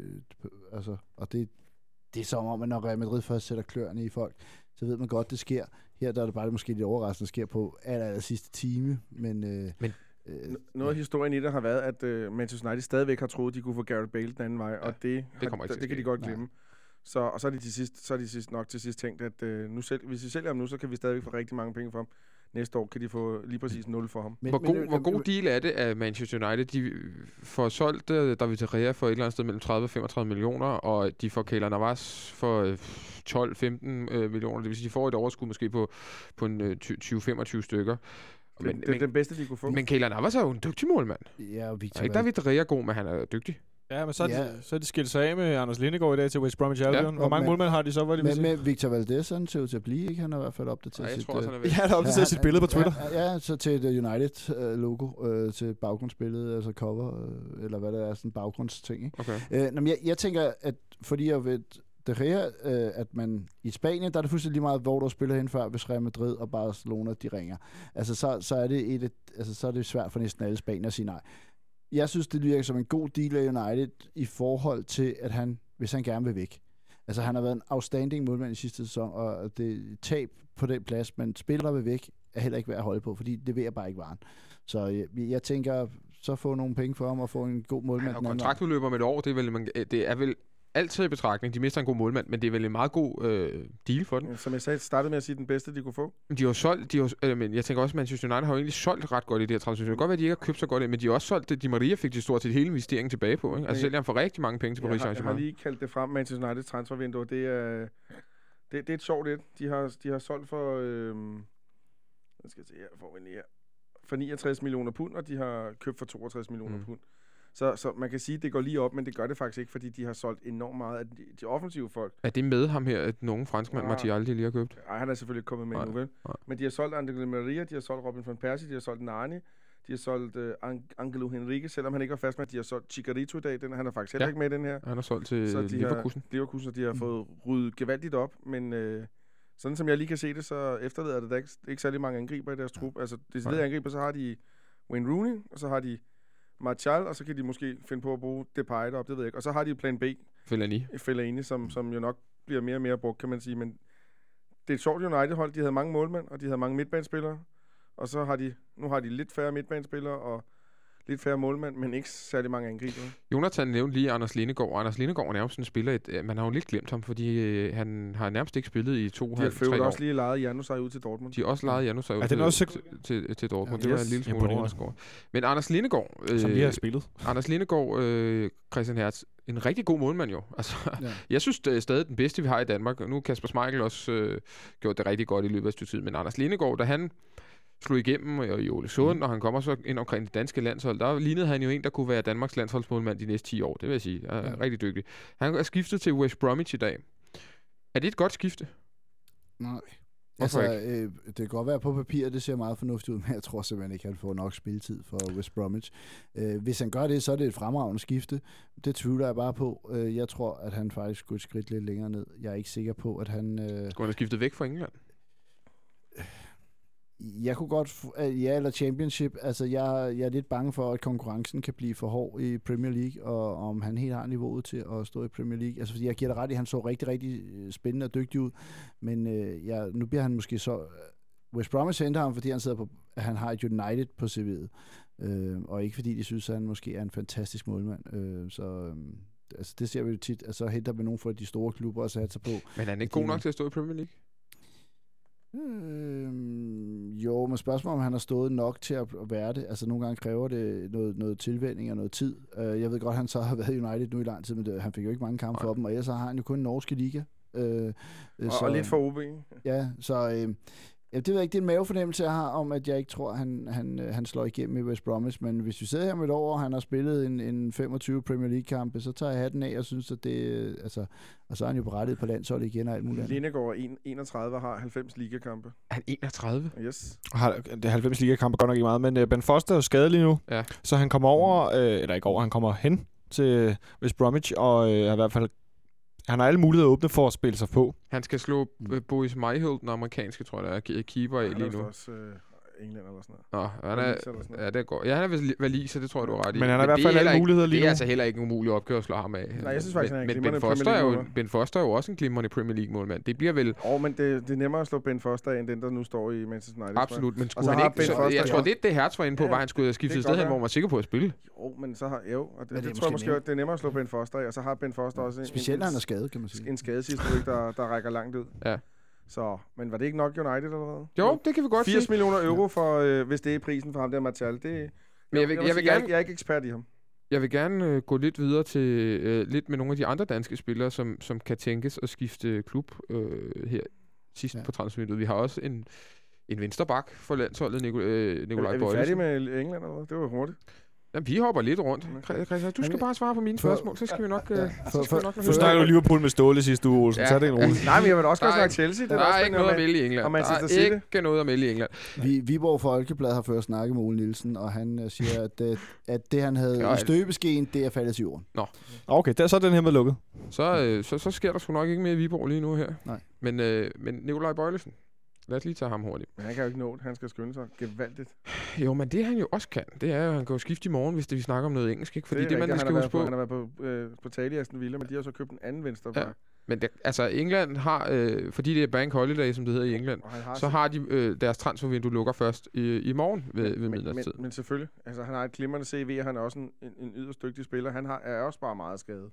Og det er som om, at når Real Madrid først sætter kløerne i folk, så ved man godt, det sker. Her der er det bare måske lidt overraskende, der sker på aller sidste time. Men noget af historien i det har været, at Manchester United stadigvæk har troet, de kunne få Gareth Bale den anden vej, og det kan de godt glemme. Så er de til sidst nok tænkt, at hvis vi sælger ham nu, så kan vi stadigvæk få rigtig mange penge for ham. Næste år kan de få lige præcis 0 for ham. Hvor god deal er det af Manchester United? De får solgt David De Gea for et eller andet sted mellem 30 og 35 millioner, og de får Keylor Navas for 12-15 millioner. Det vil sige, de får et overskud måske på en 20-25 stykker. Det er den bedste, de kunne få. Men Keylor Navas er jo en dygtig målmand. Ja, og Victor. Ikke David De Gea god, men han er dygtig. Ja, men så er de skilt sig af med Anders Lindegaard i dag til West Bromwich Albion. Hvor mange målmænd har de så? Men Victor Valdez, han ser ud til at blive, ikke? Han har i hvert fald opdateret sit... han har opdateret sit billede på Twitter. Ja, så til et United-logo, til baggrundsbilledet, altså cover, eller hvad det er, sådan en baggrundsting, ikke? Okay. Jeg tænker, at fordi jeg ved De Gea, at man i Spanien, der er det fuldstændig lige meget, hvor du spiller hen før, hvis Real Madrid og Barcelona, de ringer. Altså, så er det så er det svært for næsten alle Spanier at sige nej. Jeg synes, det virker som en god deal af United i forhold til, at hvis han gerne vil væk. Altså, han har været en outstanding målmand i sidste sæson, og det tab på den plads, men spiller vil væk, er heller ikke værd at holde på, fordi det vil jeg bare ikke varen. Så jeg tænker, så få nogle penge for ham og få en god målmand. Og kontraktudløber med et år, det er vel altid i betragtning. De mister en god målmand, men det er vel en meget god deal for den. Som jeg startede med at sige, den bedste, de kunne få. De har solgt, men jeg tænker også, at Manchester United har jo egentlig solgt ret godt i det her transfer. Det kan godt være, at de ikke har købt så godt, men de har også solgt det. Di Maria fik de stort set hele investeringen tilbage på. Ikke? Altså sælger han for rigtig mange penge til Paris Saint-Germain. Jeg har lige kaldt det frem, Manchester Uniteds transfervindue. Det er et sjovt et. De har solgt for... jeg skal se her, får vi lige her. For 69 millioner pund, og de har købt for 62 millioner pund. Så man kan sige, at det går lige op, men det gør det faktisk ikke, fordi de har solgt enormt meget af de offensive folk. Er det med ham her, at nogen franskmand, Martial, de lige har købt? Nej, han er selvfølgelig ikke kommet med nu, vel? Men de har solgt Angel Maria, de har solgt Robin van Persie, de har solgt Nani, de har solgt Angelo Henrique, selvom han ikke var fast med, de har solgt Chicharito i dag. Han er faktisk heller ikke med i den her. Han har solgt til Leverkusen, de har fået ryddet gevaldigt op, men... sådan som jeg lige kan se det, så efterlader det ikke særlig mange angriber i deres trup. Altså, deciderede angriber, så har de Wayne Rooney, og så har de Martial, og så kan de måske finde på at bruge Depay deroppe, det ved jeg ikke. Og så har de plan B. Fellaini, som jo nok bliver mere og mere brugt, kan man sige. Men det er et sjovt United-hold. De havde mange målmænd, og de havde mange midtbanespillere. Og så nu har de lidt færre midtbanespillere, og lidt færre målmand, men ikke særlig mange angriber. Jonathan nævnte lige Anders Lindegaard, og Anders Lindegaard er nærmest en spiller, man har jo lidt glemt ham, fordi han har nærmest ikke spillet i 2-3 år. De har også lige lejet Janusaj ud til Dortmund. De har også lejet Janusaj ud til Dortmund. Ja, det var en lille smule Lindegaard. Men Anders Lindegaard... som lige har spillet. Anders Lindegaard, Christian Hertz, en rigtig god målmand jo. Altså, jeg synes, det er stadig den bedste, vi har i Danmark. Og nu har Kasper Schmeichel også gjort det rigtig godt i løbet af styrt tid. Men Anders Lindegaard, da han slog igennem i Ole Sund, og han kommer så ind omkring det danske landshold. Der lignede han jo en, der kunne være Danmarks landsholdsmålmand de næste 10 år, det vil jeg sige. Han er rigtig dygtig. Han er skiftet til West Bromwich i dag. Er det et godt skifte? Nej. Hvorfor det kan godt være på papir, det ser meget fornuftigt ud, men jeg tror simpelthen ikke, at han får nok spilletid for West Bromwich. Hvis han gør det, så er det et fremragende skifte. Det tvivler jeg bare på. Jeg tror, at han faktisk skulle et skridt lidt længere ned. Jeg er ikke sikker på, at han... Skulle han have skiftet væk fra England? Jeg kunne godt... eller Championship. Altså, jeg er lidt bange for, at konkurrencen kan blive for hård i Premier League, og om han helt har niveauet til at stå i Premier League. Altså, fordi jeg giver dig ret i, at han så rigtig, rigtig spændende og dygtig ud. Men nu bliver han måske så... West Bromwich henter ham, fordi han har et United på CV'et. Og ikke fordi de synes, at han måske er en fantastisk målmand. Altså, det ser vi jo tit. Altså, så henter vi nogen fra de store klubber og satser på. Men er han ikke god nok til at stå i Premier League? Jo, men spørgsmålet om han har stået nok til at være det. Altså nogle gange kræver det noget tilvænning og noget tid. Jeg ved godt, han så har været i United nu i lang tid, men han fik jo ikke mange kampe for dem, og ellers har han jo kun norske liga. Og lidt for OB. Ja, så... det ved jeg ikke, det er en mavefornemmelse, jeg har om, at jeg ikke tror, han slår igennem i West Bromwich, men hvis vi sidder her med et år, og han har spillet en 25 Premier League-kampe, så tager jeg hatten af og synes, at det... Altså, og så er han jo berettiget på landsholdet igen og alt muligt. Linegaard 31 og har 90 ligakampe. Er han 31? Yes. Det er 90 ligakampe godt nok ikke meget, men Ben Foster er jo skadet lige nu, så han kommer over, eller ikke over, han kommer hen til West Bromwich, og har i hvert fald han har alle muligheder åbne for at spille sig på. Han skal slå Boris Myhill, den amerikanske, tror jeg, der er keeper i lige nu. Også England eller sådan noget. Nå, han er, det går. Ja, han er valiser, det tror jeg, du er ret i. Men han har i hvert fald alle muligheder lige nu. Det er altså heller ikke en umulig opgave at slå ham af. Nej, jeg synes faktisk, han er en glimrende Premier League-målmand. Ben Foster er jo også en glimrende Premier League-målmand. Det bliver vel... men det er nemmere at slå Ben Foster end den, der nu står i Manchester United. Absolut, men skulle han ikke... Jeg tror, det Hertz var inde på, var han skulle have skiftet sted hen, hvor man var sikker på at spille. Jo, men så har... og det tror jeg måske, det er nemmere at slå Ben Foster af, og så har Ben Foster også... Specielt han er skadet, kan man sige. En skadeshistorik, der rækker langt ud. Ja. Så, men var det ikke nok United eller hvad? Jo, det kan vi godt 80 millioner euro for, hvis det er prisen for ham der Martial. Jeg er ikke ekspert i ham. Jeg vil gerne gå lidt videre til lidt med nogle af de andre danske spillere, som kan tænkes at skifte klub her sidst på transfervinduet. Vi har også en vensterbak for landsholdet, Nikolaj Bøjlesen. Er vi færdige med England eller hvad? Det var hurtigt. Jamen, vi hopper lidt rundt. Christian, du skal bare svare på mine spørgsmål, så skal vi nok... Du snakker jo Liverpool med Ståle sidste uge, Olsen, så er det en rolig. Nej, men jeg vil også godt snakke Chelsea. Der er ikke noget at melde i England. Der er ikke noget at melde i England. Viborg Folkeblad har først snakket med Ole Nielsen, og han siger, at det han havde i støbeskeen, det er faldet til jorden. Nå. Okay, så er den her med lukket. Så sker der sgu nok ikke mere i Viborg lige nu her. Nej. Men Nikolaj Bøjlesen. Lad os lige tage ham hurtigt. Men han kan jo ikke nå det. Han skal skynde sig gevaldigt. Jo, men det han jo også kan, det er jo, at han kan jo skifte i morgen, hvis vi snakker om noget engelsk. Ikke? Fordi det man skal huske på. Han har været på tale i Aston Villa, men de har så købt en anden venstre. Ja. Men England har, fordi det er bank holiday, som det hedder i England, så har de deres transfervindue lukker først i morgen ved midnatstid. Men selvfølgelig. Altså, han har et glimrende CV, og han er også en yderst dygtig spiller. Han er også bare meget skadet.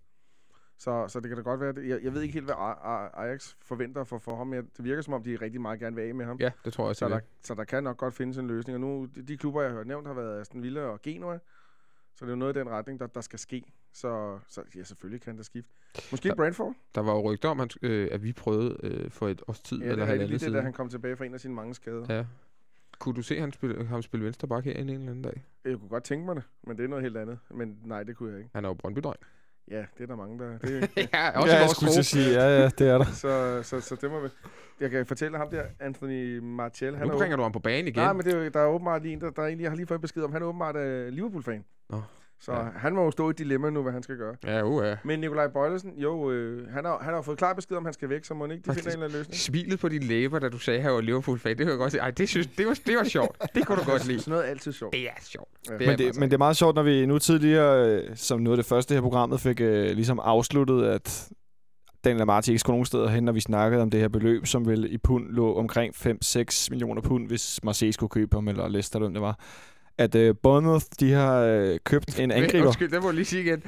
Så det kan da godt være. Jeg ved ikke helt, hvad Ajax forventer for ham. Det virker som om, de rigtig meget gerne vil af med ham. Ja, det tror jeg. Så der kan nok godt findes en løsning. Og nu, de klubber, jeg har nævnt, har været Aston Villa og Genoa. Så det er jo noget i den retning, der skal ske. Så ja, selvfølgelig kan det skifte. Måske Brentford? Der var jo rygter om, at vi prøvede for et års tid. Ja, eller det er lige det, da han kom tilbage fra en af sine mange skader. Ja. Kunne du se ham spille venstreback her en eller anden dag? Jeg kunne godt tænke mig det, men det er noget helt andet. Men nej, det kunne jeg ikke. Han er jo Brøndby-dreng. Ja, det er der mange, der... ja, også jeg skulle sige. Ja, det er der. Så det må vi... Jeg kan fortælle ham der, Anthony Martial... Nu bringer du ham på banen igen. Nej, men der er åbenbart lige en, der egentlig... Jeg har lige fået besked om, han er åbenbart Liverpool-fan. Så han må jo stå i et dilemma nu, hvad han skal gøre. Ja. Men Nikolaj Bøjlesen, han har fået klar besked om, han skal væk, så må ikke de finder en eller anden løsning. Smilet på dine læber, da du sagde, at han var Liverpool-fan, det kunne jeg godt sige. Ej, det var sjovt. Det kunne du godt lide. Sådan noget er altid sjovt. Det er sjovt. Ja. Men det er meget sjovt, når vi nu tidligere, som noget af det første her programmet, fik ligesom afsluttet, at Daniel Amartey ikke skulle nogen steder hen, når vi snakkede om det her beløb, som vel i pund lå omkring 5-6 millioner pund, hvis Marseille skulle købe ham, eller Leicester, hvem det var. At Bournemouth, de har købt en angriber. Undskyld, det må jeg lige sige igen.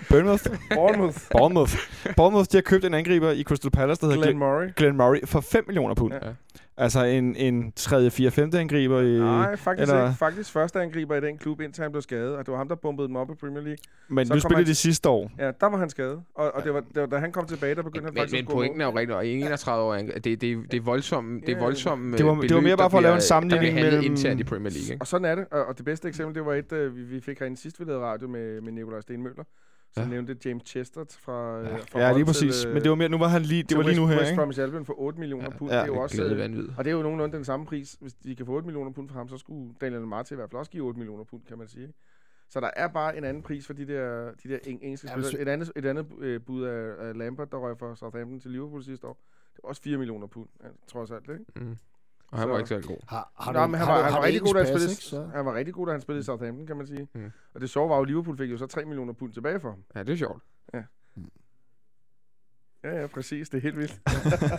Bournemouth, de har købt en angriber i Crystal Palace, der hedder Glenn Murray for 5 millioner pund. Ja. Altså en 3., 4., 5. angriber i... Nej, faktisk ikke. Faktisk første angriber i den klub, indtil han blev skadet. Og det var ham, der bombede dem op i Premier League. Men nu spillede de sidste år. Ja, der var han skadet. Og det var, da han kom tilbage, der begyndte han faktisk at gå. Men pointen er jo rigtig, og 31 år, det er voldsomt. Det var mere bare for at lave en sammenligning mellem... internt i Premier League, ikke? Og sådan er det. Og det bedste eksempel, det var vi fik herinde sidst, vi lavede radio med Nikolaj Stenmøller. Så nævnte James Chester fra lige præcis. Men det var mere, nu var han lige, det var lige nu her, West Bromwich Albion for 8 millioner pund. Det er jo også vanvittigt. Og det er jo nogenlunde den samme pris. Hvis de kan få 8 millioner pund fra ham, så skulle Daniel Martin i hvert fald også give 8 millioner pund, kan man sige. Så der er bare en anden pris for de der engelske spillere. Et andet bud af Lampard, der røg fra Southampton til Liverpool sidste år. Det var også 4 millioner pund, trods alt, ikke? Mm. Og han var ikke særlig god. Han var rigtig god, da han spillede i Southampton, kan man sige. Mm. Og det sjove var jo, at Liverpool fik jo så 3 millioner pund tilbage for ham. Ja, det er sjovt. Ja. Ja, præcis. Det er helt vildt.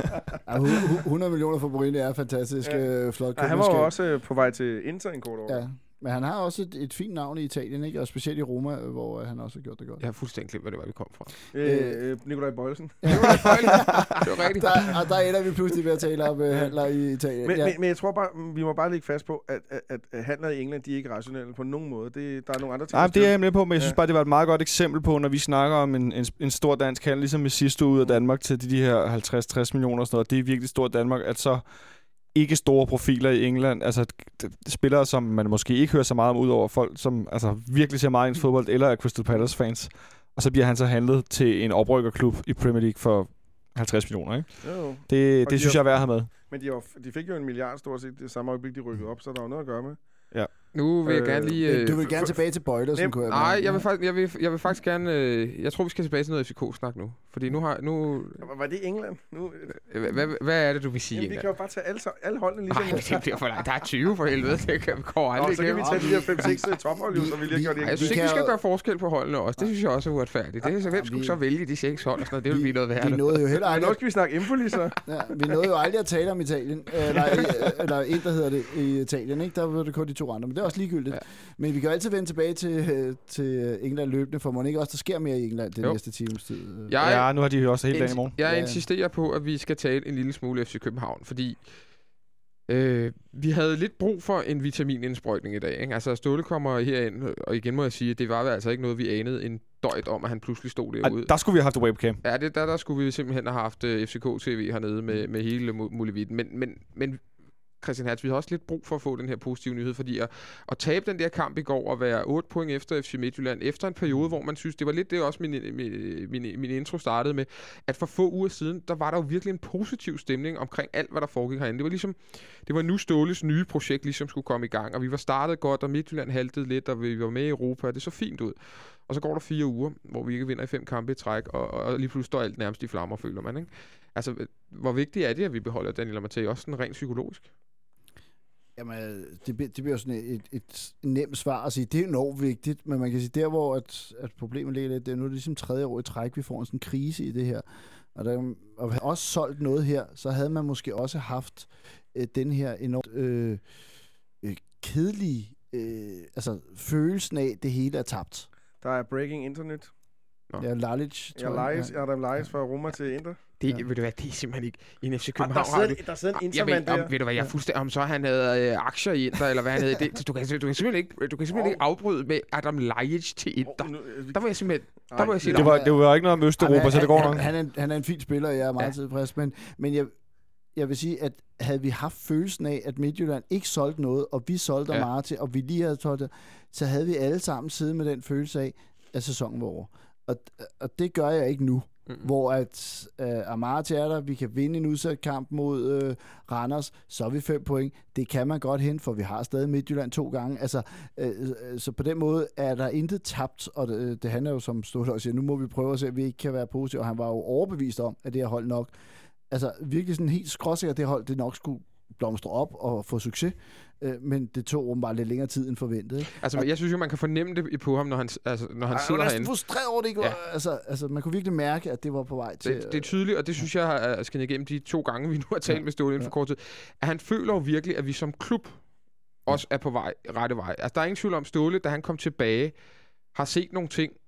100 millioner for Borini er fantastisk flot. Ja, han var jo også på vej til Inter en kort år. Ja. Men han har også et fint navn i Italien, ikke? Og specielt i Roma, hvor han også har gjort det godt. Jeg har fuldstændig glemt, hvad det var, vi kom fra. Nikolaj Boilsen. Det var rigtigt. Der ender vi pludselig ved at tale om handler i Italien. Men jeg tror bare, vi må bare lægge fast på, at handler i England, de er ikke rationelle på nogen måde. Der er nogle andre ting. Nej, det er jeg med på, men jeg synes bare, det var et meget godt eksempel på, når vi snakker om en stor dansk handel, ligesom med sidste ud af Danmark til de her 50-60 millioner og sådan noget. Det er virkelig stort Danmark, at så ikke store profiler i England, altså spillere, som man måske ikke hører så meget om, ud over folk, som altså virkelig ser meget ens fodbold, eller er Crystal Palace fans. Og så bliver han så handlet til en oprykkerklub i Premier League for 50 millioner, ikke? Jo. Det synes jeg er værd at have med. Men de fik jo 1 milliard stort set det samme øjeblik, de rykkede op, så der var noget at gøre med. Ja. Nu vil jeg gerne lige... Du vil gerne tilbage til Bøjler, som kunne nej, jeg vil faktisk gerne... jeg tror, vi skal tilbage til noget FCK-snak nu. Fordi nu har... Var det England? Hvad er det, du vil sige? Jamen, vi kan jo bare tage alle holdene ligesom... Nej, det bliver for langt. Der er 20 for helvede. Det kan vi gå aldrig igennem. Så kan vi tage de her 5-6 tophold, som vi lige har gjort. Jeg synes ikke, vi skal gøre forskel på holdene også. Det synes jeg også er uretfærdigt. Det er hvem skulle så vælge de 6 hold og sådan noget. Det vil blive noget værre. Vi nåede jo heller aldrig... Nu skal vi snakke Empoli, så. Ja, vi nåede jo aldrig at tale om Italien. Eller en, der hedder det i Italien, ikke? Der var det kun de 2 andre. Men det er også ligegyldigt. Ja. Men vi kan jo altid vende tilbage til England løbende, for må ikke også der sker mere i England det næste times tid. Ja, nu har de jo også hele dagen i morgen. Jeg insisterer på, at vi skal tale en lille smule FC København, fordi vi havde lidt brug for en vitaminindsprøjtning i dag, ikke? Altså Ståle kommer herind, og igen må jeg sige, at det var altså ikke noget, vi anede en døjt om, at han pludselig stod derude. Der skulle vi have haft webcam. Ja, der skulle vi simpelthen have haft FCK-TV hernede med hele muligheden. Men Christian Hertz, vi har også lidt brug for at få den her positive nyhed, fordi at tabe den der kamp i går og være 8 point efter FC Midtjylland, efter en periode, hvor man synes, det var lidt det også min intro startede med, at for få uger siden, der var der jo virkelig en positiv stemning omkring alt, hvad der foregik herinde. Det var ligesom, det var nu Ståles nye projekt ligesom skulle komme i gang, og vi var startet godt, og Midtjylland haltede lidt, og vi var med i Europa, og det så fint ud. Og så går der 4 uger, hvor vi ikke vinder i 5 kampe i træk, og lige pludselig står alt nærmest i flammer, føler man, ikke? Altså, hvor vigtigt er det, at vi beholder Daniel Amartey, også sådan rent psykologisk? Jamen, det bliver jo sådan et nemt svar at sige, det er enormt vigtigt, men man kan sige, der hvor at problemet ligger lidt, det er nu ligesom 3. år i træk, vi får en sådan krise i det her. Og havde også solgt noget her, så havde man måske også haft den her enormt kedelige følelsen af, det hele er tabt. Der er breaking internet. Ja, Lalic. Adam Lalic fra Roma til Inter. Ved du hvad, det er simpelthen ikke i en FC København. Der sidder en intermand der. Ved du hvad, jeg fuldstændig om så han havde aktier i Inter, eller hvad han havde. Du kan simpelthen ikke afbryde med Adam Lalic til Inter. Der var jeg simpelthen... Det var ikke noget om Østeuropa, så det går nok. Han er en fin spiller, jeg er meget tilfreds. Men jeg vil sige, at havde vi haft følelsen af, at Midtjylland ikke solgte noget, og vi solgte Amartey, og vi lige havde solgt det, så havde vi alle sammen siddet med den følelse af, at sæsonen var over. Og det gør jeg ikke nu, hvor at Amartey er der, vi kan vinde en udsat kamp mod Randers, så er vi 5 point. Det kan man godt hente, for vi har stadig Midtjylland 2 gange. Altså, så på den måde er der intet tabt, og det handler jo som Ståle også siger, nu må vi prøve at se, at vi ikke kan være positive, og han var jo overbevist om, at det her hold nok, altså virkelig sådan helt skråsikkert, det hold, det nok skulle blomstre op og få succes. Men det tog åbenbart lidt længere tid end forventet. Ikke? Altså, jeg synes jo, man kan fornemme det på ham, når han sidder herinde. Jeg var næsten frustreret over det, ikke? Ja. Altså, man kunne virkelig mærke, at det var på vej til... Det er tydeligt, og det synes jeg er skinnet igennem de 2 gange, vi nu har talt med Ståle inden for kort tid, at han føler jo virkelig, at vi som klub også er på rette vej. Altså, der er ingen tvivl om Ståle, da han kom tilbage, har set nogle ting,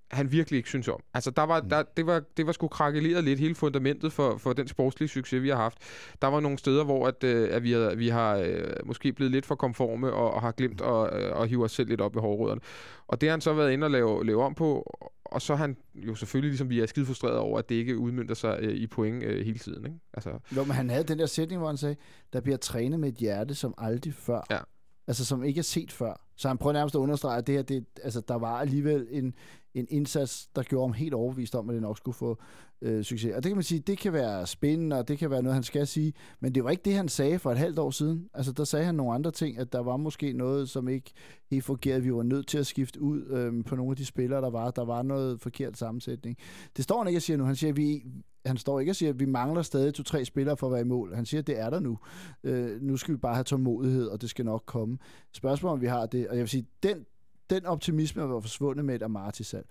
han virkelig ikke synes om. Altså, det var sgu krakeleret lidt, hele fundamentet for den sportslige succes, vi har haft. Der var nogle steder, hvor at vi har måske blevet lidt for konforme og har glemt at hive os selv lidt op i hårrødderne. Og det har han så været inde og lave om på, og så han jo selvfølgelig, ligesom vi er skide frustreret over, at det ikke udmønter sig i point hele tiden. Ikke? Altså. Jo, men han havde den der sætning, hvor han sagde, der bliver trænet med et hjerte, som aldrig før. Ja. Altså, som ikke er set før. Så han prøver nærmest at understrege, at det her, altså, der var alligevel en indsats, der gjorde ham helt overbevist om, at det nok skulle få succes. Og det kan man sige, det kan være spændende, og det kan være noget, han skal sige, men det var ikke det, han sagde for et halvt år siden. Altså, der sagde han nogle andre ting, at der var måske noget, som ikke helt fungerede. Vi var nødt til at skifte ud på nogle af de spillere, der var. Der var noget forkert sammensætning. Det står han ikke at sige nu. Han står ikke og siger, at vi mangler stadig 2-3 spillere for at være i mål. Han siger, at det er der nu. Nu skal vi bare have tålmodighed, og det skal nok komme. Spørgsmålet om vi har det, og jeg vil sige, den optimisme var forsvundet med et Amartey-salg,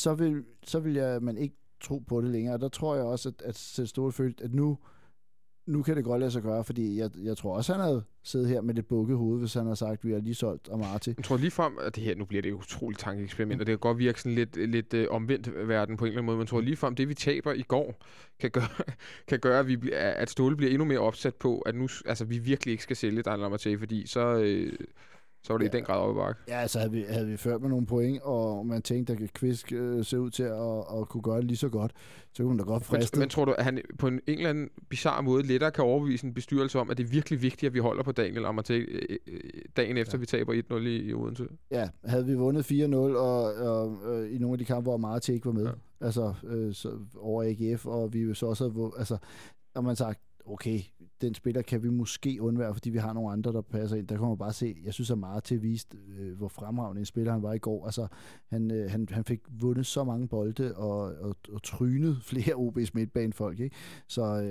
så vil man ikke tro på det længere. Og der tror jeg også, at Ståle følte, at nu kan det godt lade sig gøre, fordi jeg tror også, han havde siddet her med det bukket hoved, hvis han havde sagt, at vi har lige solgt Amartey. Jeg tror lige frem, at det her, nu bliver det jo utroligt tankeeksperiment, og det kan godt virke sådan lidt omvendt verden på en eller anden måde, men jeg tror lige frem, det vi taber i går, kan gøre at Ståle bliver endnu mere opsat på, at nu, altså, vi virkelig ikke skal sælge Daniel Amartey, fordi så var det i den grad op ad bakke. Ja, altså havde vi ført med nogle point, og man tænkte, at Kvist ser ud til at kunne gøre det lige så godt, så kunne man da godt friste. Men tror du, at han på en eller anden bizarre måde lettere kan overbevise en bestyrelse om, at det er virkelig vigtigt, at vi holder på Daniel Amartey dagen efter, vi taber 1-0 i Odense? Ja, havde vi vundet 4-0, og i nogle af de kampe, hvor Amartey ikke var med, altså så over AGF, og vi så også altså, og man sagt, okay, den spiller kan vi måske undvære, fordi vi har nogle andre, der passer ind. Der kan man bare se, jeg synes, at meget til vist, hvor fremragende en spiller han var i går. Altså, han fik vundet så mange bolde og trynet flere OB's midtbanefolk, ikke? Så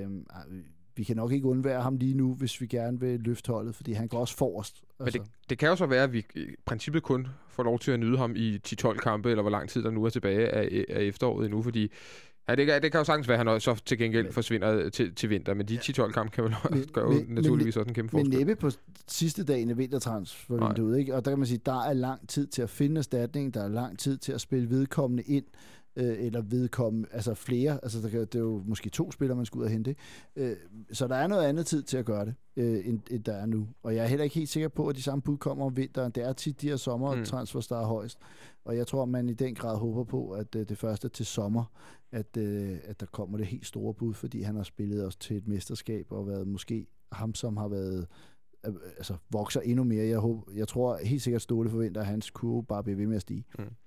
vi kan nok ikke undvære ham lige nu, hvis vi gerne vil løfte holdet, fordi han går også forrest. Altså. Men det kan jo så være, at vi i princippet kun får lov til at nyde ham i 10-12 kampe, eller hvor lang tid der nu er tilbage af efteråret endnu, fordi ja, det kan jo sagtens være, at han så til gengæld forsvinder til vinter, men de 10-12 kampe kan vel også gøre naturligvis også en kæmpe forskel. Men næppe på sidste dagen af vintertransfervinduet, ikke? Og der kan man sige, der er lang tid til at finde erstatning, der er lang tid til at spille vedkommende ind, eller vedkommende, altså flere, altså det er jo måske 2 spillere, man skal ud og hente. Så der er noget andet tid til at gøre det, end der er nu. Og jeg er heller ikke helt sikker på, at de samme bud kommer om vinteren. Det er tit de her sommertransfers, der er højst. Og jeg tror, at man i den grad håber på, at det første til sommer, at der kommer det helt store bud, fordi han har spillet os til et mesterskab, og været måske ham, som har været altså vokser endnu mere. Jeg tror helt sikkert, Ståle forventer, at hans kurve bare bliver ved med at stige.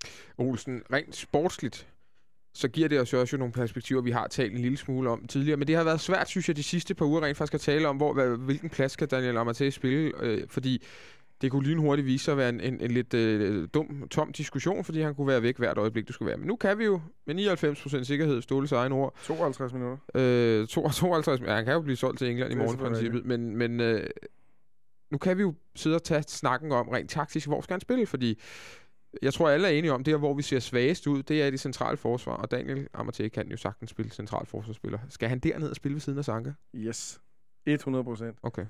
Olsen, rent sportsligt, så giver det os også nogle perspektiver, vi har talt en lille smule om tidligere. Men det har været svært, synes jeg, de sidste par uger rent faktisk at tale om, hvilken plads kan Daniel Amartey spille, fordi det kunne lynhurtigt vise sig at være en lidt tom diskussion, fordi han kunne være væk hvert øjeblik, du skulle være. Men nu kan vi jo med 99% sikkerhed, Ståles egen ord. 52 minutter. 52, han kan jo blive solgt til England i morgen, princippet. Men nu kan vi jo sidde og tage snakken om rent taktisk, hvor skal han spille, fordi jeg tror, alle er enige om, det hvor vi ser svagest ud, det er i det centrale forsvar, og Daniel Amartey kan jo sagtens spille central forsvarsspiller. Skal han derned og spille ved siden af Sanka? Yes. 100%. Okay.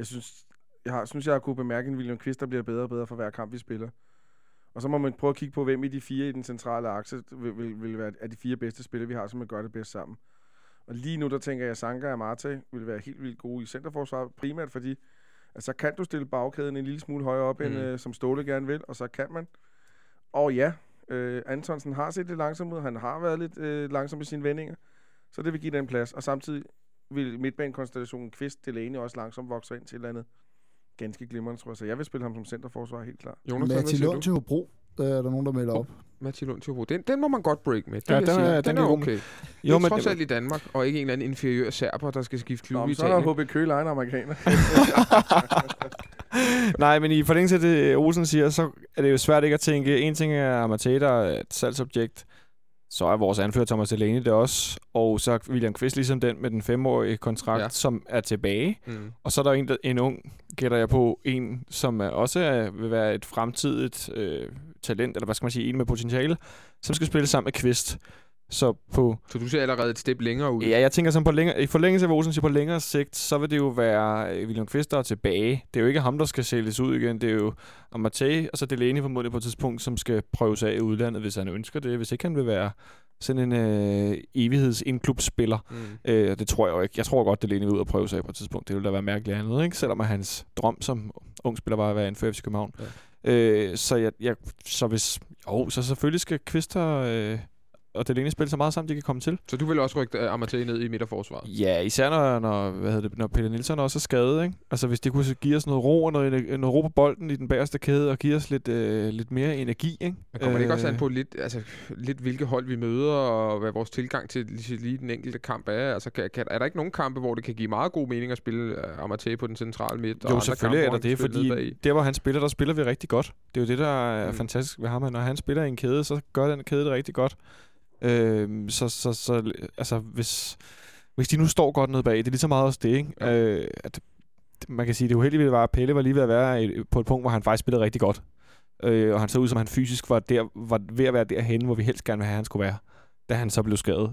Jeg har kunne bemærke, at William Kvist, der bliver bedre og bedre for hver kamp, vi spiller. Og så må man prøve at kigge på, hvem i de 4 i den centrale akse vil være af de 4 bedste spillere, vi har, som man gør det bedst sammen. Og lige nu, der tænker jeg, at Sanka og Amartey vil være helt vildt gode i centerforsvar, primært fordi, at så kan du stille bagkæden en lille smule højere op, end som Ståle gerne vil, og så kan man. Og ja, Antonsen har set lidt langsomt ud, han har været lidt langsom i sine vendinger, så det vil give den plads. Og samtidig vil midtbanekonstellationen Kvist Delaney også langsomt vokse ind til et eller andet ganske glimrende, tror jeg. Så jeg vil spille ham som centerforsvar, helt klart. Matti Lund til Hobro, er der nogen, der melder op. Matti Lund til Hobro. Den må man godt break med. Den er okay. Det er trods alt i Danmark, og ikke en eller anden inferiør serber, der skal skifte klub i Italien. Så er HB Køge egen amerikaner. Nej, men i forlængelse af det, Olsen siger, så er det jo svært ikke at tænke. En ting er Amartey, der er et salgsobjekt. Så er vores anfører Thomas Delaney det også. Og så William Kvist ligesom den med den 5-årige kontrakt, som er tilbage. Og så er der en ung, gætter jeg på, en som også vil være et fremtidigt talent, eller hvad skal man sige, en med potentiale, som skal spille sammen med Kvist. Så du ser allerede et step længere ud? Ja, jeg tænker sådan i forlængelse af Olsen siger på længere sigt, så vil det jo være William Kvist, der er tilbage. Det er jo ikke ham, der skal sælges ud igen. Det er jo Amartey og så Delaney formodentlig på et tidspunkt, som skal prøves af i udlandet, hvis han ønsker det. Hvis ikke han vil være sådan en evighedsindklubsspiller. Det tror jeg jo ikke. Jeg tror godt, Delaney vil ud og prøve sig af på et tidspunkt. Det ville da være mærkeligt andet, ikke? Selvom hans drøm som ung spiller var at være en for FC København. Ja. Så selvfølgelig skal Kvist og Delaney spiller så meget sammen, de kan komme til. Så du vil også rykke Amartey ned i midterforsvaret? Ja, især når Peter Nielsen også er skadet, ikke? Altså hvis det kunne give os noget ro og noget ro på bolden i den bagerste kæde og give os lidt mere energi, ikke? Men kommer det ikke også an på lidt hvilke hold vi møder og hvad vores tilgang til lige den enkelte kamp er? Altså er der ikke nogen kampe, hvor det kan give meget god mening at spille Amartey på den centrale midt? Jo, selvfølgelig kampe, er der det, fordi der hvor han spiller, der spiller vi rigtig godt. Det er jo det, der er fantastisk ved ham. Når han spiller i en kæde, så gør den kæde det rigtig godt. Altså hvis de nu står godt nede bag, det er lige så meget også det, ikke? At man kan sige, det uheldige ved det var, at Pelle var lige ved at være på et punkt, hvor han faktisk spillede rigtig godt. Og han så ud som han fysisk var ved at være derhenne, hvor vi helst gerne vil have, at han skulle være, da han så blev skadet.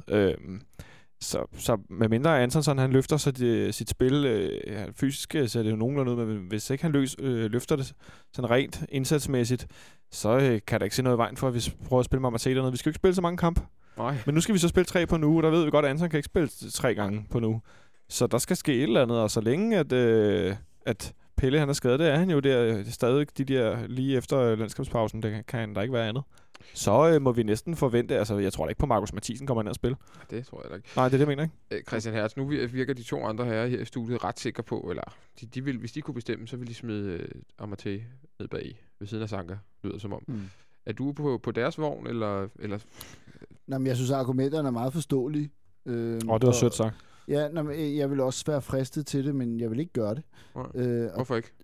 Så med mindre Antonsson, han løfter sit spil fysisk, så er det jo nogenlunde ud, men hvis ikke han løfter det sådan rent indsatsmæssigt, så kan der ikke se noget i vejen for, at vi prøver at spille med Amartey dernede. Vi skal jo ikke spille så mange kampe. Nej. Men nu skal vi så spille 3 på en uge, og der ved vi godt, at Anton kan ikke spille 3 gange på en uge. Så der skal ske et eller andet, og så længe at Pelle han er skadet, det er han jo der stadig de der lige efter landskampspausen, det kan der ikke være andet. Så må vi næsten forvente, altså jeg tror da ikke på Markus Mathisen kommer ind og spille. Det tror jeg da ikke. Nej, det er det, jeg mener, ikke? Christian Hertz, nu virker de 2 andre herrer her i studiet ret sikre på, eller de vil, hvis de kunne bestemme, så ville de smide Amartey ned bag ved siden af Sanka, lyder som om. Er du på deres vogn, eller? Nå, men jeg synes, at argumenterne er meget forståelige. Det var sødt sagt. Ja, jeg vil også være fristet til det, men jeg vil ikke gøre det. Hvorfor ikke?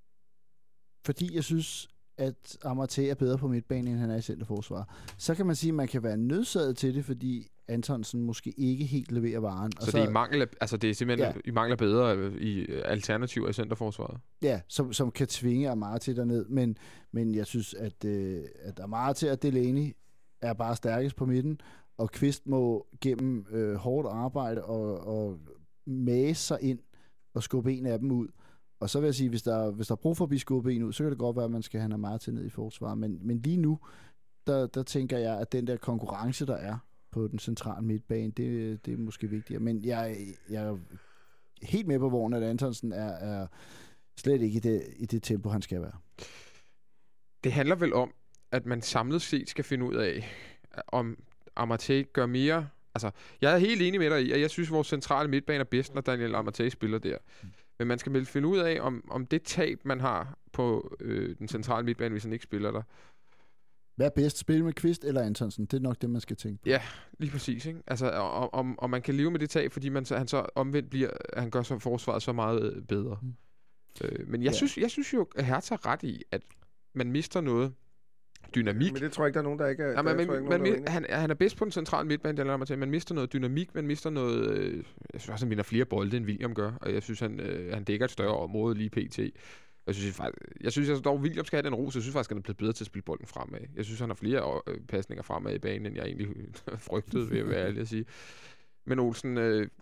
Fordi jeg synes, at Amartey er bedre på midtbanen, end han er i centerforsvar. Så kan man sige, at man kan være nødsaget til det, fordi Antonsen måske ikke helt leverer varen. Så det er i mangel af, altså det er simpelthen i mangel af bedre i alternativer i centerforsvaret? Ja, som kan tvinge Amartey derned, men jeg synes, at Amartey og Delaney er bare stærkest på midten, og Kvist må gennem hårdt arbejde og mase sig ind og skubbe en af dem ud. Og så vil jeg sige, hvis der er brug for at blive skubbet en ud, så kan det godt være, at man skal have Amartey ned i forsvaret. Men lige nu, der tænker jeg, at den der konkurrence, der er på den centrale midtbane, det er måske vigtigere. Men jeg er helt med på vognen, at Antonsen er slet ikke i det tempo, han skal være. Det handler vel om, at man samlet set skal finde ud af, om Amartey gør mere. Altså, jeg er helt enig med dig i, at jeg synes, at vores centrale midtbane er bedst, når Daniel Amartey spiller der. Men man skal vel finde ud af, om det tab, man har på den centrale midtbane, hvis han ikke spiller der. Hvad er bedst, spille med Kvist eller Antonsen? Det er nok det, man skal tænke på. Ja, lige præcis. Ikke? Altså, om man kan leve med det tab, fordi han så omvendt han gør så forsvaret så meget bedre. Men jeg synes jo, at Hertz har ret i, at man mister noget dynamik. Men det tror jeg ikke, der er nogen, der ikke er. Han er bedst på den centrale midtbane, det lader mig til. Man mister noget dynamik, man mister noget. Jeg synes også, han vinder flere bolde, end William gør, og jeg synes, han dækker et større område lige pt. Jeg synes dog, William skal have den ros. Jeg synes faktisk, han er blevet bedre til at spille bolden fremad. Jeg synes, han har flere pasninger fremad i banen, end jeg egentlig frygtede, ved at være ærlig at sige. Men Olsen,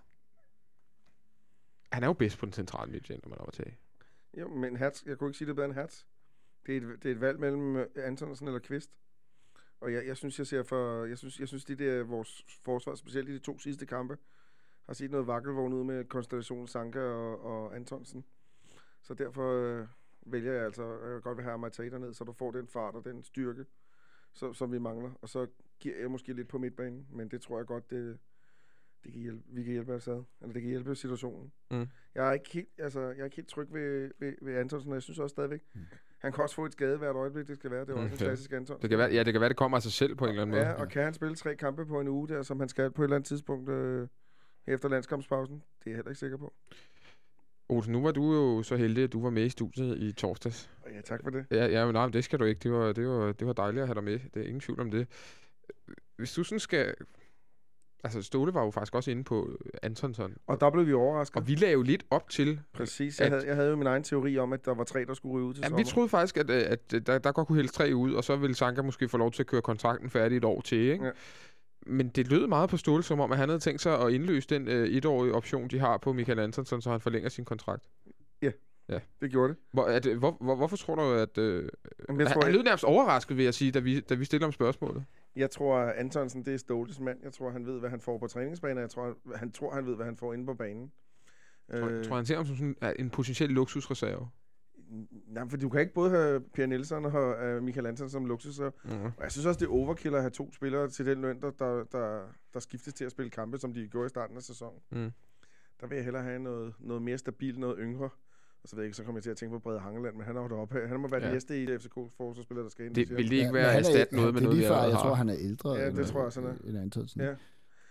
han er jo bedst på den centrale midtbane, når man overtager. Jo, men Hertz, jeg kunne ikke sige det bedre end Hertz. Det er et valg mellem Antonsen eller Kvist. Og jeg synes, jeg synes de der vores forsvar, specielt i de 2 sidste kampe, har set noget vakkelvogn ud med konstellationen Sanka og Antonsen. Så derfor vælger jeg altså godt vil have Amartey derned, så du får den fart og den styrke, som vi mangler. Og så giver jeg måske lidt på midtbanen, men det tror jeg godt, det kan hjælpe. Vi kan hjælpe os ad. Eller det kan hjælpe situationen. Jeg er ikke helt tryg ved Antonsen, og jeg synes også stadigvæk, han kan også få et skade hvert øjeblik, det skal være. Det er også en klassisk Antonsen. Det kan være, det kommer af sig selv på en eller anden måde. Ja, og kan han spille 3 kampe på en uge der, som han skal på et eller andet tidspunkt efter landskampspausen? Det er jeg heller ikke sikker på. Olsen, nu var du jo så heldig, at du var med i studiet i torsdags. Ja, tak for det. Ja, nej, det skal du ikke. Det var dejligt at have dig med. Det er ingen tvivl om det. Hvis du sådan skal... Altså, Ståle var jo faktisk også inde på Antonsson. Og der blev vi overrasket. Og vi lagde jo lidt op til... Præcis. Jeg havde jo min egen teori om, at der var 3, der skulle ryge ud til sommer. Vi troede faktisk, at der godt kunne hælde 3 ud, og så ville Sanka måske få lov til at køre kontrakten færdig et år til, ikke? Men det lød meget på Ståle, som om, at han havde tænkt sig at indløse den etårige option, de har på Michael Antonsson, så han forlænger sin kontrakt. Ja, det gjorde det. Hvorfor tror du, at... han lød nærmest overrasket, vil jeg sige, da vi stiller om spørgsmålet. Jeg tror, at Antonsen, det er Ståles mand. Jeg tror, han ved, hvad han får på træningsbanen. Jeg tror, han ved, hvad han får inde på banen. Tror han ser ham som sådan en potentiel luksusreserve? Nej, for du kan ikke både have Per Nielsen og Michael Antonsson som luksus. Og jeg synes også, det er overkill at have 2 spillere til den løn, der skiftes til at spille kampe, som de gjorde i starten af sæsonen. Der vil jeg hellere have noget mere stabilt, noget yngre. Og så ved jeg ikke, så kommer jeg til at tænke på Brede Hangeland, men han er jo deroppe. Han må være den næste i FCK-forsvarsspiller, der skal ind. Det vil ikke være erstatte noget med noget, vi har. Jeg tror, han er ældre. Ja, det tror jeg sådan en Antonsson. Ja.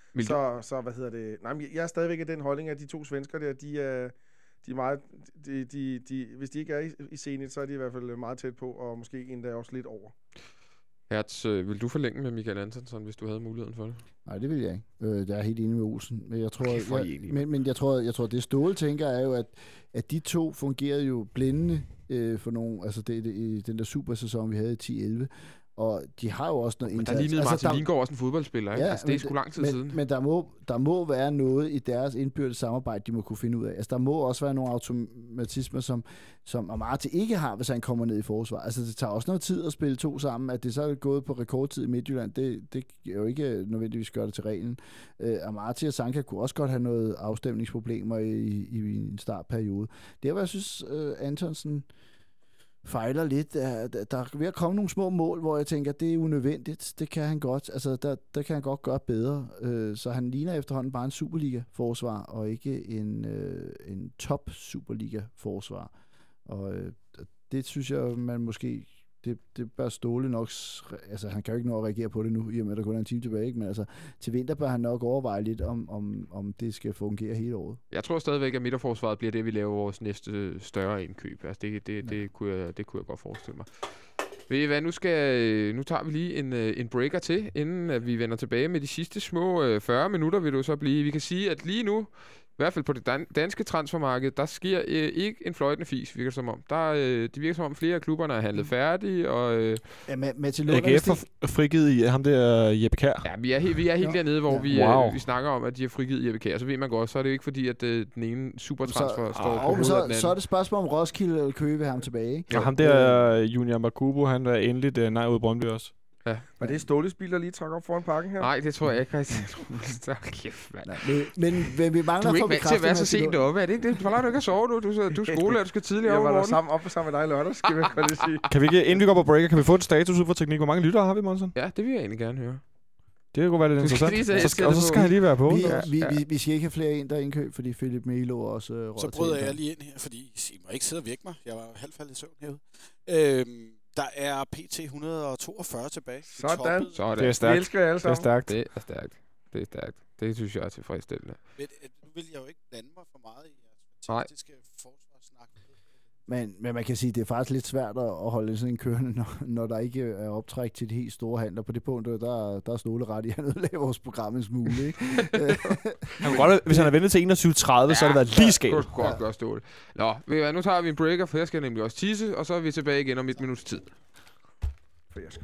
Så hvad hedder det? Nej, men jeg er stadigvæk af den holdning, at de 2 svensker der, de er meget... hvis de ikke er i Zenit, så er de i hvert fald meget tæt på, og måske endda også lidt over. Hertz, vil du forlænge med Michael Antonsson, hvis du havde muligheden for det? Nej, det vil jeg ikke. Jeg er helt enig med Olsen. Men jeg tror, jeg tror det Ståle tænker er jo, at de 2 fungerede jo blændende for nogle, altså i den der supersæson, vi havde i 10-11. Og de har jo også noget indsats. Der lignede Martin Lindgaard også en fodboldspiller, ikke? Ja, altså, det er sgu lang tid siden. Men der må være noget i deres indbyrdes samarbejde, de må kunne finde ud af. Altså, der må også være nogle automatismer, som Amati ikke har, hvis han kommer ned i forsvar. Altså, det tager også noget tid at spille 2 sammen. At det så er gået på rekordtid i Midtjylland, det er jo ikke nødvendigvis gør det til reglen. Amati og Sanka kunne også godt have noget afstemningsproblemer i en startperiode. Det er, hvad jeg synes, Antonsen fejler lidt. Der er ved at komme nogle små mål, hvor jeg tænker, at det er unødvendigt. Det kan han godt. Altså, der kan han godt gøre bedre. Så han ligner efterhånden bare en Superliga-forsvar, og ikke en top-Superliga-forsvar. Og det synes jeg, man måske... Det bør Ståle nok... Altså, han kan jo ikke nå at reagere på det nu, i og med, at der kun er en time tilbage, ikke? Men altså, til vinter bør han nok overveje lidt, om det skal fungere hele året. Jeg tror stadigvæk, at midterforsvaret bliver det, vi laver vores næste større indkøb. Altså, det kunne jeg godt forestille mig. Ved I hvad, nu tager vi lige en breaker til, inden vi vender tilbage med de sidste små 40 minutter, vil du så blive. Vi kan sige, at lige nu, i hvert fald på det danske transfermarked, der sker ikke en fløjtende fis, virker som om. Det virker som om flere af klubberne er handlet færdige, og... AGF har frigivet ham der Jeppe Kjær. Ja, vi er helt dernede, hvor vi snakker om, at de har frigivet Jeppe Kjær. Så ved man godt, så er det jo ikke fordi, at den ene supertransfer står på hovedet af den anden. Så er det spørgsmål om Roskilde eller Køge vil have ham tilbage, ikke? Ja, ham der Junior Makubo, han er endelig nej ud af Brøndby også. Ja. Var det Ståles bil, der lige trak op foran parken her? Nej, det tror jeg ikke, Christian. Kæft, mand. Men vi mangler... Du er ikke vant til at være så sent deroppe, er det ikke det? Forlader du ikke at sove, du er skolelærer, du skal tidligere op i morgen. Jeg var der sammen med dig i lørdag, skal vi bare lige sige. Kan vi ikke, inden vi går på breaker, kan vi få en status ud for teknik? Hvor mange lyttere har vi, Monsen? Ja, det vil jeg egentlig gerne høre. Det kunne være lidt interessant. Og så skal han lige være på. Vi skal ikke have flere ind, der indkøb, fordi Philip Melo også råd. Så bryder jeg lige ind her, fordi I må ikke sidde og vække mig. Jeg var halvt faldet i søvn herude. Der er PT 142 tilbage. Sådan. Det er stærkt. Det elsker jeg alle sammen. Det er stærkt. Det synes jeg er tilfredsstillende. Men nu vil jeg jo ikke blande mig for meget i jeres fantastiske forsvarssnak. Men man kan sige, at det er faktisk lidt svært at holde sådan en kørende, når der ikke er optræk til de helt store handler. På det punkt, der er Ståle ret i, at han ødelagde vores program en smule. Ikke? Hvis han har ventet til 21.30, så har det været lige skægt. Godt gøre Ståle. Nå, nu tager vi en breaker, for jeg skal nemlig også tisse, og så er vi tilbage igen om 1 minuts tid. For jeg skal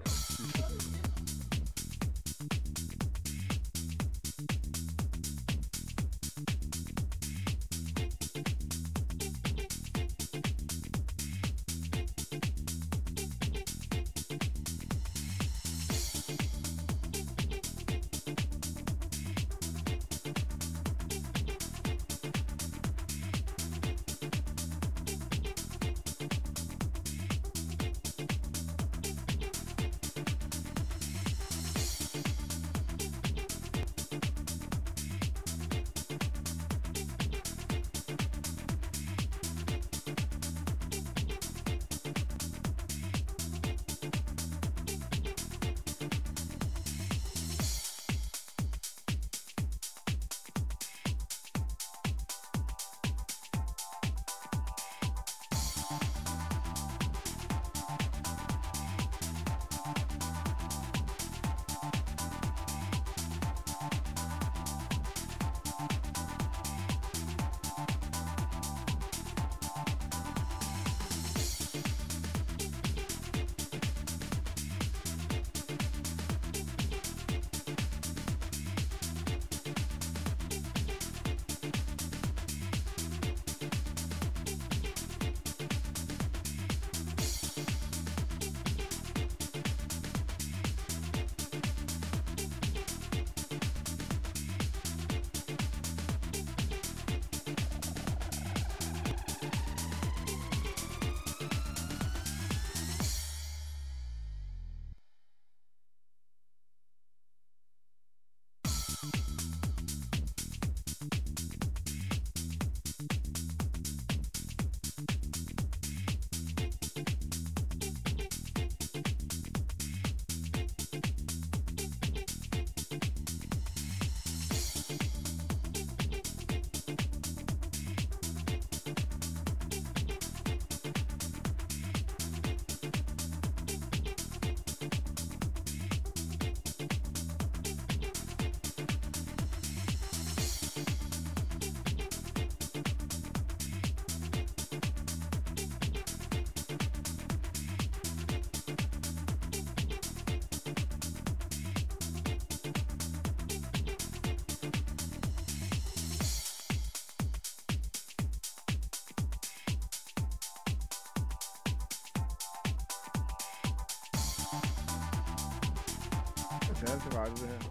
alternativ radio, det her.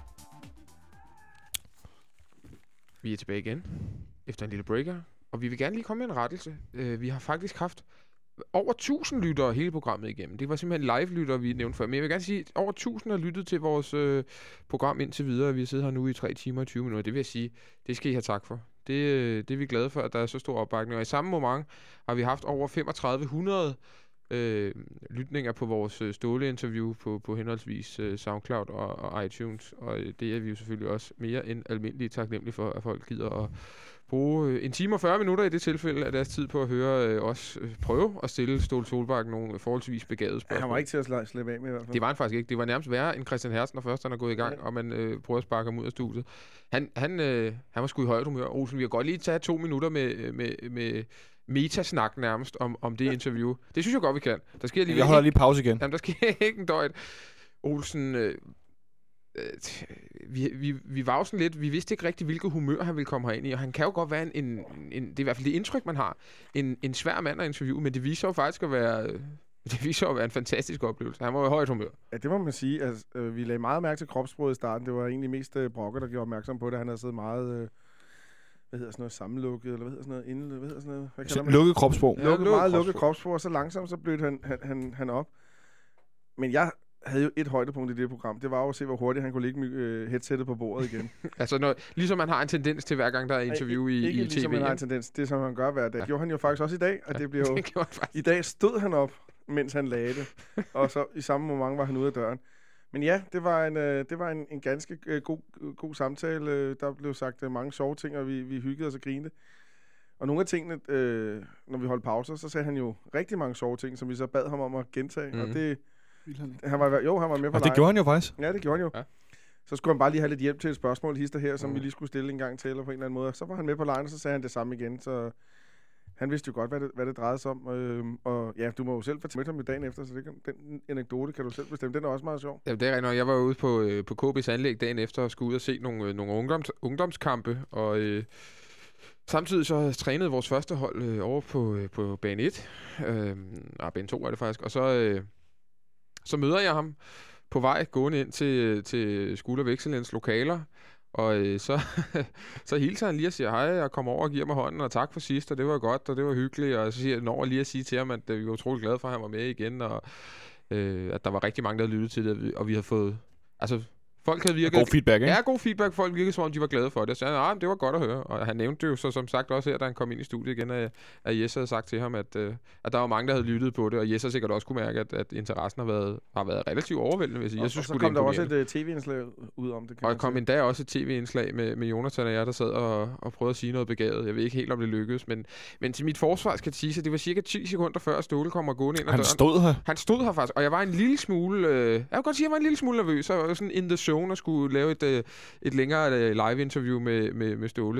Vi er tilbage igen efter en lille breaker, og vi vil gerne lige komme med en rettelse. Vi har faktisk haft over 1000 lyttere hele programmet igennem. Det var simpelthen live-lyttere, vi nævnte før. Men jeg vil gerne sige, at over 1000 har lyttet til vores program indtil videre. Vi sidder her nu i 3 timer og 20 minutter. Det vil jeg sige, det skal I have tak for. Det er vi glade for, at der er så stor opbakning. Og i samme moment har vi haft over 3500 lytninger på vores Ståle-interview på henholdsvis SoundCloud og iTunes. Og det er vi jo selvfølgelig også mere end almindeligt taknemmelige for, at folk gider at bruge 1 time og 40 minutter i det tilfælde af deres tid på at høre os prøve at stille Ståle Solbakken nogle forholdsvis begavede spørgsmål. Han var ikke til at slippe af med i hvert fald. Det var han faktisk ikke. Det var nærmest værre end Christian Hersen, når først han er gået i gang, og man prøver at sparke ham ud af studiet. Han var sgu i højt humør. Olsen, vi kan godt lige tage 2 minutter med metasnak nærmest om det interview. Det synes jeg godt, vi kan. Der sker lige jeg holder lige pause igen. Jamen, der sker ikke en døjt. Olsen, vi var jo sådan lidt, vi vidste ikke rigtig, hvilket humør han ville komme herind i, og han kan jo godt være det er i hvert fald det indtryk, man har, en svær mand at interviewe, men det viser jo faktisk at være en fantastisk oplevelse. Han var jo i højt humør. Ja, det må man sige. Altså, vi lagde meget mærke til kropssproget i starten. Det var egentlig mest Brokke, der gjorde opmærksom på det. Han havde siddet meget hvad hedder sådan noget, sammenlukket, eller hvad hedder sådan noget, inden, hvad hedder sådan noget? Hvad kalder man? Lukket kropssprog. Ja, lukket kropssprog, og så langsomt så blødte han op. Men jeg havde jo et højdepunkt i det program. Det var jo at se, hvor hurtigt han kunne lægge headsettet på bordet igen. Altså, ligesom man har en tendens til, hver gang der er interview i ikke tv. Ligesom man har en tendens. Det, som han gør hver dag. Det gjorde han jo faktisk også i dag, og det bliver jo... I dag stod han op, mens han lagde det. Og så i samme moment var han ude af døren. Men ja, det var en ganske god samtale. Der blev sagt mange sjove ting, og vi hyggede os og grinte. Og nogle af tingene, når vi holdt pauser, så sagde han jo rigtig mange sjove ting, som vi så bad ham om at gentage. Og det... Han var med på lejen. Og det gjorde han jo faktisk. Ja, det gjorde han jo. Ja. Så skulle han bare lige have lidt hjælp til et spørgsmål, hister her, som vi lige skulle stille en gang til, eller på en eller anden måde. Så var han med på lejen, og så sagde han det samme igen. Så han vidste jo godt, hvad det drejede sig om. Og ja, du må jo selv fortælle ham i dagen efter, så den anekdote kan du selv bestemme. Den er også meget sjov. Ja, det er rigtigt. Jeg var ude på KB's anlæg dagen efter og skulle ud og se nogle ungdomskampe, og samtidig så trænede vores første hold over på bane 1. Bane 2 er det faktisk. Og så møder jeg ham på vej gående ind til School of Excellence lokaler, og så hilser han lige og siger hej, og kommer over og giver mig hånden, og tak for sidst, og det var godt, og det var hyggeligt, og så siger jeg når lige at sige til ham, at vi var utrolig glade for, at han var med igen, og at der var rigtig mange, der havde lyttet til det, og vi havde fået... Altså, folk havde virket... God feedback, ikke? Ja, god feedback. Folk virkede, som om de var glade for det. Så han det var godt at høre. Og han nævnte det jo så som sagt også her, da han kom ind i studiet igen, at Jes havde sagt til ham, at der var mange, der havde lyttet på det, og Jes har sikkert også kunne mærke, at interessen har været relativt overvældende, hvis jeg synes, og så kom der også et tv-indslag ud om det. Og der kom endda også et tv-indslag med Jonathan og jeg, der sad og prøvede at sige noget begavet. Jeg ved ikke helt, om det lykkedes, men til mit forsvar skal jeg sige, at det var cirka 10 sekunder før Ståle kom og gående ind ad døren. Han stod her faktisk, og jeg var en lille smule... jeg vil godt sige, at jeg var en lille smule nervøs. Jeg var sådan in the zone og skulle lave et længere live-interview med Ståle,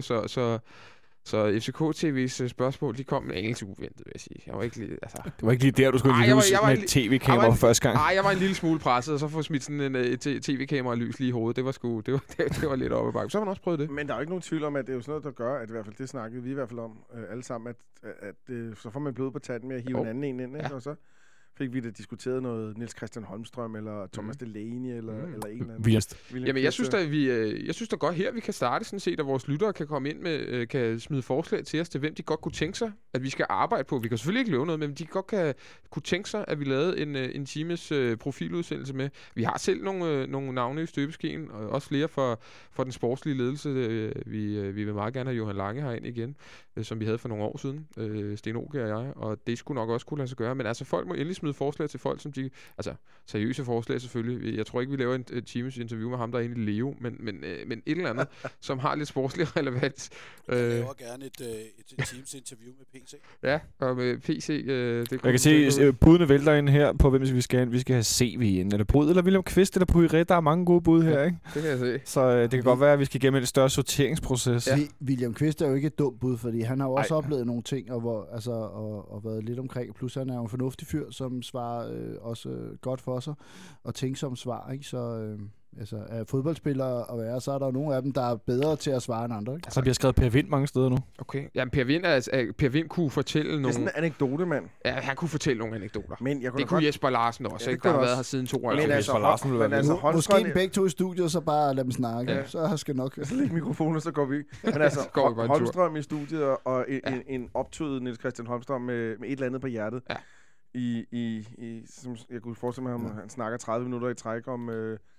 så FCK-TV's spørgsmål, de kom en engelsk uventet, vil jeg sige. Jeg var ikke lige, altså... Det var ikke lige der, du skulle lyse med et tv-kamera første gang? Nej, jeg var en lille smule presset, og så få smidt sådan et tv-kamera lys lige i hovedet. Det var lidt oppe ad bakke. Så har man også prøvet det. Men der er jo ikke nogen tvivl om, at det er jo sådan noget, der gør, at i hvert fald det snakkede vi i hvert fald om alle sammen, at så får man blod på tanden med at hive en anden ind, ikke? Og så fik vi da diskuteret noget Niels Christian Holmstrøm, eller Thomas Delaney, eller en eller anden. Jamen, jeg synes da godt her, vi kan starte sådan set, at vores lyttere kan komme ind med, kan smide forslag til os til, hvem de godt kunne tænke sig, at vi skal arbejde på. Vi kan selvfølgelig ikke love noget, men de godt kunne tænke sig, at vi lavede en times profiludsendelse med. Vi har selv nogle navne i støbeskeen, og også flere for den sportslige ledelse. Vi vil meget gerne have Johan Lange herind igen, som vi havde for nogle år siden. Sten Åke og jeg, og det skulle nok også kunne lade sig gøre. Men altså, folk må endelig smide forslag til folk, som de... Altså, seriøse forslag selvfølgelig. Jeg tror ikke, vi laver en times interview med ham, der er inde i Leo, men et eller andet, som har lidt sportslig relevans. Jeg laver gerne et teams interview med PC. Ja, og med PC... jeg kan se, budene vælter ind her på, hvem vi skal have CV ind. Er det Bryd eller William Kvist eller Poiré? Der er mange gode bud her, ikke? Det kan jeg se. Så det kan godt være, at vi skal igennem et større sorteringsproces. Ja. William Kvist er jo ikke et dumt bud, fordi han har jo også oplevet nogle ting, og været lidt omkring. Plus han er jo en fornuftig fyr, som svarer også godt for sig, og tænksom svar, ikke? Så altså, af fodboldspillere at være, så er der nogle af dem, der er bedre til at svare end andre. Ikke? Altså, vi har skrevet Per Vind mange steder nu. Okay. Jamen, Per Vind kunne fortælle nogle... Det er sådan en anekdote, mand. Ja, han kunne fortælle nogle anekdoter. Men jeg det kunne Jesper Larsen også, ikke? Der har været her siden 92. Men altså, Larsen vil være måske en begge to i studiet, så bare lad dem snakke. Ja. Så skal nok... Så læg mikrofonen, så går vi. Men altså, Holmstrøm i studiet, og en optøjet Niels Christian Holmstrøm med et eller andet på hjertet. Ja. Som jeg kunne forestille mig, han snakker 30 minutter i træk om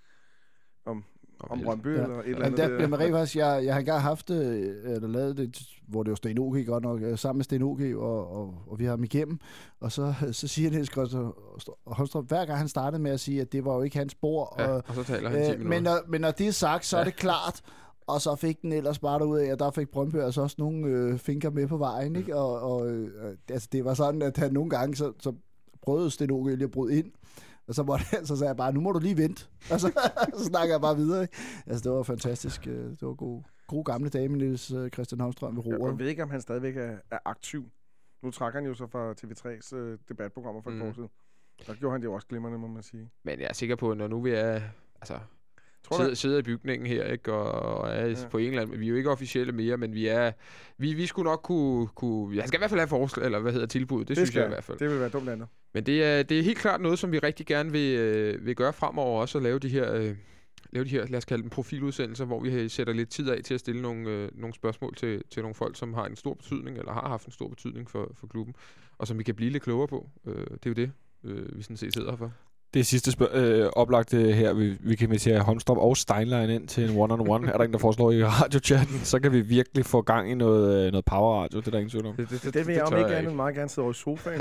Brøndby eller et eller andet. Der bliver faktisk, jeg har engang haft eller lavet det, hvor det var Sten O.G. godt nok, sammen med Sten O.G. og vi har ham igennem, og så siger Niels Christian Holmstrøm, hver gang han startede med at sige, at det var jo ikke hans bord. Ja, og så taler han 10 minutter. Men når det er sagt, så er det klart, og så fik den ellers bare derud af, at der fik Brøndby altså også nogle finker med på vejen, ikke? Altså, det var sådan, at han nogle gange, så prøvede Sten O.G. lige at bryde ind, og så sagde jeg bare, nu må du lige vente. Og så snakker jeg bare videre. Ikke? Altså, det var fantastisk. Det var gode gamle dage med Niels Christian Holmstrøm ved roret. Jeg ved ikke, om han stadigvæk er aktiv. Nu trækker han jo så fra TV3's debatprogrammer for et år siden. Der gjorde han det jo også glimrende, må man sige. Men jeg er sikker på, at når nu vi er... Altså, sidder i bygningen her, ikke? Og er på en eller anden... Vi er jo ikke officielle mere, men vi skulle nok kunne... Han skal i hvert fald have forslag, eller tilbud. Det synes jeg i hvert fald. Det vil være dumt andet. Men det er helt klart noget, som vi rigtig gerne vil gøre fremover også, at lave de her, lad os kalde dem profiludsendelser, hvor vi sætter lidt tid af til at stille nogle spørgsmål til nogle folk, som har en stor betydning, eller har haft en stor betydning for klubben, og som vi kan blive lidt klogere på. Det er jo det, vi sådan set sidder her for. Det sidste oplagte her, vi kan invitere Holmstrøm og Steinlein ind til en one-on-one. Er der ingen, der foreslår i radiochatten, så kan vi virkelig få gang i noget power-radio. Det er der ingen tvivl om. Det vil jeg om ikke andet meget gerne sidde over i sofaen.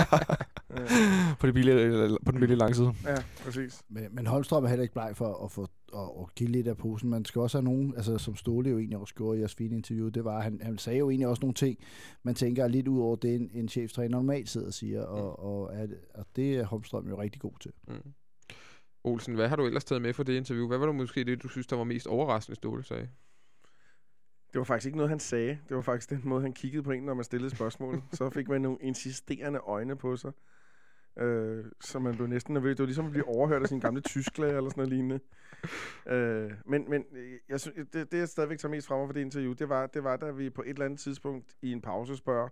På den billige langside. Ja, præcis. Men Holmstrøm er heller ikke bleg for at få at give lidt af posen. Man skal også have nogen, altså som Ståle jo egentlig også gjorde i jeres fine interview, det var, han sagde jo egentlig også nogle ting, man tænker er lidt ud over det, en cheftræner normalt sidder og siger, og det er Holmstrøm jo rigtig god til. Mm. Olsen, hvad har du ellers taget med for det interview? Hvad var måske det, du synes, der var mest overraskende, Ståle sagde? Det var faktisk ikke noget, han sagde. Det var faktisk den måde, han kiggede på en, når man stillede spørgsmål. Så fik man nogle insisterende øjne på sig. Så man blev næsten nervøs. Det var ligesom at blive overhørt af sin gamle tysklærer eller sådan noget lignende. Men jeg synes, det jeg stadigvæk tager mest frem for det interview, det var, da vi på et eller andet tidspunkt i en pause spørger,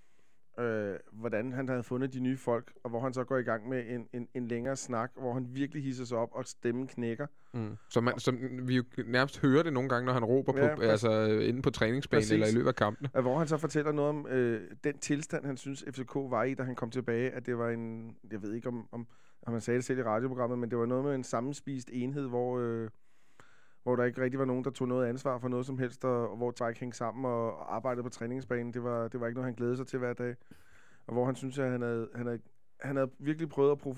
hvordan han havde fundet de nye folk, og hvor han så går i gang med en længere snak, hvor han virkelig hisser sig op, og stemmen knækker. Mm. Som vi jo nærmest hører det nogle gange, når han råber inde på træningsbanen eller i løbet af kampene. Hvor han så fortæller noget om den tilstand, han synes FCK var i, da han kom tilbage, at det var jeg ved ikke om han sagde det selv i radioprogrammet, men det var noget med en sammenspist enhed, hvor der ikke rigtig var nogen, der tog noget ansvar for noget som helst, og hvor træk hængte sammen og arbejdede på træningsbanen. Det var ikke noget, han glædede sig til hver dag. Og hvor han synes, at han havde virkelig prøvet at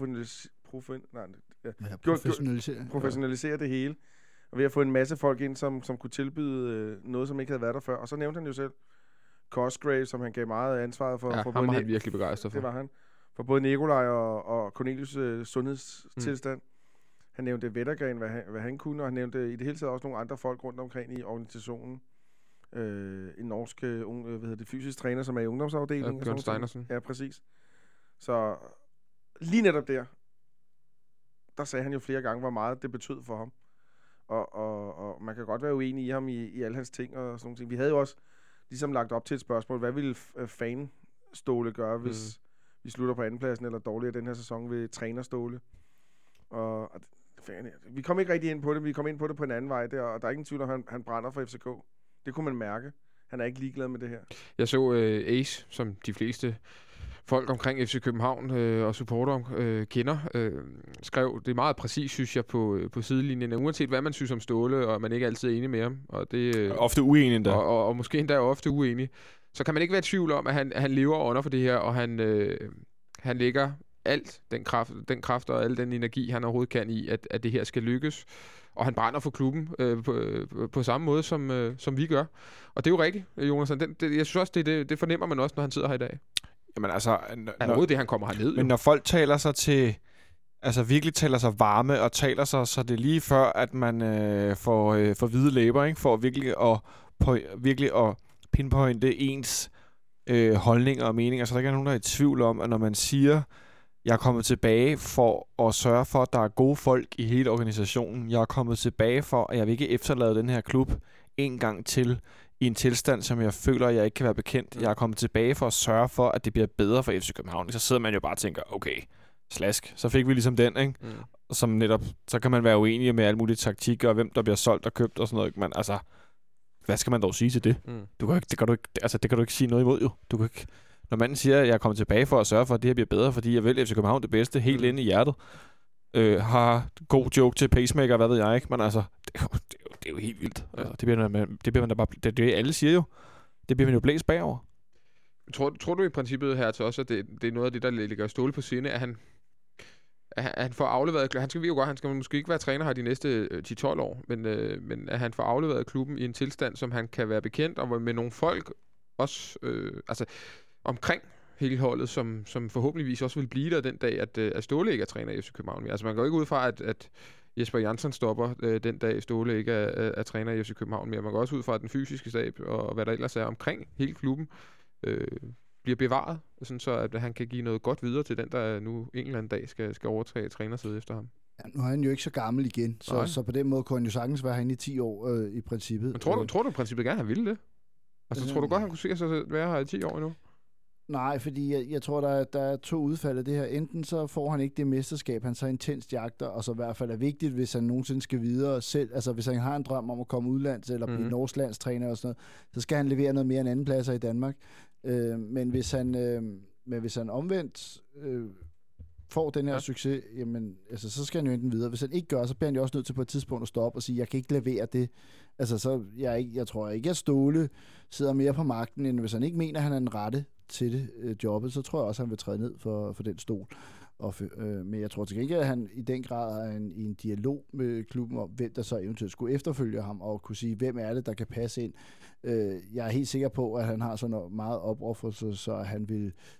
professionalisere det hele. Og ved at få en masse folk ind, som kunne tilbyde noget, som ikke havde været der før. Og så nævnte han jo selv Cosgrave, som han gav meget ansvaret for. Ja, for ham var han virkelig begejstret for. Det var han. For både Nikolaj og Cornelius' sundhedstilstand. Han nævnte Vettergren, hvad han kunne, og han nævnte i det hele taget også nogle andre folk rundt omkring i organisationen. En norsk fysisk træner, som er i ungdomsafdelingen. Bjørn Steinersen. Ja, præcis. Så lige netop der sagde han jo flere gange, hvor meget det betød for ham. Og man kan godt være uenig i ham i alle hans ting og sådan nogle ting. Vi havde jo også ligesom lagt op til et spørgsmål, hvad ville fan-Ståle gøre, hvis vi slutter på andenpladsen eller dårligere den her sæson ved træner-Ståle? Og vi kom ikke rigtig ind på det, vi kom ind på det på en anden vej der, og der er ingen tvivl om, han brænder for FCK. Det kunne man mærke. Han er ikke ligeglad med det her. Jeg så Ace, som de fleste folk omkring FC København og supporter kender, skrev det meget præcis, synes jeg, på sidelinjen. Uanset hvad man synes om Ståle, og man ikke altid er enig med ham. Og det, ofte uenig endda. Og måske endda ofte uenig. Så kan man ikke være i tvivl om, at han lever under for det her, og han lægger alt den kraft og al den energi, han overhovedet kan i, at det her skal lykkes. Og han brænder for klubben på samme måde, som vi gør. Og det er jo rigtigt, Jonas. Jeg synes også, det fornemmer man også, når han sidder her i dag. Jamen altså... Er det, han kommer herned? Men når folk taler sig til... Altså virkelig taler sig varme, og taler sig, så det er lige før, at man får hvide læber, ikke? For virkelig at pinpointe ens holdninger og meninger. Så der ikke er nogen, der er i tvivl om, at når man siger... Jeg er kommet tilbage for at sørge for, at der er gode folk i hele organisationen. Jeg er kommet tilbage for, at jeg vil ikke efterlade den her klub en gang til i en tilstand, som jeg føler, jeg ikke kan være bekendt. Jeg er kommet tilbage for at sørge for, at det bliver bedre for FC København. Så sidder man jo bare og tænker, okay, slask. Så fik vi ligesom den, ikke? Som netop, så kan man være uenig med alle mulige taktikker, og hvem der bliver solgt og købt og sådan noget. Men altså, hvad skal man dog sige til det? Det kan du ikke sige noget imod, jo. Du kan ikke... Når manden siger, at jeg er kommet tilbage for at sørge for, at det her bliver bedre, fordi jeg vil FC København det bedste, helt inde i hjertet. Har god joke til pacemaker, hvad ved jeg ikke, men altså, det er jo helt vildt. Altså, det bliver man da bare... Det alle siger jo. Det bliver man jo blæst bagover. Tror du i princippet her til også, at det er noget af det, der ligger Ståle på sinde, at han får afleveret... Han skal måske ikke være træner her de næste 10-12 år, men at han får afleveret klubben i en tilstand, som han kan være bekendt, og med nogle folk også... omkring hele holdet, som forhåbentligvis også vil blive der den dag, at Ståle ikke er træner i FC København. Altså man går ikke ud fra, at Jesper Jansson stopper den dag, Ståle ikke er træner i FC København mere. Man går også ud fra, at den fysiske stab og hvad der ellers er omkring hele klubben bliver bevaret, sådan så at han kan give noget godt videre til den, der nu en eller anden dag skal overtage trænersædet efter ham. Ja, nu er han jo ikke så gammel igen, så på den måde kunne han jo sagtens være herinde i 10 år i princippet. Men tror du i princippet gerne, han ville det? Altså tror du godt, han kunne se sig være her i 10 år endnu? Nej, fordi jeg tror, der er 2 udfald af det her. Enten så får han ikke det mesterskab, han så intenst jagter, og så i hvert fald er vigtigt, hvis han nogensinde skal videre selv. Altså hvis han har en drøm om at komme udlands eller blive norsk landstræner og sådan noget, så skal han levere noget mere end anden pladser i Danmark. Men hvis han omvendt får den her succes, jamen, altså, så skal han jo enten videre. Hvis han ikke gør, så bliver han jo også nødt til på et tidspunkt at stoppe og sige, jeg kan ikke levere det. Altså, så jeg tror ikke, at Ståle sidder mere på magten, end hvis han ikke mener, at han er den rette til det jobbet, så tror jeg også, at han vil træde ned for den stol. Men jeg tror til gengæld, at han i den grad er i en dialog med klubben om, hvem der så eventuelt skulle efterfølge ham, og kunne sige, hvem er det, der kan passe ind. Jeg er helt sikker på, at han har sådan noget meget opoffrelse, så han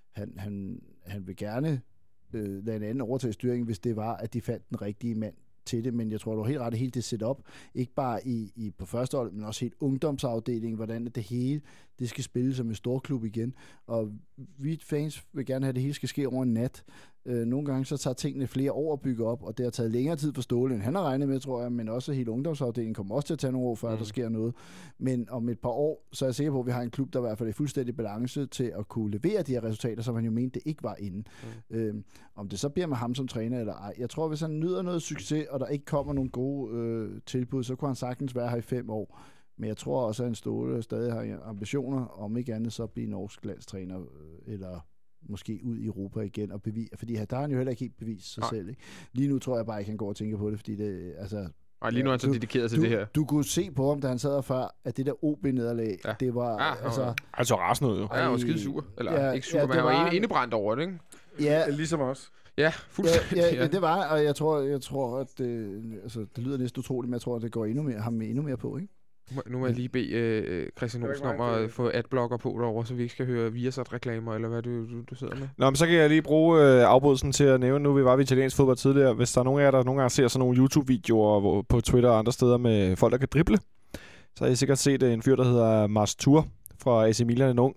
vil gerne lade en anden overtage styringen, hvis det var, at de fandt den rigtige mand til det, men jeg tror, du helt ret, helt det setup, ikke bare på første hold, men også helt ungdomsafdelingen, hvordan det hele, det skal spille som en storklub igen, og vi fans vil gerne have, at det hele skal ske over en nat. Nogle gange så tager tingene flere år at bygge op, og det har taget længere tid for Ståle, end han har regnet med, tror jeg, men også hele ungdomsafdelingen kommer også til at tage nogle år, før der sker noget. Men om et par år, så er jeg sikker på, at vi har en klub, der i hvert fald er fuldstændig balance til at kunne levere de her resultater, som han jo mente, det ikke var inden. Om det så bliver med ham som træner eller ej. Jeg tror, hvis han nyder noget succes, og der ikke kommer nogle gode tilbud, så kunne han sagtens være her i 5 år. Men jeg tror også, at en Ståle stadig har ambitioner, om ikke andet så blive norsk landstræner, eller måske ud i Europa igen og bevise, fordi der har han jo heller ikke helt bevist sig selv. Ikke? Lige nu tror jeg bare ikke, han går og tænker på det, fordi det, altså... Og lige nu er han så dedikeret til det her. Du kunne se på ham, da han sad der før, at det der OB-nederlag, det var... Altså rasende ud, jo. Ja, han var skide sur. Eller ikke sur, men han var indebrændt over det, ikke? Ja. Ligesom os. Ja, fuldstændig. Ja, det var, og jeg tror at det lyder næsten utroligt, men jeg tror, at det går ham endnu mere på, ikke? Nu må jeg lige bede Christian Olsen om at få adblocker på derovre, så vi ikke skal høre Viasat-reklamer, eller hvad du sidder med. Nå, men så kan jeg lige bruge afbrydelsen til at nævne, nu vi var ved italiensk fodbold tidligere. Hvis der er nogen af jer, der nogle gange ser sådan nogle YouTube-videoer på Twitter og andre steder med folk, der kan drible, så har I sikkert set en fyr, der hedder Mastur fra AC Milan, en ung.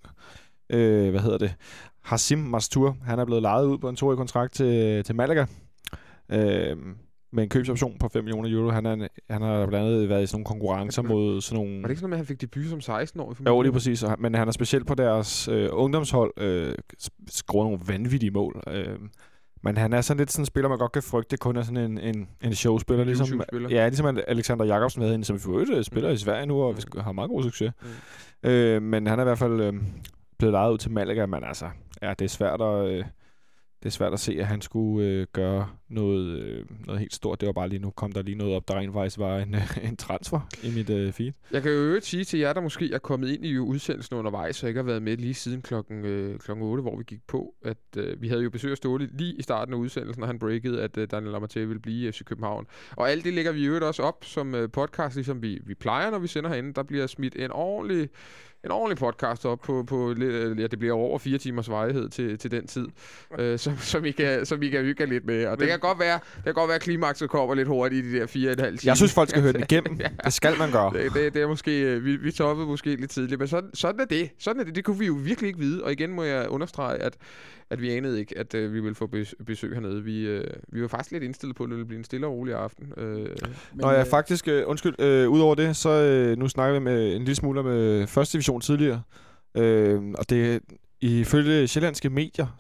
Hassim Mastur. Han er blevet lejet ud på en 2-årig kontrakt til Malaga. Med en købsoption på 5 millioner euro. Han har blandt andet været i sådan nogle konkurrencer mod sådan nogle... Var det ikke sådan, at han fik debut som 16-årig? Jo, lige præcis. Men han er specielt på deres ungdomshold skruet nogle vanvittige mål. Men han er sådan lidt sådan en spiller, man godt kan frygte, kun er sådan en showspiller. Ligesom Alexander Jacobsen havde en, som for øvrigt spiller i Sverige nu, og har meget god succes. Men han er i hvert fald blevet lejet ud til Malaga, men altså, ja, det er svært at se, at han skulle gøre noget helt stort. Det var bare lige nu, kom der lige noget op, der rent faktisk var en transfer i mit feed. Jeg kan jo sige til jer, der måske er kommet ind i udsendelsen undervejs, og ikke har været med lige siden klokken 8, hvor vi gik på, at vi havde jo besøg af Ståle lige i starten af udsendelsen, og han breakede, at Daniel Amartey ville blive i FC København. Og alt det lægger vi jo også op som podcast, ligesom vi plejer, når vi sender herinde. Der bliver smidt en ordentlig podcast op på det bliver over 4 timers varighed til den tid, som I kan hygge lidt med. Og det kan godt være, at klimakset kommer lidt hurtigt i de der 4,5 timer. Jeg synes, folk skal høre den igennem. Det skal man gøre. Det er måske... Vi toppede måske lidt tidligt, men sådan er det. Sådan er det. Det kunne vi jo virkelig ikke vide. Og igen må jeg understrege, at vi anede ikke, at vi ville få besøg hernede. Vi var faktisk lidt indstillet på, at det ville blive en stille og rolig aften. Faktisk, udover det, så nu snakker vi med en lille smule med første division tidligere. Og det ifølge sjællandske medier,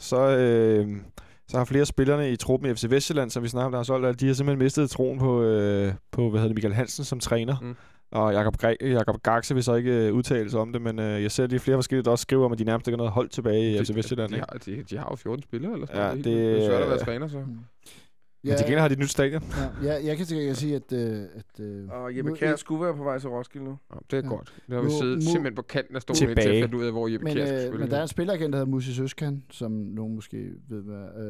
så har flere spillerne i truppen i FC Vestjylland, som vi snakker om, der har solgt, de har simpelthen mistet troen på Michael Hansen som træner. Mm. Og Jakob Gaxe vil så ikke udtale sig om det, men jeg ser lige flere forskellige, der også skriver om, at de nærmest ikke har noget hold tilbage i FC Vestjylland. De har jo 14 spillere, eller sådan noget. Det er svært at være træner, så. Men til gengæld har de et nyt stadion. Ja, jeg kan til gengæld sige, og Jeppe Kjær skulle være på vej til Roskilde nu. Ja, det er godt. Nu har vi siddet simpelthen på kanten af stolen til at finde ud af, hvor Jeppe Kjær skal spille. Men der er en spilleragent, der hedder Musis Østkan, som nogen måske ved,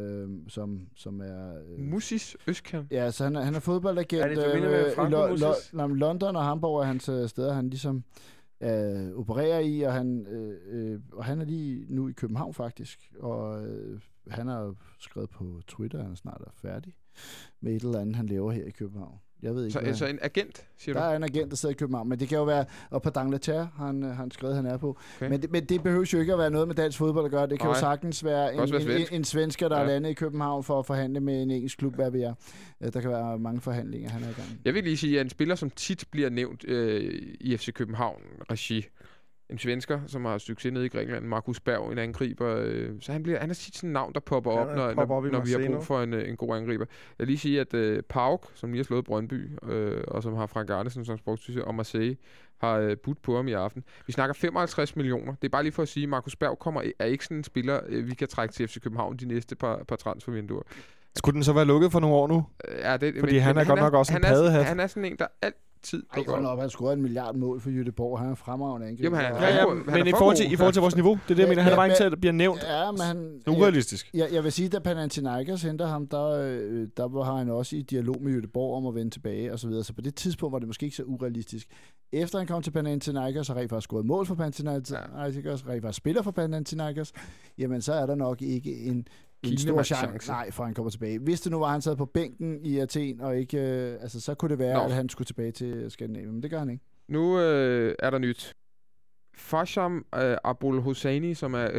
som er... Musis Østkan? Ja, så han er fodboldagent. Er det familie med Franco Musis? London og Hamburg er hans steder, han ligesom opererer i, og han er lige nu i København faktisk, og han har skrevet på Twitter, at han snart er færdig med et eller andet, han laver her i København. Jeg ved ikke, så en agent, siger du? Der er en agent, der sidder i København, men det kan jo være, og på Dangleterre har han skrevet, han er på. Okay. Men det behøver jo ikke at være noget med dansk fodbold at gøre. Det kan jo sagtens være en svensker, der er landet i København for at forhandle med en engelsk klub, hvad ved jeg. Der kan være mange forhandlinger, han er i gang. Jeg vil lige sige, at en spiller, som tit bliver nævnt i FC København-regi, en svensker, som har succes nede i Grækenland, Markus Berg, en angriber. Så han er tit sådan en navn, der popper op, når vi har brug for en god angriber. Jeg vil lige sige, at Pauk, som lige har slået Brøndby, og som har Frank Arnesen som sportsdirektør, og Marseille, har budt på ham i aften. Vi snakker 55 millioner. Det er bare lige for at sige, at Markus Berg er ikke sådan en spiller, vi kan trække til FC København de næste par transfervinduer. Skulle den så være lukket for nogle år nu? Ja, fordi han er godt nok også en paddehat. Han er sådan en, der tid. Han scorede 1 milliard mål for Göteborg. Han er fremragende angriber. Men i forhold til vores niveau, det er det, jeg mener. Han er bare ikke til at blive nævnt. Ja, men han... Det er urealistisk. Jeg vil sige, da Panathinaikos henter ham, der var han også i dialog med Göteborg om at vende tilbage og så videre. Så på det tidspunkt var det måske ikke så urealistisk. Efter han kom til Panathinaikos, og rent faktisk scoret mål for Panathinaikos, rent faktisk spiller for Panathinaikos, jamen så er der nok ikke en stor chance. Nej, for han kommer tilbage. Hvis det nu var, han sad på bænken i Athen, og ikke, så kunne det være, at han skulle tilbage til Skandinavien, men det gør han ikke. Nu er der nyt. Fasham Abul Hosseini, som er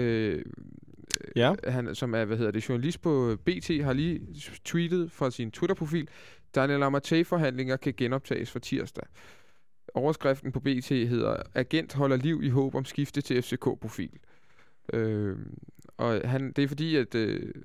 journalist på BT, har lige tweetet fra sin Twitter-profil, Daniel Amartey-forhandlinger kan genoptages for tirsdag. Overskriften på BT hedder, agent holder liv i håb om skifte til FCK-profil. Og det er fordi, at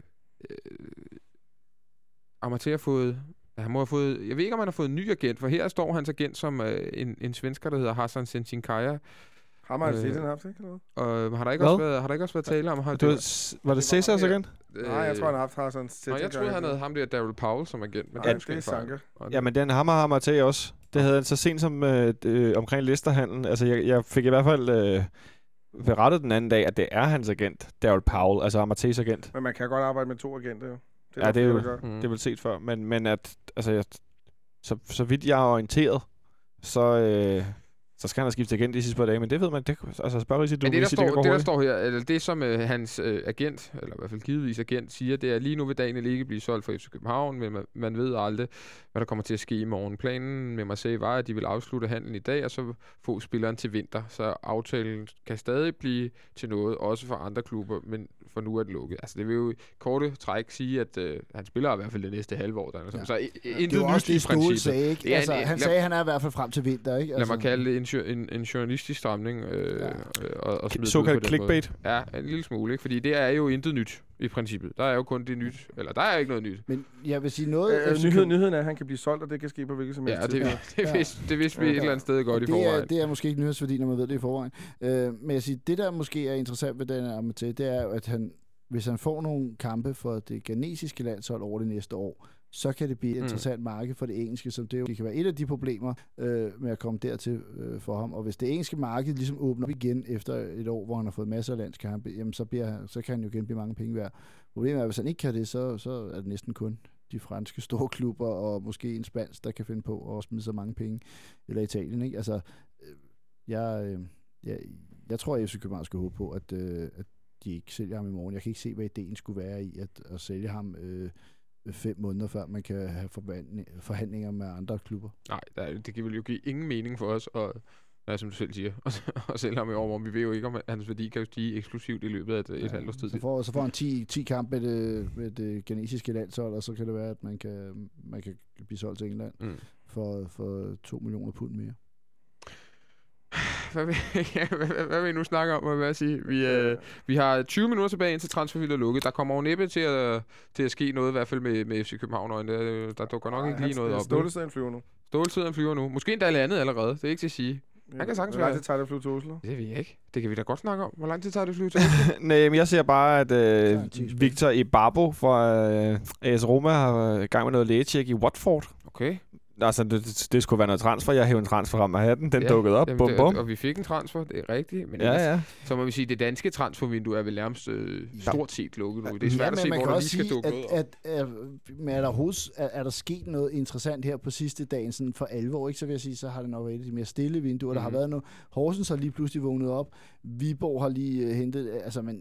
Amartey har fået... Han må have fået... Jeg ved ikke, om han har fået en ny agent, for her står hans agent som en svensker, der hedder Hassan Sentinkaja. Har man set den haft, ikke? Og har der ikke også været tale om... Var det Cæsars agent? Nej, jeg tror, han har haft Hassan Sentinkaja. Jeg troede, han havde ham der Daryl Powell som agent. Men det er Sanke. Ja, men den ham har Amartey også. Det havde han så sent som omkring Leicester-handlen. Altså, jeg fik i hvert fald... rettet den anden dag, at det er hans agent, Daryl Powell, altså Amarteys agent. Men man kan godt arbejde med 2 agenter, jo. Det er det er vel set før. Men at, altså, så vidt jeg er orienteret, så skal han have skiftet agent de sidste par dage, men det ved man, altså spørg Rizzi, det der står her, eller det som hans agent, eller i hvert fald givetvis agent, siger, det er lige nu vil Daniel ikke blive solgt for FC København, men man ved aldrig, hvad der kommer til at ske i morgen. Planen med Marseille var, at de vil afslutte handlen i dag, og så få spilleren til vinter, så aftalen kan stadig blive til noget, også for andre klubber, men for nu er det lukket. Altså det vil jo i korte træk sige, at han spiller i hvert fald det næste halve år. Ja. Så det var også det, Ståle sagde, ikke? Altså, han sagde, at han er i hvert fald frem til vinter, ikke? Altså, lad mig kalde det en journalistisk stramning. Og såkaldt clickbait. Ja, en lille smule, ikke? Fordi det er jo intet nyt i princippet. Der er jo kun det nyt, eller der er ikke noget nyt. Men jeg vil sige noget... Nyheden er, at han kan blive solgt, og det kan ske på hvilket som helst tid. Det vidste vi et eller andet sted godt i forvejen. Det er måske ikke nyhedsværdi, når man ved det i forvejen. Men jeg siger, det der måske er interessant ved den her Amartey, det er jo, at hvis han får nogle kampe for det ghanesiske landshold over det næste år, så kan det blive et interessant marked for det engelske, som det kan være et af de problemer med at komme dertil for ham. Og hvis det engelske marked ligesom åbner op igen efter et år, hvor han har fået masser af landskampe, jamen så kan han jo igen blive mange penge værd. Problemet er, at hvis han ikke kan det, så er det næsten kun de franske store klubber, og måske en spansk, der kan finde på at smide så mange penge, eller Italien, ikke? Altså, jeg tror, at FC København skal håbe på, at de ikke sælger ham i morgen. Jeg kan ikke se, hvad ideen skulle være i at sælge ham 5 måneder, før man kan have forhandlinger med andre klubber. Nej, det vil jo give ingen mening for os, og som du selv siger, og selv ham i år, hvor vi ved jo ikke, om hans værdi kan stige eksplosivt i løbet af et halvt års tid. Så får han 10 kampe med det genesiske landshold, og så kan det være, at man kan blive solgt til England for 2 millioner pund mere. Hvad vil I nu snakke om, må jeg sige? Vi har 20 minutter tilbage, indtil transfervinduet er lukket. Der kommer jo næppe til at ske noget, i hvert fald med FC København, og der dukker nok ikke lige noget op. Ståletiden flyver nu. Ståletiden flyver nu. Måske endda andet allerede. Det er ikke til at sige. Han kan sagtens Hvor lang tid tager det at flyve til Oslo? Det ved jeg ikke. Det kan vi da godt snakke om. Hvor lang tid tager det at flyve til Oslo? Nej, men jeg ser bare, at Victor Ibarbo fra AS Roma har i gang med noget lægetjek i Watford. Okay. Altså, det skulle være noget transfer. Jeg hævde en transfer frem af hatten. Den dukkede op. Bum, bum. Og vi fik en transfer, det er rigtigt. Men så må vi sige, at det danske transfervindue er vel nærmest stort set lukket nu. Det er svært at se, hvor der lige skal dukke noget op. Er der sket noget interessant her på sidste dagen, sådan for alvor, ikke? Så vil jeg sige, så har det nok været de mere stille vinduer. Der har været noget. Horsens har lige pludselig vågnet op. Viborg har lige hentet...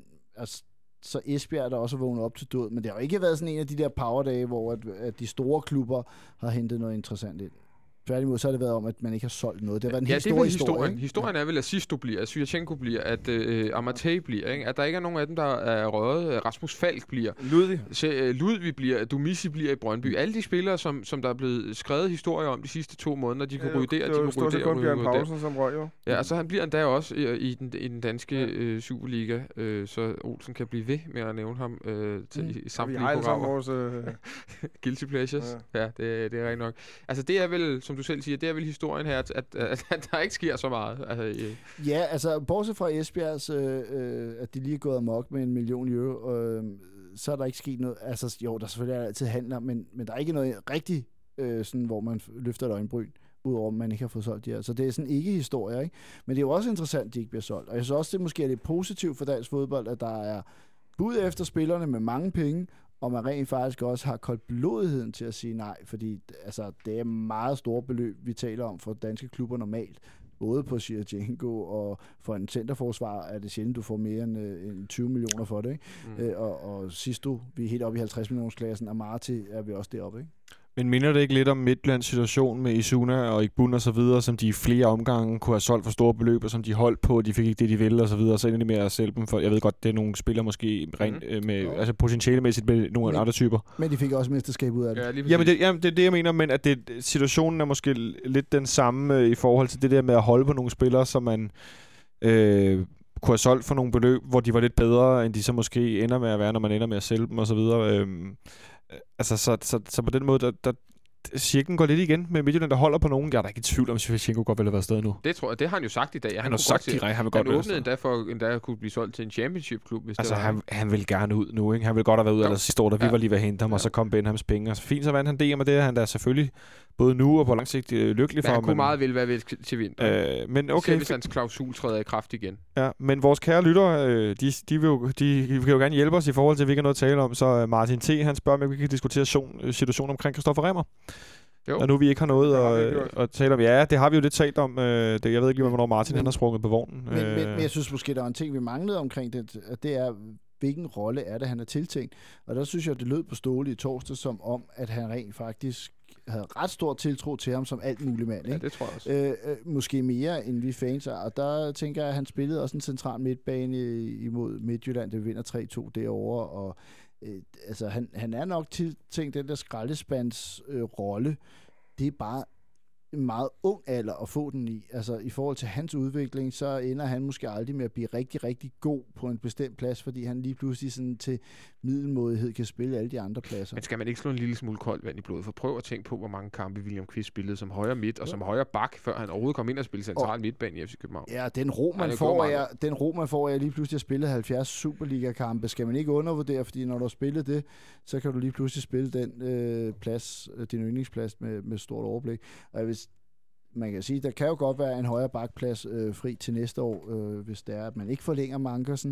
Så Esbjerg der også vågnet op til død, men det har jo ikke været sådan en af de der powerdage, hvor at de store klubber har hentet noget interessant ind. Tværtimod, så har det været om, at man ikke har solgt noget. Det har været en helt stor historie. Historien er vel, at Sisto bliver, at Syachenko bliver, at Amartey bliver, ikke? At der ikke er nogen af dem, der er røget. Rasmus Falk bliver. Ludvig bliver. Dumisi bliver i Brøndby. Alle de spillere, som der er blevet skrevet historier om de sidste 2 måneder, de kunne ryge der, de kunne ryge der. Det var kun Bjørn Paulsen, som røg jo. Ja, og så han bliver endda også i den danske Superliga, så Olsen kan blive ved med at nævne ham i samtlige programmer. Guilty Pleasures. Ja, det er rigtig nok. Altså, det er vel, som du selv siger, det er vel historien her, at der ikke sker så meget. Ja, altså, bortset fra Esbjergs, at de lige er gået amok med €1 million, så er der ikke sket noget. Altså, jo, der selvfølgelig er altid handler, men der er ikke noget rigtigt, sådan, hvor man løfter et øjenbryn, udover at man ikke har fået solgt de her. Så det er sådan ikke historie, ikke? Men det er jo også interessant, at de ikke bliver solgt. Og jeg synes også, det måske er lidt positivt for dansk fodbold, at der er bud efter spillerne med mange penge, og man rent faktisk også har koldblodigheden til at sige nej, fordi altså, det er meget store beløb, vi taler om for danske klubber normalt. Både på Zinchenko og for en centerforsvar er det sjældent, du får mere end 20 millioner for det. Ikke? Og Sisto, vi er helt oppe i 50 millionersklassen, og Marti er vi også deroppe. Ikke? Men minder det ikke lidt om Midtjyllands situation med Isuna og Igbun og så videre, som de i flere omgange kunne have solgt for store beløb, og som de holdt på, de fik ikke det, de ville og så videre, så ender de med at sælge dem for, jeg ved godt, det er nogle spillere måske rent med, altså potentialemæssigt med nogle andre typer. Men de fik også mesterskab ud af det. Ja, det er det, jeg mener, men at situationen er måske lidt den samme i forhold til det der med at holde på nogle spillere, som man kunne have solgt for nogle beløb, hvor de var lidt bedre, end de så måske ender med at være, når man ender med at sælge dem og så videre. Altså, så på den måde, der cirklen går lidt igen med Midtjylland, der holder på nogen. Jeg er da ikke i tvivl om, at Zinchenko godt ville have været afsted nu. Det tror jeg, det har han jo sagt i dag. Han har sagt direkte, han vil godt være afsted. Han åbnede endda for at kunne blive solgt til en championship-klub, hvis altså, det var. Han vil gerne ud nu, ikke? Han vil godt have været ud af sidste år, da vi var lige ved at hente ham, og så kom Benhams penge. Og så fint, så vandt han DM, og det er han da selvfølgelig både nu og på lang sigt lykkelig for. Men han kunne meget vel være ved til vinter. Men okay. Selv hvis hans klausul træder i kraft igen. Ja, men vores kære lyttere, de vil jo gerne hjælpe os i forhold til, at vi ikke har noget at tale om. Så Martin T., han spørger, om vi kan diskutere situationen omkring Christoffer Remmer. Jo. Og nu vi ikke har noget at tale om. Ja, det har vi jo lidt talt om. Jeg ved ikke lige, hvornår Martin han har sprunget på vognen. Men jeg synes måske, der er en ting, vi manglede omkring det, at det er, hvilken rolle er det, han er tiltænkt. Og der synes jeg, det lød på Ståle i torsdag, som om, at han rent faktisk havde ret stor tiltro til ham som alt mulig mand. Ikke? Ja, det tror jeg også. Måske mere, end vi fans er. Og der tænker jeg, at han spillede også en central midtbane imod Midtjylland. Det vinder 3-2 derovre, og altså, han er nok tiltænkt den der skraldespands rolle. Det er bare en meget ung alder at få den i. Altså i forhold til hans udvikling, så ender han måske aldrig med at blive rigtig, rigtig god på en bestemt plads, fordi han lige pludselig sådan til middelmådighed kan spille alle de andre pladser. Men skal man ikke slå en lille smule koldt vand i blodet? For prøv at tænke på, hvor mange kampe William Kvist spillede som højre midt og som højre bak, før han overhovedet kom ind og spille central midtbane i FC København. Ja, den ro, man får af lige pludselig at spille 70 Superliga-kampe, skal man ikke undervurdere, fordi når du har spillet det, så kan du lige pludselig spille den plads, din yndlingsplads med stort overblik. Og man kan sige, der kan jo godt være en højre bakplads fri til næste år, hvis det er, at man ikke forlænger Mankersen.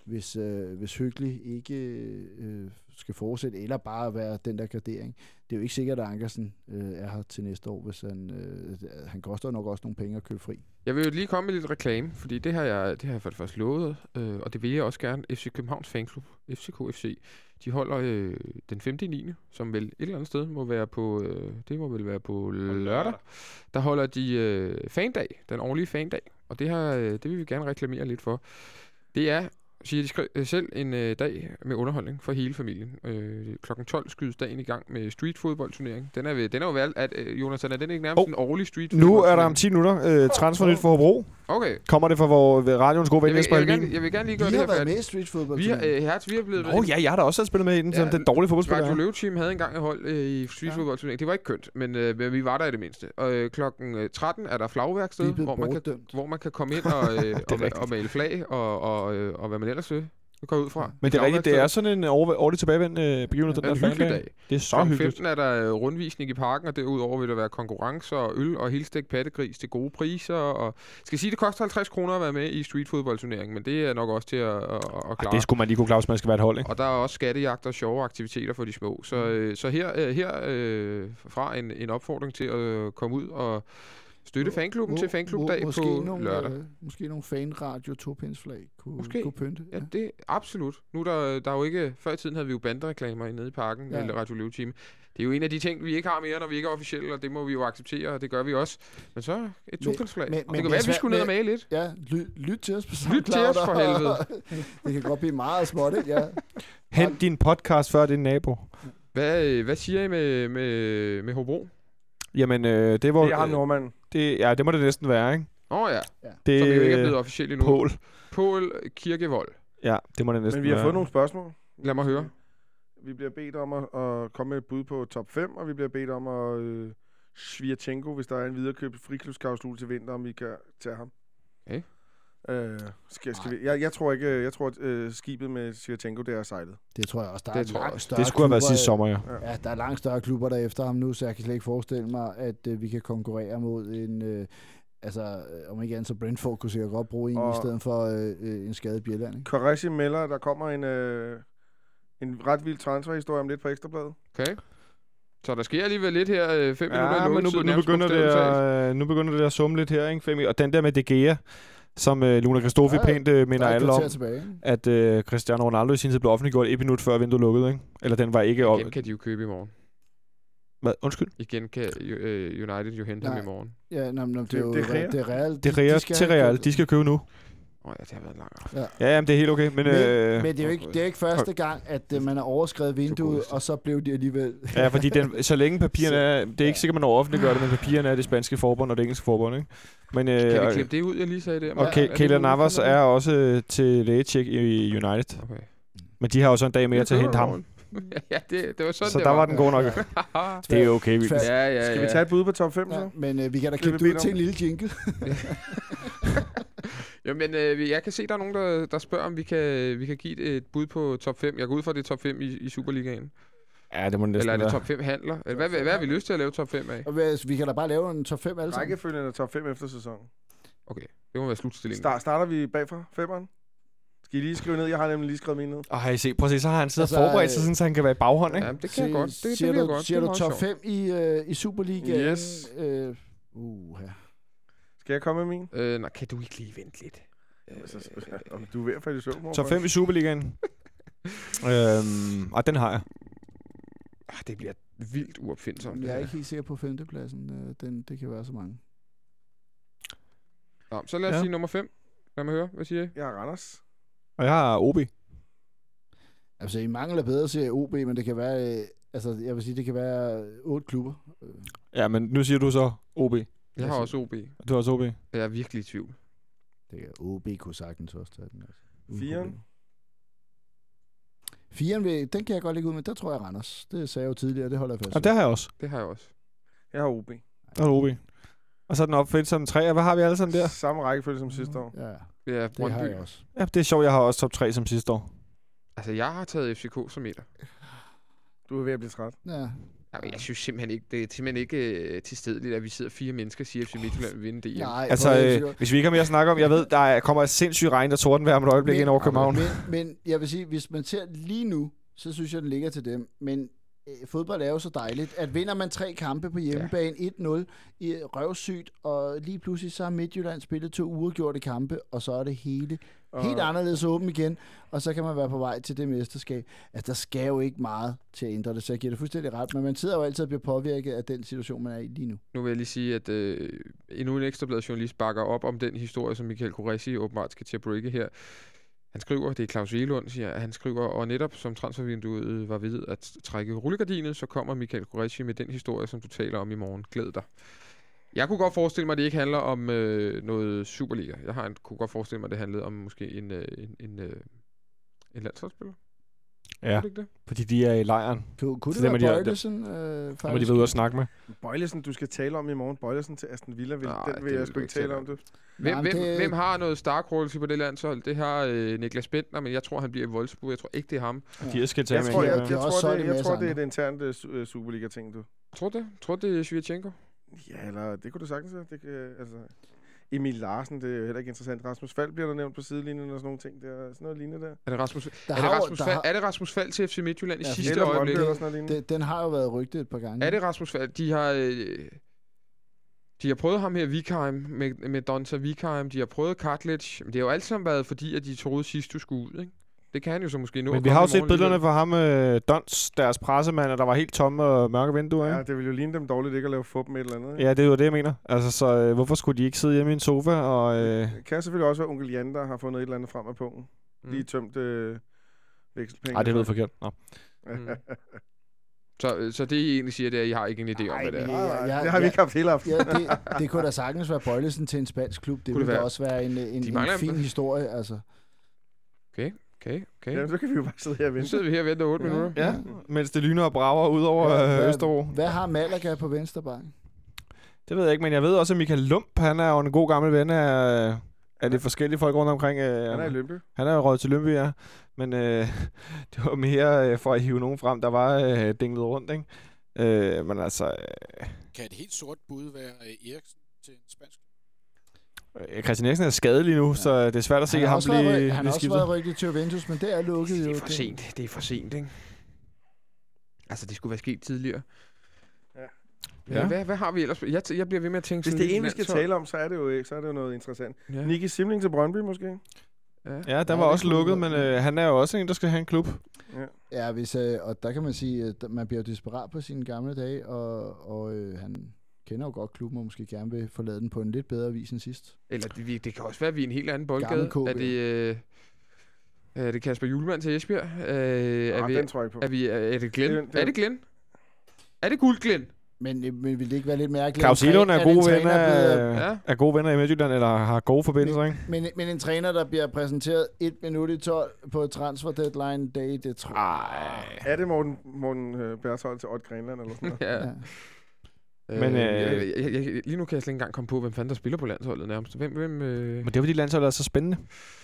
hvis Hyggelig ikke skal fortsætte, eller bare være den der gradering. Det er jo ikke sikkert, at Ankersen er her til næste år, hvis han koster nok også nogle penge at købe fri. Jeg vil jo lige komme med lidt reklame, fordi det har jeg for det første lovet, og det vil jeg også gerne. FC Københavns Fanklub, FCK-FC, de holder den 5.9., som vel et eller andet sted må være på, det må vel være på lørdag. Der holder de fandag, den årlige fandag, og det vil vi gerne reklamere lidt for. Det er, siger de selv, en dag med underholdning for hele familien. Klokken 12 skydes dagen i gang med streetfodboldturnering. Den er jo valgt, at Jonas, er den ikke nærmest en årlig streetfodboldturnering? Nu er der om 10 minutter transfernyt for Hobro. Okay. Kommer det fra radioens gode ven Jesper Helmin? Jeg vil gerne lige gøre det her her færdigt. Vi har været med i streetfodbold. Vi er blevet... jeg har da også spillet med i den, som den dårlige fodboldspiller. Radio Løve-team havde engang et hold i streetfodboldturnering. Det var ikke kønt, men vi var der i det mindste. Og klokken 13 er der flagværksted, hvor man kan komme ind og male flag og hvad man ellers går ud fra. Men det er rigtigt, det er sådan en årligt tilbagevendende begivenhed, den der fandag. Det er så hyggeligt. 15 er der rundvisning i parken, og derudover vil der være konkurrencer og øl og helstegt pattegris til gode priser. Og skal sige, det koster 50 kroner at være med i streetfodboldturneringen, men det er nok også til at klare. Det skulle man lige kunne klare, hvis man skal være et hold, ikke? Og der er også skattejagter og sjove aktiviteter for de små. Så her fra en opfordring til at komme ud og støtte fanklubben til fanklubdag på lørdag. Måske nogle fanradio 2-pindsflag kunne pynte. Ja, det absolut. Nu der er jo ikke... Før i tiden havde vi jo bandereklamer nede i parken, eller Radio Løve-team. Det er jo en af de ting, vi ikke har mere, når vi ikke er officielle, og det må vi jo acceptere, og det gør vi også. Men så et 2-pindsflag. Og det kan være, at vi skulle ned og male lidt. Ja, lyt til os på SoundCloud. Lyt til os for helvede. Det kan godt blive meget småt, ikke? Ja. Hent din podcast før din nabo. Hvad siger I med Hobro? Jamen, det er ham nordmanden. Det må det næsten være, ikke? Ja. Det, som jo ikke er blevet officielt endnu. Poul Kirkevold. Ja, det må det næsten være. Men vi har fået nogle spørgsmål. Lad mig høre. Vi bliver bedt om at komme med et bud på top 5, og vi bliver bedt om at Svirchenko, hvis der er en viderekøbt friklubsklausul til vinter, om vi kan tage ham. Okay. Skal vi? Jeg tror at skibet med Svirchenko, det er sejlet. Det tror jeg også. Der er langt større det skulle have været sidste sommer, ja. Ja, der er langt større klubber der efter ham nu, så jeg kan slet ikke forestille mig, at vi kan konkurrere mod en... om ikke andet, så Brentford kunne sikkert godt bruge en i stedet for en skadet Bjelland. Koreshi melder, der kommer en ret vild transferhistorie om lidt på Ekstrabladet. Okay. Så der sker alligevel lidt her 5 minutter i lukketid. Nu begynder det at summe lidt her, ikke? Og den der med De Gea, som Luna Christofi pænt minder alle om, at Cristiano Ronaldo i sin tid blev offentliggjort 1 minut før vinduet lukkede, ikke? Eller den var ikke... Igen kan de jo købe i morgen. Hvad? Undskyld? Igen kan United jo hente ham i morgen. Ja, det er jo Real. Det er til Real. De skal købe nu. Ja, det har været langt. Ja, jamen, det er helt okay. Men det er jo ikke første gang, at man har overskrevet vinduet, og så blev det alligevel... Ja, fordi så længe papirerne er... Det er ikke sikkert, man offentliggør det, men papirerne er det spanske forbund og det engelske forbund, ikke? Men, kan vi klippe det ud, jeg lige sagde det? Og Keylor Navas er også til lægetjek i United. Okay. Men de har jo så en dag mere til at hente ham. Ja, det var sådan, så der var den god nok. Det er okay, vildt. Ja. Skal vi tage et bud på top 5 så? Men vi kan da klippe det ud til en lille jingle. Jo, men jeg kan se, der er nogen, der spørger, om vi kan give et bud på top 5. Jeg går ud fra, det er top 5 i Superligaen. Ja, det må det næsten være. Eller er det top 5 handler? Eller hvad har vi lyst til at lave top 5 af? Vi kan da bare lave en top 5 alle sammen. Rækkefølgen er top 5 efter sæsonen. Okay, det må være slutstillingen. Starter vi bagfra 5'eren? Skal I lige skrive ned? Jeg har nemlig lige skrevet mine ned. Har I set? Prøv at se, så har han siddet forberedt sig, så han kan være i baghånd, ikke? Ja, det kan jeg godt. Siger du top 5 i Superligaen? Yes. Skal jeg komme med min? Nej, kan du ikke lige vente lidt? Du er ved at falde i søvn. Top 5 i Superligaen. Og den har jeg. Det bliver vildt uopfindsomt. Jeg er ikke helt sikker på 5. pladsen. Det kan være så mange. Nå, så lad os sige nummer 5. Lad mig høre. Hvad siger I? Jeg har Randers. Og jeg har OB. Altså, I mangler bedre, siger jeg OB, men det kan være... jeg vil sige, det kan være 8 klubber. Ja, men nu siger du så OB. Jeg har også OB. Du har også OB? Jeg er virkelig i tvivl. Det kan OB kunne sagtens også tage den. Altså. 4'eren, den kan jeg godt lægge ud med. Der tror jeg Randers. Det sagde jeg jo tidligere, det holder jeg fast. Og det har jeg også. Det har jeg også. Jeg har OB. Der er OB. Og så er den opfældt som 3. Og hvad har vi alle sammen der? Samme rækkefølge som sidste år. Ja, det har jeg også. Ja, det er sjovt, jeg har også top 3 som sidste år. Altså, jeg har taget FCK som etter. Du er ved at blive træt. Ja. Jeg synes simpelthen ikke, det er simpelthen ikke tilstedeligt, at vi sidder 4 mennesker og siger, at FC Midtjylland vil vinde det. Nej, altså, hvis vi ikke har mere at snakke om, jeg ved, der kommer et sindssygt regn og tordenvejr om et øjeblik ind over København. Men jeg vil sige, hvis man ser lige nu, så synes jeg, den ligger til dem. Men fodbold er jo så dejligt, at vinder man 3 kampe på hjemmebane, 1-0 i røvsygt, og lige pludselig så har Midtjylland spillet 2 uafgjorte kampe, og så er det hele helt anderledes åben igen, og så kan man være på vej til det mesterskab. Altså, der skal jo ikke meget til at ændre det, så jeg giver det fuldstændig ret, men man sidder jo altid og bliver påvirket af den situation, man er i lige nu. Nu vil jeg lige sige, at endnu en Ekstrabladet journalist bakker op om den historie, som Michael Qureshi åbenbart skal til at breake her. Han skriver, det er Claus Egelund, siger, at han skriver, og netop som transfervinduet var ved at trække rullegardinet, så kommer Michael Qureshi med den historie, som du taler om i morgen. Glæd dig. Jeg kunne godt forestille mig, at det ikke handler om noget Superliga. Kunne godt forestille mig, at det handlede om måske en landsholdsspiller. Ja, fordi de er i lejren. Kunne det være Bøjlesen? Så må de være ude og snakke med. Bøjlesen, du skal tale om i morgen. Bøjlesen til Aston Villa, den vil jeg sgu ikke tale om. Hvem har noget star quality på det landshold? Det har Niklas Bentner, men jeg tror, han bliver i Wolfsburg. Jeg tror ikke, det er ham. De skal tage jeg tror, det er et internt Superliga-ting, du. Tror det er Svirchenko? Ja, eller det kunne du sagtens have. Altså, Emil Larsen, det er jo heller ikke interessant. Rasmus Fald bliver der nævnt på sidelinjen og sådan nogle ting. Der er sådan noget lignende der. Er det Rasmus Fald til FC Midtjylland i sidste øjeblik? Den har jo været rygtet et par gange. Er det Rasmus Fald? De har prøvet ham her Vikheim med Donta Vikheim. De har prøvet Kartlic. Men det har jo alt sammen været fordi, at de troede sidst, du skulle ud, ikke? Det kan han jo så måske nå. Men vi har jo set billederne for ham, Dons, deres pressemand, og der var helt tomme og mørke vinduer, ikke? Ja, det ville jo ligne dem dårligt ikke at lave fup med et eller andet, ikke? Ja, det er jo det, jeg mener. Altså, så hvorfor skulle de ikke sidde hjemme i en sofa? Og, Det kan selvfølgelig også være onkel Jan, der har fundet et eller andet frem af pungen. Lige tømt vekselpenge. Nej, det lyder forkert. Nå. Så det, I egentlig siger, det er, at I har ikke en idé om, hvad det er? Det har vi ikke haft hele aften. Ja, det kunne da sagtens være Bøjlesen til en spansk klub. Det ville da også være en fin historie, altså. Okay. Jamen, så kan vi jo bare sidde her og vente. Så sidder vi her og venter 8 minutter. Ja, mens det lyner og brager ud over Østerbro. Hvad har Malaga på venstrebakken? Det ved jeg ikke, men jeg ved også, at Michael Lump, han er jo en god gammel ven af de forskellige folk rundt omkring. Han er i Lønby. Han er jo røget til Lønby, ja. Men det var mere for at hive nogen frem, der var dinglet rundt, ikke? Men altså... Kan et helt sort bud være Eriksen til en spansk? Christian Eriksen er skadelig nu, så det er svært at se ham blive skiftet. Han har også været rygtet til Juventus, men det er lukket jo. Det er for sent, ikke? Altså, det skulle være sket tidligere. Ja. Hvad har vi ellers? Jeg bliver ved med at tænke... Hvis det er en, vi skal tale om, så er det jo noget interessant. Ja. Nicky Simling til Brøndby, måske? Ja, den var også lukket, men han er jo også en, der skal have en klub. Ja, og der kan man sige, at man bliver desperat på sine gamle dage, og han kender jo godt klubben, og måske gerne vil forlade den på en lidt bedre vis end sidst. Eller det kan også være, at vi er en helt anden boldgade. Er det Kasper Hjulmand til Esbjerg? Den tror jeg ikke på. Er det Glenn? Er det Glenn? Er det Guld Glenn? Men vil det ikke være lidt mærkeligt? Claus Egelund er gode venner i Midtjylland, eller har gode forbindelser, ikke? Men en træner, der bliver præsenteret 1 minut i 12 på transfer deadline day, det tror jeg... Er det Morten Berthold til Odd Grenland, eller sådan noget? Ja. Men lige nu kan jeg slet ikke engang komme på, hvem fanden der spiller på landsholdet nærmest. Men det er fordi landsholdet er så spændende.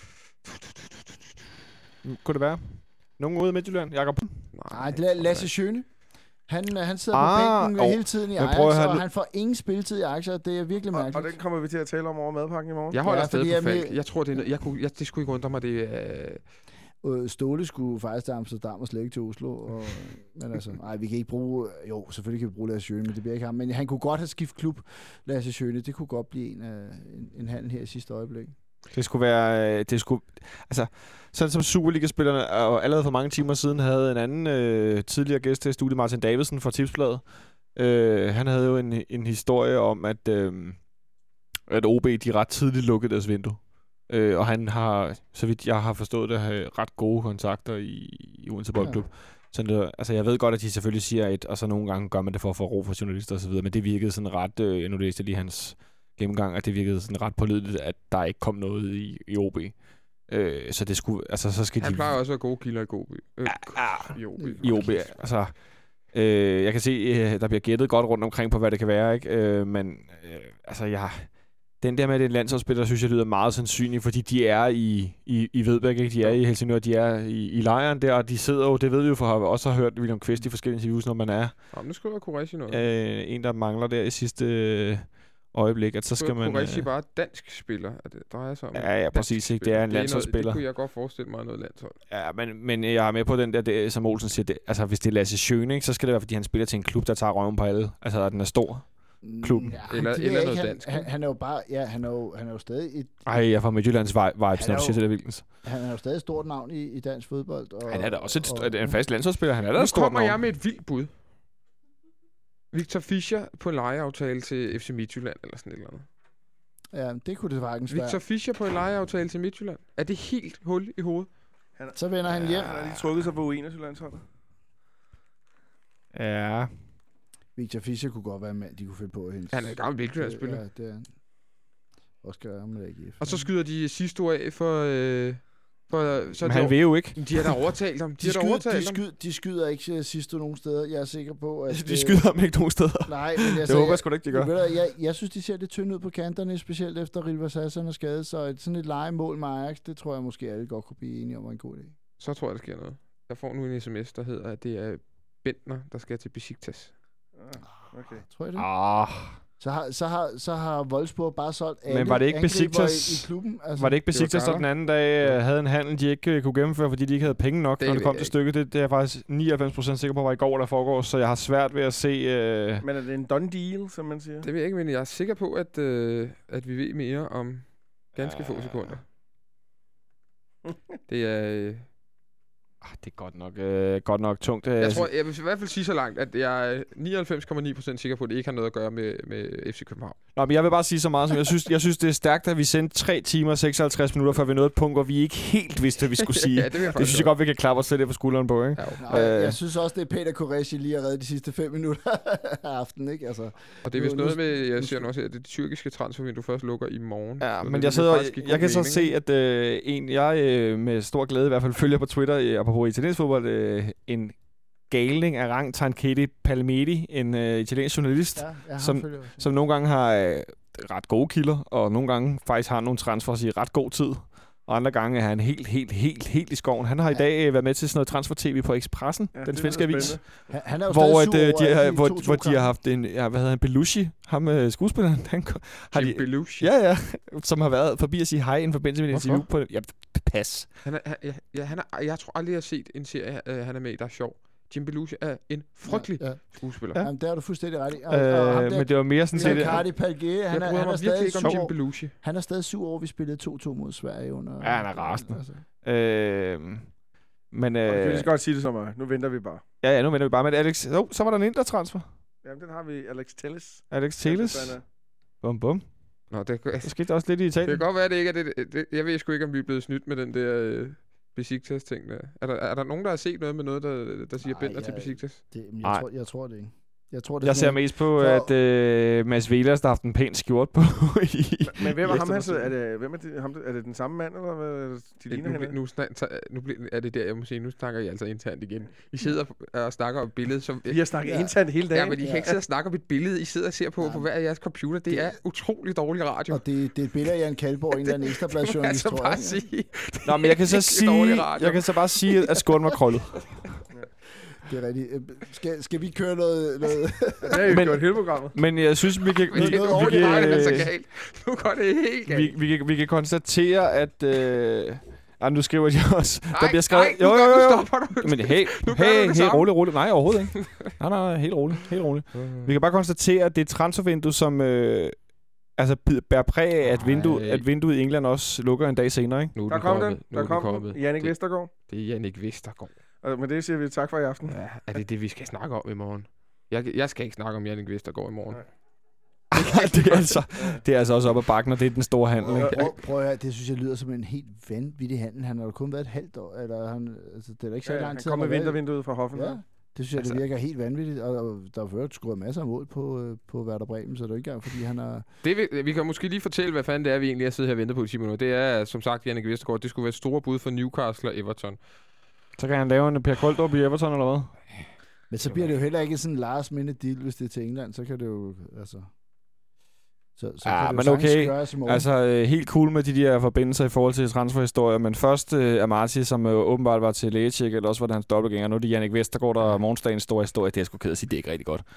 Kunne det være? Nogen ude i Midtjylland? Jakob? Nej, Lasse Schöne. Han sidder på bænken hele tiden i Ajax, og han får ingen spilletid i Ajax, og det er virkelig mærkeligt. Og den kommer vi til at tale om over madpakken i morgen. Jeg holder stadig på Falk. Jeg tror, det skulle ikke undre mig, Ståle skulle faktisk til Amsterdam og slet ikke til Oslo. Men altså, nej, vi kan ikke bruge... Jo, selvfølgelig kan vi bruge Lasse Schöne, men det bliver ikke ham. Men han kunne godt have skiftet klub, Lasse Schöne. Det kunne godt blive en handel her i sidste øjeblik. Det skulle være... altså, sådan som Superliga-spillerne og allerede for mange timer siden havde en anden tidligere gæst til studiet, Martin Davidsen fra Tipsbladet. Han havde jo en historie om, at OB de ret tidligt lukkede deres vindue. Og han har, så vidt jeg har forstået det, ret gode kontakter i Odense Boldklub. Så det, altså jeg ved godt, at de selvfølgelig siger et, og så nogle gange gør man det for at få ro for journalister og så videre, men det virkede sådan ret, nu læste jeg lige hans gennemgang, at det virkede sådan ret pålideligt, at der ikke kom noget i OB. Så det skulle, altså så skal han plejer også at være gode kilder i OB. Altså, jeg kan se, der bliver gættet godt rundt omkring på, hvad det kan være, ikke? Men altså Den der med den landsholdsspiller, synes jeg lyder meget sandsynligt, fordi de er i Vedbæk, ikke? De er i Helsingør, de er i lejren der, og de sidder jo, det ved vi jo, for at have også har hørt William Kvist i forskellige interviews, når man er nu skriver Qureshi noget. En, der mangler der i sidste øjeblik, at så skal man... Qureshi bare dansk spiller, at det drejer sig om. Ja, præcis, ikke? Det er en landsholdsspiller. Det kunne jeg godt forestille mig noget landshold. Ja, men jeg er med på den der, som Olsen siger, altså hvis det er Lasse Schøne, ikke, så skal det være, fordi han spiller til en klub, der tager røven på alle. Altså, at den er stor. Klubben. Eller noget dansk. Han er jo bare, han er jo stadig jeg får Midtjyllands vibes, når du siger det Wilkens. Han er jo stadig et stort navn i dansk fodbold. Og, han er da også en fast landsholdsspiller, han er da et stort navn. Nu kommer jeg med et vildt bud. Victor Fischer på en lejeaftale til FC Midtjylland, eller sådan et eller andet. Ja, det kunne det faktisk være. Victor Fischer på en lejeaftale til Midtjylland. Er det helt hul i hovedet? Så vender han hjem. Han har lige trukket sig på U21-landsholdet. Ja. Victor Fischer kunne godt være en mand, de kunne finde på at hente. Han er en gammel Midtjylland-spiller. Ja, det er han. Oscar Amelak. Og så skyder de sidste år af for så men han vil jo ikke. De har da overtalt ham. De skyder ikke sidste nogen steder. Jeg er sikker på, at... De skyder ham ikke nogen steder. Nej, men det håber jeg sgu da ikke, de gør. Jeg synes, de ser lidt tyndt ud på kanterne, specielt efter Rilva Sasson er skadet. Så sådan et legemål med Ajax, det tror jeg måske alle godt kunne blive enige om, var en god idé. Så tror jeg, der sker noget. Jeg får nu en sms, der hedder, at det er Bentner, der skal til Besiktas. Okay. Tror jeg det? Så har Wolfsburg bare solgt alle. Men var det ikke Besiktas i klubben? Altså, var det ikke Besiktas, der den anden dag havde en handel, de ikke kunne gennemføre, fordi de ikke havde penge nok, når det kom til stykket? Det er jeg faktisk 99% sikker på, var i går, der foregår, så jeg har svært ved at se... Men er det en done deal, som man siger? Det ved jeg ikke, men jeg er sikker på, at vi ved mere om ganske få sekunder. Det er... det er godt nok tungt. Jeg vil i hvert fald sige så langt, at jeg er 99,9% sikker på, at det ikke har noget at gøre med FC København. Nå, men jeg vil bare sige så meget, som jeg synes, det er stærkt, at vi sendte 3 timer og 56 minutter, før vi nåede et punkt, hvor vi ikke helt vidste, hvad vi skulle sige. Ja, det synes jeg godt, vi kan klappe os lidt på skulderen på, ikke? Jeg synes også, det er Peter Qureshi lige at redde de sidste 5 minutter af aftenen, ikke? Altså, og det er vist noget med, jeg siger også, at det tyrkiske transfervindue først lukker i morgen. Ja, men jeg kan så se, at jeg med stor glæde i hvert fald følger på Twitter, apropos italiensk fodbold, en galning af rang, Tancredi Palmedi, en italiensk journalist, som nogle gange har ret gode kilder, og nogle gange faktisk har nogle transfers i ret god tid, og andre gange er han helt i skoven. Han har i dag været med til sådan noget transfer-tv på Expressen, den svenske avis, han er jo hvor de har haft en, hvad hedder han, Belushi, ham skuespilleren, Belushi? Ja, som har været forbi at sige hej i en forbindelse med et interview på... Ja, pas. Jeg tror aldrig, jeg har set en serie, han er med i, der er sjov. Jim Belushi er en frygtelig skuespiller. Ja. Jamen, der er du fuldstændig ret i. Men det var mere sådan set... Cardi Palge, han er stadig 7 år. Han er stadig 7 år, vi spillede 2-2 mod Sverige under... Ja, han er rasende. Altså. Men... jeg kan lige godt sige det som nu venter vi bare. Ja, nu venter vi bare. Men Alex... så var der en intertransfer. Jamen, den har vi. Alex Telles. Bum. Nå, det skete også lidt i Italien. Det kan godt være, det ikke er det. Jeg ved sgu ikke, om vi er blevet snydt med den der... Besiktas-ting der. Er der nogen, der har set noget med noget, der siger Bentner til Besiktas? Jeg tror det ikke. Jeg ser mest på, at Mads Velas, der har haft en pæn skjort på. Men hvem er ham? Er det den samme mand, eller hvad? De ligner nu er det der, jeg må sige, nu snakker I altså internt igen. I sidder og snakker om billedet. Som, vi har snakket internt hele dagen. Ja, men I kan ikke sidde og snakke om et billede, I sidder og ser på hver af jeres computer. Det er utrolig dårlig radio. Og det er et billede af Jan Kalborg, en eller anden ekstrabladjournalist, tror jeg. Bare sige. Nå, men jeg kan så bare sige, at skåren var krøllet. Det er rigtigt. Skal vi køre noget... Det har jo gjort hele programmet. Men jeg synes, vi kan... Nu går det helt galt. Vi kan konstatere, at... nu skriver de også. Der bliver skrevet... Jo. Men hey, roligt. Nej, overhovedet ikke. Nej, helt roligt. Vi kan bare konstatere, at det er et transfervindue, som... bærer præg af, at vinduet i England også lukker en dag senere, ikke? Der kom den. Jannik Vestergaard. Det er Jannik Vestergaard. Og med det siger vi tak for i aften. Ja, er det, vi skal snakke om i morgen? Jeg skal ikke snakke om Jannik Vestergaard i morgen. Det er altså også op ad bakken, og det er den store handel. Prøv at høre, det synes jeg lyder som en helt vanvittig handel. Han har jo kun været et halvt år, eller det er da ikke så lang tid. Han kom med vintervinduet fra Hoffenheim. Ja. Det synes jeg, det virker helt vanvittigt, og der har ført skruet masser af mål på Werder Bremen, så det er ikke engang, fordi han har... Vi kan måske lige fortælle, hvad fanden det er, vi egentlig har siddet her og ventet på i 10 minutter. Det er, som sagt, Jannik Vestergaard. Det skulle være et store bud for Newcastle og Everton. Så kan han lave en Per Koldrup i Everton, eller hvad? Men så bliver det jo heller ikke sådan en last minute deal, hvis det er til England. Så kan det jo, Så kan det okay, gøres i morgen. Altså helt cool med de der forbindelser i forhold til transferhistorier, men først Amarty, som åbenbart var til lægetjek, eller også var det hans dobbeltgænger. Nu er det Jannik Vestergaard, der er morgensdagens store historie. Det er jeg sgu ked at sige, det er ikke rigtig godt.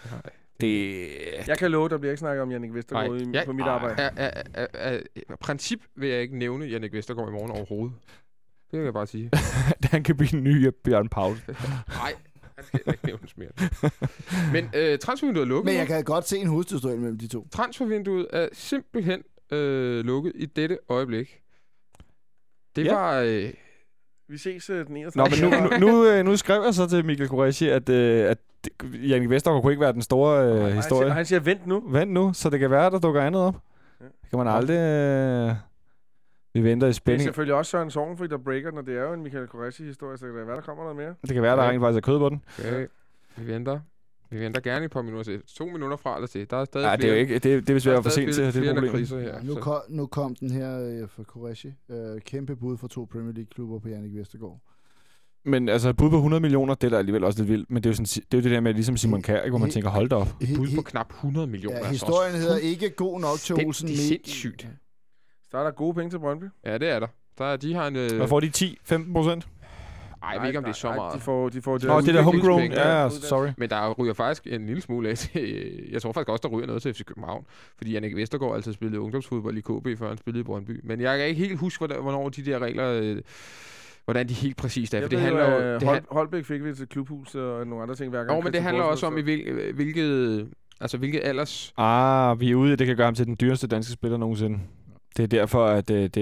Jeg kan love, der bliver ikke snakket om Jannik Vestergaard på mit arbejde. Princip vil jeg ikke nævne Jannik Vestergaard i morgen overhovedet. Det vil jeg bare sige. Han kan blive den nye Bjørn Paul. Nej. Han skal ikke nævnes mere. Men transfervinduet er lukket. Men jeg kan godt se en hovedstødstrøl mellem de to. Transfervinduet er simpelthen lukket i dette øjeblik. Det var... Vi ses den 31. Nå, men nu skrev jeg så til Michael Qureshi, at Jannik Vestergaard kunne ikke være den store historie. Han siger, vent nu. Vent nu, så det kan være, der dukker andet op. Ja. Det kan man aldrig... Vi venter i spænding. Det er selvfølgelig også Søren Sorgenfri, der breaker, når det er jo en Michael Qureshi-historie, så det kan være, der kommer noget mere. Det kan være, der rent faktisk er kød på den. Okay. Vi venter gerne et par minutter til. 2 minutter fra eller til. Der er stadig flere. Det er jo ikke, det er vist være for sent til det problem. Her, nu kom den her for Qureshi. Kæmpe bud for 2 Premier League-klubber på Jannik Vestergaard. Men altså et bud på 100 millioner, det er da alligevel også lidt vildt. Men det er jo, sådan, det, er jo det der med, ligesom Simon Kjær, hvor man tænker, hold da op. Bud på knap 100 millioner. Ja, historien hedder ikke god nok til Olsen. Det er sindssygt. Så er der gode penge til Brøndby. Ja, det er der. De har en... Hvad får de? 10-15%? Nej, jeg ved ikke, om det er så meget. De får det der homegrown. Ja, sorry. Men der ryger faktisk en lille smule af til... Jeg tror faktisk også, der ryger noget til FC København. Fordi Jannik Vestergaard altid spillede ungdomsfodbold i KB, før han spillede i Brøndby. Men jeg kan ikke helt huske, hvornår de der regler... Hvordan de helt præcist er. For det handler Holbæk fik vi til klubhus og nogle andre ting hver gang. Men det handler også om, hvilket alders... Vi er ude i, det kan gøre ham til den dyreste danske spiller nogensinde. Det er derfor, at det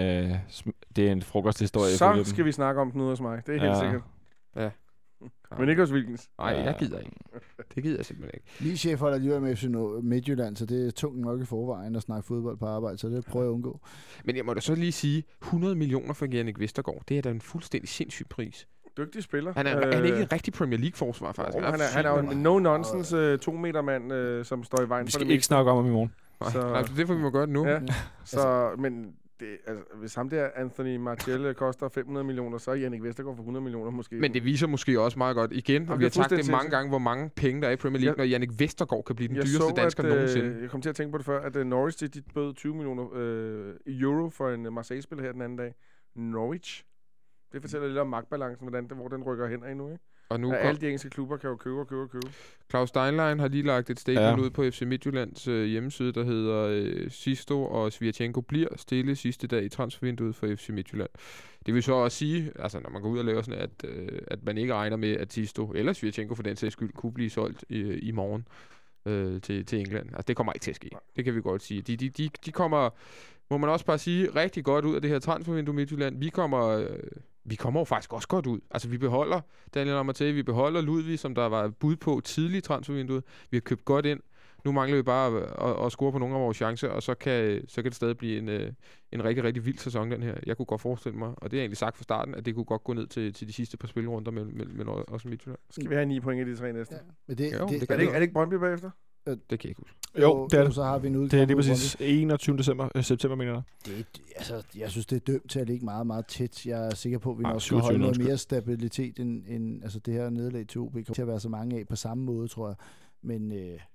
er en frokosthistorie. Så skal vi snakke om den ude hos mig. Det er helt sikkert. Ja. Men ikke hos Wilkens. Nej, jeg gider ikke. Det gider jeg simpelthen ikke. Lige chef holder lige med FC Midtjylland, så det er tungt nok i forvejen at snakke fodbold på arbejde, så det prøver jeg at undgå. Men jeg må da så lige sige, 100 millioner for Jannik Vestergaard, det er da en fuldstændig sindssyg pris. Dygtig spiller. Han er ikke en rigtig Premier League-forsvar, faktisk. Han er jo en no-nonsense 2-meter-mand, som står i vejen. Vi skal ikke snakke om ham i morgen. Nej, det får vi må gøre det nu. Ja. Så, men hvis ham der Anthony Martial koster 500 millioner, så er Jannik Vestergaard for 100 millioner måske. Men det viser måske også meget godt igen, og vi har sagt det mange gange, hvor mange penge der er i Premier League, når Jannik Vestergaard kan blive den dyreste dansker nogensinde. Jeg kom til at tænke på det før, at Norwich de bød 20 millioner euro for en Marseille-spiller her den anden dag. Norwich. Det fortæller lidt om magtbalancen, hvor den rykker hen af nu, ikke? Og nu alle de engelske klubber kan jo købe. Claus Steinlein har lige lagt et statement ud på FC Midtjyllands hjemmeside, der hedder Sisto og Svirchenko bliver stille sidste dag i transfervinduet for FC Midtjylland. Det vil så også sige, altså når man går ud og laver sådan, at man ikke regner med, at Sisto eller Svirchenko for den sags skyld kunne blive solgt i morgen til England. Altså det kommer ikke til at ske. Det kan vi godt sige. De kommer, må man også bare sige, rigtig godt ud af det her transfervindue Midtjylland. Vi kommer jo faktisk også godt ud. Altså, vi beholder Daniel Amartey, vi beholder Ludvig, som der var bud på tidligt i transfervinduet. Vi har købt godt ind. Nu mangler vi bare at score på nogle af vores chancer, og så kan det stadig blive en rigtig, rigtig vild sæson, den her. Jeg kunne godt forestille mig, og det er egentlig sagt fra starten, at det kunne godt gå ned til de sidste par spilrunder mellem os og Midtjylland. Skal vi have 9 point i de 3 næste? Ja. Men er det ikke Brøndby bagefter? Det kan jeg ikke huske. Jo, det er det. Så har vi en det er lige præcis 21. september, mener jeg. Jeg synes, det er dømt til at ligge meget, meget tæt. Jeg er sikker på, at vi nok skal holde noget mere stabilitet end altså det her nederlag til OB. Kommer til at være så mange af på samme måde, tror jeg. Men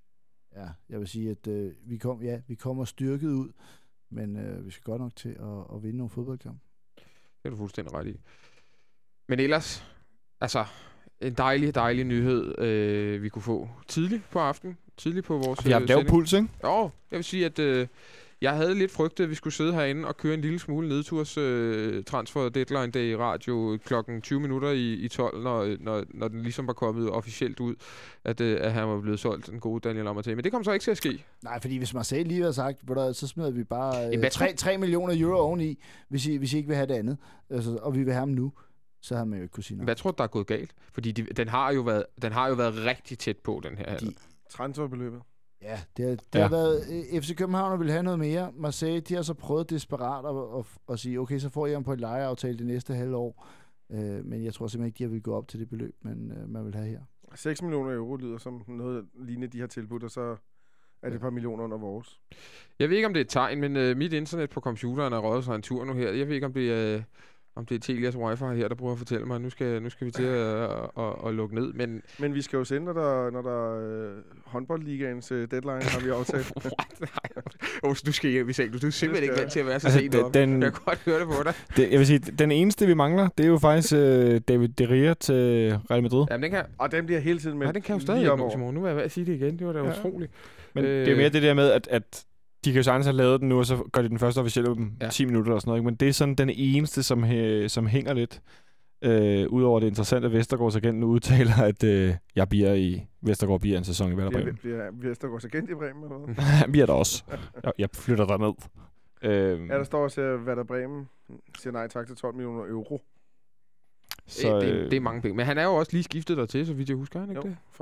jeg vil sige, at vi kommer styrket ud, men vi skal godt nok til at vinde nogle fodboldkampe. Det er du fuldstændig ret i. Men ellers, altså en dejlig nyhed, vi kunne få tidligt på aftenen. Tidligt på vores vi har lavet puls, ikke? Jo, jeg vil sige, at jeg havde lidt frygtet, at vi skulle sidde herinde og køre en lille smule nedturs transfer deadline day i radio klokken 20 minutter i 12, når den ligesom var kommet officielt ud, at han var blevet solgt, den gode Daniel Amartey. Men det kom så ikke til at ske. Nej, fordi hvis Marseille lige havde sagt, så smider vi bare 3 millioner euro oveni, hvis I ikke vil have det andet, altså, og vi vil have ham nu. Så har man jo ikke kunne sige noget. Hvad tror du, der er gået galt? Fordi den har jo været rigtig tæt på, den her. Transferbeløbet. Ja, det har været... FC København vil have noget mere. Marseille, de har så prøvet desperat at sige, okay, så får I ham på en lejeaftale det næste halve år. Men jeg tror simpelthen ikke, de har vil gå op til det beløb, man vil have her. 6 millioner euro lyder som noget lignende, de har tilbudt, og så er det et par millioner under vores. Jeg ved ikke, om det er et tegn, men mit internet på computeren er røget sig en tur nu her. Jeg ved ikke, om det er Telias wifi her, der prøver at fortælle mig, at nu skal vi til at lukke ned. Men vi skal jo sende, når der håndboldligaens deadline, har vi aftalt. Du skal hjem i seng. Du er simpelthen ikke vant til at være så sent op. Jeg kan godt høre det på dig. Jeg vil sige, den eneste, vi mangler, det er jo faktisk David De Gea til Real Madrid. Jamen, den kan... Og den bliver hele tiden med. Nej, den kan jo stadig ikke nå, Simon. Nu vil jeg sige det igen. Det var da utroligt. Men det er mere det der med, at de kan jo sagtens have lavet den nu, og så gør de den første officielle om 10 minutter eller sådan noget. Ikke? Men det er sådan den eneste, som hænger lidt. Udover det interessante, at Vestergaards agent udtaler, at Vestergaard bliver en sæson i Werder Bremen. Bliver Vestergaards agent i Bremen, eller hvad? Han bliver der også. Jeg flytter der ned. Ja, der står også, at Werder Bremen siger nej tak til 12 millioner euro. Så, det er mange penge. Men han er jo også lige skiftet der til, så vidt jeg husker, han ikke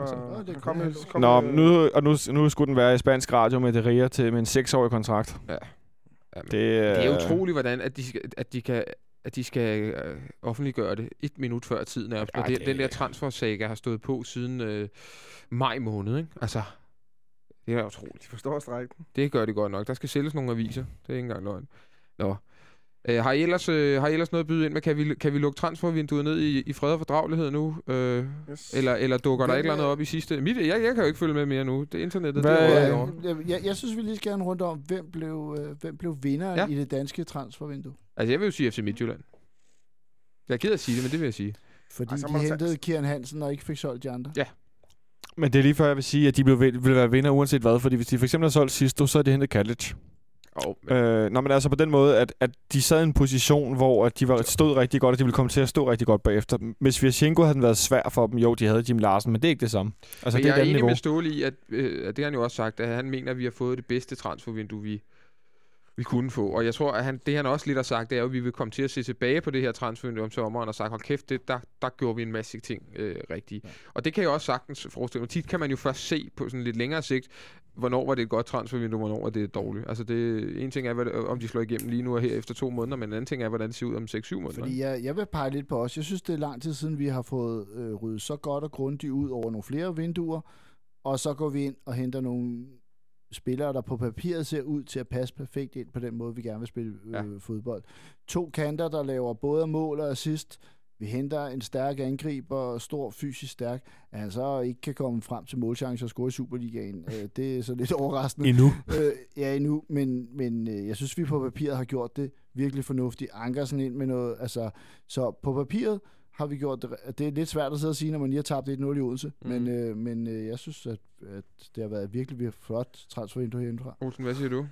det? Nu skulle den være i spansk radio med De Gea med en 6-årig kontrakt. Ja. Det er utroligt, hvordan at de skal offentliggøre det 1 minut før tiden. Den der transfersaga har stået på siden maj måned, ikke? Altså, det er utroligt. De forstår at strække den. Det gør de godt nok. Der skal sælges nogle aviser. Det er ikke engang løgn. Nå. Har I ellers noget at byde ind med? Kan vi lukke transfervinduet ned i fred og fordragelighed nu? Yes. Eller dukker der et eller andet op i sidste... Jeg kan jo ikke følge med mere nu. Det er internettet. Jeg synes, vi lige skal have en rundt om, hvem blev vinderen i det danske transfervindue. Altså, jeg vil jo sige FC Midtjylland. Jeg er ked af at sige det, men det vil jeg sige. Fordi de hentede Kieran Hansen og ikke fik solgt de andre. Ja. Men det er lige før, jeg vil sige, at de vil være vinder uanset hvad. Fordi hvis de for eksempel har solgt sidst, så er de hentet Kalic. Men altså på den måde, at de sad i en position, hvor at de stod rigtig godt, og de ville komme til at stå rigtig godt bagefter. Hvis Svirchenko havde været svær for dem, jo, de havde Jim Larsen, men det er ikke det samme. Altså, men det jeg er enig med Ståle i, at det har han jo også sagt, at han mener, at vi har fået det bedste transfervindue, vi kunne få. Og jeg tror, at det han også lidt har sagt, det er jo, at vi vil komme til at se tilbage på det her transfervindue om sommeren og sagt, hold kæft, der gjorde vi en masse ting rigtigt. Ja. Og det kan jeg også sagtens forestille mig. Tit kan man jo først se på sådan lidt længere sigt, hvornår var det et godt transfervindue, hvornår var det et dårligt. Altså en ting er, om de slår igennem lige nu og her efter 2 måneder, men en anden ting er, hvordan det ser ud om 6-7 måneder. Fordi jeg vil pege lidt på os. Jeg synes, det er lang tid siden, vi har fået ryddet så godt og grundigt ud over nogle flere vinduer, og så går vi ind og henter nogle spillere, der på papiret ser ud til at passe perfekt ind på den måde, vi gerne vil spille fodbold. 2 kanter, der laver både mål og assist. Vi henter en stærk angriber, stor fysisk stærk. At han så ikke kan komme frem til målchancer og score i Superligaen. Det er så lidt overraskende. Endnu. Endnu. Men jeg synes, vi på papiret har gjort det virkelig fornuftigt. Ankersen ind med noget. Altså, så på papiret har vi gjort det. Det er lidt svært at sidde og sige, når man lige har tabt 1-0 i Odense. Men jeg synes, at det har været virkelig flot transfervindue herindefra. Olsen, hvad siger du?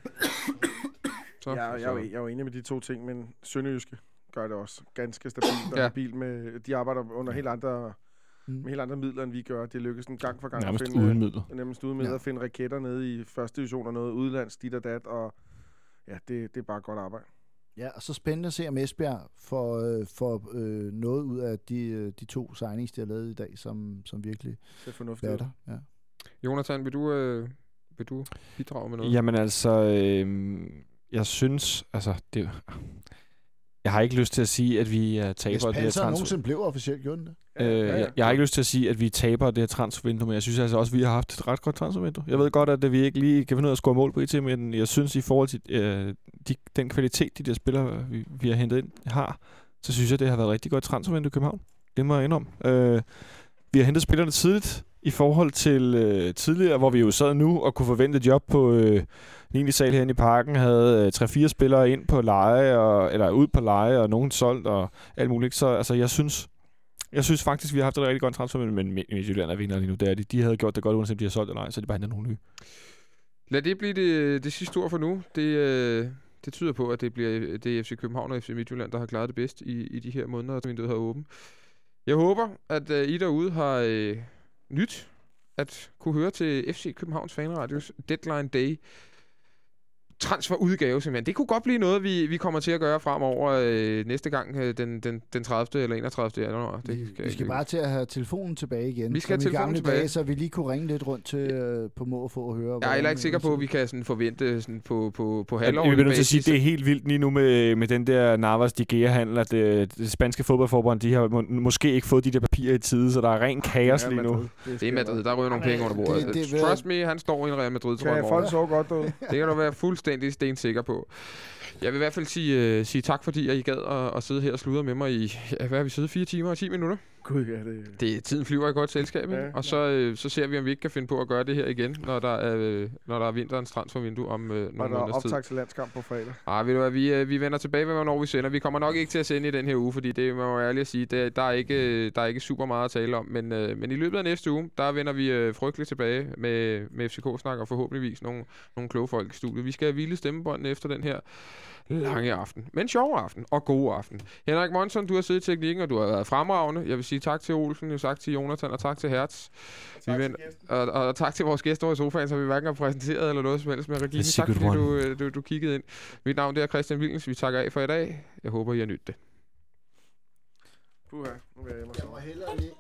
Jeg er jo enig med de 2 ting, men Sønderjyske gør det også ganske stabilt og stabilt med. De arbejder under helt andre midler, end vi gør. Det lykkes en gang for gang nærmest at finde nærmest uden midler at finde raketter nede i første division og noget udlands, dit og dat, og ja, det er bare godt arbejde. Ja, og så spændende at se, om Esbjerg får noget ud af de 2 signings, de har lavet i dag, som virkelig er fornuftigt. Ja. Jonathan, vil du bidrage med noget? Jamen altså, jeg synes, altså, jeg har ikke lyst til at sige, at vi er taber af det her transfer. Nogensinde blev officielt gjort det. Jeg har ikke lyst til at sige, at vi taber af det her transfervindue, men jeg synes altså også, at vi har haft et ret godt transfervindue. Jeg ved godt, at vi ikke lige kan finde ud af at score mål på IT, men jeg synes, i forhold til den kvalitet, de der spillere, vi har hentet ind, så synes jeg, det har været rigtig godt transfervindue i København. Det må jeg indrømme. Vi har hentet spillerne tidligt i forhold til tidligere, hvor vi jo sad nu og kunne forvente et job på en egentlig sal herinde i parken, havde 3-4 spillere ind på leje, eller ud på leje, og nogen solgt, og alt muligt. Så altså, jeg synes faktisk, vi har haft et rigtig godt transfer, men Midtjylland er vinder lige nu. De havde gjort det godt, uanset om de har solgt eller ej, så de bare hentet nogle nye. Lad det blive det sidste ord for nu. Det tyder på, at det er FC København og FC Midtjylland, der har klaret det bedst i de her måneder, at vinduet har åbent. Jeg håber, at I derude har nyt at kunne høre til FC Københavns Fanradios Deadline Day transferudgave simpelthen. Det kunne godt blive noget, vi kommer til at gøre fremover næste gang den 30. eller 31. januar. Vi skal bare til at have telefonen tilbage igen. Vi skal have telefonen tilbage. Dage, så vi lige kunne ringe lidt rundt til på må få at høre. Jeg er heller ikke sikker på, at vi kan sådan forvente sådan på halvår. Jeg vil nødt til at sige, at det er helt vildt lige nu med den der Navas de Gea-handel, at det spanske fodboldforbund, de har måske ikke fået de der papirer i tide, så der er ren kaos lige nu. Det er Madrid. Der ryger nogle penge under bordet. Trust me, han står i en Real Madrid, tror jeg. Folk så godt ud. Det kan du være fuldstændig stensikker på. Jeg vil i hvert fald sige tak, fordi I gad at sidde her og sludre med mig i, hvad har vi siddet, 4 timer og 10 minutter? Gud, ja, Tiden flyver i godt selskab, ikke? Og så ser vi, om vi ikke kan finde på at gøre det her igen, når der er vinterens transfervindue om nogle måneders tid. Og der er optag til landskamp på fredag. Ved du hvad, vi vender tilbage med, hvornår vi sender. Vi kommer nok ikke til at sende i den her uge, fordi det må jeg ærligt at sige, der er ikke super meget at tale om. Men i løbet af næste uge, der vender vi frygteligt tilbage med FCK-snak og forhåbentligvis nogle kloge folk i studiet. Vi skal have vilde stemmebåndene efter den her lange aften. Men sjov aften og god aften. Henrik Monson, du har siddet i teknikken, og du har været fremragende. Jeg vil sige tak til Olsen, jeg vil sagt til Jonathan, og tak til Hertz. Og tak til vores gæster over i sofaen, som vi hverken har præsenteret eller noget som helst med Regine. Tak fordi du kiggede ind. Mit navn er Christian Wilens. Vi takker af for i dag. Jeg håber, I har nydt det. Puha, nu vil jeg hjem og